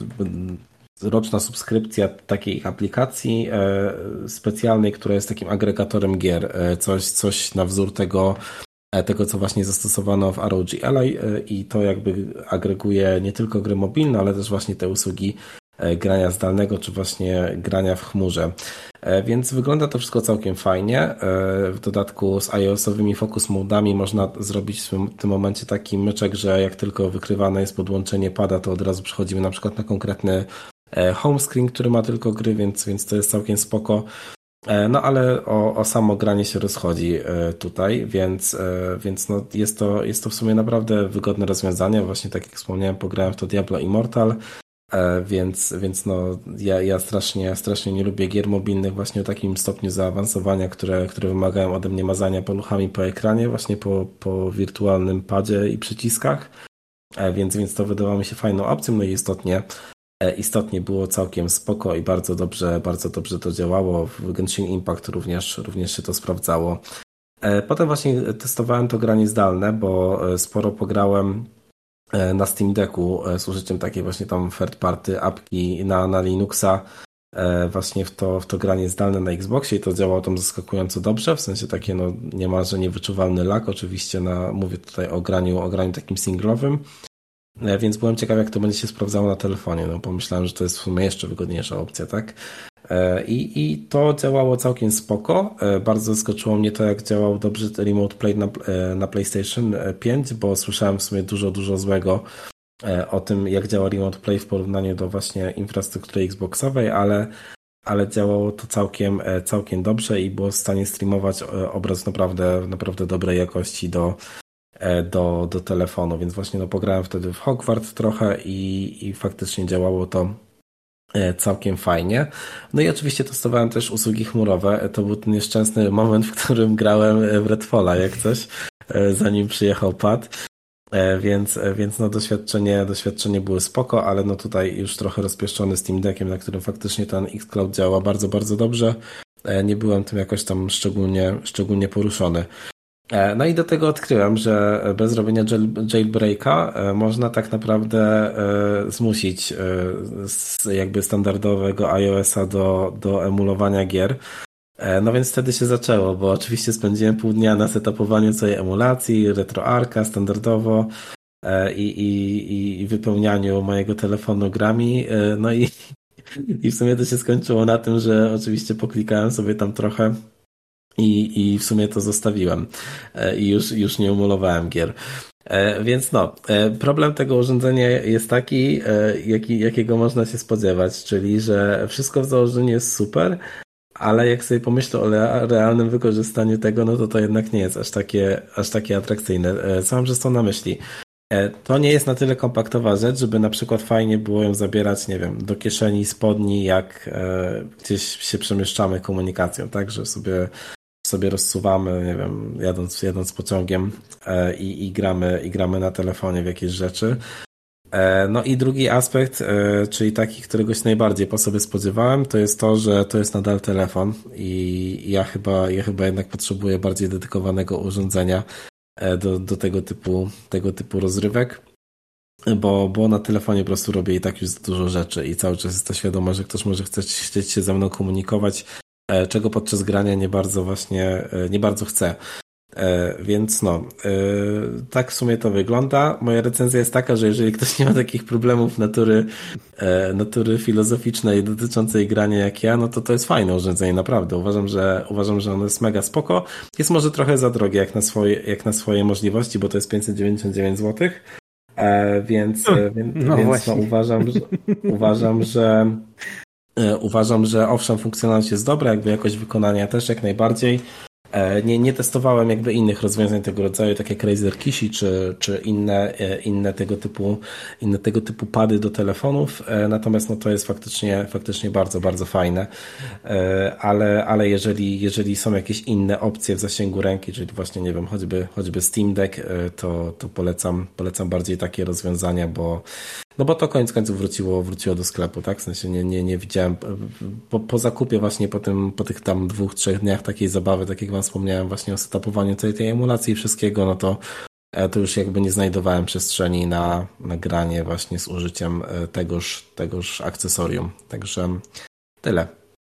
Speaker 2: roczna subskrypcja takiej aplikacji specjalnej, która jest takim agregatorem gier. Coś, coś na wzór tego, tego, co właśnie zastosowano w R O G Ally i to jakby agreguje nie tylko gry mobilne, ale też właśnie te usługi grania zdalnego, czy właśnie grania w chmurze. Więc wygląda to wszystko całkiem fajnie. W dodatku z iOS-owymi focus modami można zrobić w tym momencie taki myczek, że jak tylko wykrywane jest podłączenie pada, to od razu przechodzimy na przykład na konkretny home screen, który ma tylko gry, więc, więc to jest całkiem spoko. No ale o, o samo granie się rozchodzi tutaj, więc, więc no jest, to, jest to w sumie naprawdę wygodne rozwiązanie. Właśnie tak jak wspomniałem, pograłem w to Diablo Immortal, więc, więc no ja, ja strasznie, strasznie nie lubię gier mobilnych właśnie o takim stopniu zaawansowania, które, które wymagają ode mnie mazania paluchami po ekranie, właśnie po, po wirtualnym padzie i przyciskach, więc, więc to wydawało mi się fajną opcją, no i istotnie Istotnie było całkiem spoko i bardzo dobrze, bardzo dobrze to działało. W Genshin Impact również, również się to sprawdzało. Potem właśnie testowałem to granie zdalne, bo sporo pograłem na Steam Decku z użyciem takiej właśnie tam third party apki na, na Linuxa właśnie w to, w to granie zdalne na Xboxie i to działało tam zaskakująco dobrze, w sensie takie no niemalże niewyczuwalny lag, oczywiście na, mówię tutaj o graniu, o graniu takim singlowym. Więc byłem ciekaw, jak to będzie się sprawdzało na telefonie. No, pomyślałem, że to jest w sumie jeszcze wygodniejsza opcja, tak? I, i to działało całkiem spoko. Bardzo zaskoczyło mnie to, jak działał dobrze Remote Play na, na PlayStation pięć, bo słyszałem w sumie dużo, dużo złego o tym, jak działa Remote Play w porównaniu do właśnie infrastruktury Xboxowej, ale, ale działało to całkiem, całkiem dobrze i było w stanie streamować obraz naprawdę, naprawdę dobrej jakości do Do, do telefonu, więc właśnie no, pograłem wtedy w Hogwarts trochę i, i faktycznie działało to całkiem fajnie. No i oczywiście testowałem też usługi chmurowe. To był ten nieszczęsny moment, w którym grałem w Redfalla, jak coś, zanim przyjechał pad. Więc, więc no doświadczenie, doświadczenie było spoko, ale no tutaj już trochę rozpieszczony Steam Deckiem, na którym faktycznie ten xCloud działa bardzo, bardzo dobrze. Nie byłem tym jakoś tam szczególnie, szczególnie poruszony. No i do tego odkryłem, że bez robienia jailbreaka można tak naprawdę zmusić jakby standardowego iOS-a do, do emulowania gier. No więc wtedy się zaczęło, bo oczywiście spędziłem pół dnia na setupowaniu całej emulacji, RetroArcha standardowo i, i, i wypełnianiu mojego telefonu grami. No i, i w sumie to się skończyło na tym, że oczywiście poklikałem sobie tam trochę I, i w sumie to zostawiłem i już, już nie emulowałem gier. Więc no, problem tego urządzenia jest taki, jaki, jakiego można się spodziewać, czyli że wszystko w założeniu jest super, ale jak sobie pomyślę o realnym wykorzystaniu tego, no to to jednak nie jest aż takie, aż takie atrakcyjne. Co mam przez to na myśli? To nie jest na tyle kompaktowa rzecz, żeby na przykład fajnie było ją zabierać, nie wiem, do kieszeni spodni, jak gdzieś się przemieszczamy komunikacją, tak, że sobie sobie rozsuwamy, nie wiem, jadąc, jadąc pociągiem e, i, i, gramy, i gramy na telefonie w jakieś rzeczy. E, no i drugi aspekt, e, czyli taki, którego się najbardziej po sobie spodziewałem, to jest to, że to jest nadal telefon i ja chyba, ja chyba jednak potrzebuję bardziej dedykowanego urządzenia e, do, do tego typu, tego typu rozrywek. bo, bo na telefonie po prostu robię i tak już za dużo rzeczy i cały czas jest ta świadomość, że ktoś może chcieć, chcieć się ze mną komunikować, czego podczas grania nie bardzo właśnie, nie bardzo chcę. Więc no, tak w sumie to wygląda. Moja recenzja jest taka, że jeżeli ktoś nie ma takich problemów natury, natury filozoficznej dotyczącej grania jak ja, no to to jest fajne urządzenie, naprawdę. Uważam, że uważam, że ono jest mega spoko. Jest może trochę za drogie jak na swoje, jak na swoje możliwości, bo to jest pięćset dziewięćdziesiąt dziewięć złotych. Więc, więc,
Speaker 5: no,
Speaker 2: więc no, uważam, że, uważam, że uważam, że owszem, funkcjonalność jest dobra, jakby jakość wykonania też jak najbardziej. Nie, nie testowałem jakby innych rozwiązań tego rodzaju, tak jak Razer Kishi czy, czy inne, inne tego typu inne tego typu pady do telefonów, natomiast no to jest faktycznie, faktycznie bardzo, bardzo fajne, ale, ale jeżeli, jeżeli są jakieś inne opcje w zasięgu ręki, czyli właśnie nie wiem, choćby, choćby Steam Deck, to, to polecam, polecam bardziej takie rozwiązania, bo no bo to koniec końców wróciło, wróciło do sklepu, tak? W sensie nie, nie, nie widziałem, po, po zakupie właśnie po tym, po tych tam dwóch, trzech dniach takiej zabawy, tak jak wam wspomniałem właśnie o setupowaniu całej tej emulacji i wszystkiego, no to to już jakby nie znajdowałem przestrzeni na, na granie właśnie z użyciem tegoż, tegoż akcesorium. Także tyle.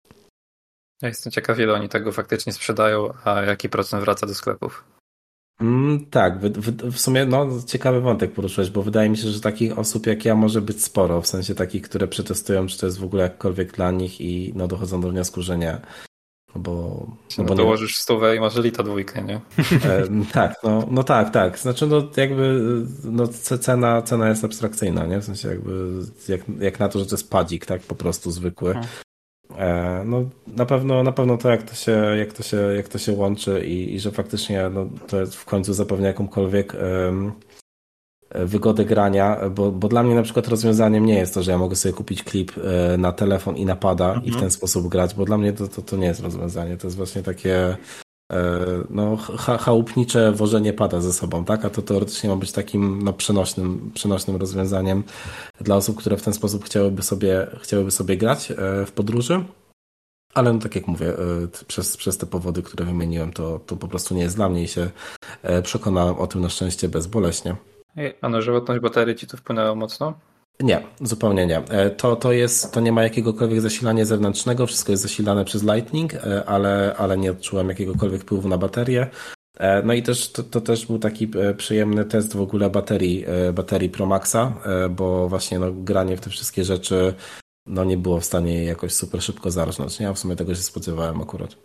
Speaker 3: Ja jestem ciekaw, ile oni tego faktycznie sprzedają, a jaki procent wraca do sklepów.
Speaker 2: Mm, tak, w, w, w sumie no, ciekawy wątek poruszyłeś, bo wydaje mi się, że takich osób jak ja może być sporo, w sensie takich, które przetestują, czy to jest w ogóle jakkolwiek dla nich i no, dochodzą do wniosku, że nie. No bo,
Speaker 3: no bo dołożysz stówę i masz lita dwójkę, nie?
Speaker 2: E, tak, no, no tak, tak. Znaczy no jakby no, cena, cena jest abstrakcyjna, nie? W sensie jakby jak, jak na to, że to jest padzik, tak, po prostu zwykły. Hmm. No na pewno, na pewno to jak to się, jak to się, jak to się łączy i, i że faktycznie no, to jest w końcu zapewnia jakąkolwiek um, wygodę grania, bo, bo dla mnie na przykład rozwiązaniem nie jest to, że ja mogę sobie kupić klip na telefon i na pada mhm. i w ten sposób grać, bo dla mnie to, to, to nie jest rozwiązanie, to jest właśnie takie no, cha, chałupnicze wożenie pada ze sobą, tak? A to teoretycznie ma być takim no, przenośnym, przenośnym rozwiązaniem dla osób, które w ten sposób chciałyby sobie, chciałyby sobie grać w podróży. Ale no, tak jak mówię, przez, przez te powody, które wymieniłem, to, to po prostu nie jest dla mnie i się przekonałem o tym na szczęście bezboleśnie.
Speaker 3: A na żywotność baterii ci to wpłynęło mocno?
Speaker 2: Nie, zupełnie nie. To, to, jest, to nie ma jakiegokolwiek zasilania zewnętrznego, wszystko jest zasilane przez Lightning, ale, ale nie odczułem jakiegokolwiek wpływu na baterię. No i też to, to też był taki przyjemny test w ogóle baterii, baterii Pro Maxa, bo właśnie no, granie w te wszystkie rzeczy no, nie było w stanie jakoś super szybko zarżnąć. Ja w sumie tego się spodziewałem akurat.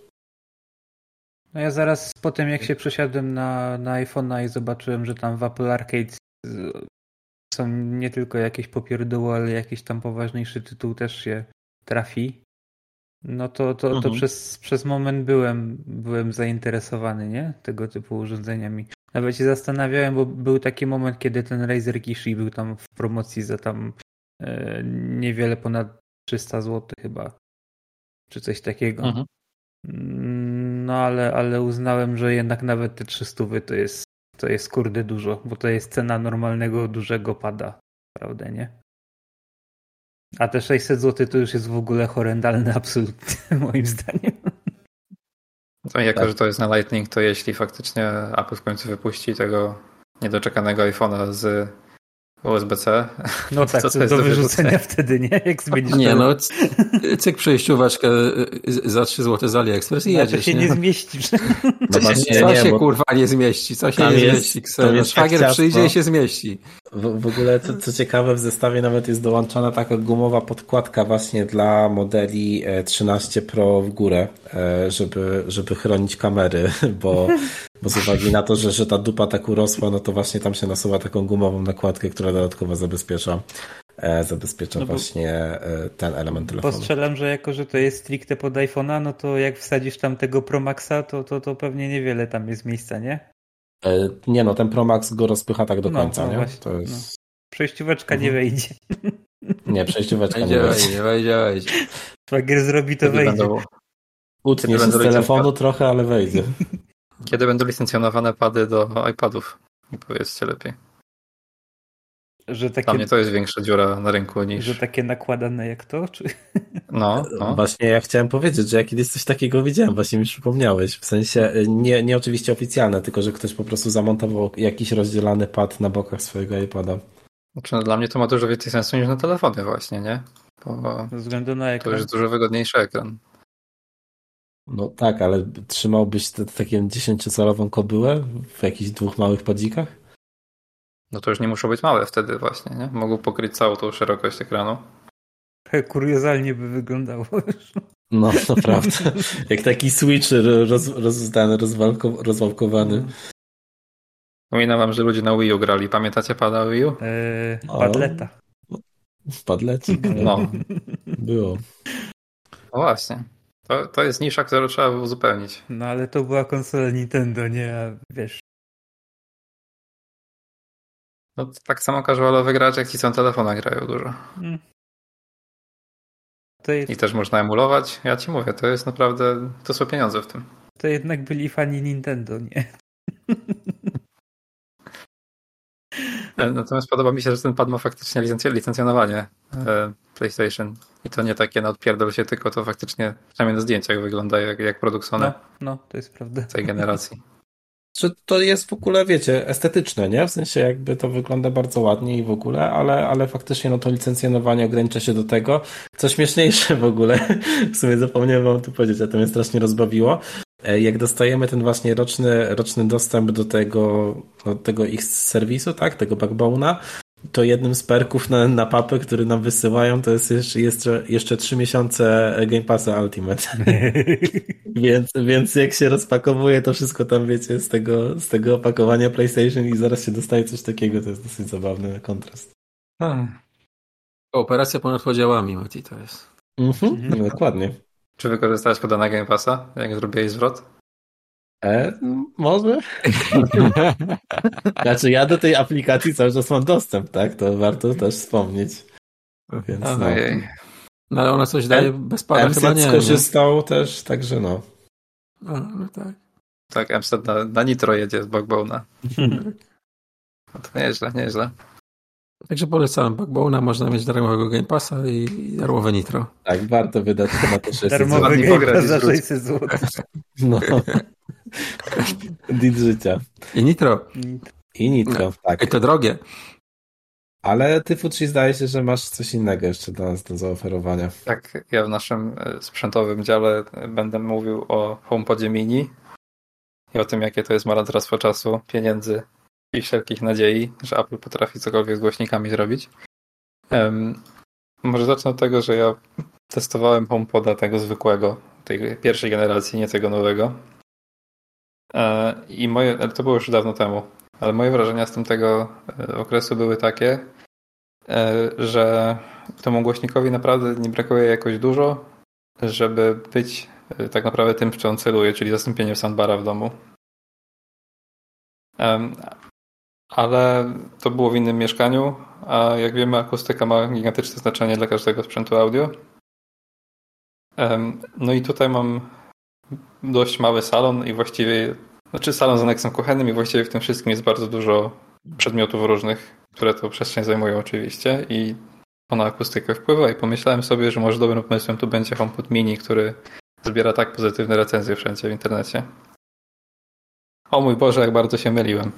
Speaker 5: No ja zaraz po tym, jak się przesiadłem na, na iPhone'a i zobaczyłem, że tam w Apple Arcade są nie tylko jakieś popierdoły, ale jakiś tam poważniejszy tytuł też się trafi, no to, to, to mhm. przez, przez moment byłem, byłem zainteresowany, nie? Tego typu urządzeniami. Nawet się zastanawiałem, bo był taki moment, kiedy ten Razer Kishi był tam w promocji za tam e, niewiele ponad trzysta złotych chyba, czy coś takiego. Mhm. No ale, ale uznałem, że jednak nawet te trzysta to jest to jest kurde dużo, bo to jest cena normalnego, dużego pada, prawda, nie? A te sześćset złotych to już jest w ogóle horrendalne absolutnie, moim zdaniem.
Speaker 3: To jako, tak. że to jest na Lightning, to jeśli faktycznie Apple w końcu wypuści tego niedoczekanego iPhone'a z U S B C.
Speaker 5: No tak, to, to jest do wyrzucenia wtedy, nie? Jak zmienisz
Speaker 4: nie, no cyk przejścióweczkę za trzy złote z AliExpress i
Speaker 5: no,
Speaker 4: jedziesz.
Speaker 5: To się nie, nie zmieścisz.
Speaker 2: No właśnie,
Speaker 4: co
Speaker 2: nie,
Speaker 4: się
Speaker 2: bo...
Speaker 4: kurwa nie zmieści? Co się nie
Speaker 2: jest,
Speaker 4: zmieści? No, szwagier przyjdzie i się zmieści.
Speaker 2: W, w ogóle co, co ciekawe, w zestawie nawet jest dołączona taka gumowa podkładka właśnie dla modeli trzynaście Pro w górę, żeby, żeby chronić kamery, bo, bo z uwagi na to, że, że ta dupa tak urosła, no to właśnie tam się nasuwa taką gumową nakładkę, która dodatkowo zabezpiecza zabezpiecza no właśnie ten element telefonu.
Speaker 5: Postrzelam, że jako, że to jest stricte pod iPhone'a, no to jak wsadzisz tam tego Pro Maxa, to, to, to pewnie niewiele tam jest miejsca, nie?
Speaker 2: Nie no, ten Pro Max go rozpycha tak do
Speaker 5: no,
Speaker 2: końca,
Speaker 5: no
Speaker 2: nie?
Speaker 5: Właśnie,
Speaker 2: to jest...
Speaker 5: no. Przejścióweczka mhm. nie wejdzie.
Speaker 2: Nie, przejścióweczka
Speaker 4: wejdzie,
Speaker 2: nie wejdzie.
Speaker 4: Nie wejdzie, wejdzie.
Speaker 5: Szwagier zrobi, to wejdzie.
Speaker 3: Będą...
Speaker 2: Utnie się z telefonu trochę, ale wejdzie.
Speaker 3: Kiedy będą licencjonowane pady do iPadów? Powiedzcie lepiej.
Speaker 5: Że takie...
Speaker 3: Dla mnie to jest większa dziura na rynku niż...
Speaker 5: Że takie nakładane jak to? Czy...
Speaker 3: No, no.
Speaker 2: Właśnie ja chciałem powiedzieć, że ja kiedyś coś takiego widziałem, właśnie mi przypomniałeś. W sensie nie, nie oczywiście oficjalne, tylko że ktoś po prostu zamontował jakiś rozdzielany pad na bokach swojego iPada.
Speaker 3: Znaczy, no, dla mnie to ma dużo więcej sensu niż na telefonie właśnie, nie? Bo
Speaker 5: Ze względu na ekran.
Speaker 3: to jest dużo wygodniejszy ekran.
Speaker 2: No tak, ale trzymałbyś te, taką dziesięciocalową kobyłę w jakichś dwóch małych padzikach?
Speaker 3: No to już nie muszą być małe wtedy właśnie, nie? Mogą pokryć całą tą szerokość ekranu.
Speaker 5: Kuriozalnie by wyglądało już.
Speaker 2: No, to prawda. Jak taki switch roz, roz, ten rozwalko, rozwałkowany.
Speaker 3: Wspominam wam, że ludzie na Wii U grali. Pamiętacie pada Wii U?
Speaker 5: Eee, padleta.
Speaker 2: Padlecik.
Speaker 3: No.
Speaker 2: Było.
Speaker 3: No właśnie. To, to jest nisza, którą trzeba uzupełnić.
Speaker 5: No ale to była konsola Nintendo, nie? A wiesz.
Speaker 3: No to tak samo casualowy gracz, jak ci co na telefonach grają dużo.
Speaker 5: Hmm. To jest...
Speaker 3: I też można emulować. Ja ci mówię, to jest naprawdę... To są pieniądze w tym.
Speaker 5: To jednak byli fani Nintendo, nie?
Speaker 3: Natomiast podoba mi się, że ten pad ma faktycznie licencj- licencjonowanie e, PlayStation. I to nie takie na odpierdol się, tylko to faktycznie, przynajmniej na zdjęciach wygląda jak, jak produkt Sony
Speaker 5: No, no, to jest prawda.
Speaker 3: tej generacji.
Speaker 2: Że to jest w ogóle, wiecie, estetyczne, nie? W sensie jakby to wygląda bardzo ładnie i w ogóle, ale, ale faktycznie no to licencjonowanie ogranicza się do tego. Co śmieszniejsze w ogóle, w sumie zapomniałem wam tu powiedzieć, a to mnie strasznie rozbawiło. Jak dostajemy ten właśnie roczny, roczny dostęp do tego, do tego ich serwisu, tak, tego Backbone'a, to jednym z perków na, na papę, który nam wysyłają, to jest jeszcze, jeszcze, jeszcze trzy miesiące Game Passa Ultimate. więc, więc jak się rozpakowuje to wszystko tam, wiecie, z tego, z tego opakowania PlayStation i zaraz się dostaje coś takiego, to jest dosyć zabawny kontrast.
Speaker 3: Hmm.
Speaker 4: Operacja ponad podziałami, Mati, to jest.
Speaker 2: Mhm, no, dokładnie.
Speaker 3: Czy wykorzystałeś koda na Game Passa, jak zrobiłeś zwrot?
Speaker 2: E, może? Znaczy ja do tej aplikacji cały czas mam dostęp, tak? To warto też wspomnieć. Więc no.
Speaker 4: No ale ona coś daje
Speaker 2: M-
Speaker 4: bez pada chyba nie.
Speaker 2: skorzystał nie? też, także no.
Speaker 4: No, no tak.
Speaker 3: Tak, M S T na, na Nitro jedzie z Backbone'a. No to nieźle, nieźle.
Speaker 4: Także polecam Backbone'a, można mieć darmowego Game Passa i, i darmowe Nitro.
Speaker 2: Tak, warto wydać na to sześćset
Speaker 5: darmowy Game Pass za sześćset złotych.
Speaker 2: No. Dit życia.
Speaker 4: I Nitro.
Speaker 2: I Nitro, no. Tak.
Speaker 4: I to drogie.
Speaker 2: Ale ty, Futrzi, zdaje się, że masz coś innego jeszcze dla nas do zaoferowania.
Speaker 3: Tak, ja w naszym sprzętowym dziale będę mówił o HomePodzie Mini i o tym, jakie to jest marnotrawstwo czasu, pieniędzy i wszelkich nadziei, że Apple potrafi cokolwiek z głośnikami zrobić. Um, może zacznę od tego, że ja testowałem HomePoda tego zwykłego, tej pierwszej generacji, nie tego nowego. E, I moje, to było już dawno temu, ale moje wrażenia z tamtego okresu były takie, e, że temu głośnikowi naprawdę nie brakuje jakoś dużo, żeby być e, tak naprawdę tym, w czym on celuje, czyli zastąpieniem soundbara w domu. Um, ale to było w innym mieszkaniu, a jak wiemy, akustyka ma gigantyczne znaczenie dla każdego sprzętu audio. Um, no i tutaj mam dość mały salon i właściwie, znaczy salon z aneksem kuchennym i właściwie w tym wszystkim jest bardzo dużo przedmiotów różnych, które to przestrzeń zajmują oczywiście i to na akustykę wpływa i pomyślałem sobie, że może dobrym pomysłem tu będzie HomePod Mini, który zbiera tak pozytywne recenzje wszędzie w internecie. O mój Boże, jak bardzo się myliłem.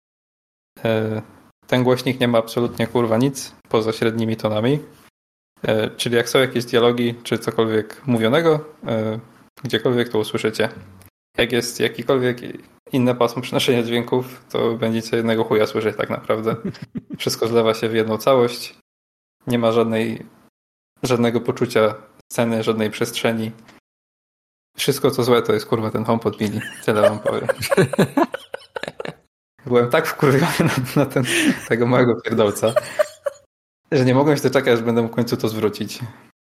Speaker 3: Ten głośnik nie ma absolutnie kurwa nic poza średnimi tonami, czyli jak są jakieś dialogi czy cokolwiek mówionego, gdziekolwiek to usłyszycie. Jak jest jakikolwiek inne pasmo przenoszenia dźwięków, to będziecie jednego chuja słyszeć tak naprawdę. Wszystko zlewa się w jedną całość. Nie ma żadnej, żadnego poczucia sceny, żadnej przestrzeni. Wszystko co złe to jest kurwa ten HomePod Mini. Tyle wam powiem. Byłem tak wkurwiony na, na ten, tego małego pierdolca, że nie mogłem się doczekać, aż będę w końcu to zwrócić.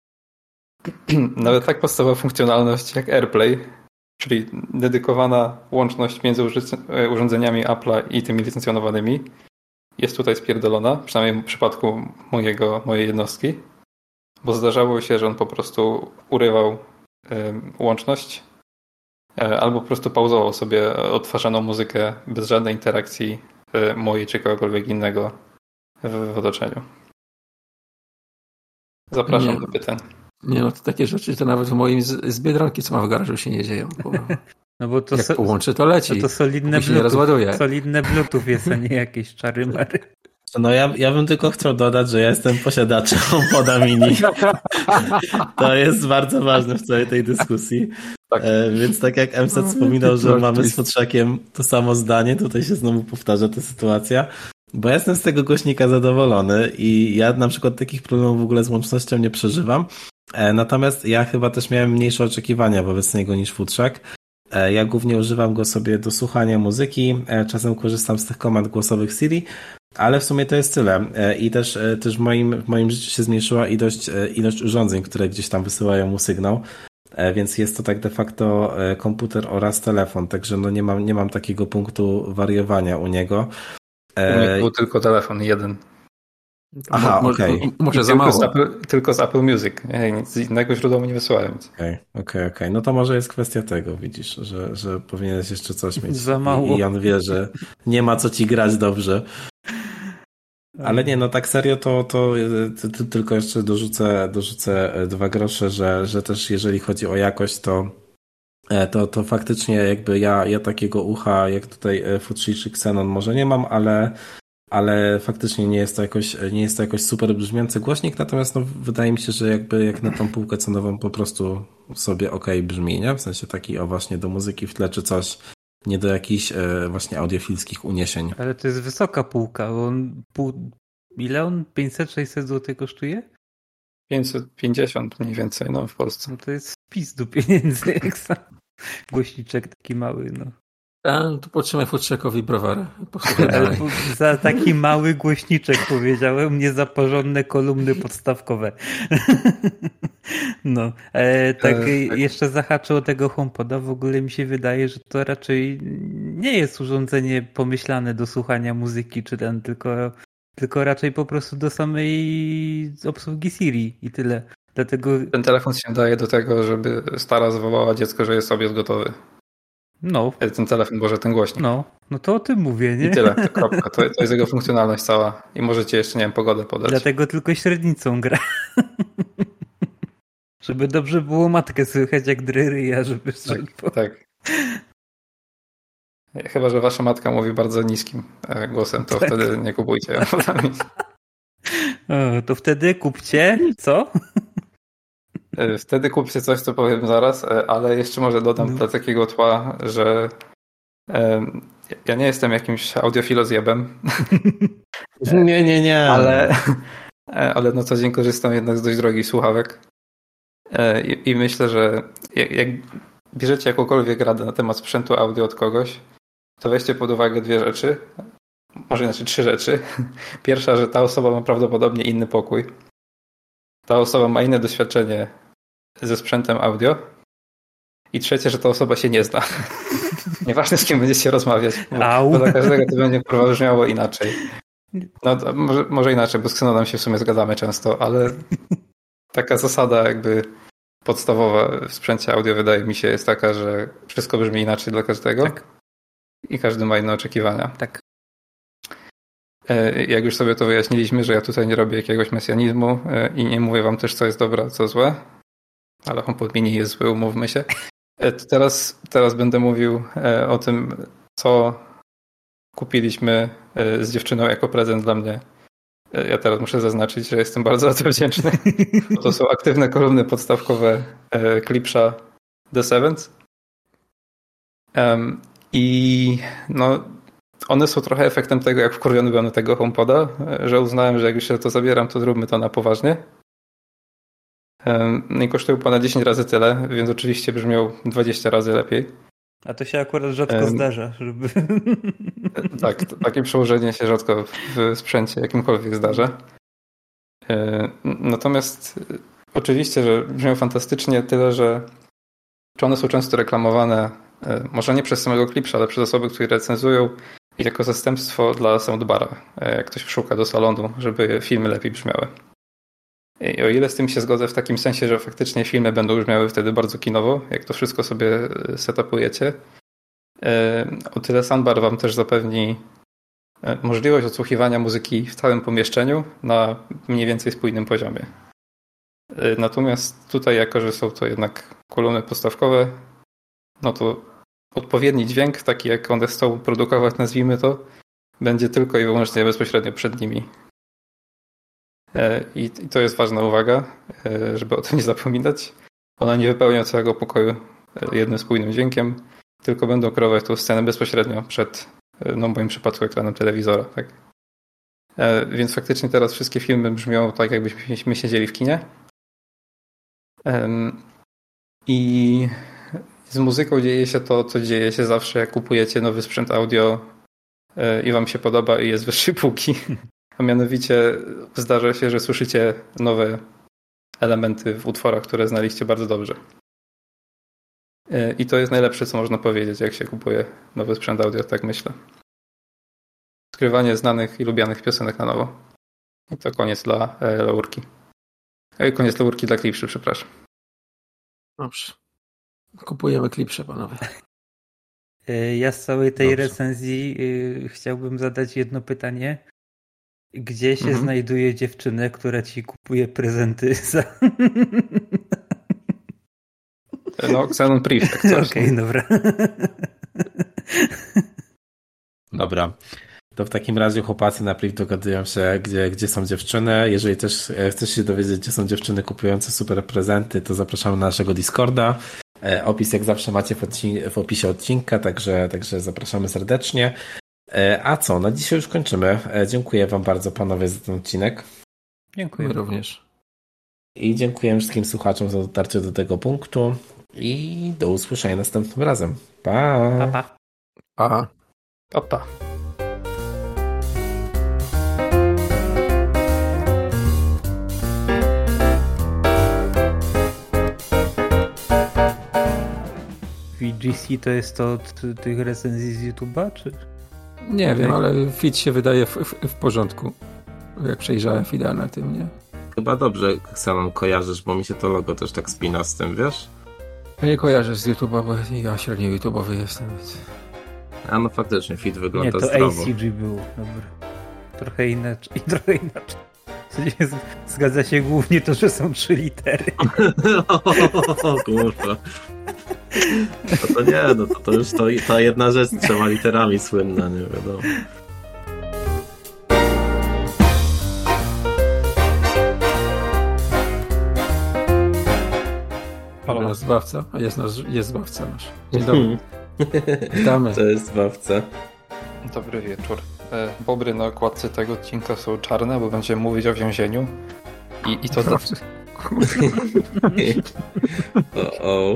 Speaker 3: Nawet tak podstawowa funkcjonalność jak AirPlay, czyli dedykowana łączność między urządzeniami Apple'a i tymi licencjonowanymi, jest tutaj spierdolona, przynajmniej w przypadku mojego, mojej jednostki, bo zdarzało się, że on po prostu urywał y, łączność y, albo po prostu pauzował sobie odtwarzaną muzykę bez żadnej interakcji y, mojej czy kogokolwiek innego w, w otoczeniu. Zapraszam
Speaker 4: nie,
Speaker 3: do pytań.
Speaker 4: Nie no, to takie rzeczy to nawet w moim z, z Biedronki, co ma w garażu, się nie dzieją. Bo
Speaker 5: no bo to
Speaker 4: jak
Speaker 5: so,
Speaker 4: połączy, to leci.
Speaker 5: No to solidne
Speaker 4: się nie rozładuje.
Speaker 5: Solidne Bluetooth jest, a nie jakieś czary mary.
Speaker 2: No ja, ja bym tylko chciał dodać, że ja jestem posiadaczem HomePoda Mini. To jest bardzo ważne w całej tej dyskusji. Tak. E, więc tak jak M S E T wspominał, że mamy z Futrzakiem to samo zdanie, tutaj się znowu powtarza ta sytuacja, bo ja jestem z tego głośnika zadowolony i ja na przykład takich problemów w ogóle z łącznością nie przeżywam. E, natomiast ja chyba też miałem mniejsze oczekiwania wobec niego niż Futrzak. E, ja głównie używam go sobie do słuchania muzyki, e, czasem korzystam z tych komand głosowych Siri, ale w sumie to jest tyle. I też, też w, moim, w moim życiu się zmniejszyła ilość, ilość urządzeń, które gdzieś tam wysyłają mu sygnał, więc jest to tak de facto komputer oraz telefon, także no nie mam, nie mam takiego punktu wariowania u niego.
Speaker 3: U mnie był tylko telefon, jeden.
Speaker 2: Aha, okej.
Speaker 4: Okay. Może za mało.
Speaker 3: Z Apple, tylko z Apple Music. Nic innego źródła mu nie wysyłałem.
Speaker 2: Okej, okay, okej, okay, okay. No to może jest kwestia tego, widzisz, że, że powinieneś jeszcze coś mieć.
Speaker 5: Za mało.
Speaker 2: I on wie, że nie ma co ci grać dobrze. Ale nie, no tak serio to, to, to, to tylko jeszcze dorzucę, dorzucę dwa grosze, że, że też jeżeli chodzi o jakość, to, to, to faktycznie jakby ja, ja takiego ucha jak tutaj Futrze czy Xenon może nie mam, ale, ale faktycznie nie jest to jakoś, nie jest to jakoś super brzmiący głośnik, natomiast no, wydaje mi się, że jakby jak na tą półkę cenową po prostu sobie okej brzmi, nie? W sensie taki o właśnie do muzyki w tle czy coś. Nie do jakichś e, właśnie audiofilskich uniesień.
Speaker 5: Ale to jest wysoka półka. On pół... Ile on? pięćset sześćset złotych kosztuje?
Speaker 3: pięćset pięćdziesiąt mniej więcej, no w Polsce.
Speaker 5: No to jest spis do pieniędzy, jak sam głośniczek taki mały, no.
Speaker 4: A, to potrzymaj Futrzakowi browarę. Posłuchaj
Speaker 5: za taki mały głośniczek powiedziałem, nie za porządne kolumny podstawkowe. No, e, tak e, jeszcze zahaczę o tego HomePoda. W ogóle mi się wydaje, że to raczej nie jest urządzenie pomyślane do słuchania muzyki, czy ten, tylko, tylko raczej po prostu do samej obsługi Siri i tyle. Dlatego...
Speaker 3: Ten telefon się daje do tego, żeby stara zawołała dziecko, że jest obiad gotowy.
Speaker 5: No.
Speaker 3: Ten telefon, boże, ten głośnik.
Speaker 5: No, no to o tym mówię, nie?
Speaker 3: I tyle, to kropka. To, to jest jego funkcjonalność cała. I możecie jeszcze, nie wiem, pogodę podać.
Speaker 5: Dlatego tylko średnicą gra. Żeby dobrze było matkę słychać, jak dry ryja, żeby...
Speaker 3: Tak, po... tak. Chyba, że wasza matka mówi bardzo niskim głosem, to tak. Wtedy nie kupujcie.
Speaker 5: O, to wtedy kupcie, co?
Speaker 3: Wtedy kupcie coś, co powiem zaraz, ale jeszcze może dodam dla takiego tła, że ja nie jestem jakimś audiofilozjebem.
Speaker 2: Nie, nie, nie.
Speaker 3: Ale, ale na co dzień korzystam jednak z dość drogich słuchawek. I, i myślę, że jak, jak bierzecie jakąkolwiek radę na temat sprzętu audio od kogoś, to weźcie pod uwagę dwie rzeczy. Może inaczej trzy rzeczy. Pierwsza, że ta osoba ma prawdopodobnie inny pokój. Ta osoba ma inne doświadczenie ze sprzętem audio. I trzecie, że ta osoba się nie zna. Nieważne, z kim będziecie rozmawiać. Bo, bo dla każdego to będzie kurwa brzmiało inaczej. No może, może inaczej, bo z Xenonem się w sumie zgadzamy często, ale taka zasada jakby podstawowa w sprzęcie audio wydaje mi się jest taka, że wszystko brzmi inaczej dla każdego. Tak. I każdy ma inne oczekiwania.
Speaker 5: Tak.
Speaker 3: Jak już sobie to wyjaśniliśmy, że ja tutaj nie robię jakiegoś mesjanizmu i nie mówię wam też, co jest dobre, a co złe, ale HomePod Mini jest zły, umówmy się. To teraz, teraz będę mówił o tym, co kupiliśmy z dziewczyną jako prezent dla mnie. Ja teraz muszę zaznaczyć, że jestem bardzo za to wdzięczny. Bo to są aktywne kolumny podstawkowe Klipsza The Seventh. I no one są trochę efektem tego, jak wkurwiony byłem na tego HomePoda, że uznałem, że jak już się to zabieram, to zróbmy to na poważnie. No i kosztują ponad dziesięć razy tyle, więc oczywiście brzmiał dwadzieścia razy lepiej.
Speaker 5: A to się akurat rzadko um, zdarza, żeby...
Speaker 3: Tak, takie przełożenie się rzadko w sprzęcie jakimkolwiek zdarza. Natomiast oczywiście, że brzmią fantastycznie, tyle, że czy one są często reklamowane, może nie przez samego Klipsza, ale przez osoby, które recenzują i jako zastępstwo dla soundbara, jak ktoś szuka do salonu, żeby filmy lepiej brzmiały. I o ile z tym się zgodzę w takim sensie, że faktycznie filmy będą brzmiały wtedy bardzo kinowo, jak to wszystko sobie setupujecie, o tyle soundbar wam też zapewni możliwość odsłuchiwania muzyki w całym pomieszczeniu na mniej więcej spójnym poziomie. Natomiast tutaj, jako że są to jednak kolumny podstawkowe, no to odpowiedni dźwięk, taki jak one chcą produkować, nazwijmy to, będzie tylko i wyłącznie bezpośrednio przed nimi. I to jest ważna uwaga, żeby o tym nie zapominać. Ona nie wypełnia całego pokoju jednym spójnym dźwiękiem, tylko będą kreować tą scenę bezpośrednio przed, no w moim przypadku, ekranem telewizora. Tak? Więc faktycznie teraz wszystkie filmy brzmią tak, jakbyśmy siedzieli w kinie. I z muzyką dzieje się to, co dzieje się zawsze, jak kupujecie nowy sprzęt audio i wam się podoba i jest wyższej półki. A mianowicie zdarza się, że słyszycie nowe elementy w utworach, które znaliście bardzo dobrze. I to jest najlepsze, co można powiedzieć, jak się kupuje nowy sprzęt audio, tak myślę. Skrywanie znanych i lubianych piosenek na nowo. I to koniec dla e, laurki. I koniec laurki dla klipszy, przepraszam.
Speaker 4: Dobrze. Kupujemy klipsze, panowie.
Speaker 5: Ja z całej tej
Speaker 2: Dobrze.
Speaker 5: recenzji y, chciałbym zadać jedno pytanie. Gdzie się
Speaker 3: Mhm.
Speaker 5: znajduje dziewczynę, która ci kupuje prezenty za...
Speaker 3: No, Xenon Priv, jak coś.
Speaker 5: Okej, okay, dobra.
Speaker 2: Dobra. To w takim razie chłopacy na priv dogadują się, gdzie, gdzie są dziewczyny. Jeżeli też chcesz się dowiedzieć, gdzie są dziewczyny kupujące super prezenty, to zapraszamy na naszego Discorda. Opis jak zawsze macie w, odcin- w opisie odcinka, także, także zapraszamy serdecznie. A co? Na dzisiaj już kończymy. Dziękuję wam bardzo, panowie, za ten odcinek.
Speaker 5: Dziękuję
Speaker 4: My również.
Speaker 2: I dziękuję wszystkim słuchaczom za dotarcie do tego punktu. I do usłyszenia następnym razem. Pa!
Speaker 5: Pa, pa.
Speaker 4: Pa.
Speaker 3: Pa, pa.
Speaker 5: V G C to jest to od tych recenzji z YouTube'a, czy?
Speaker 4: Nie wiem, ale feed się wydaje w, w, w porządku. Jak przejrzałem feeda na tym, nie?
Speaker 2: Chyba dobrze, Xenon, kojarzysz, bo mi się to logo też tak spina z tym, wiesz?
Speaker 4: Ja nie kojarzę z YouTube'a, bo ja średnio YouTube'owy jestem, więc...
Speaker 2: A no faktycznie, feed
Speaker 5: Nie,
Speaker 2: wygląda
Speaker 5: to
Speaker 2: zdrowo.
Speaker 5: A C G było, dobra. Trochę inaczej, i trochę inaczej. W sensie zgadza się głównie to, że są trzy litery.
Speaker 2: O kurwa. No to nie, no to, to już to, ta jedna rzecz z trzema literami słynna, nie wiadomo.
Speaker 4: Halo. Jest zbawca? A jest, nasz, jest zbawca nasz. Dzień dobry. Witamy.
Speaker 2: To jest zbawca.
Speaker 3: Dobry wieczór. Bobry na okładce tego odcinka są czarne, bo będziemy mówić o więzieniu. I, i to...
Speaker 2: O, o.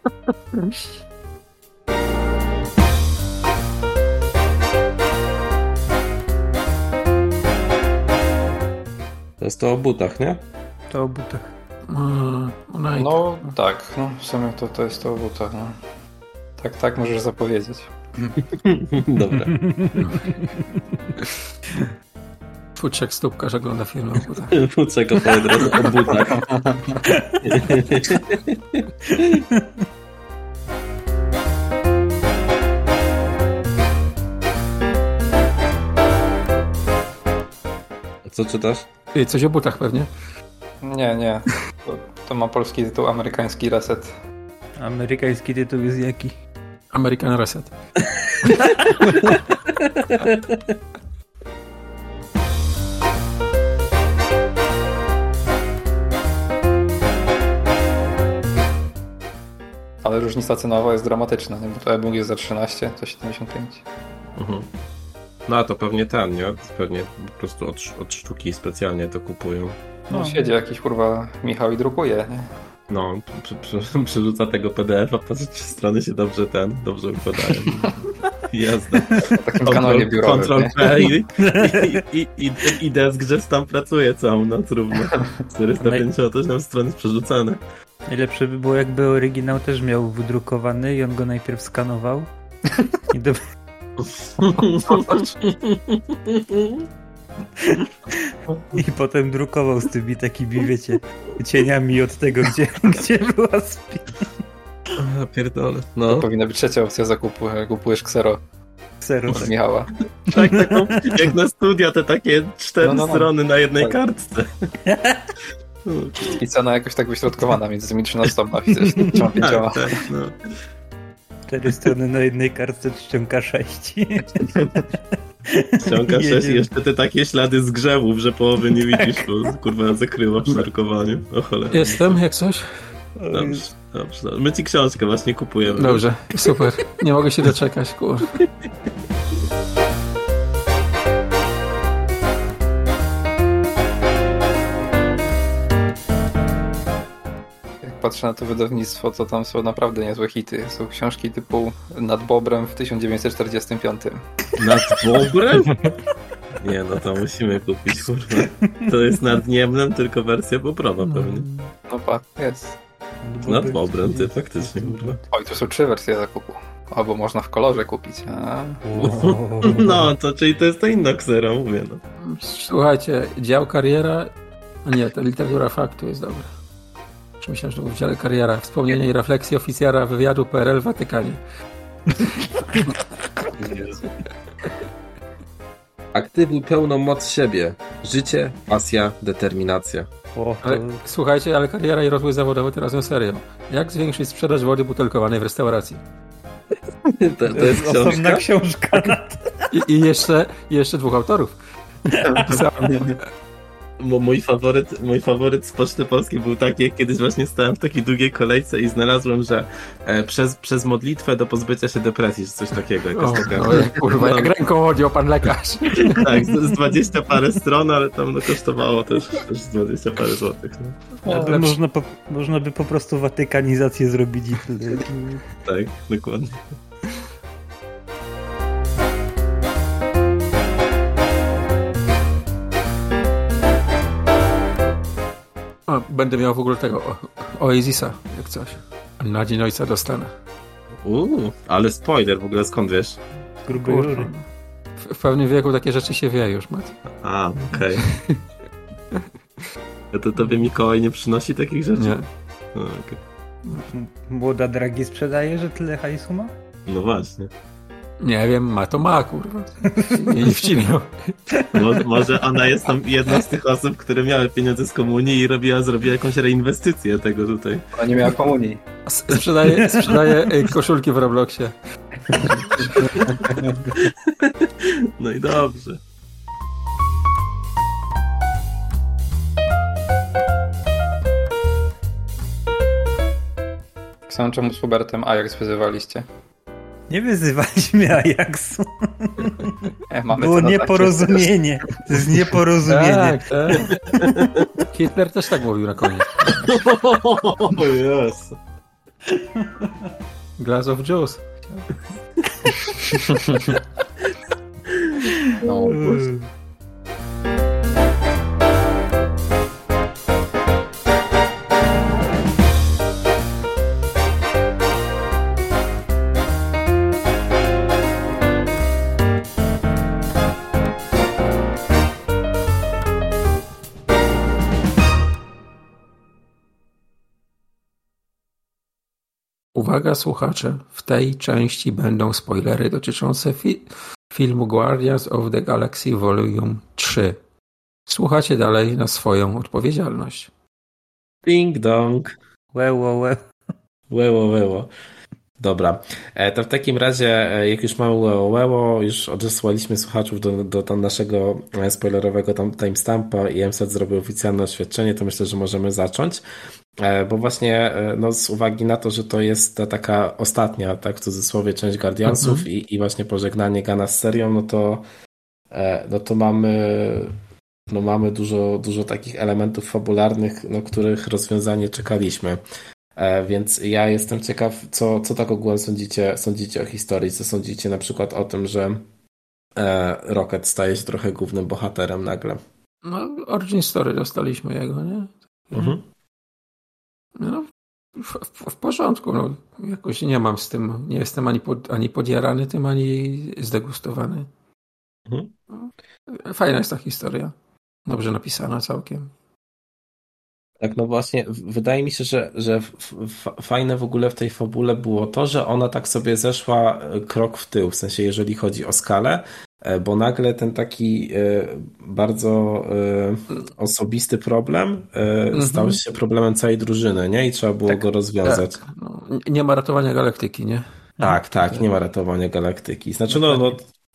Speaker 2: To jest to o butach, nie?
Speaker 5: To o butach.
Speaker 4: No,
Speaker 3: no tak, no w sumie to, to jest to o butach. No. Tak, tak możesz zapowiedzieć.
Speaker 2: Dobra.
Speaker 4: Futrzek stópkarz ogląda filmy o butach.
Speaker 2: Futrzek opowiada o butach. Co czytasz?
Speaker 4: Coś o butach pewnie?
Speaker 3: Nie, nie. To, to ma polski tytuł, amerykański reset.
Speaker 5: Amerykański tytuł jest jaki?
Speaker 4: American Reset.
Speaker 3: Ale różnica cenowa jest dramatyczna, nie? Bo to e-book jest za trzynaście, to siedemdziesiąt pięć.
Speaker 2: Mhm. No a to pewnie ten, nie? Pewnie po prostu od, od sztuki specjalnie to kupują.
Speaker 3: No, siedzi jakiś kurwa Michał i drukuje, nie?
Speaker 2: No, przy, przy, przerzuca tego P D F-a, patrzeć, czy strony się dobrze ten, dobrze układają. Jazda.
Speaker 3: W takim kanonie biurowym.
Speaker 2: Control P i, i, i, i, i desk, że tam pracuje całą noc równo. czterysta pięćdziesiąt osiem stron jest przerzucane.
Speaker 5: Najlepsze by było, jakby oryginał też miał wydrukowany i on go najpierw skanował. I do... I potem drukował z tymi takimi, wiecie, cieniami od tego, gdzie, gdzie była spina.
Speaker 2: A, pierdolę. No.
Speaker 3: To powinna być trzecia opcja zakupu, jak kupujesz ksero.
Speaker 5: Ksero.
Speaker 3: Od Michała.
Speaker 2: Tak, taką, jak na studia, te takie cztery no, no, no. strony na jednej tak. kartce.
Speaker 3: I cena jakoś tak wyśrodkowana między tymi trzynastoma a pięcioma.
Speaker 2: Tak, tak, no.
Speaker 5: Cztery strony na jednej kartce czcionka sześć.
Speaker 2: Ściągasz sześć i jeszcze te takie ślady z grzewów, że połowy nie widzisz, bo kurwa zakryła przy narkowaniu. O cholera.
Speaker 4: Jestem, jak coś?
Speaker 2: Dobrze, dobrze, dobrze. My ci książkę właśnie kupujemy.
Speaker 4: Dobrze, super. Nie mogę się doczekać, kurwa.
Speaker 3: Patrzę na to wydawnictwo, to tam są naprawdę niezłe hity. Są książki typu Nad Bobrem w tysiąc dziewięćset czterdziestym piątym.
Speaker 2: Nad Bobrem? Nie, no to musimy kupić, kurwa. To jest Nad Niemnem, tylko wersja bobrowa pewnie.
Speaker 3: No pa, jest.
Speaker 2: Nad Bobrem, ty faktycznie, kurwa.
Speaker 3: Oj, to są trzy wersje zakupu. Albo można w kolorze kupić. A?
Speaker 2: No, to czyli to jest to inna ksera, mówię, no.
Speaker 4: Słuchajcie, dział kariera... A nie, to literatura faktu jest dobra. Myślałem, że to był w dziale kariera. Wspomnienia i refleksje oficjera wywiadu P R L w Watykanie.
Speaker 6: Aktywuj pełną moc siebie. Życie, pasja, determinacja.
Speaker 5: O, to...
Speaker 4: Ale, słuchajcie, ale kariera i rozwój zawodowy to razem serio. Jak zwiększyć sprzedaż wody butelkowanej w restauracji?
Speaker 2: To, to jest
Speaker 5: osobna
Speaker 2: książka.
Speaker 5: książka.
Speaker 4: I, i jeszcze, i jeszcze dwóch autorów.
Speaker 2: Mój faworyt, mój faworyt z Poczty Polskiej był taki, jak kiedyś właśnie stałem w takiej długiej kolejce i znalazłem, że e, przez, przez modlitwę do pozbycia się depresji, czy coś takiego.
Speaker 4: O,
Speaker 2: taka,
Speaker 4: no, kurwa, jak ręką odjął pan lekarz.
Speaker 2: Tak, z, z dwadzieścia parę stron, ale tam no, kosztowało też, też dwadzieścia parę złotych. No.
Speaker 5: No, to można, po, można by po prostu watykanizację zrobić i tyle.
Speaker 2: Tak, dokładnie.
Speaker 4: O, będę miał w ogóle tego o, Oasisa, jak coś. Na dzień ojca dostanę.
Speaker 2: Uuu, ale spoiler, w ogóle skąd wiesz?
Speaker 5: Z grubej rury.
Speaker 4: W, w pewnym wieku takie rzeczy się wie już, Mat.
Speaker 2: A, okej. Okay. To tobie Mikołaj nie przynosi takich rzeczy?
Speaker 4: Nie.
Speaker 2: O, okay.
Speaker 5: Młoda Dragi sprzedaje, że tyle hajsu ma?
Speaker 2: No właśnie.
Speaker 4: Nie wiem, ma to ma, kurwa. Nie, nie wcinał.
Speaker 2: Może, może ona jest tam jedną z tych osób, które miały pieniądze z komunii i robiła, zrobiła jakąś reinwestycję tego tutaj.
Speaker 3: Ona nie miała komunii.
Speaker 4: Sprzedaje, sprzedaje koszulki w Robloxie.
Speaker 2: No i dobrze.
Speaker 3: Sam czemu z Hubertem Ajax wyzywaliście?
Speaker 5: Nie wyzywaliśmy Ajaxu.
Speaker 3: E, mamy
Speaker 5: Było nieporozumienie. To jest nieporozumienie.
Speaker 4: Tak, tak. Hitler też tak mówił na koniec.
Speaker 2: O Jezu.
Speaker 4: Glass of juice.
Speaker 3: No,
Speaker 4: Uwaga słuchacze, w tej części będą spoilery dotyczące fi- filmu Guardians of the Galaxy Volume trzy. Słuchacie dalej na swoją odpowiedzialność.
Speaker 2: Ding dong.
Speaker 5: Łeło, łeło.
Speaker 2: Łeło, łeło. Dobra, e, to w takim razie, e, jak już mamy łeło, łeło, już odesłaliśmy słuchaczów do, do tam naszego spoilerowego tam timestampa i M S E T zrobił oficjalne oświadczenie, to myślę, że możemy zacząć. Bo właśnie no, z uwagi na to, że to jest ta taka ostatnia, tak w cudzysłowie, część Guardiansów mm-hmm. i, i właśnie pożegnanie Gana z serią, no to, no to mamy, no mamy dużo, dużo takich elementów fabularnych, no, których rozwiązanie czekaliśmy. Więc ja jestem ciekaw, co, co tak ogółem sądzicie, sądzicie o historii, co sądzicie na przykład o tym, że Rocket staje się trochę głównym bohaterem nagle.
Speaker 4: No, origin story dostaliśmy jego, nie?
Speaker 2: Mhm.
Speaker 4: No, w, w, w porządku, no. Jakoś nie mam z tym, nie jestem ani, pod, ani podjarany tym, ani zdegustowany.
Speaker 2: Mhm.
Speaker 4: No, fajna jest ta historia. Dobrze napisana całkiem.
Speaker 2: Tak, no właśnie, wydaje mi się, że, że f, f, fajne w ogóle w tej fabule było to, że ona tak sobie zeszła krok w tył, w sensie jeżeli chodzi o skalę, bo nagle ten taki bardzo osobisty problem mm-hmm. stał się problemem całej drużyny, nie? I trzeba było tak, go rozwiązać.
Speaker 4: Tak. No, nie ma ratowania galaktyki, nie?
Speaker 2: Tak, tak, nie ma ratowania galaktyki. Znaczy, no, no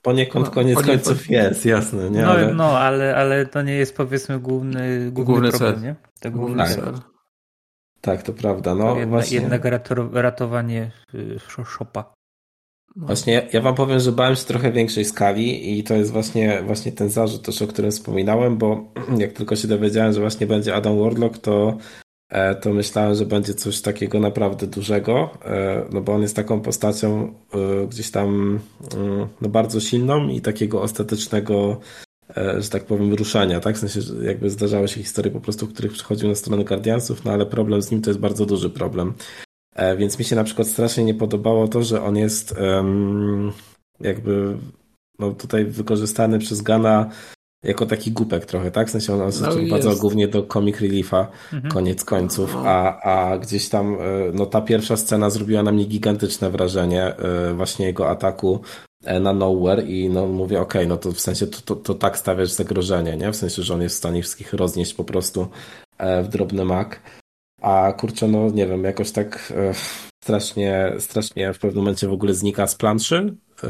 Speaker 2: Poniekąd
Speaker 4: No,
Speaker 2: koniec
Speaker 4: poniekąd.
Speaker 2: końców jest, jasne, nie?
Speaker 5: No,
Speaker 2: Ale...
Speaker 5: no ale, ale to nie jest powiedzmy główny, główny,
Speaker 4: Główny
Speaker 5: problem,
Speaker 4: cel.
Speaker 5: nie? To główny
Speaker 4: Główny
Speaker 2: tak.
Speaker 5: cel.
Speaker 4: cel.
Speaker 2: Tak, to prawda. No,
Speaker 5: To jedna,
Speaker 2: właśnie...
Speaker 5: Jednak rato- ratowanie y, szopa.
Speaker 4: No.
Speaker 2: Właśnie ja wam powiem, że bałem się trochę większej skali i to jest właśnie, właśnie ten zarzut też, o którym wspominałem, bo jak tylko się dowiedziałem, że właśnie będzie Adam Warlock, to, to myślałem, że będzie coś takiego naprawdę dużego, no bo on jest taką postacią gdzieś tam no bardzo silną i takiego ostatecznego, że tak powiem, ruszania, tak? W sensie, że jakby zdarzały się historie po prostu, w których przychodził na stronę Guardiansów, no ale problem z nim to jest bardzo duży problem. Więc mi się na przykład strasznie nie podobało to, że on jest um, jakby no tutaj wykorzystany przez Gana jako taki głupek trochę, tak? W sensie on, on się
Speaker 4: No
Speaker 2: sprowadzał głównie do comic reliefa,
Speaker 5: Mhm.
Speaker 2: koniec końców, a, a gdzieś tam no ta pierwsza scena zrobiła na mnie gigantyczne wrażenie właśnie jego ataku na Nowhere i no mówię, okej, okay, no to w sensie to, to, to tak stawiasz zagrożenie, nie? W sensie, że on jest w stanie wszystkich roznieść po prostu w drobny mak. A kurczę, no nie wiem, jakoś tak e, strasznie, strasznie w pewnym momencie w ogóle znika z planszy e,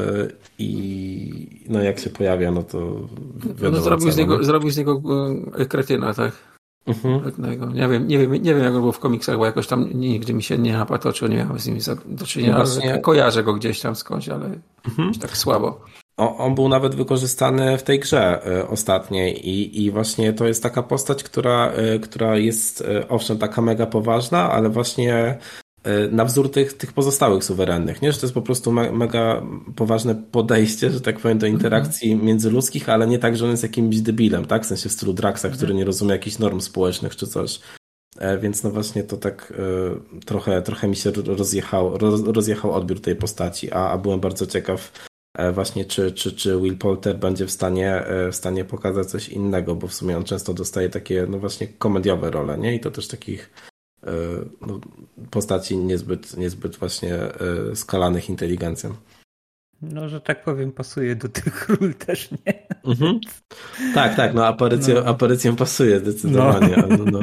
Speaker 2: i no jak się pojawia, no to wiadomo.
Speaker 4: No, zrobił,
Speaker 2: co,
Speaker 4: z niego,
Speaker 2: no.
Speaker 4: zrobił z niego e, kretyna, tak?
Speaker 2: Mhm.
Speaker 4: Pewnego. Nie wiem, nie wiem, nie wiem jak on był w komiksach, bo jakoś tam nigdy mi się nie napatoczył, nie miałem z nim za- do czynienia,
Speaker 2: No
Speaker 4: ale
Speaker 2: właśnie-
Speaker 4: kojarzę go gdzieś tam skądś, ale
Speaker 2: Mhm.
Speaker 4: tak słabo.
Speaker 2: On, on był nawet wykorzystany w tej grze e, ostatniej i, i właśnie to jest taka postać, która, e, która jest e, owszem taka mega poważna, ale właśnie e, na wzór tych, tych pozostałych suwerennych, nie? Że to jest po prostu me, mega poważne podejście, że tak powiem, do interakcji mhm. międzyludzkich, ale nie tak, że on jest jakimś debilem, tak? W sensie w stylu Draxa, mhm. który nie rozumie jakichś norm społecznych czy coś. E, więc no właśnie to tak e, trochę, trochę mi się rozjechał, roz, rozjechał odbiór tej postaci, a, a byłem bardzo ciekaw właśnie czy, czy, czy Will Poulter będzie w stanie, w stanie pokazać coś innego, bo w sumie on często dostaje takie no właśnie komediowe role, nie? I to też takich no, postaci niezbyt, niezbyt właśnie skalanych inteligencją.
Speaker 5: No, że tak powiem, pasuje do tych ról też, nie?
Speaker 2: Mhm. Tak, tak, no aparycją, no. aparycją pasuje zdecydowanie. No. No, no.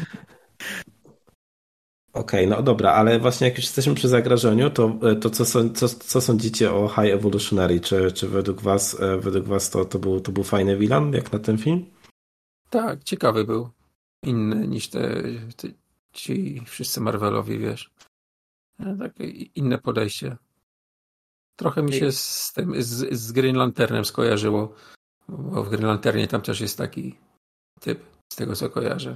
Speaker 2: Okej, okay, no dobra, ale właśnie jak już jesteśmy przy zagrożeniu, to, to co, co, co sądzicie o High Evolutionary? Czy, czy według was, według was to, to, był, to był fajny villain, jak na ten film?
Speaker 4: Tak, ciekawy był. Inny niż te, te ci wszyscy Marvelowi, wiesz. Takie inne podejście. Trochę mi się z tym, z, z Green Lanternem skojarzyło, bo w Green Lanternie tam też jest taki typ, z tego co kojarzę.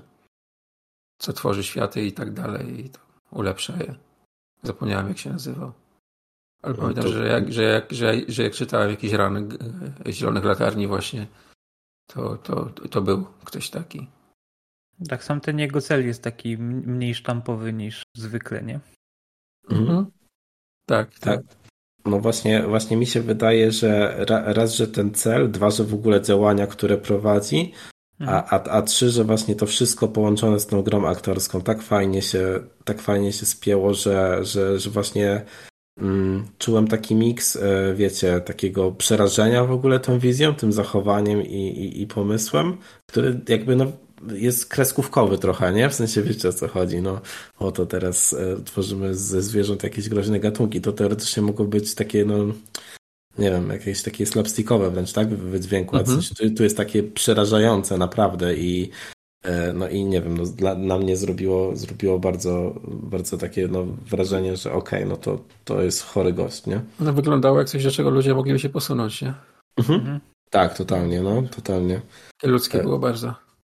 Speaker 4: Co tworzy światy i tak dalej i to ulepsza je. Zapomniałem jak się nazywał. Ale no pamiętam, to... że, jak, że, jak, że, że jak czytałem jakieś rany Zielonych Latarni właśnie, to, to, to był ktoś taki.
Speaker 5: Tak, sam ten jego cel jest taki mniej sztampowy niż zwykle, nie?
Speaker 4: Mhm. Tak, tak.
Speaker 2: tak. No właśnie, właśnie mi się wydaje, że raz, że ten cel, dwa, że w ogóle działania, które prowadzi, A, a, a trzy, że właśnie to wszystko połączone z tą grą aktorską tak fajnie się, tak fajnie się spięło, że, że, że właśnie mm, czułem taki miks, e, wiecie, takiego przerażenia w ogóle tą wizją, tym zachowaniem i, i, i pomysłem, który jakby no, jest kreskówkowy trochę, nie? W sensie wiecie o co chodzi, no oto teraz e, tworzymy ze zwierząt jakieś groźne gatunki, to teoretycznie mogło być takie no nie wiem, jakieś takie slapstickowe wręcz, tak? W wydźwięku. Mhm. Tu, tu jest takie przerażające naprawdę i no i nie wiem, no, dla, na mnie zrobiło, zrobiło bardzo, bardzo takie no, wrażenie, że okej, okay, no to, to jest chory gość, nie?
Speaker 4: No wyglądało jak coś, do czego ludzie mogliby się posunąć, nie?
Speaker 2: Mhm. Mhm. Tak, totalnie, no, totalnie.
Speaker 4: I ludzkie było bardzo.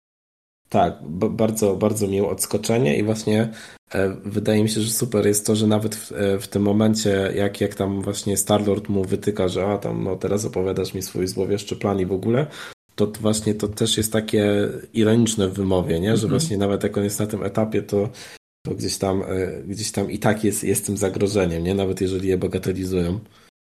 Speaker 2: Tak, b- bardzo, bardzo miłe odskoczenie i właśnie e, wydaje mi się, że super jest to, że nawet w, e, w tym momencie, jak, jak tam właśnie Star-Lord mu wytyka, że a tam no teraz opowiadasz mi swój złowieszczy plan i w ogóle, to, to właśnie to też jest takie ironiczne w wymowie, nie? Że mm-hmm. właśnie nawet jak on jest na tym etapie, to, to gdzieś tam e, gdzieś tam i tak jest, jest tym zagrożeniem, nie? Nawet jeżeli je bagatelizują.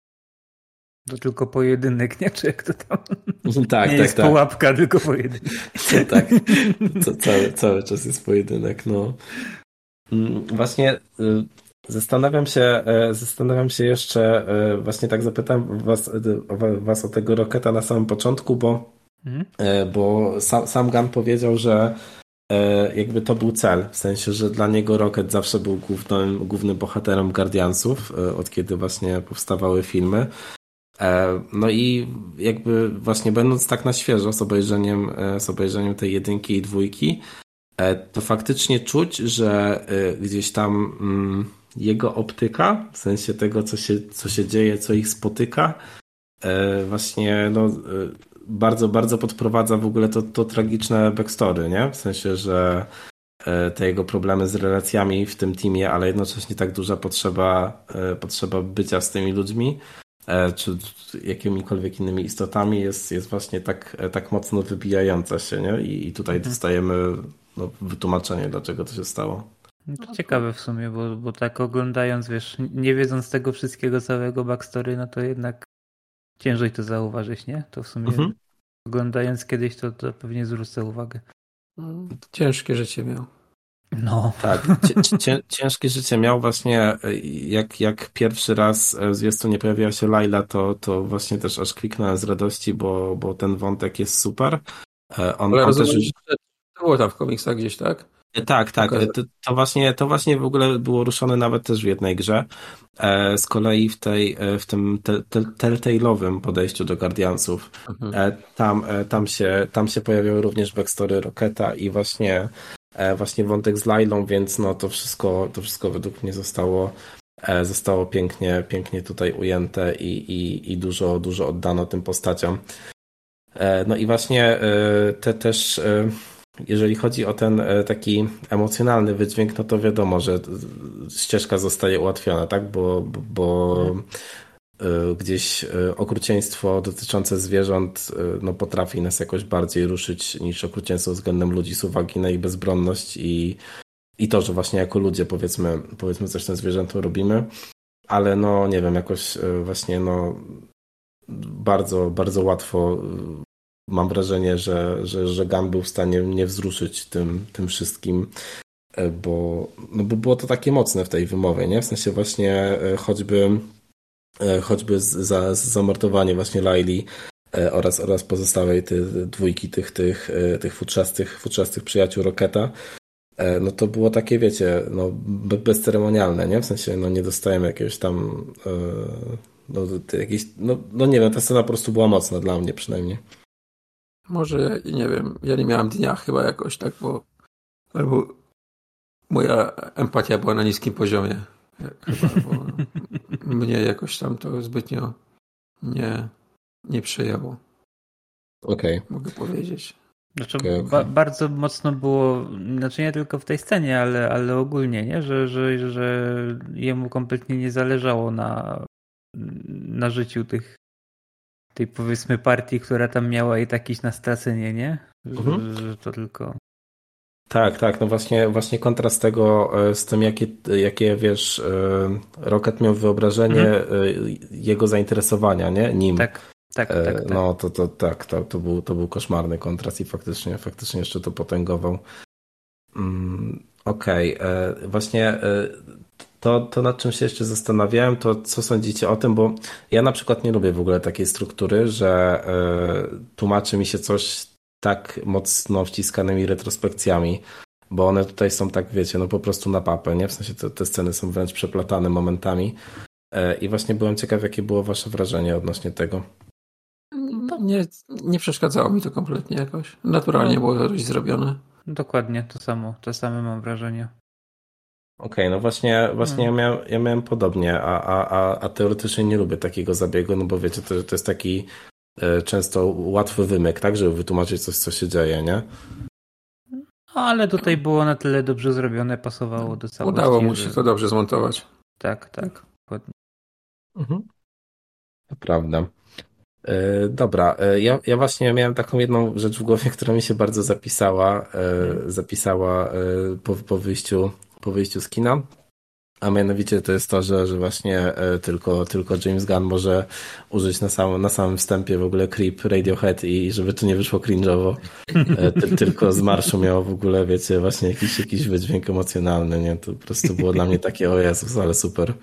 Speaker 5: To tylko pojedynek, nie? Czy jak to tam?
Speaker 2: Tak,
Speaker 5: nie
Speaker 2: tak,
Speaker 5: jest
Speaker 2: tak.
Speaker 5: pułapka, tylko pojedynek.
Speaker 2: Co, tak, Co, cały, cały czas jest pojedynek, no. Właśnie zastanawiam się, zastanawiam się jeszcze, właśnie tak zapytam was, was o tego Rocketa na samym początku, bo, hmm? bo sam, sam Gunn powiedział, że jakby to był cel, w sensie, że dla niego Rocket zawsze był głównym, głównym bohaterem Guardiansów, od kiedy właśnie powstawały filmy. No i jakby właśnie będąc tak na świeżo z obejrzeniem, z obejrzeniem tej jedynki i dwójki, to faktycznie czuć, że gdzieś tam jego optyka, w sensie tego, co się, co się dzieje, co ich spotyka, właśnie no, bardzo, bardzo podprowadza w ogóle to, to tragiczne backstory, nie? W sensie, że te jego problemy z relacjami w tym teamie, ale jednocześnie tak duża potrzeba, potrzeba bycia z tymi ludźmi, czy jakimikolwiek innymi istotami jest, jest właśnie tak, tak mocno wybijająca się, nie? I, i tutaj dostajemy no, wytłumaczenie, dlaczego to się stało.
Speaker 5: To ciekawe w sumie, bo, bo tak oglądając, wiesz, nie wiedząc tego wszystkiego, całego backstory, no to jednak ciężej to zauważyć, nie? To w sumie mhm. oglądając kiedyś, to, to pewnie zwrócę uwagę.
Speaker 4: Ciężkie życie miał.
Speaker 5: No.
Speaker 2: Tak, cię, ciężkie życie miał właśnie, jak, jak pierwszy raz w zwiastunie pojawiła się Layla, to, to właśnie też aż kliknąłem z radości, bo, bo ten wątek jest super. On,
Speaker 4: Ale
Speaker 2: on
Speaker 4: rozumiem,
Speaker 2: też...
Speaker 4: że to było tam w komiksach gdzieś, tak?
Speaker 2: Tak, tak. To, to, właśnie, to właśnie w ogóle było ruszone nawet też w jednej grze. Z kolei w tej, w tym telltale'owym podejściu do Guardiansów, mhm. tam, tam, się, tam się pojawiały również backstory Rocketa i właśnie właśnie wątek z Laylą, więc no to wszystko, to wszystko według mnie zostało, zostało pięknie, pięknie tutaj ujęte i, i, i dużo, dużo oddano tym postaciom. No i właśnie te też, jeżeli chodzi o ten taki emocjonalny wydźwięk, no to wiadomo, że ścieżka zostaje ułatwiona, tak, bo, bo hmm. gdzieś okrucieństwo dotyczące zwierząt no, potrafi nas jakoś bardziej ruszyć niż okrucieństwo względem ludzi z uwagi na ich bezbronność i, i to, że właśnie jako ludzie powiedzmy, powiedzmy coś tym zwierzętom robimy, ale no nie wiem, jakoś właśnie no bardzo, bardzo łatwo mam wrażenie, że, że, że Gunn był w stanie mnie wzruszyć tym, tym wszystkim, bo, no, bo było to takie mocne w tej wymowie, nie? W sensie właśnie choćby choćby za zamordowanie właśnie Layli oraz, oraz pozostałej ty, dwójki tych, tych, tych futrzastych, futrzastych przyjaciół Rocketa, no to było takie, wiecie, no bezceremonialne, nie? W sensie, no nie dostajemy jakiegoś tam no, jakieś, no, no nie wiem, ta scena po prostu była mocna dla mnie przynajmniej.
Speaker 4: Może, nie wiem, ja nie miałem dnia chyba jakoś tak, bo albo moja empatia była na niskim poziomie. Chyba, bo mnie jakoś tam to zbytnio nie, nie przejęło.
Speaker 2: Okej. Okay.
Speaker 4: Mogę powiedzieć.
Speaker 5: Znaczy,
Speaker 2: okay, okay.
Speaker 5: Ba- bardzo mocno było, znaczy nie tylko w tej scenie, ale, ale ogólnie, nie? Że, że, że jemu kompletnie nie zależało na, na życiu tych tej powiedzmy partii, która tam miała i tak iść na stracenie, nie? Że, mhm. że to tylko...
Speaker 2: Tak, tak, no właśnie, właśnie kontrast tego z tym, jakie, jakie wiesz, Rocket miał wyobrażenie mhm. jego zainteresowania, nie? Nim.
Speaker 5: Tak, tak, tak. tak.
Speaker 2: No to, to tak, to, to, był, to był koszmarny kontrast i faktycznie, faktycznie jeszcze to potęgował. Mm, Okej, okay. Właśnie to, to nad czym się jeszcze zastanawiałem, to co sądzicie o tym, bo ja na przykład nie lubię w ogóle takiej struktury, że tłumaczy mi się coś tak mocno wciskanymi retrospekcjami, bo one tutaj są tak, wiecie, no po prostu na papę, nie? W sensie te, te sceny są wręcz przeplatane momentami i właśnie byłem ciekaw, jakie było wasze wrażenie odnośnie tego.
Speaker 4: Nie, nie przeszkadzało mi to kompletnie jakoś. Naturalnie no, było to dość zrobione.
Speaker 5: Dokładnie to samo, to same mam wrażenie.
Speaker 2: Okej, okay, no właśnie, właśnie hmm. ja, miałem, ja miałem podobnie, a, a, a, a teoretycznie nie lubię takiego zabiegu, no bo wiecie, to, to jest taki często łatwy wymyk, tak, żeby wytłumaczyć coś, co się dzieje, nie?
Speaker 5: Ale tutaj było na tyle dobrze zrobione, pasowało do całości.
Speaker 4: Udało mu się to dobrze zmontować.
Speaker 5: Tak, tak. Dokładnie.
Speaker 2: Mhm. To prawda. Yy, dobra, yy, ja, ja właśnie miałem taką jedną rzecz w głowie, która mi się bardzo zapisała, yy, zapisała yy, po, po, wyjściu, po wyjściu z kina. A mianowicie to jest to, że, że właśnie tylko, tylko James Gunn może użyć na, sam, na samym wstępie w ogóle Creep, Radiohead i żeby to nie wyszło cringe'owo, Ty, tylko z marszu miało w ogóle, wiecie, właśnie jakiś, jakiś wydźwięk emocjonalny, nie? To po prostu było dla mnie takie, o Jezus, ale super.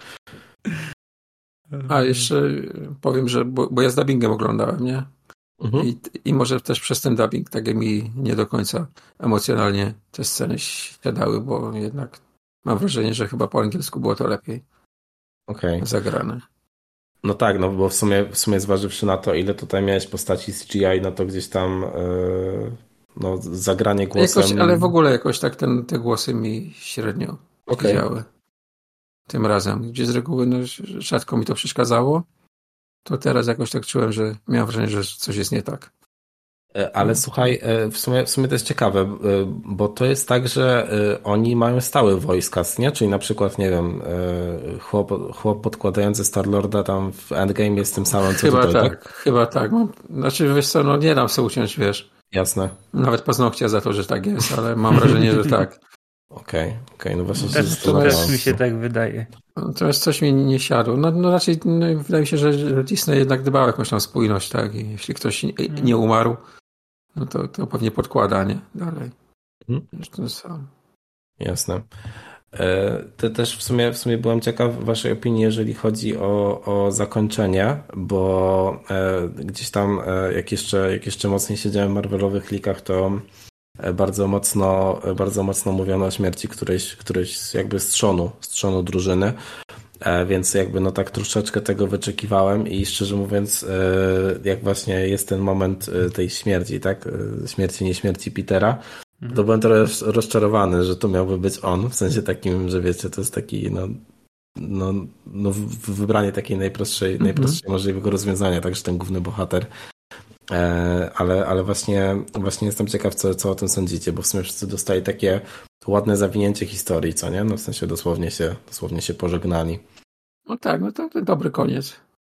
Speaker 4: A jeszcze powiem, że bo, bo ja z dubbingem oglądałem, nie? Mhm. I, I może też przez ten dubbing tak mi nie do końca emocjonalnie te sceny siadały, bo jednak mam wrażenie, że chyba po angielsku było to lepiej
Speaker 2: okay.
Speaker 4: zagrane.
Speaker 2: No tak, no bo w sumie, w sumie zważywszy na to, ile tutaj miałeś postaci C G I, no to gdzieś tam yy, no, zagranie głosem...
Speaker 4: Jakoś, ale w ogóle jakoś tak ten, te głosy mi średnio
Speaker 2: okay.
Speaker 4: działy. Tym razem, gdzie z reguły no, rzadko mi to przeszkadzało, to teraz jakoś tak czułem, że miałem wrażenie, że coś jest nie tak.
Speaker 2: Ale no. Słuchaj, w sumie, w sumie to jest ciekawe, bo to jest tak, że oni mają stałe wojska, nie? Czyli na przykład, nie wiem, chłop, chłop podkładający Star-Lorda tam w Endgame jest tym samym, co
Speaker 4: chyba
Speaker 2: tutaj,
Speaker 4: tak? Chyba tak. Znaczy, wiesz co, no nie dam sobie uciąć, wiesz.
Speaker 2: Jasne.
Speaker 4: Nawet paznokcia za to, że tak jest, ale mam wrażenie, że tak.
Speaker 2: Okej, okej, okay, no właśnie
Speaker 5: też,
Speaker 2: się
Speaker 5: też mi się tak wydaje.
Speaker 4: Teraz coś mi nie siadło. No, no raczej no, wydaje mi się, że Disney jednak dbał o jakąś tam spójność, tak? I jeśli ktoś nie, nie umarł, no to, to pewnie podkłada, nie? Dalej.
Speaker 2: Hmm.
Speaker 4: To sam.
Speaker 2: Jasne. Ty też w sumie, w sumie byłem ciekaw waszej opinii, jeżeli chodzi o, o zakończenie, bo e, gdzieś tam e, jak jeszcze, jak jeszcze mocniej siedziałem w Marvelowych likach, to bardzo mocno, bardzo mocno mówiono o śmierci którejś, którejś jakby z trzonu, z trzonu drużyny, e, więc jakby no tak troszeczkę tego wyczekiwałem i szczerze mówiąc, e, jak właśnie jest ten moment tej śmierci, tak, śmierci, nie śmierci Petera, to byłem trochę rozczarowany, że to miałby być on, w sensie takim, że wiecie, to jest taki no, no, no wybranie takiej najprostszej, mm-hmm. najprostszej możliwego rozwiązania, także ten główny bohater. E, ale, ale właśnie, właśnie jestem ciekaw, co, co o tym sądzicie, bo w sumie wszyscy dostali takie ładne zawinięcie historii, co nie? No w sensie dosłownie się, dosłownie się pożegnali.
Speaker 4: No tak, no to, to dobry koniec.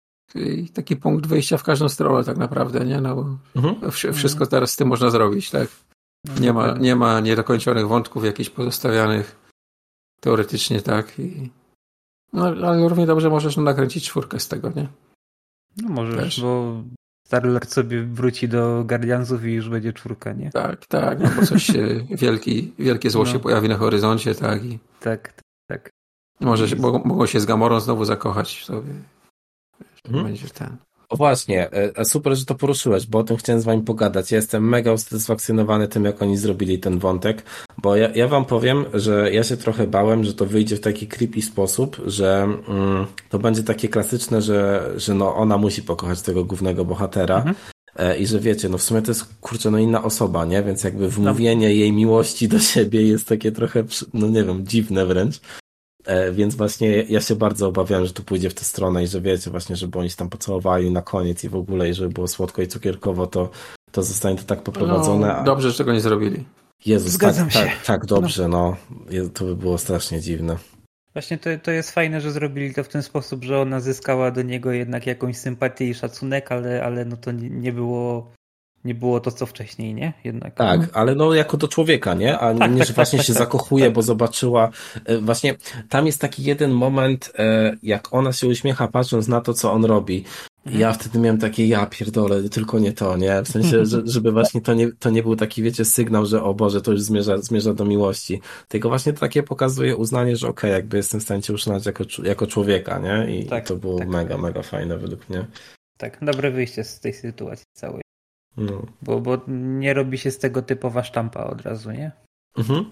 Speaker 4: I taki punkt wyjścia w każdą stronę tak naprawdę, nie? No, mm-hmm. Wszystko teraz z tym można zrobić, tak? Nie ma, nie ma niedokończonych wątków jakichś pozostawianych teoretycznie, tak? I, no, ale równie dobrze możesz nakręcić czwórkę z tego, nie?
Speaker 5: No możesz, Też. bo Star-Lord sobie wróci do Guardiansów i już będzie czwórka, nie?
Speaker 4: Tak, tak, no bo coś się, wielki, wielkie zło no. się pojawi na horyzoncie, tak? I
Speaker 5: tak, tak.
Speaker 4: Może się, mogą, mogą się z Gamorą znowu zakochać w sobie. Hmm? Będzie ten...
Speaker 2: O właśnie, super, że to poruszyłeś, bo o tym chciałem z wami pogadać. Ja jestem mega usatysfakcjonowany tym, jak oni zrobili ten wątek, bo ja, ja wam powiem, że ja się trochę bałem, że to wyjdzie w taki creepy sposób, że mm, to będzie takie klasyczne, że, że no ona musi pokochać tego głównego bohatera mhm. e, i że wiecie, no w sumie to jest kurczę no inna osoba, nie? Więc jakby wmówienie no. jej miłości do siebie jest takie trochę, no nie wiem, dziwne wręcz. E, więc właśnie ja się bardzo obawiałem, że to pójdzie w tę stronę i że wiecie właśnie, żeby oni się tam pocałowali na koniec i w ogóle i żeby było słodko i cukierkowo, to, to zostanie to tak poprowadzone.
Speaker 4: No, dobrze, że tego nie zrobili.
Speaker 2: Jezus,
Speaker 5: Zgadzam
Speaker 2: tak,
Speaker 5: się.
Speaker 2: tak, tak dobrze, no. no. To by było strasznie dziwne.
Speaker 5: Właśnie to, to jest fajne, że zrobili to w ten sposób, że ona zyskała do niego jednak jakąś sympatię i szacunek, ale, ale no to nie było... Nie było to, co wcześniej, nie? Jednak.
Speaker 2: Tak, ale no jako do człowieka, nie? A tak, nie, tak, że właśnie tak, się tak, zakochuje, tak. bo zobaczyła. Właśnie tam jest taki jeden moment, jak ona się uśmiecha, patrząc na to, co on robi. I ja wtedy miałem takie, ja pierdolę, tylko nie to, nie? W sensie, że, żeby właśnie to nie, to nie był taki, wiecie, sygnał, że o Boże, to już zmierza, zmierza do miłości. Tylko właśnie to takie pokazuje uznanie, że okej, okay, jakby jestem w stanie cię uszanować jako, jako człowieka, nie? I, tak, i to było tak. mega, mega fajne według mnie.
Speaker 5: Tak, dobre wyjście z tej sytuacji całej.
Speaker 2: No.
Speaker 5: Bo, bo nie robi się z tego typowa sztampa od razu, nie?
Speaker 2: Mhm.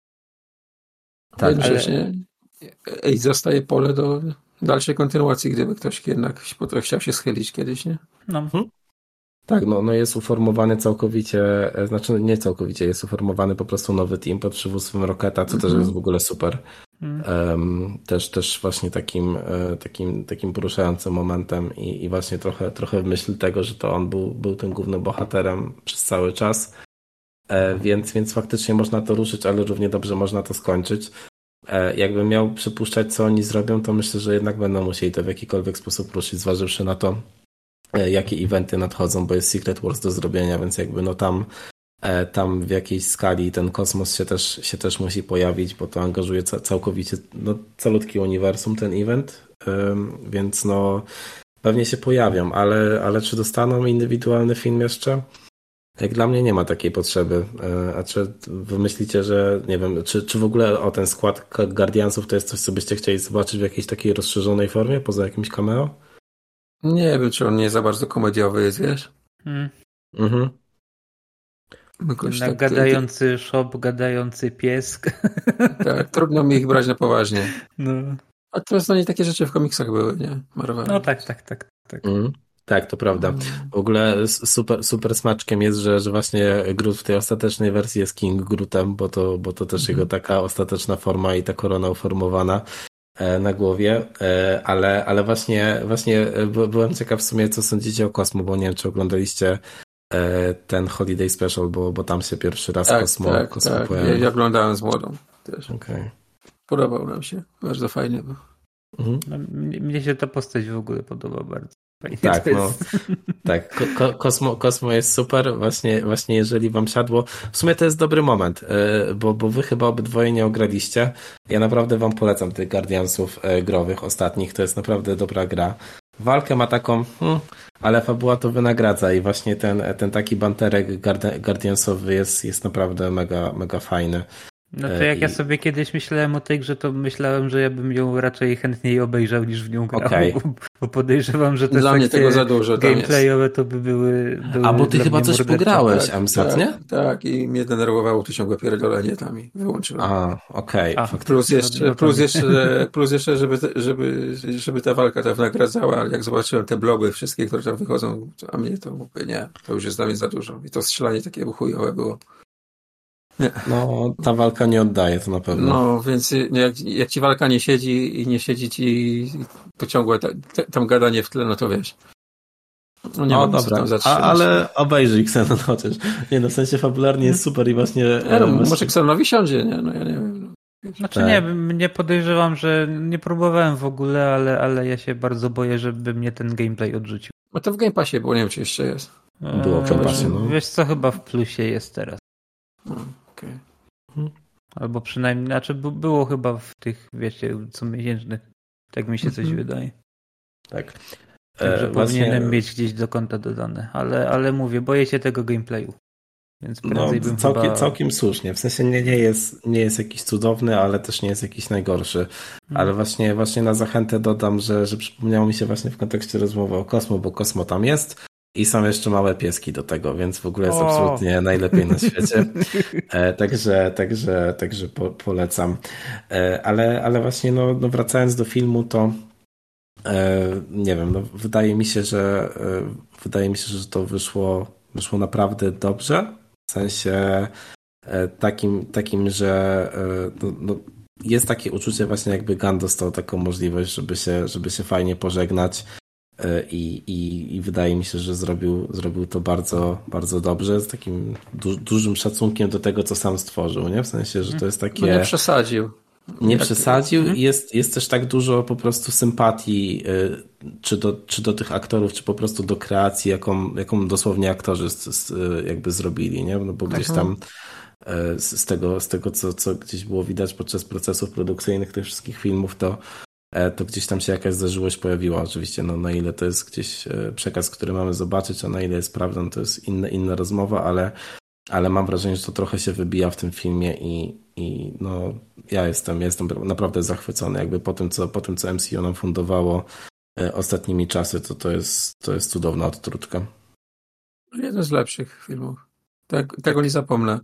Speaker 4: Tak, ale... Ej, zostaje pole do dalszej kontynuacji, gdyby ktoś jednak chciał się schylić kiedyś, nie?
Speaker 5: No.
Speaker 2: Mhm. Tak, no, no jest uformowany całkowicie, znaczy nie całkowicie, jest uformowany po prostu nowy team pod przywództwem Rocketa, co mm-hmm. też jest w ogóle super. Mm. Um, też, też właśnie takim, takim, takim poruszającym momentem i, i właśnie trochę, trochę w myśl tego, że to on był, był tym głównym bohaterem przez cały czas, e, więc, więc faktycznie można to ruszyć, ale równie dobrze można to skończyć. E, jakbym miał przypuszczać, co oni zrobią, to myślę, że jednak będą musieli to w jakikolwiek sposób ruszyć, zważywszy na to, jakie eventy nadchodzą, bo jest Secret Wars do zrobienia, więc jakby no tam, tam w jakiejś skali ten kosmos się też, się też musi pojawić, bo to angażuje całkowicie no, calutki uniwersum ten event, więc no pewnie się pojawią, ale, ale czy dostaną indywidualny film jeszcze? Jak dla mnie nie ma takiej potrzeby. A czy wy myślicie, że nie wiem, czy, czy w ogóle o ten skład Guardiansów to jest coś, co byście chcieli zobaczyć w jakiejś takiej rozszerzonej formie, poza jakimś cameo?
Speaker 4: Nie wiem, czy on nie za bardzo komediowy jest, wiesz?
Speaker 5: Hmm.
Speaker 2: Mhm.
Speaker 5: Tak, gadający ty... shop, gadający piesk.
Speaker 4: Tak, trudno mi ich brać na poważnie.
Speaker 5: No.
Speaker 4: A to jest nie takie rzeczy w komiksach były, nie? Marvel.
Speaker 5: No tak, tak, tak. tak.
Speaker 2: Mm. Tak, to prawda. W ogóle super, super smaczkiem jest, że, że właśnie Groot w tej ostatecznej wersji jest King Grootem, bo to, bo to też mhm. jego taka ostateczna forma i ta korona uformowana na głowie, ale, ale właśnie, właśnie byłem ciekaw w sumie, co sądzicie o Cosmo, bo nie wiem, czy oglądaliście ten Holiday Special, bo, bo tam się pierwszy raz
Speaker 4: tak,
Speaker 2: Cosmo,
Speaker 4: tak,
Speaker 2: Cosmo
Speaker 4: tak.
Speaker 2: pojawił.
Speaker 4: Ja oglądałem z młodą też.
Speaker 2: Okay.
Speaker 4: Podobał nam się. Bardzo fajnie był.
Speaker 2: Mhm.
Speaker 5: No, mnie się ta postać w ogóle podoba bardzo. Fajnie
Speaker 2: tak,
Speaker 5: jest.
Speaker 2: no, tak. Ko- Kosmo, Kosmo jest super, właśnie, właśnie jeżeli wam siadło. W sumie to jest dobry moment, bo, bo wy chyba obydwoje nie ograliście. Ja naprawdę wam polecam tych Guardiansów growych ostatnich, to jest naprawdę dobra gra. Walkę ma taką, hmm, ale fabuła to wynagradza i właśnie ten, ten taki banterek Guardiansowy jest, jest naprawdę mega, mega fajny.
Speaker 5: No to jak
Speaker 2: I...
Speaker 5: ja sobie kiedyś myślałem o tej grze, to myślałem, że ja bym ją raczej chętniej obejrzał niż w nią grał,
Speaker 2: okay.
Speaker 5: bo, bo podejrzewam, że te
Speaker 4: dla mnie tego za dużo
Speaker 5: gameplayowe to by były, były
Speaker 2: A bo ty chyba coś
Speaker 5: mordercze.
Speaker 2: pograłeś,
Speaker 4: tak,
Speaker 2: Amsat,
Speaker 4: tak,
Speaker 2: nie?
Speaker 4: Tak, i mnie denerwowało to ciągłe pierdolenie tam i wyłączyłem.
Speaker 2: A, okej. Okay.
Speaker 4: Plus jeszcze, plus jeszcze, plus jeszcze żeby, żeby, żeby ta walka tam nagradzała, jak zobaczyłem te bloby wszystkie, które tam wychodzą, a mnie to mówię, nie, to już jest dla mnie za dużo. I to strzelanie takie chujowe było. Nie.
Speaker 2: No, ta walka nie oddaje, to na pewno.
Speaker 4: No, więc jak, jak ci walka nie siedzi i nie siedzi ci to ciągłe ta, ta, tam gadanie w tle, no to wiesz. No nie
Speaker 2: o,
Speaker 4: mam
Speaker 2: dobra,
Speaker 4: co tam
Speaker 2: A, ale obejrzyj Xenon chociaż. Nie no, w sensie fabularnie jest super i właśnie...
Speaker 4: Ja, no, właśnie... Może Xenonowi siądzie, nie? No ja nie wiem.
Speaker 5: Znaczy
Speaker 2: tak.
Speaker 5: nie, nie podejrzewam, że nie próbowałem w ogóle, ale, ale ja się bardzo boję, żeby mnie ten gameplay odrzucił.
Speaker 4: No to w Game Passie, bo nie wiem, czy jeszcze jest.
Speaker 2: Było w Game Passie, no.
Speaker 5: Wiesz co, chyba w plusie jest teraz.
Speaker 4: No, okej.
Speaker 2: Okay.
Speaker 5: Albo przynajmniej, znaczy było chyba w tych, wiecie, comiesięcznych. Tak mi się coś mm-hmm. wydaje.
Speaker 2: Tak.
Speaker 5: Także e, powinienem właśnie... mieć gdzieś do konta dodane. Ale, ale mówię, boję się tego gameplayu. Więc prędzej
Speaker 2: no,
Speaker 5: bym
Speaker 2: całkiem,
Speaker 5: chyba...
Speaker 2: całkiem słusznie. W sensie nie, nie, jest, nie jest jakiś cudowny, ale też nie jest jakiś najgorszy. Hmm. Ale właśnie, właśnie na zachętę dodam, że, że przypomniało mi się właśnie w kontekście rozmowy o Cosmo, bo Cosmo tam jest i są jeszcze małe pieski do tego, więc w ogóle jest o. absolutnie najlepiej na świecie. E, także także, także po, polecam. E, ale, ale właśnie no, no wracając do filmu, to e, nie wiem, no wydaje mi się, że e, wydaje mi się, że to wyszło, wyszło naprawdę dobrze. W sensie takim, takim że no, no, jest takie uczucie właśnie jakby Gunn dostał taką możliwość, żeby się, żeby się fajnie pożegnać i, i, i wydaje mi się, że zrobił, zrobił to bardzo, bardzo dobrze, z takim du, dużym szacunkiem do tego, co sam stworzył, nie? W sensie, że to jest takie...
Speaker 4: No nie przesadził.
Speaker 2: Nie przesadził i jest, jest też tak dużo po prostu sympatii czy do, czy do tych aktorów, czy po prostu do kreacji, jaką, jaką dosłownie aktorzy z, z, jakby zrobili, nie? No bo gdzieś tam z, z tego, z tego co, co gdzieś było widać podczas procesów produkcyjnych tych wszystkich filmów, to, to gdzieś tam się jakaś zażyłość pojawiła. Oczywiście, no na ile to jest gdzieś przekaz, który mamy zobaczyć, a na ile jest prawdą, to jest inna, inna rozmowa, ale ale mam wrażenie, że to trochę się wybija w tym filmie i, i no ja jestem, jestem naprawdę zachwycony. Jakby po tym, co, po tym, co M C U nam fundowało e, ostatnimi czasy, to to jest, to jest cudowna odtrutka.
Speaker 4: Jeden z lepszych filmów. Tak, tego nie zapomnę.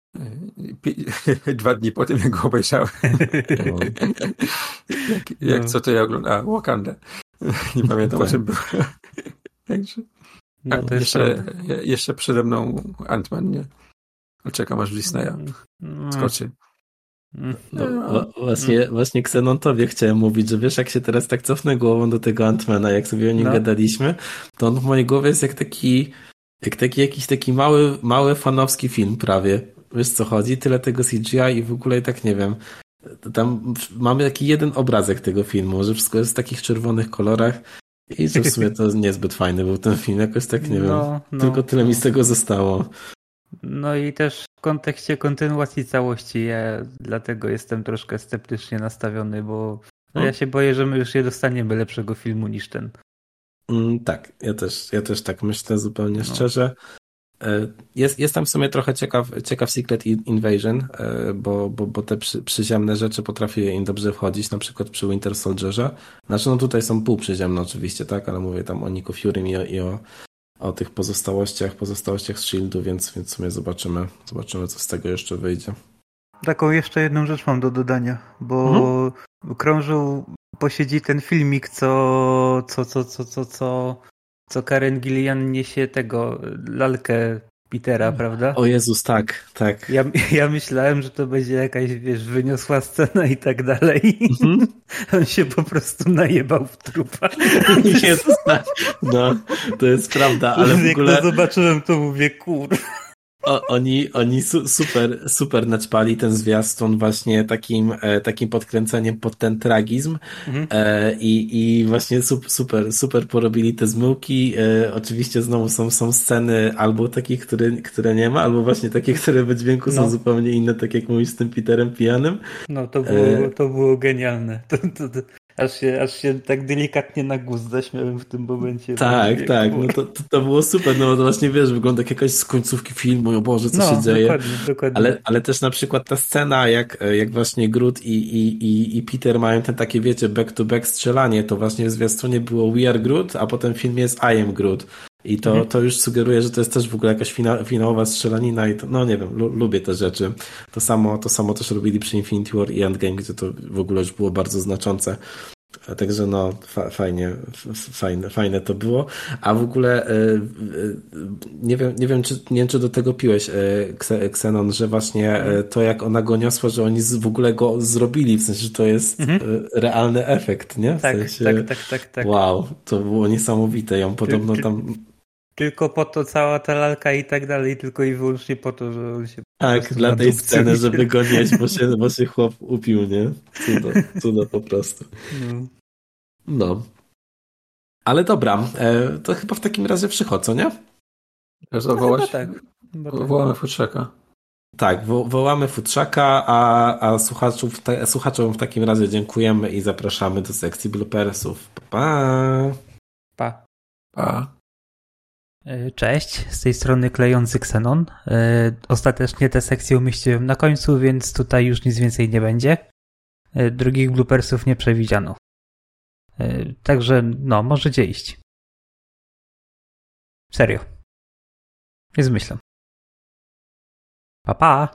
Speaker 4: Dwa dni po tym, jak go obejrzałem. No. jak, jak no. Co to ja oglądałem? Wakanda. Nie pamiętam, o czym było. Także...
Speaker 5: No,
Speaker 4: A, jeszcze, jeszcze przede mną Ant-Man, nie? Czekam aż Disneya skoczy.
Speaker 2: No, no. Właśnie, właśnie Xenon tobie chciałem mówić, że wiesz, jak się teraz tak cofnę głową do tego Ant-Mana, jak sobie o nim no. gadaliśmy, to on w mojej głowie jest jak taki, jak taki jakiś taki mały, mały fanowski film prawie. Wiesz co chodzi? Tyle tego C G I i w ogóle i tak nie wiem. Tam mamy taki jeden obrazek tego filmu, że wszystko jest w takich czerwonych kolorach. I że w sumie to niezbyt fajny był ten film, jakoś tak nie no, wiem, no, tylko tyle no. mi z tego zostało.
Speaker 5: No i też w kontekście kontynuacji całości ja dlatego jestem troszkę sceptycznie nastawiony, bo no, ja się boję, że my już nie dostaniemy lepszego filmu niż ten.
Speaker 2: Mm, tak, ja też, ja też tak myślę zupełnie no. szczerze. Jest, jestem w sumie trochę ciekaw, ciekaw Secret Invasion, bo, bo, bo te przy, przyziemne rzeczy potrafiły im dobrze wchodzić, na przykład przy Winter Soldierze. Znaczy no tutaj są półprzyziemne oczywiście, tak, ale mówię tam o Nico Fury i o, i o, o tych pozostałościach, pozostałościach z Shieldu, więc, więc w sumie zobaczymy, zobaczymy, co z tego jeszcze wyjdzie.
Speaker 5: Taką jeszcze jedną rzecz mam do dodania, bo mhm. krążył posiedzi ten filmik, co co, co, co, co, co, co Karen Gillian niesie tego lalkę Petera, prawda?
Speaker 2: O Jezus, tak, tak.
Speaker 5: Ja, ja myślałem, że to będzie jakaś, wiesz, wyniosła scena i tak dalej. Mhm. On się po prostu najebał w trupa.
Speaker 2: Jezus, tak. No, to jest prawda, ale w ogóle...
Speaker 5: Jak to zobaczyłem, to mówię, kur...
Speaker 2: O, oni oni su, super, super naćpali ten zwiastun właśnie takim, e, takim podkręceniem pod ten tragizm mhm. e, i, i właśnie super, super, super porobili te zmyłki. E, oczywiście znowu są, są sceny albo takich, które, które nie ma, albo właśnie takie, które we dźwięku no. są zupełnie inne, tak jak mówisz z tym Peterem pijanym.
Speaker 5: No to było, e... to było genialne. To, to, to... Aż się, aż się tak delikatnie na guz zaśmiałem w tym momencie.
Speaker 2: Tak, mówię, tak, no to, to, to było super, no to właśnie wiesz, wygląda jak jakaś z końcówki filmu, o Boże, co
Speaker 5: no,
Speaker 2: się dzieje.
Speaker 5: Dokładnie, dokładnie.
Speaker 2: Ale, ale też na przykład ta scena, jak, jak właśnie Groot i, i, i, i Peter mają ten takie, wiecie, back-to-back strzelanie, to właśnie w zwiastunie było We Are Groot, a potem w filmie jest I Am Groot. I to, mhm. to już sugeruje, że to jest też w ogóle jakaś fina, finałowa strzelanina i to, no nie wiem, lu, lubię te rzeczy. To samo, to samo też robili przy Infinity War i Endgame, gdzie to w ogóle już było bardzo znaczące. Także no, fa- fajnie, f- fajne, fajne to było. A w ogóle e, e, nie wiem, nie wiem, czy, nie wiem, czy do tego piłeś, e, Xenon, że właśnie e, to, jak ona go niosła, że oni z, w ogóle go zrobili, w sensie, że to jest mhm. e, realny efekt, nie? W
Speaker 5: tak,
Speaker 2: sensie,
Speaker 5: tak, tak, tak, tak.
Speaker 2: Wow, to było niesamowite. Ją podobno tam...
Speaker 5: Tylko po to cała ta lalka i tak dalej, tylko i wyłącznie po to, że on się...
Speaker 2: Tak, dla tej sceny, żeby go nieść, bo się, bo się chłop upił, nie? Cudo, cudo po prostu. No. no. Ale dobra, e, to chyba w takim razie przychodzą, nie?
Speaker 4: Chcesz zawołać?
Speaker 5: No, tak.
Speaker 4: Wołamy futrzaka.
Speaker 2: Tak, wo- wołamy futrzaka, a, a słuchaczów, te, słuchaczom w takim razie dziękujemy i zapraszamy do sekcji bloopersów. Pa!
Speaker 5: Pa.
Speaker 4: Pa.
Speaker 5: Cześć, z tej strony klejący Xenon. Ostatecznie tę sekcję umieściłem na końcu, więc tutaj już nic więcej nie będzie. Drugich bloopersów nie przewidziano. Także no, możecie iść. Serio. Nie zmyślam. Pa, pa!